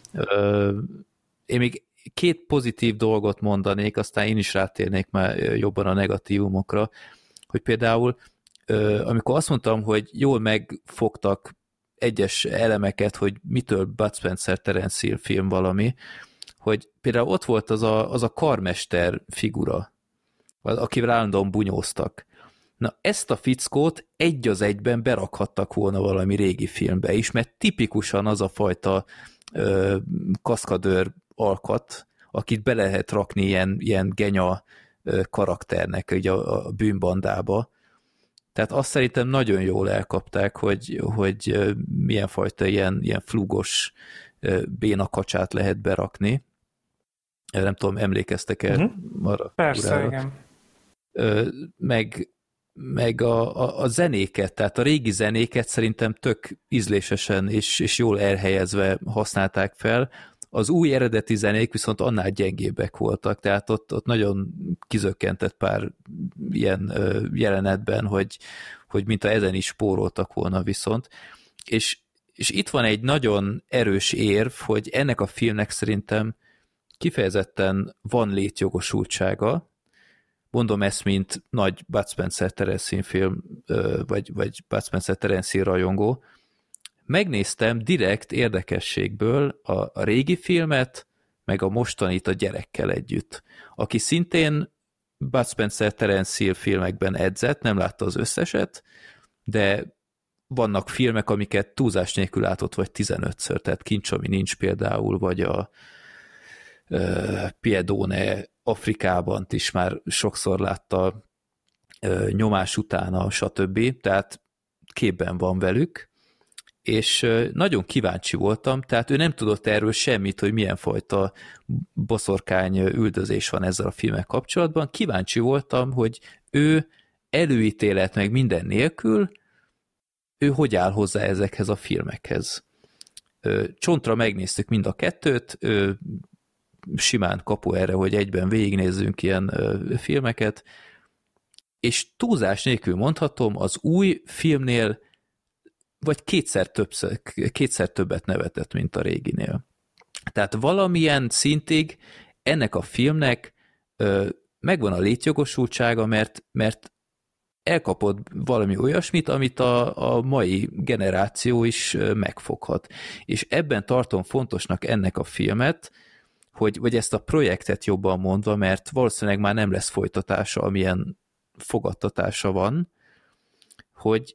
Én még két pozitív dolgot mondanék, aztán én is rátérnék már jobban a negatívumokra, hogy például amikor azt mondtam, hogy jól megfogtak egyes elemeket, hogy mitől Bud Spencer Terence Hill film valami, hogy például ott volt az a karmester figura, akivel állandóan bunyóztak. Na, ezt a fickót egy az egyben berakhattak volna valami régi filmbe is, mert tipikusan az a fajta kaszkadőr alkat, akit be lehet rakni ilyen genya karakternek így a bűnbandába. Tehát azt szerintem nagyon jól elkapták, hogy milyen fajta ilyen flugos bénakacsát lehet berakni. Nem tudom, emlékeztek-e arra? Persze, urára? igen. Meg a zenéket, tehát a régi zenéket szerintem tök ízlésesen és jól elhelyezve használták fel. Az új eredeti zenék viszont annál gyengébbek voltak, tehát ott nagyon kizökkentett pár ilyen jelenetben, hogy mint a ezen is spóroltak volna viszont. És itt van egy nagyon erős érv, hogy ennek a filmnek szerintem kifejezetten van létjogosultsága. Mondom ezt, mint nagy Bud Spencer Terence Hill film, vagy Bud Spencer Terence Hill rajongó. Megnéztem direkt érdekességből a régi filmet, meg a mostanit a gyerekkel együtt, aki szintén Bud Spencer Terence Hill filmekben edzett, nem látta az összeset, de vannak filmek, amiket túlzás nélkül látott, vagy 15-ször, tehát Kincs, ami nincs például, vagy a Piedone Afrikában is már sokszor látta, Nyomás utána, stb. Tehát képben van velük, és nagyon kíváncsi voltam, tehát ő nem tudott erről semmit, hogy milyen fajta boszorkány üldözés van ezzel a filmmel kapcsolatban. Kíváncsi voltam, hogy ő előítélet meg minden nélkül, ő hogy áll hozzá ezekhez a filmekhez. Csontra megnéztük mind a kettőt, simán kapu erre, hogy egyben végignézzünk ilyen filmeket, és túlzás nélkül mondhatom, az új filmnél vagy kétszer többet nevetett, mint a réginél. Tehát valamilyen szintig ennek a filmnek megvan a létjogosultsága, mert elkapod valami olyasmit, amit a mai generáció is megfoghat. És ebben tartom fontosnak ennek a filmet, vagy ezt a projektet jobban mondva, mert valószínűleg már nem lesz folytatása, amilyen fogadtatása van, hogy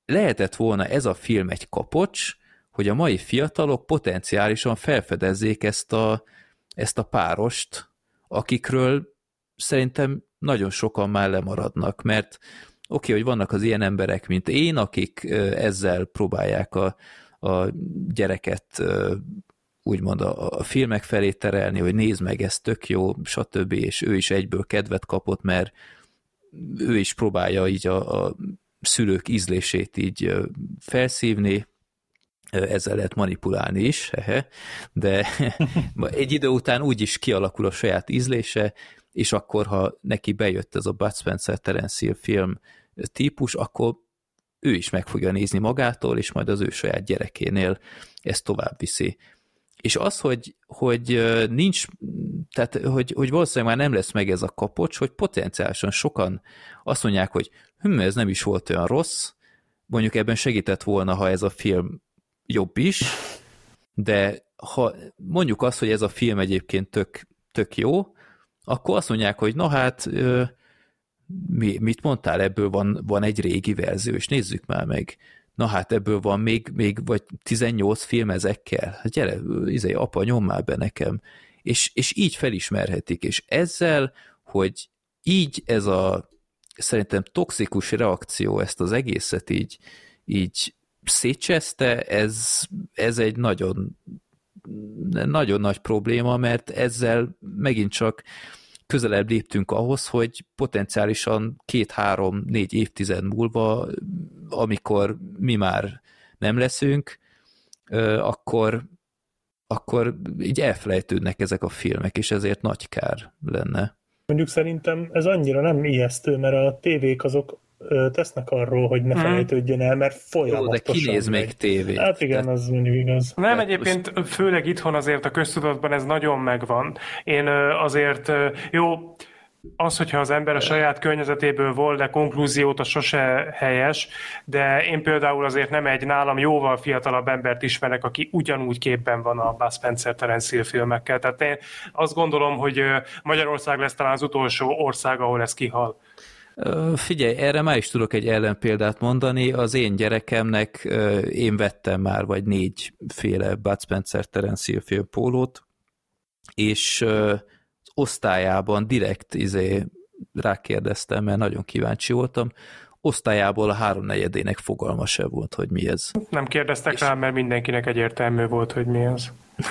lehetett volna ez a film egy kapocs, hogy a mai fiatalok potenciálisan felfedezzék ezt a párost, akikről szerintem nagyon sokan már lemaradnak, mert oké, hogy vannak az ilyen emberek, mint én, akik ezzel próbálják a gyereket úgymond a filmek felé terelni, hogy nézd meg, ez tök jó, stb., és ő is egyből kedvet kapott, mert ő is próbálja így a szülők ízlését így felszívni, ezzel lehet manipulálni is, de egy idő után úgyis kialakul a saját ízlése, és akkor, ha neki bejött ez a Bud Spencer Terence Hill film típus, akkor ő is meg fogja nézni magától, és majd az ő saját gyerekénél ezt tovább viszi. És az, hogy nincs, tehát hogy valószínűleg már nem lesz meg ez a kapocs, hogy potenciálisan sokan azt mondják, hogy ez nem is volt olyan rossz, mondjuk ebben segített volna, ha ez a film jobb is, de ha mondjuk azt, hogy ez a film egyébként tök jó, akkor azt mondják, hogy na hát, mit mondtál, ebből van egy régi verzió, és nézzük már meg. Na hát ebből van még vagy 18 film ezekkel. Hát gyere, apa, nyom már be nekem. És így felismerhetik, és ezzel, hogy így ez a szerintem toxikus reakció ezt az egészet így szétcseszte, ez egy nagyon nagy probléma, mert ezzel megint csak közelebb léptünk ahhoz, hogy potenciálisan 2-3-4 évtized múlva, amikor mi már nem leszünk, akkor így elfelejtődnek ezek a filmek, és ezért nagy kár lenne. Mondjuk szerintem ez annyira nem ijesztő, mert a tévék azok tesznek arról, hogy ne felejtődjön el, mert folyamatosan. Jó, de kinéz még tévét. Hát igen, az mondjuk igaz. Nem, egyébként főleg itthon azért a köztudatban ez nagyon megvan. Én azért, jó, az, hogyha az ember a saját környezetéből vol, de konklúziót az sose helyes, de én például azért nem egy nálam jóval fiatalabb embert ismerek, aki ugyanúgy képben van a Bud Spencer Terence Hill filmekkel. Tehát én azt gondolom, hogy Magyarország lesz talán az utolsó ország, ahol ez kihal. Figyelj, erre már is tudok egy ellenpéldát mondani. Az én gyerekemnek én vettem már vagy 4 féle Bud Spencer Terence Hill film pólót, és az osztályában direkt rákérdeztem, mert nagyon kíváncsi voltam, osztályából a 3/4-ének fogalma se volt, hogy mi ez. Nem kérdeztek rá, mert mindenkinek egyértelmű volt, hogy mi ez.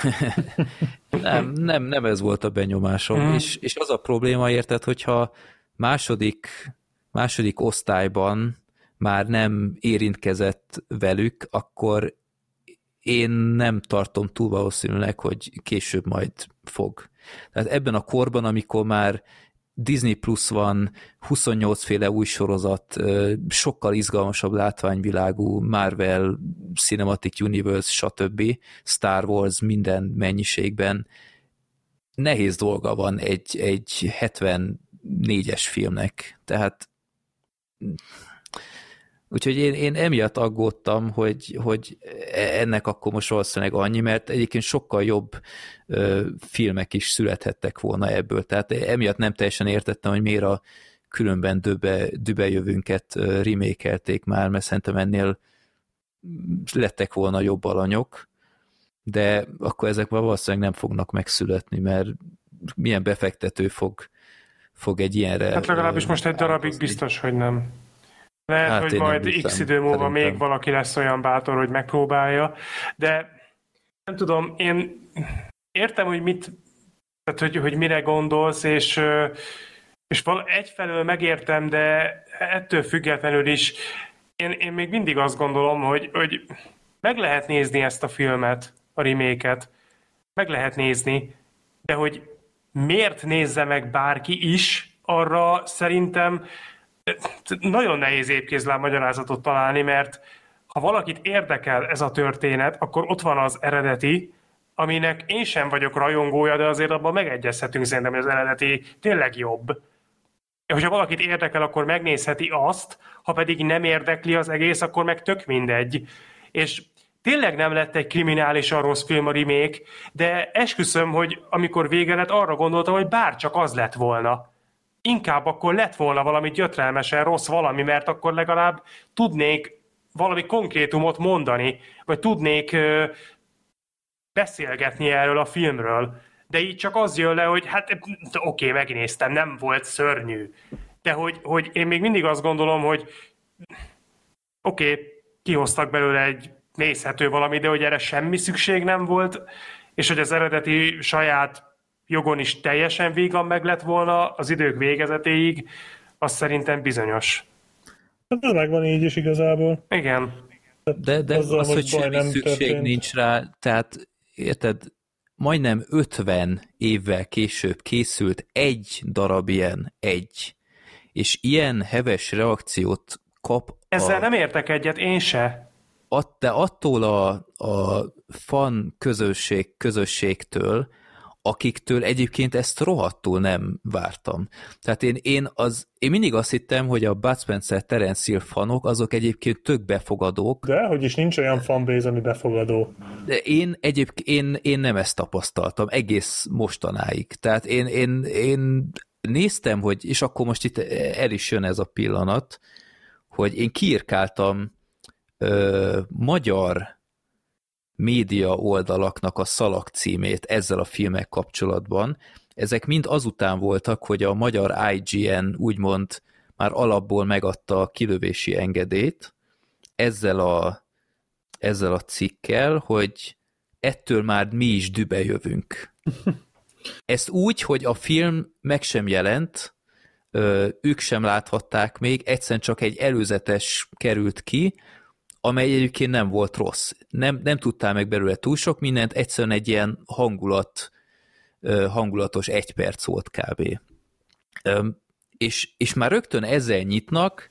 nem ez volt a benyomásom. És az a probléma, érted, hogyha második osztályban már nem érintkezett velük, akkor én nem tartom túl valószínűleg, hogy később majd fog. Tehát ebben a korban, amikor már Disney Plus van, 28 féle új sorozat, sokkal izgalmasabb látványvilágú, Marvel, Cinematic Universe, stb., Star Wars minden mennyiségben, nehéz dolga van egy 74-es filmnek. Tehát úgyhogy én emiatt aggódtam, hogy ennek akkor most valószínűleg annyi, mert egyébként sokkal jobb filmek is születhettek volna ebből. Tehát emiatt nem teljesen értettem, hogy miért a különben dübejövünket remake-elték már, mert szerintem ennél lettek volna jobb alanyok, de akkor ezek valószínűleg nem fognak megszületni, mert milyen befektető fog egy ilyenre... Hát legalábbis most egy darabig biztos, hogy nem. Lehet, hogy majd x idő múlva még valaki lesz olyan bátor, hogy megpróbálja, de nem tudom, én értem, hogy tehát, hogy mire gondolsz, és egyfelől megértem, de ettől függetlenül is én még mindig azt gondolom, hogy meg lehet nézni ezt a filmet, a remake-et, meg lehet nézni, de hogy miért nézze meg bárki is, arra szerintem nagyon nehéz épkézláb magyarázatot találni, mert ha valakit érdekel ez a történet, akkor ott van az eredeti, aminek én sem vagyok rajongója, de azért abban megegyezhetünk szerintem, hogy az eredeti tényleg jobb. Hogyha valakit érdekel, akkor megnézheti azt, ha pedig nem érdekli az egész, akkor meg tök mindegy. És tényleg nem lett egy kriminálisan rossz film a remake, de esküszöm, hogy amikor vége lett, arra gondoltam, hogy bárcsak az lett volna. Inkább akkor lett volna valami gyötrelmesen rossz valami, mert akkor legalább tudnék valami konkrétumot mondani, vagy tudnék beszélgetni erről a filmről. De így csak az jön le, hogy hát oké, megnéztem, nem volt szörnyű. De hogy én még mindig azt gondolom, hogy oké, kihoztak belőle egy nézhető valami, de hogy erre semmi szükség nem volt, és hogy az eredeti saját jogon is teljesen vígan meg lett volna az idők végezetéig, az szerintem bizonyos. Hát ez megvan így is igazából. Igen. De az, hogy semmi szükség nincs rá, tehát érted, majdnem 50 évvel később készült egy darab ilyen, és ilyen heves reakciót kap. Ezzel nem értek egyet, én se. De attól a fan közösségtől, akiktől egyébként ezt rohadtul nem vártam. Tehát én mindig azt hittem, hogy a Bud Spencer, Terence Hill fanok, azok egyébként tök befogadók. De, hogy is nincs olyan fanbase, ami befogadó. De én nem ezt tapasztaltam egész mostanáig. Tehát én néztem, hogy, és akkor most itt el is jön ez a pillanat, hogy én kiírkáltam magyar média oldalaknak a szalagcímét ezzel a filmek kapcsolatban. Ezek mind azután voltak, hogy a magyar IGN úgymond már alapból megadta a kilövési engedélyt ezzel a cikkel, hogy ettől már mi is dübe jövünk. Ezt úgy, hogy a film meg sem jelent, ők sem láthatták még, egyszerűen csak egy előzetes került ki, amely egyébként nem volt rossz. Nem tudtál meg belőle túl sok mindent, egyszerűen egy ilyen hangulatos 1 perc volt kb. És már rögtön ezzel nyitnak,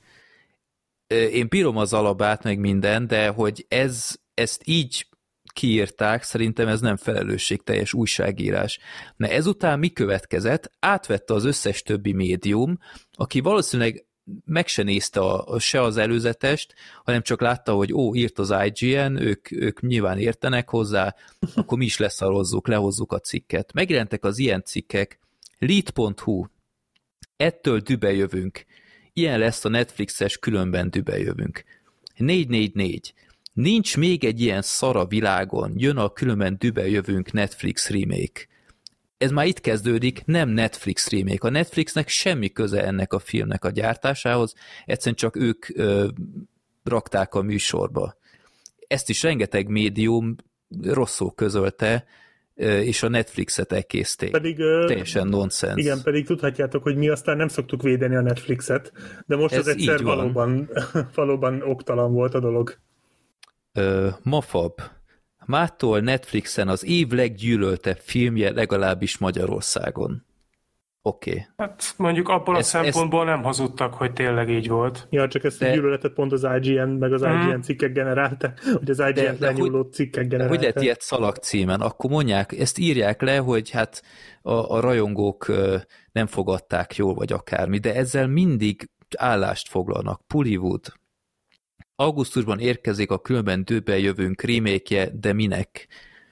én bírom az alapát, meg minden, de hogy ezt így kiírták, szerintem ez nem felelősségteljes újságírás. Mert ezután mi következett? Átvette az összes többi médium, aki valószínűleg meg se nézte se az előzetest, hanem csak látta, hogy írt az IGN, ők nyilván értenek hozzá, akkor mi is leszarozzuk, lehozzuk a cikket. Megjelentek az ilyen cikkek, lead.hu, ettől dübe jövünk, ilyen lesz a Netflixes, különben dübe jövünk. 444, nincs még egy ilyen szar a világon, jön a különben dübe jövünk Netflix remake. Ez már itt kezdődik, nem Netflix remake. A Netflixnek semmi köze ennek a filmnek a gyártásához, egyszerűen csak ők rakták a műsorba. Ezt is rengeteg médium rosszul közölte, és a Netflixet elkészték. Pedig, teljesen nonsens. Igen, pedig tudhatjátok, hogy mi aztán nem szoktuk védeni a Netflixet, de most ez egyszer valóban oktalan volt a dolog. Mafab. Mától Netflixen az év leggyűlöltebb filmje, legalábbis Magyarországon. Oké. Hát mondjuk abból a szempontból nem hazudtak, hogy tényleg így volt. Ja, csak ezt a gyűlöletet pont az IGN, meg az IGN cikkek generálta, hogy az IGN lenyúló cikkek generálta. Hogy lehet ilyet szalagcímen? Akkor mondják, ezt írják le, hogy hát a rajongók nem fogadták jól, vagy akármi, de ezzel mindig állást foglalnak. Pullywood. Augusztusban érkezik a különben dőbe jövőnk remake-je, de minek?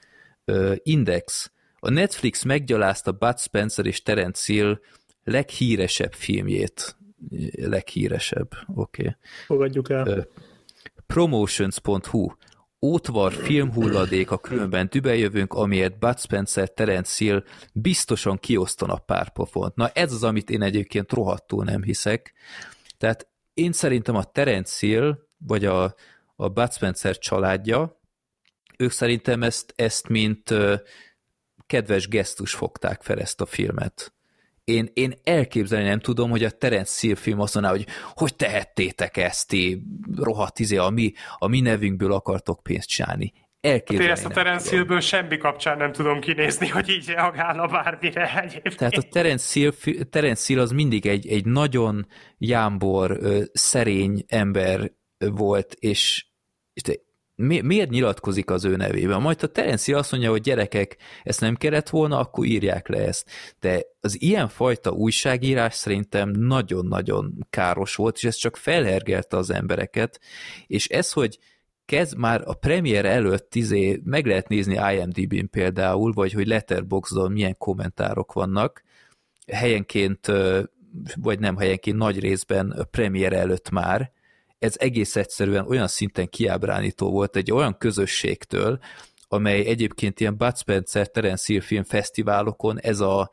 Index. A Netflix meggyalázta Bud Spencer és Terence Hill leghíresebb filmjét. Leghíresebb, oké. Fogadjuk el. Promotions.hu. Ótvar filmhulladék a különben dübe jövőnk, amiért Bud Spencer, Terence Hill biztosan kiosztana pár pofont. Na ez az, amit én egyébként rohadtul nem hiszek. Tehát én szerintem a Terence Hill vagy a Bud Spencer családja, ők szerintem ezt mint kedves gesztus fogták fel ezt a filmet. Én elképzelni nem tudom, hogy a Terence Hill film azt mondaná, hogy tehettétek ezt, ti rohadt a mi nevünkből akartok pénzt csinálni. Elképzelni ezt a Terence Hillből semmi kapcsán nem tudom kinézni, hogy így reagálna bármire egyébként. Tehát a Terence Hill az mindig egy nagyon jámbor, szerény ember volt, és miért nyilatkozik az ő nevében? Majd a Terence Hill azt mondja, hogy gyerekek, ezt nem kellett volna, akkor írják le ezt. De az ilyenfajta újságírás szerintem nagyon-nagyon káros volt, és ez csak felhergelte az embereket, és ez, hogy már a premier előtt meg lehet nézni IMDb-n például, vagy hogy Letterboxdon milyen kommentárok vannak, helyenként, vagy nem helyenként, nagy részben a premier előtt már, ez egész egyszerűen olyan szinten kiábránító volt egy olyan közösségtől, amely egyébként ilyen Bud Spencer, Terence Hill filmfesztiválokon ez a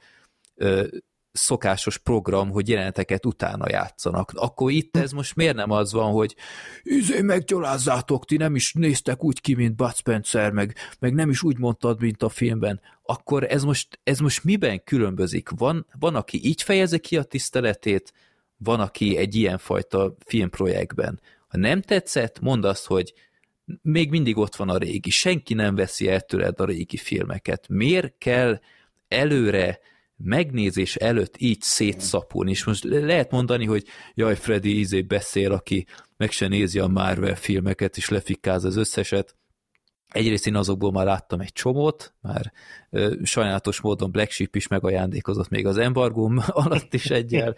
szokásos program, hogy jeleneteket utána játszanak. Akkor itt ez most miért nem az van, hogy meggyalázzátok, ti nem is néztek úgy ki, mint Bud Spencer, meg nem is úgy mondtad, mint a filmben. Akkor ez most miben különbözik? Van, aki így fejezi ki a tiszteletét, van, aki egy ilyenfajta filmprojektben. Ha nem tetszett, mondd azt, hogy még mindig ott van a régi. Senki nem veszi el tőled a régi filmeket. Miért kell előre megnézés előtt így szétszapulni? És most lehet mondani, hogy jaj, Freddy beszél, aki meg se nézi a Marvel filmeket, és lefikkáz az összeset. Egyrészt én azokból már láttam egy csomót, már sajnálatos módon Black Sheep is megajándékozott még az embargóm alatt is egyel,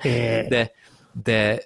de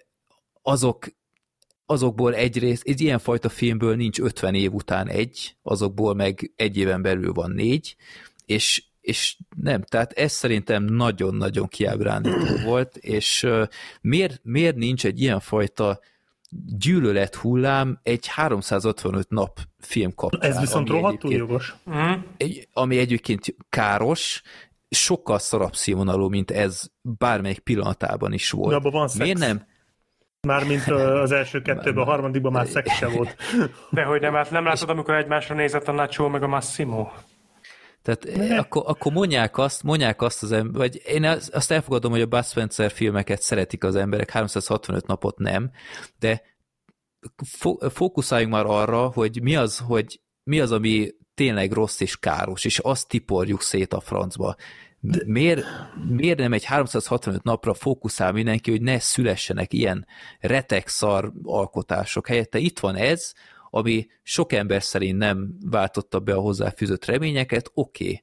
azokból egyrészt, egy ilyenfajta filmből nincs 50 év után egy, azokból meg egy éven belül van 4, és nem, tehát ez szerintem nagyon-nagyon kiábrándító volt, és miért nincs egy ilyenfajta gyűlölet hullám egy 365 nap film kapcsán? Ez viszont rohadtul jogos. Ami egyébként káros, sokkal szarabb színvonalú, mint ez bármelyik pillanatában is volt. De abban van szex. Miért nem? Mármint az első kettőben, a harmadikban már szex se volt. Dehogy nem látod, amikor egymásra nézett a Nacho meg a Massimo? Tehát akkor mondják azt az ember, vagy én azt elfogadom, hogy a Bud Spencer filmeket szeretik az emberek, 365 napot nem, de fókuszáljunk már arra, hogy mi az, ami tényleg rossz és káros, és azt tiporjuk szét a francba. Miért nem egy 365 napra fókuszál mindenki, hogy ne szülessenek ilyen retegszar alkotások? Helyette itt van ez, ami sok ember szerint nem váltotta be a hozzáfűzött reményeket, oké.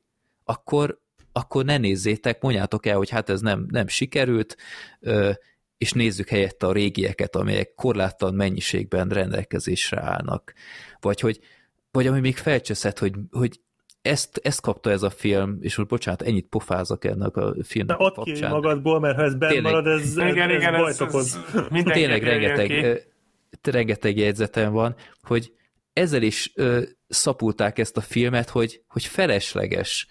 Akkor ne nézzétek, mondjátok el, hogy hát ez nem sikerült, és nézzük helyette a régieket, amelyek korlátlan mennyiségben rendelkezésre állnak. Vagy ami még felcseszett, hogy ezt kapta ez a film, és most bocsánat, ennyit pofázok ennek a filmnek kapcsán. Ott ki magadból, mert ha ez benn marad, ez bajt okoz. Tényleg rengeteg jegyzetem van, hogy ezzel is szapulták ezt a filmet, hogy felesleges.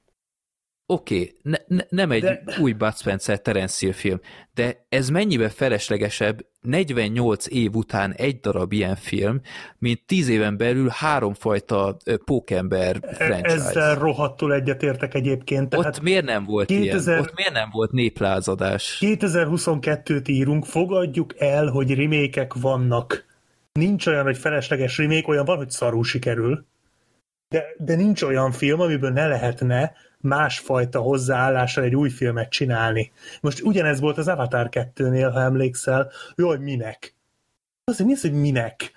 Oké, nem egy új Bud Spencer Terence Hill film, de ez mennyivel feleslegesebb 48 év után egy darab ilyen film, mint 10 éven belül 3 fajta pókember franchise. Ezzel rohadtul egyetértek egyébként. Tehát ott miért nem volt ilyen? Ott miért nem volt néplázadás? 2022-t írunk, fogadjuk el, hogy remake-ek vannak. Nincs olyan, hogy felesleges remake, olyan van, hogy szarul sikerül. De nincs olyan film, amiből ne lehetne másfajta hozzáállással egy új filmet csinálni. Most ugyanez volt az Avatar 2-nél, ha emlékszel. Jaj, minek? Azért mi az, hogy minek?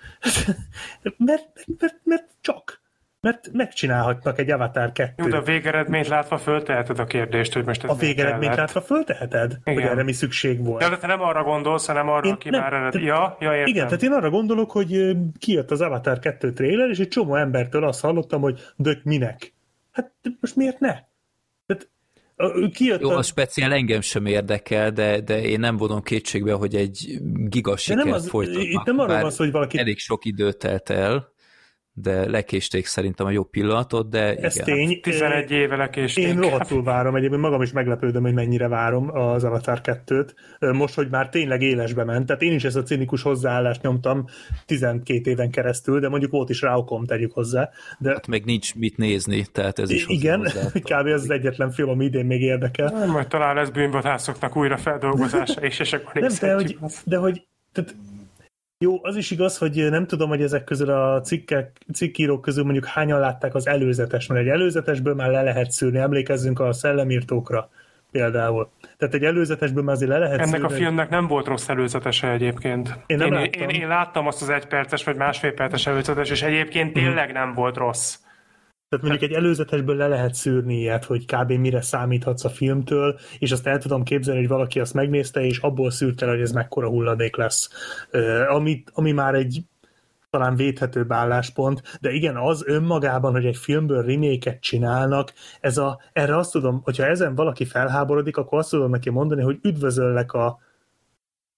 mert csak. Mert megcsinálhatnak egy Avatar 2-t. Jó, de a végeredményt látva fölteheted a kérdést, hogy most ez a végeredményt látva fölteheted? Igen. Hogy erre mi szükség volt? De te nem arra gondolsz, hanem arra, aki már eredet. Ja, értem. Igen, tehát én arra gondolok, hogy kijött az Avatar 2 trailer, és egy csomó embertől azt hallottam, hogy de minek? Hát most miért ne? Jó, a speciál engem sem érdekel, de én nem vonom kétségbe, hogy egy gigasikert folytatnak. Itt nem arról van szó, hogy valaki... Elég sok időt telt el, de lekésték szerintem a jobb pillanatot, de ez igen. Tény, 11 éve lekésték. Én rohadtul várom, egyébként magam is meglepődöm, hogy mennyire várom az Avatar 2-t. Most, hogy már tényleg élesbe ment, tehát én is ezt a cinikus hozzáállást nyomtam 12 éven keresztül, de mondjuk volt is rá okom, tegyük hozzá. De... Hát meg nincs mit nézni, tehát ez is igen, kb. Ez az egyetlen film, ami idén még érdekel. Majd talán lesz bűnvadászoknak újra feldolgozása, és akkor nézhetjük. De hogy tehát jó, az is igaz, hogy nem tudom, hogy ezek közül a cikkírók közül mondjuk hányan látták az előzetes, mert egy előzetesből már le lehet szűrni, emlékezzünk a Szellemírtókra például. Tehát egy előzetesből már azért le lehet szűrni. Ennek a filmnek nem volt rossz előzetese egyébként. Én láttam azt az 1 perces vagy másfél perces előzetes, és egyébként tényleg nem volt rossz. Tehát mondjuk egy előzetesből le lehet szűrni ilyet, hogy kb. Mire számíthatsz a filmtől, és azt el tudom képzelni, hogy valaki azt megnézte, és abból szűrte le, hogy ez mekkora hulladék lesz. Ami már egy talán védhetőbb álláspont, de igen, az önmagában, hogy egy filmből remake-et csinálnak, erre azt tudom, hogyha ezen valaki felháborodik, akkor azt tudom neki mondani, hogy üdvözöllek a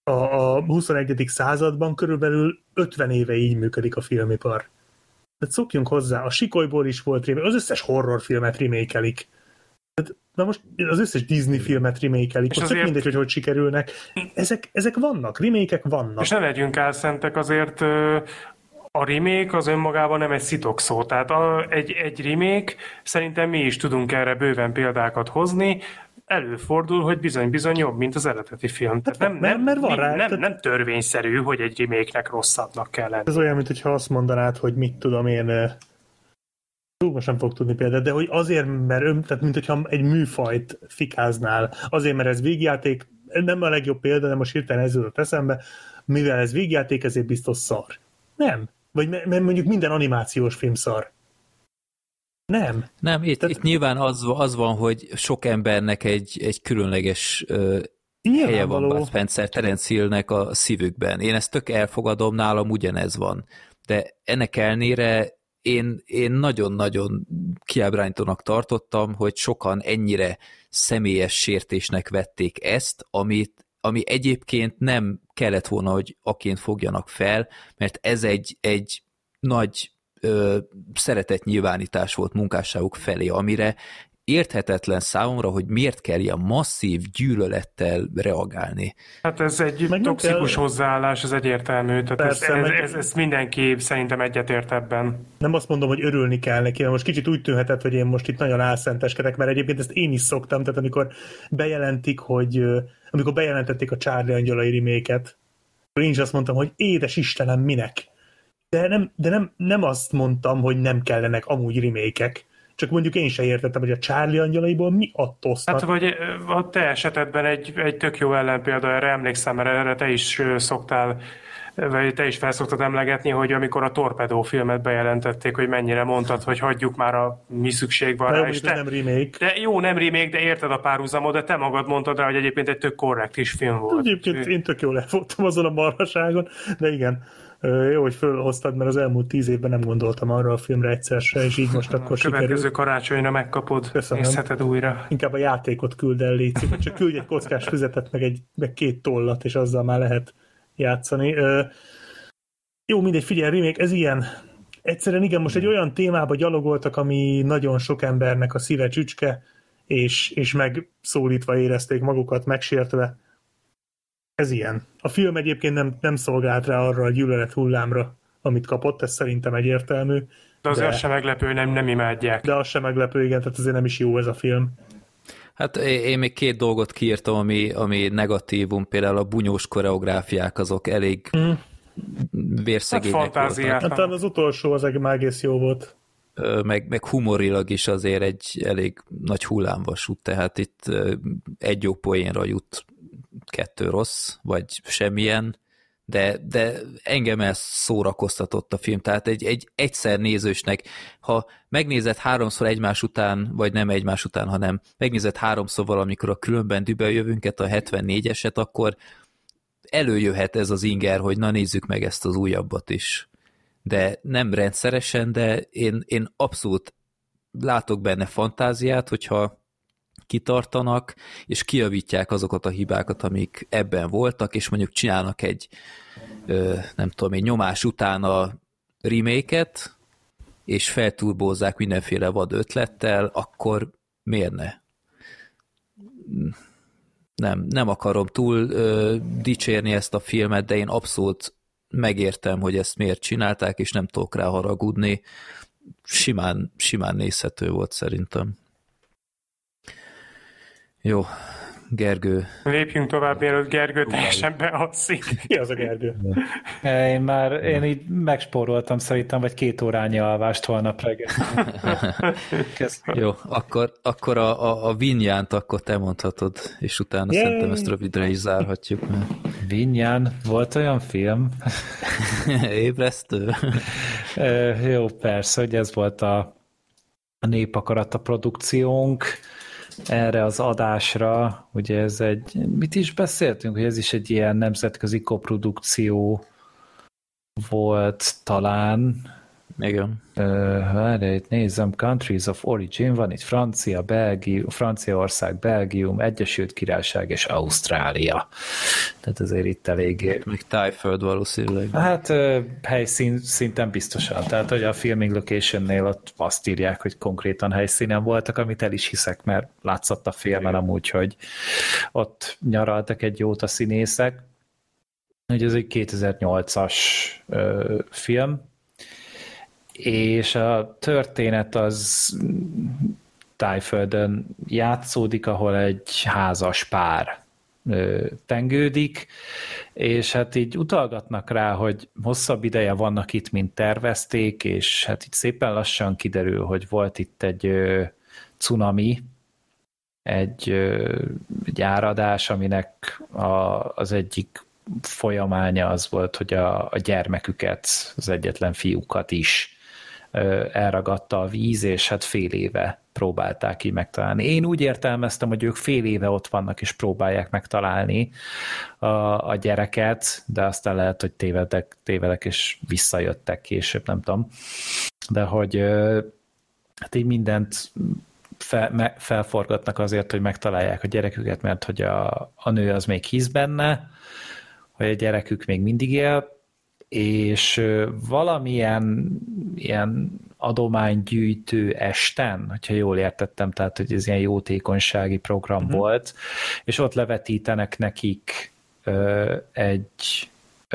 a 21. században körülbelül 50 éve így működik a filmipar. Tehát szokjunk hozzá, a Sikolyból is volt remake, az összes horrorfilmet remake-elik. Na most az összes Disney filmet remake-elik, most azért... mindegy, hogy sikerülnek. Ezek vannak, remake-ek vannak. És ne legyünk álszentek, azért a remake az önmagában nem egy szitokszó. Tehát egy remake, szerintem mi is tudunk erre bőven példákat hozni, előfordul, hogy bizony jobb, mint az eredeti film. Hát tehát nem törvényszerű, hogy egy remake-nek rosszabbnak kell lenni. Ez olyan, mintha azt mondanád, hogy mit tudom én, most nem fog tudni példát, de hogy azért, mert tehát mint hogyha egy műfajt fikáznál, azért, mert ez vígjáték, nem a legjobb példa, de most hirtelen ez jutott eszembe, mivel ez vígjáték, ezért biztos szar. Nem. Vagy mert mondjuk minden animációs film szar. Nem, itt nyilván az van, hogy sok embernek egy különleges helye van Bud Spencer, Terence Hillnek a szívükben. Én ezt tök elfogadom, nálam ugyanez van. De ennek ellenére én nagyon-nagyon kiábránítónak tartottam, hogy sokan ennyire személyes sértésnek vették ezt, ami egyébként nem kellett volna, hogy aként fogjanak fel, mert ez egy nagy szeretetnyilvánítás volt munkásságuk felé, amire érthetetlen számomra, hogy miért kell ilyen masszív gyűlölettel reagálni. Hát ez egy toxikus hozzáállás, ez egyértelmű. Tehát ez mindenki szerintem egyetért ebben. Nem azt mondom, hogy örülni kell neki, mert most kicsit úgy tűnhetett, hogy én most itt nagyon álszenteskedek, mert egyébként ezt én is szoktam, tehát amikor bejelentették a Charlie Angyalai remake-et, én is azt mondtam, hogy édes Istenem, minek? De nem azt mondtam, hogy nem kellenek amúgy remake-ek. Csak mondjuk én sem értettem, hogy a Charlie Angyalaiból mi a tosznak. Hát vagy a te esetedben egy tök jó ellenpélda, erre emlékszem, mert erre te is szoktál, vagy te is felszoktad emlegetni, hogy amikor a Torpedó filmet bejelentették, hogy mennyire mondtad, hogy hagyjuk már mi szükség van rá. Nem remake. De jó, nem remake, de érted a párhuzamot, de te magad mondtad rá, hogy egyébként egy tök korrekt is film volt. Egyébként én tök jól lefogtam azon a marhaságon, de igen. Jó, hogy fölhoztad, mert az elmúlt 10 évben nem gondoltam arra a filmre egyszer se, és így most akkor sikerül. Következő karácsonyra megkapod, nézheted újra. Inkább a játékot küld el, légy, csak küldj egy kockás füzetet, meg 2 tollat, és azzal már lehet játszani. Jó, mindegy, figyelj, remake, ez ilyen. Egyszerűen igen, most egy olyan témába gyalogoltak, ami nagyon sok embernek a szíve csücske, és megszólítva érezték magukat, megsértve. Ez ilyen. A film egyébként nem szolgált rá arra a gyűlölet hullámra, amit kapott, ez szerintem egyértelmű. De az sem meglepő, nem imádják. De az sem meglepő, igen, tehát azért nem is jó ez a film. Hát én még 2 dolgot kiírtam, ami negatívum, például a bunyós koreográfiák, azok elég vérszegények voltak. Hát az utolsó az már egész jó volt. Meg humorilag is azért egy elég nagy hullámvasút, tehát itt egy jó poénra jut 2 rossz, vagy semmilyen, de engem elszórakoztatott a film, tehát egy egyszer nézősnek, ha megnézed 3-szor egymás után, vagy nem egymás után, hanem megnézed 3-szor valamikor a Különben dübeljövünket, a 74-eset, akkor előjöhet ez az inger, hogy na nézzük meg ezt az újabbat is. De nem rendszeresen, de én abszolút látok benne fantáziát, hogyha kitartanak, és kijavítják azokat a hibákat, amik ebben voltak, és mondjuk csinálnak egy nem tudom, egy nyomás után a remake-et, és felturbózzák mindenféle vad ötlettel, akkor miért ne? Nem akarom túl dicsérni ezt a filmet, de én abszolút megértem, hogy ezt miért csinálták, és nem tudok rá haragudni. Simán nézhető volt szerintem. Jó, Gergő. Lépjünk tovább, mielőtt Gergő teljesen beasszik. Ki az a Gergő? Én így megspóroltam szerintem, vagy 2 órányi alvást holnap reggel. Jó, akkor a Vinyánt akkor te mondhatod, és utána szerintem ezt rövidre is zárhatjuk. Vinyán, volt olyan film? Ébresztő? Jó, persze, hogy ez volt a Népakarata produkciónk, erre az adásra, ugye ez mit is beszéltünk, hogy ez is egy ilyen nemzetközi koprodukció volt talán, Igen. Várj, itt nézem, countries of origin, van itt Franciaország, Belgium, Egyesült Királyság és Ausztrália. Tehát azért itt eléggé... Még Tájföld valószínűleg. Hát helyszín szinten biztosan. Tehát, hogy a filming location-nél ott azt írják, hogy konkrétan helyszínen voltak, amit el is hiszek, mert látszott a filmen amúgy, hogy ott nyaraltak egy jót a színészek. Ugye ez egy 2008-as film, és a történet az Tájföldön játszódik, ahol egy házas pár tengődik, és hát így utalgatnak rá, hogy hosszabb ideje vannak itt, mint tervezték, és hát itt szépen lassan kiderül, hogy volt itt egy cunami, egy áradás, aminek az egyik folyamánya az volt, hogy a gyermeküket, az egyetlen fiúkat is elragadta a víz, és hát fél éve próbálták így megtalálni. Én úgy értelmeztem, hogy ők fél éve ott vannak, és próbálják megtalálni a gyereket, de aztán lehet, hogy tévedek, és visszajöttek később, nem tudom. De hogy hát így mindent felforgatnak azért, hogy megtalálják a gyereküket, mert hogy a nő az még hisz benne, hogy a gyerekük még mindig él, és valamilyen ilyen adománygyűjtő esten, hogyha jól értettem, tehát hogy ez ilyen jótékonysági program volt, és ott levetítenek nekik egy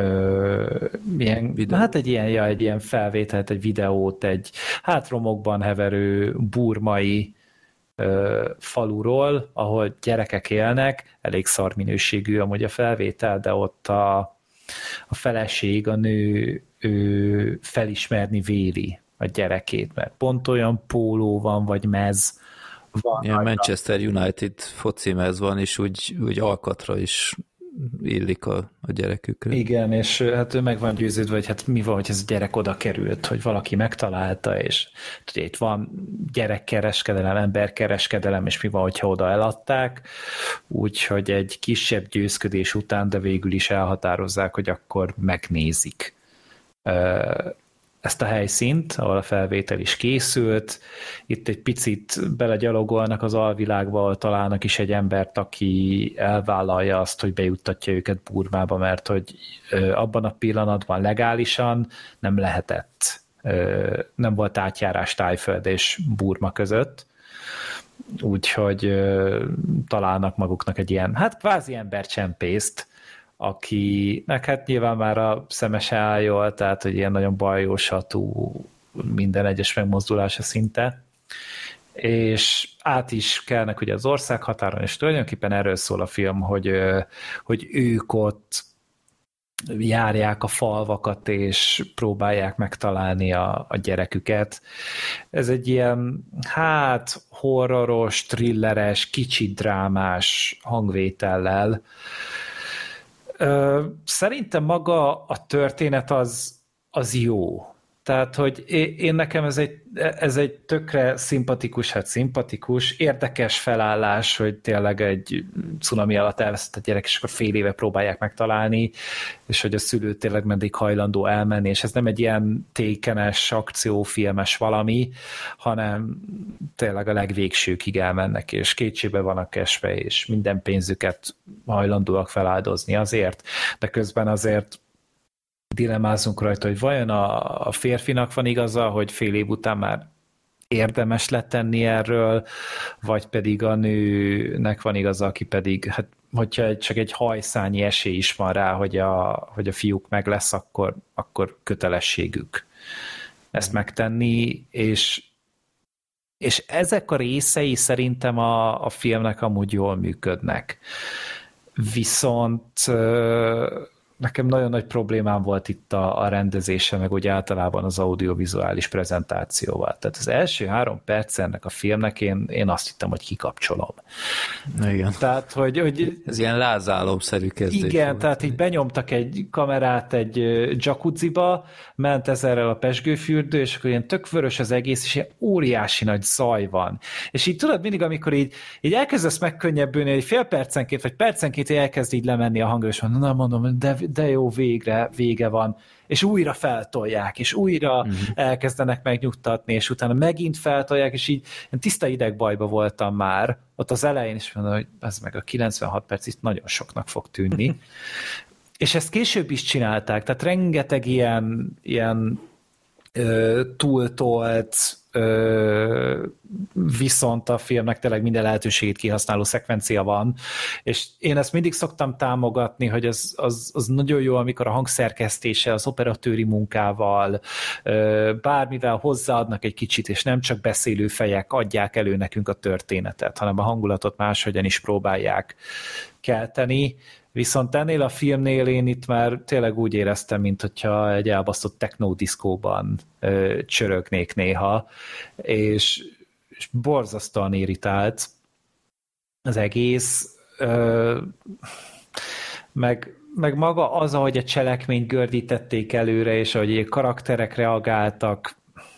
egy ilyen felvételt, egy videót, egy romokban heverő burmai faluról, ahol gyerekek élnek, elég szar minőségű amúgy a felvétel, de ott a feleség, a nő felismerni véli a gyerekét, mert pont olyan póló van, vagy mez van. Ilyen Manchester United focimez van, és úgy alkatra is illik a gyerekükre. Igen, és hát ő meg van győződve, hogy hát mi van, hogy ez a gyerek oda került, hogy valaki megtalálta, és ugye itt van gyerekkereskedelem, emberkereskedelem, és mi van, hogyha oda eladták, úgyhogy egy kisebb győzködés után, de végül is elhatározzák, hogy akkor megnézik ezt a helyszínt, ahol a felvétel is készült. Itt egy picit belegyalogolnak az alvilágba, ahol találnak is egy embert, aki elvállalja azt, hogy bejuttatja őket Burmába, mert hogy abban a pillanatban legálisan nem lehetett. Nem volt átjárás Tájföld és Burma között. Úgyhogy találnak maguknak egy ilyen, hát kvázi embercsempészt, akinek hát nyilván már a szemes áll jól, tehát hogy ilyen nagyon bajósatú minden egyes megmozdulása szinte, és át is kelnek ugye az országhatáron, és tulajdonképpen erről szól a film, hogy ők ott járják a falvakat, és próbálják megtalálni a gyereküket. Ez egy ilyen, horroros, thrilleres, kicsit drámás hangvétellel. Szerintem maga a történet az jó. Tehát, hogy én nekem ez egy tökre szimpatikus, érdekes felállás, hogy tényleg egy cunami alatt elveszett a gyerek, és akkor fél éve próbálják megtalálni, és hogy a szülő tényleg meddig hajlandó elmenni, és ez nem egy ilyen tékenes, akciófilmes valami, hanem tényleg a legvégsőkig elmennek, és kétségbe vannak esve, és minden pénzüket hajlandóak feláldozni azért, de közben azért dilemmázunk rajta, hogy vajon a férfinak van igaza, hogy fél év után már érdemes letenni erről, vagy pedig a nőnek van igaza, aki pedig, hát hogyha csak egy hajszányi esély is van rá, hogy a fiúk meg lesz, akkor kötelességük ezt megtenni, és ezek a részei szerintem a filmnek amúgy jól működnek. Viszont nekem nagyon nagy problémám volt itt a rendezése, meg úgy általában az audiovizuális prezentációval. Tehát az első 3 perc ennek a filmnek én azt hittem, hogy kikapcsolom. Igen. Tehát, hogy ez ilyen lázálomszerű kezdés. Igen, volt. tehát így benyomtak egy kamerát egy jacuzziba, ment ezerrel a pezsgőfürdő, és akkor ilyen tök vörös az egész, és ilyen óriási nagy zaj van. És így tudod, mindig, amikor így elkezdesz megkönnyebbülni, hogy fél percenként, vagy percenként elkezd így lemenni a hangról, és mondom, de de jó, végre vége van, és újra feltolják, és újra elkezdenek megnyugtatni, és utána megint feltolják, és így tiszta idegbajba voltam már, ott az elején is mondom, hogy ez meg a 96 perc itt nagyon soknak fog tűnni. És ezt később is csinálták, tehát rengeteg ilyen túltolt, viszont a filmnek tényleg minden lehetőségét kihasználó szekvencia van, és én ezt mindig szoktam támogatni, hogy az nagyon jó, amikor a hangszerkesztéssel, az operatőri munkával, bármivel hozzáadnak egy kicsit, és nem csak beszélő fejek adják elő nekünk a történetet, hanem a hangulatot máshogyan is próbálják kelteni. Viszont ennél a filmnél én itt már tényleg úgy éreztem, mint hogyha egy elbasztott technodiszkóban csörögnék néha, és borzasztóan irritált az egész, meg maga az, ahogy a cselekményt gördítették előre, és ahogy a karakterek reagáltak,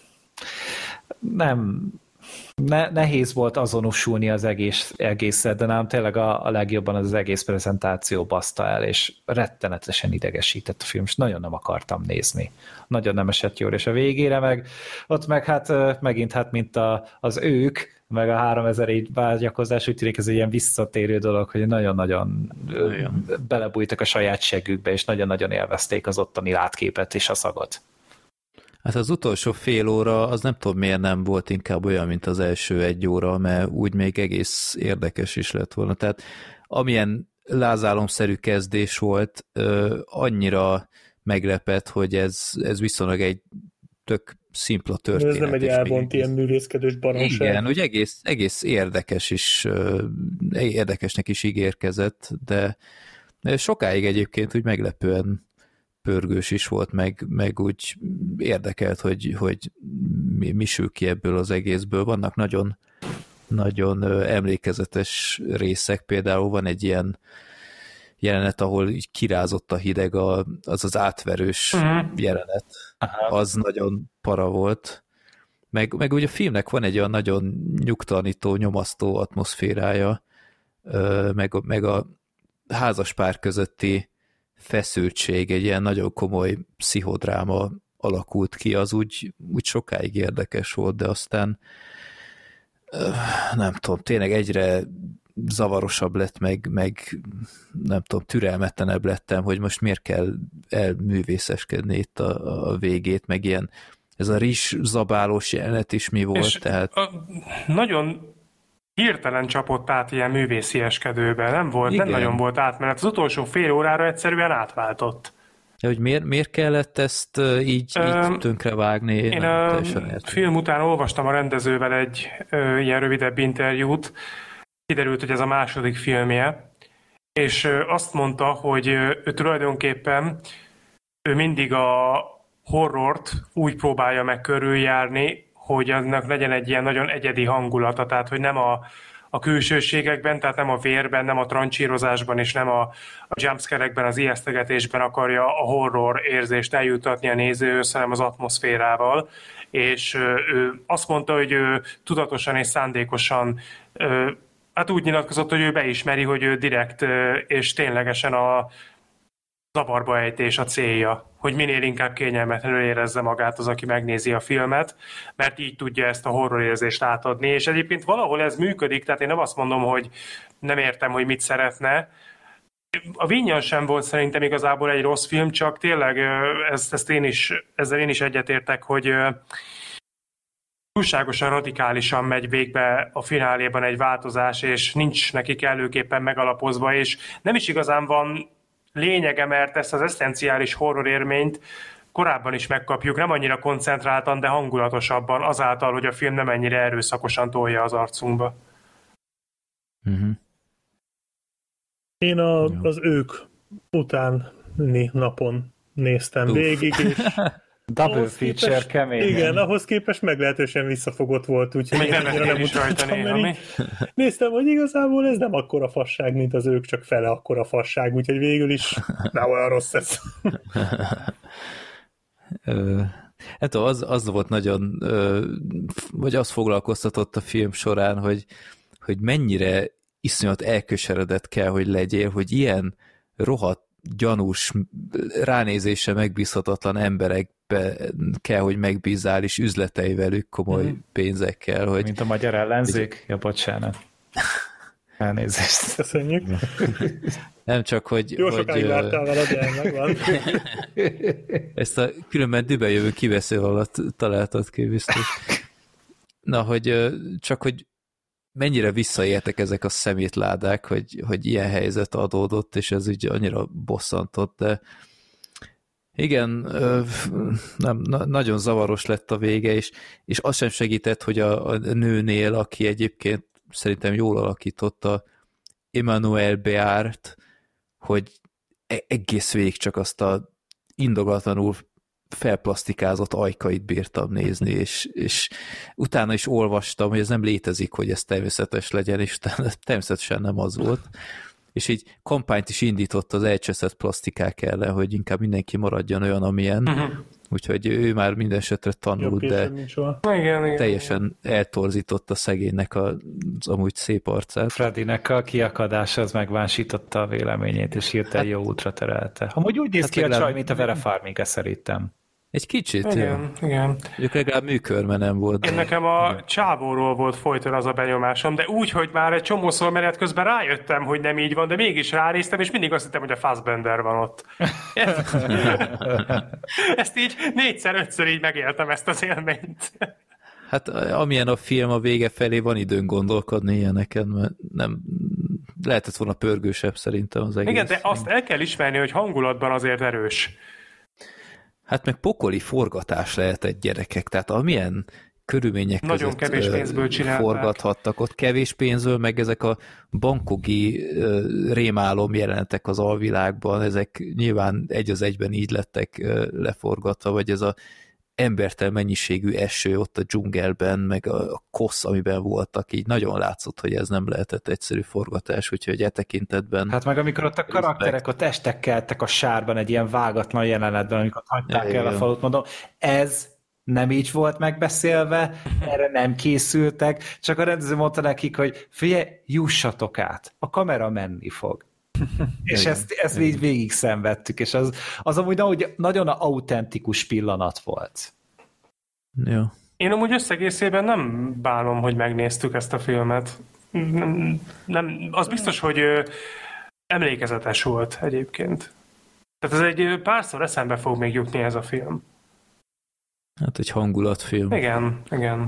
nehéz volt azonosulni az egészet, de nem tényleg a legjobban az egész prezentáció baszta el, és rettenetesen idegesített a film, és nagyon nem akartam nézni. Nagyon nem esett jól, és a végére ott megint mint az ők, meg a 3000 év vágyakozás, úgy tűnik ez egy ilyen visszatérő dolog, hogy nagyon-nagyon belebújtak a saját seggükbe, és nagyon-nagyon élvezték az ottani látképet és a szagot. Hát az utolsó fél óra, az nem tudom miért nem volt inkább olyan, mint az első 1 óra, mert úgy még egész érdekes is lett volna. Tehát amilyen lázálomszerű kezdés volt, annyira meglepett, hogy ez viszonylag egy tök szimpla történet. Ez nem egy elvont ilyen művészkedős baromság. Igen, úgy egész érdekes is, érdekesnek is ígérkezett, de sokáig egyébként úgy meglepően pörgős is volt, meg úgy érdekelt, hogy mi sül ki ebből az egészből. Vannak nagyon emlékezetes részek, például van egy ilyen jelenet, ahol így kirázott a hideg, az átverős jelenet. Az nagyon para volt. Meg ugye a filmnek van egy olyan nagyon nyugtalanító, nyomasztó atmoszférája, meg a házaspár közötti feszültség, egy ilyen nagyon komoly pszichodráma alakult ki, az úgy sokáig érdekes volt, de aztán nem tudom, tényleg egyre zavarosabb lett, meg nem tudom, türelmetlenebb lettem, hogy most miért kell elművészeskedni itt a végét, meg ilyen ez a rizszabálós jelenet is mi volt, tehát... Nagyon hirtelen csapott át ilyen művészieskedőbe, nem nagyon volt átmenet. Az utolsó fél órára egyszerűen átváltott. De hogy miért kellett ezt így tönkrevágni? Én a film után olvastam a rendezővel egy ilyen rövidebb interjút, kiderült, hogy ez a második filmje, és azt mondta, hogy ő tulajdonképpen mindig a horrort úgy próbálja meg körüljárni, hogy annak legyen egy ilyen nagyon egyedi hangulata, tehát hogy nem a külsőségekben, tehát nem a vérben, nem a trancsírozásban, és nem a jumpscare-ekben, az ijesztegetésben akarja a horror érzést eljutatni a nézőhöz, hanem az atmoszférával. És ő azt mondta, hogy ő tudatosan és szándékosan hát úgy nyilatkozott, hogy ő beismeri, hogy ő direkt és ténylegesen a zavarba ejtés a célja, hogy minél inkább kényelmetlenül érezze magát az, aki megnézi a filmet, mert így tudja ezt a horrorérzést átadni, és egyébként valahol ez működik, tehát én nem azt mondom, hogy nem értem, hogy mit szeretne. A Vinyan sem volt szerintem igazából egy rossz film, csak tényleg ezzel én is egyetértek, hogy túlságosan radikálisan megy végbe a fináléban egy változás, és nincs neki kellőképpen megalapozva, és nem is igazán van lényege, mert ezt az eszenciális horror élményt korábban is megkapjuk, nem annyira koncentráltan, de hangulatosabban, azáltal, hogy a film nem ennyire erőszakosan tolja az arcunkba. Uh-huh. Én az ők utáni napon néztem végig, és double feature kemény. Igen, ahhoz képest meglehetősen visszafogott volt, úgyhogy még nem is rajta néha, néztem, hogy igazából ez nem akkora fasság, mint az ők, csak fele akkora fasság, úgyhogy végül is nem olyan rossz ez. Hát az volt nagyon, vagy az foglalkoztatott a film során, hogy mennyire iszonyat elköseredett kell, hogy legyél, hogy ilyen rohadt gyanús, ránézésre megbízhatatlan emberekbe kell, hogy megbízzál, és üzletei velük komoly pénzekkel. Hogy... Mint a magyar ellenzék? Ja, bocsánat. Elnézést. Köszönjük. Nem csak, hogy... Jó sokáig vártál veled, de megvan. Ezt a különben dübe jövő kivesző alatt találtad ki biztos. Na, hogy csak, hogy mennyire visszaértek ezek a szemétládák, hogy ilyen helyzet adódott, és ez úgy annyira bosszantott, de igen, nagyon zavaros lett a vége, és az sem segített, hogy a nőnél, aki egyébként szerintem jól alakította, Emmanuelle Béart, hogy egész végig csak azt a indogatlanul felplasztikázott ajkait bírtam nézni, és utána is olvastam, hogy ez nem létezik, hogy ez természetes legyen, és természetesen nem az volt. És így kampányt is indított az elcseszett plastikák ellen, hogy inkább mindenki maradjon olyan, amilyen. Úgyhogy ő már minden esetre tanult, de teljesen eltorzította szegénynek az amúgy szép arcát. Freddynek a kiakadása az megvásította a véleményét, és hirtelen jó útra terelte. Amúgy úgy néz ki a csaj, mint a Vera Farmiga szerintem. Egy kicsit, igen. Ők legalább műkörme nem volt. Én nekem a csávóról volt folyton az a benyomásom, de úgy, hogy már egy csomószor menet közben rájöttem, hogy nem így van, de mégis ránéztem, és mindig azt hittem, hogy a Fassbender van ott. Ezt így 4-5-ször így megéltem, ezt az élményt. Hát amilyen a film, a vége felé van időn gondolkodni ilyeneken, mert nem lehetett volna pörgősebb szerintem az egész. Igen, de azt el kell ismerni, hogy hangulatban azért erős. Hát meg pokoli forgatás lehetett gyerekek, tehát amilyen körülmények nagyon között kevés pénzből forgathattak ott, kevés pénzből, meg ezek a bankogi rémálom jelenetek az alvilágban, ezek nyilván egy az egyben így lettek leforgatva, vagy ez a embertelen mennyiségű eső ott a dzsungelben, meg a kosz, amiben voltak, így nagyon látszott, hogy ez nem lehetett egyszerű forgatás, úgyhogy e tekintetben... Hát meg amikor ott a karakterek ott estek keltek a sárban egy ilyen vágatlan jelenetben, amikor hagyták el a falut, mondom, ez nem így volt megbeszélve, erre nem készültek, csak a rendező mondta nekik, hogy figyelj, jussatok át, a kamera menni fog. És ezt végig szenvedtük, és az amúgy nagyon autentikus pillanat volt. Jó. Én amúgy összegészében nem bánom, hogy megnéztük ezt a filmet. Nem, az biztos, hogy emlékezetes volt egyébként. Tehát ez egy párszor eszembe fog még jutni ez a film. Hát egy hangulatfilm. Igen.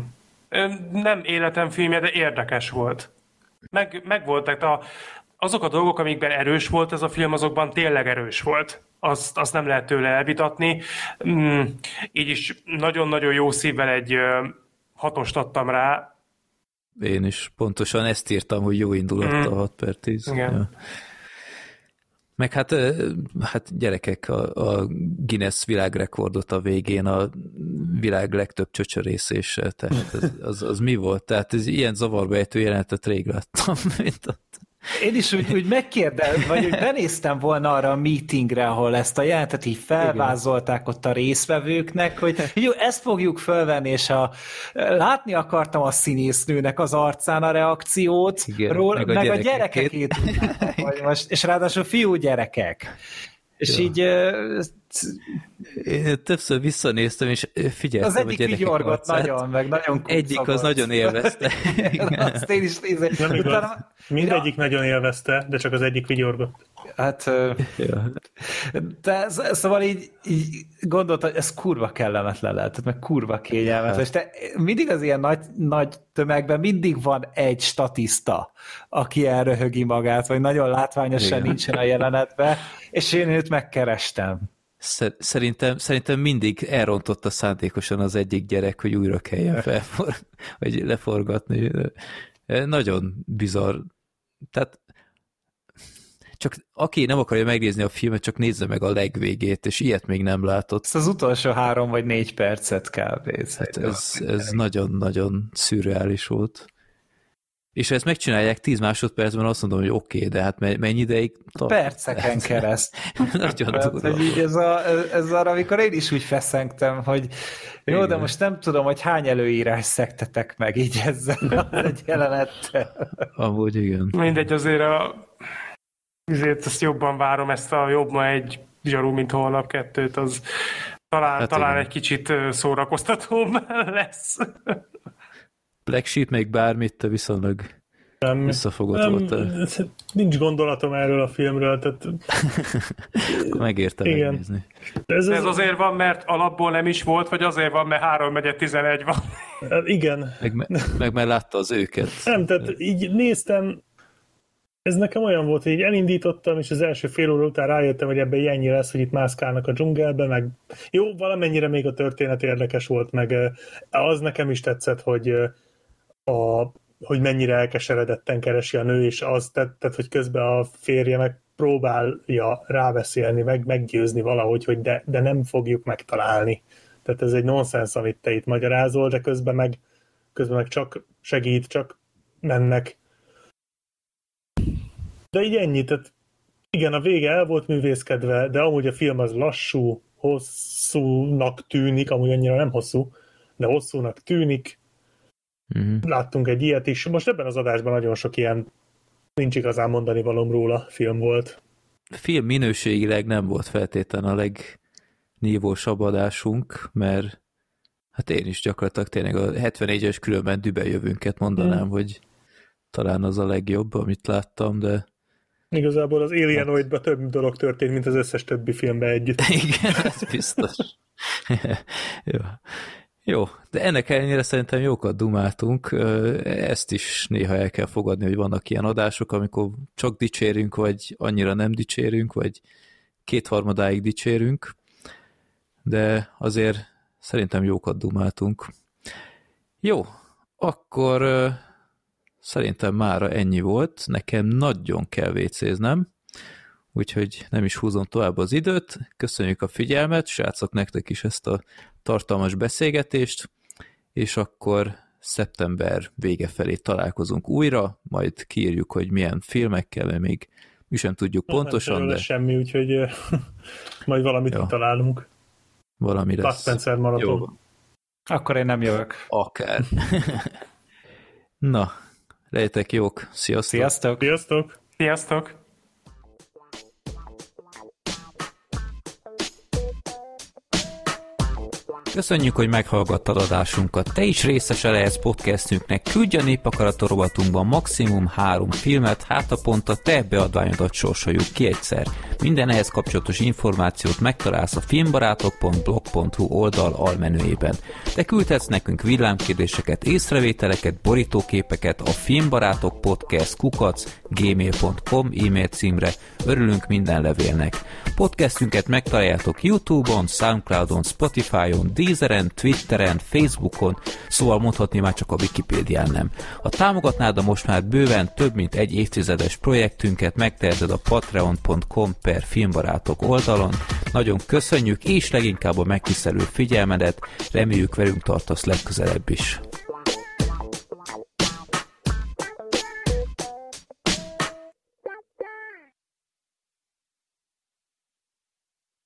Nem életem filmje, de érdekes volt. Meg voltak azok a dolgok, amikben erős volt ez a film, azokban tényleg erős volt. Azt nem lehet tőle elvitatni. Így is nagyon-nagyon jó szívvel egy 6-ost adtam rá. Én is pontosan ezt írtam, hogy jó indulattal 6/10. Igen. Ja. Meg hát gyerekek, a Guinness világrekordot a végén a világ legtöbb csöcsörészése, tehát az mi volt? Tehát ez ilyen zavarba ejtő jelenetet rég láttam, mint ott. Én is úgy megkérdeztem, vagy hogy benéztem volna arra a meetingre, ahol ezt a jelentet így felvázolták ott a résztvevőknek, hogy jó, ezt fogjuk fölvenni, és látni akartam a színésznőnek az arcán a reakciót, meg a gyerekekét. És ráadásul fiú gyerekek. És így... Én többször visszanéztem, és figyeltem az egyik vigyorgott nagyon, meg nagyon egyik az nagyon élvezte. Azt én is nézem. Mindegyik nagyon élvezte, de csak az egyik vigyorgott. Hát, de szóval így gondoltam, hogy ez kurva kellemetlen lehet, meg kurva kényelmetes. De mindig az ilyen nagy tömegben mindig van egy statiszta, aki elröhögi magát, vagy nagyon látványosan nincsen a jelenetben, és én őt megkerestem. Szerintem mindig elrontotta szándékosan az egyik gyerek, hogy újra kelljen vagy leforgatni. Nagyon bizarr. Tehát csak aki nem akarja megnézni a filmet, csak nézze meg a legvégét, és ilyet még nem látott. Ez az utolsó 3 vagy 4 percet kb. Hát ez nagyon-nagyon szürreális volt. És ha ezt megcsinálják 10 másodpercben, azt mondom, hogy oké, de hát mennyi ideig tart? Perceken kereszt. Nagyon durva. Ez arra, amikor én is úgy feszengtem, hogy jó, igen. De most nem tudom, hogy hány előírás szektetek meg így ezzel egy jelenettel. Amúgy igen. Mindegy, azért ezért ezt jobban várom, ezt a jobb ma egy zsarú, mint holnap 2-t, az talán egy kicsit szórakoztatóbb lesz. Black Sheep még bármit, te viszonylag visszafogott voltál. Nincs gondolatom erről a filmről, tehát... Megérte megnézni. Ez azért van, mert alapból nem is volt, vagy azért van, mert 3-11 van? Igen. Meg mert látta az őket. Nem, tehát így néztem, ez nekem olyan volt, hogy így elindítottam, és az első fél óra után rájöttem, hogy ebben ennyi lesz, hogy itt mászkálnak a dzsungelbe, meg jó, valamennyire még a történet érdekes volt, meg az nekem is tetszett, hogy mennyire elkeseredetten keresi a nő, és az tehát, hogy közben a férje meg próbálja rábeszélni, meggyőzni valahogy, hogy de nem fogjuk megtalálni. Tehát ez egy nonsens, amit te itt magyarázol, de közben meg csak segít, csak mennek. De így ennyi, tehát igen, a vége el volt művészkedve, de amúgy a film az lassú, hosszúnak tűnik, amúgy annyira nem hosszú, de hosszúnak tűnik. Láttunk egy ilyet is. Most ebben az adásban nagyon sok ilyen nincs igazán mondani valóm róla film volt. Film minőségileg nem volt feltétlenül a legnívósabb adásunk, mert hát én is gyakorlatilag tényleg a 74-es különben dübejövünket mondanám, hogy talán az a legjobb, amit láttam, de igazából az Alienoidban több dolog történt, mint az összes többi filmben együtt. Igen, ez biztos. Jó, de ennek ellenére szerintem jókat dumáltunk. Ezt is néha el kell fogadni, hogy vannak ilyen adások, amikor csak dicsérünk, vagy annyira nem dicsérünk, vagy 2/3 dicsérünk, de azért szerintem jókat dumáltunk. Jó, akkor szerintem mára ennyi volt. Nekem nagyon kell vécéznem, úgyhogy nem is húzom tovább az időt. Köszönjük a figyelmet, srácok, nektek is ezt a tartalmas beszélgetést, és akkor szeptember vége felé találkozunk újra, majd kiírjuk, hogy milyen filmekkel, mert még mi sem tudjuk pontosan, de... semmi, úgyhogy majd valamit találunk. Valami lesz. Bud Spencer maraton. Akkor én nem jövök. Akár. Na, legyetek jók. Sziasztok! Sziasztok! Sziasztok! Sziasztok! Köszönjük, hogy meghallgattad adásunkat. Te is részese lehetsz podcastünknek. Küldj a Népakaraton rovatunkban maximum 3 filmet, hát a pont a te beadványodat sorsoljuk ki egyszer. Minden ehhez kapcsolatos információt megtalálsz a filmbarátok.blog.hu oldal almenüjében. Te küldhetsz nekünk villámkérdéseket, észrevételeket, borítóképeket a filmbarátok.podcast@gmail.com e-mail címre. Örülünk minden levélnek. Podcastünket megtaláljátok YouTube-on, Soundcloudon, Spotify-on, Deezeren, Twitteren, Facebookon, szóval mondhatni már csak a Wikipédián nem. Ha támogatnád a most már bőven több mint egy évtizedes projektünket, megteheted a patreon.com/filmbarátok oldalon. Nagyon köszönjük, és leginkább a megtisztelő figyelmedet, reméljük velünk tartasz legközelebb is.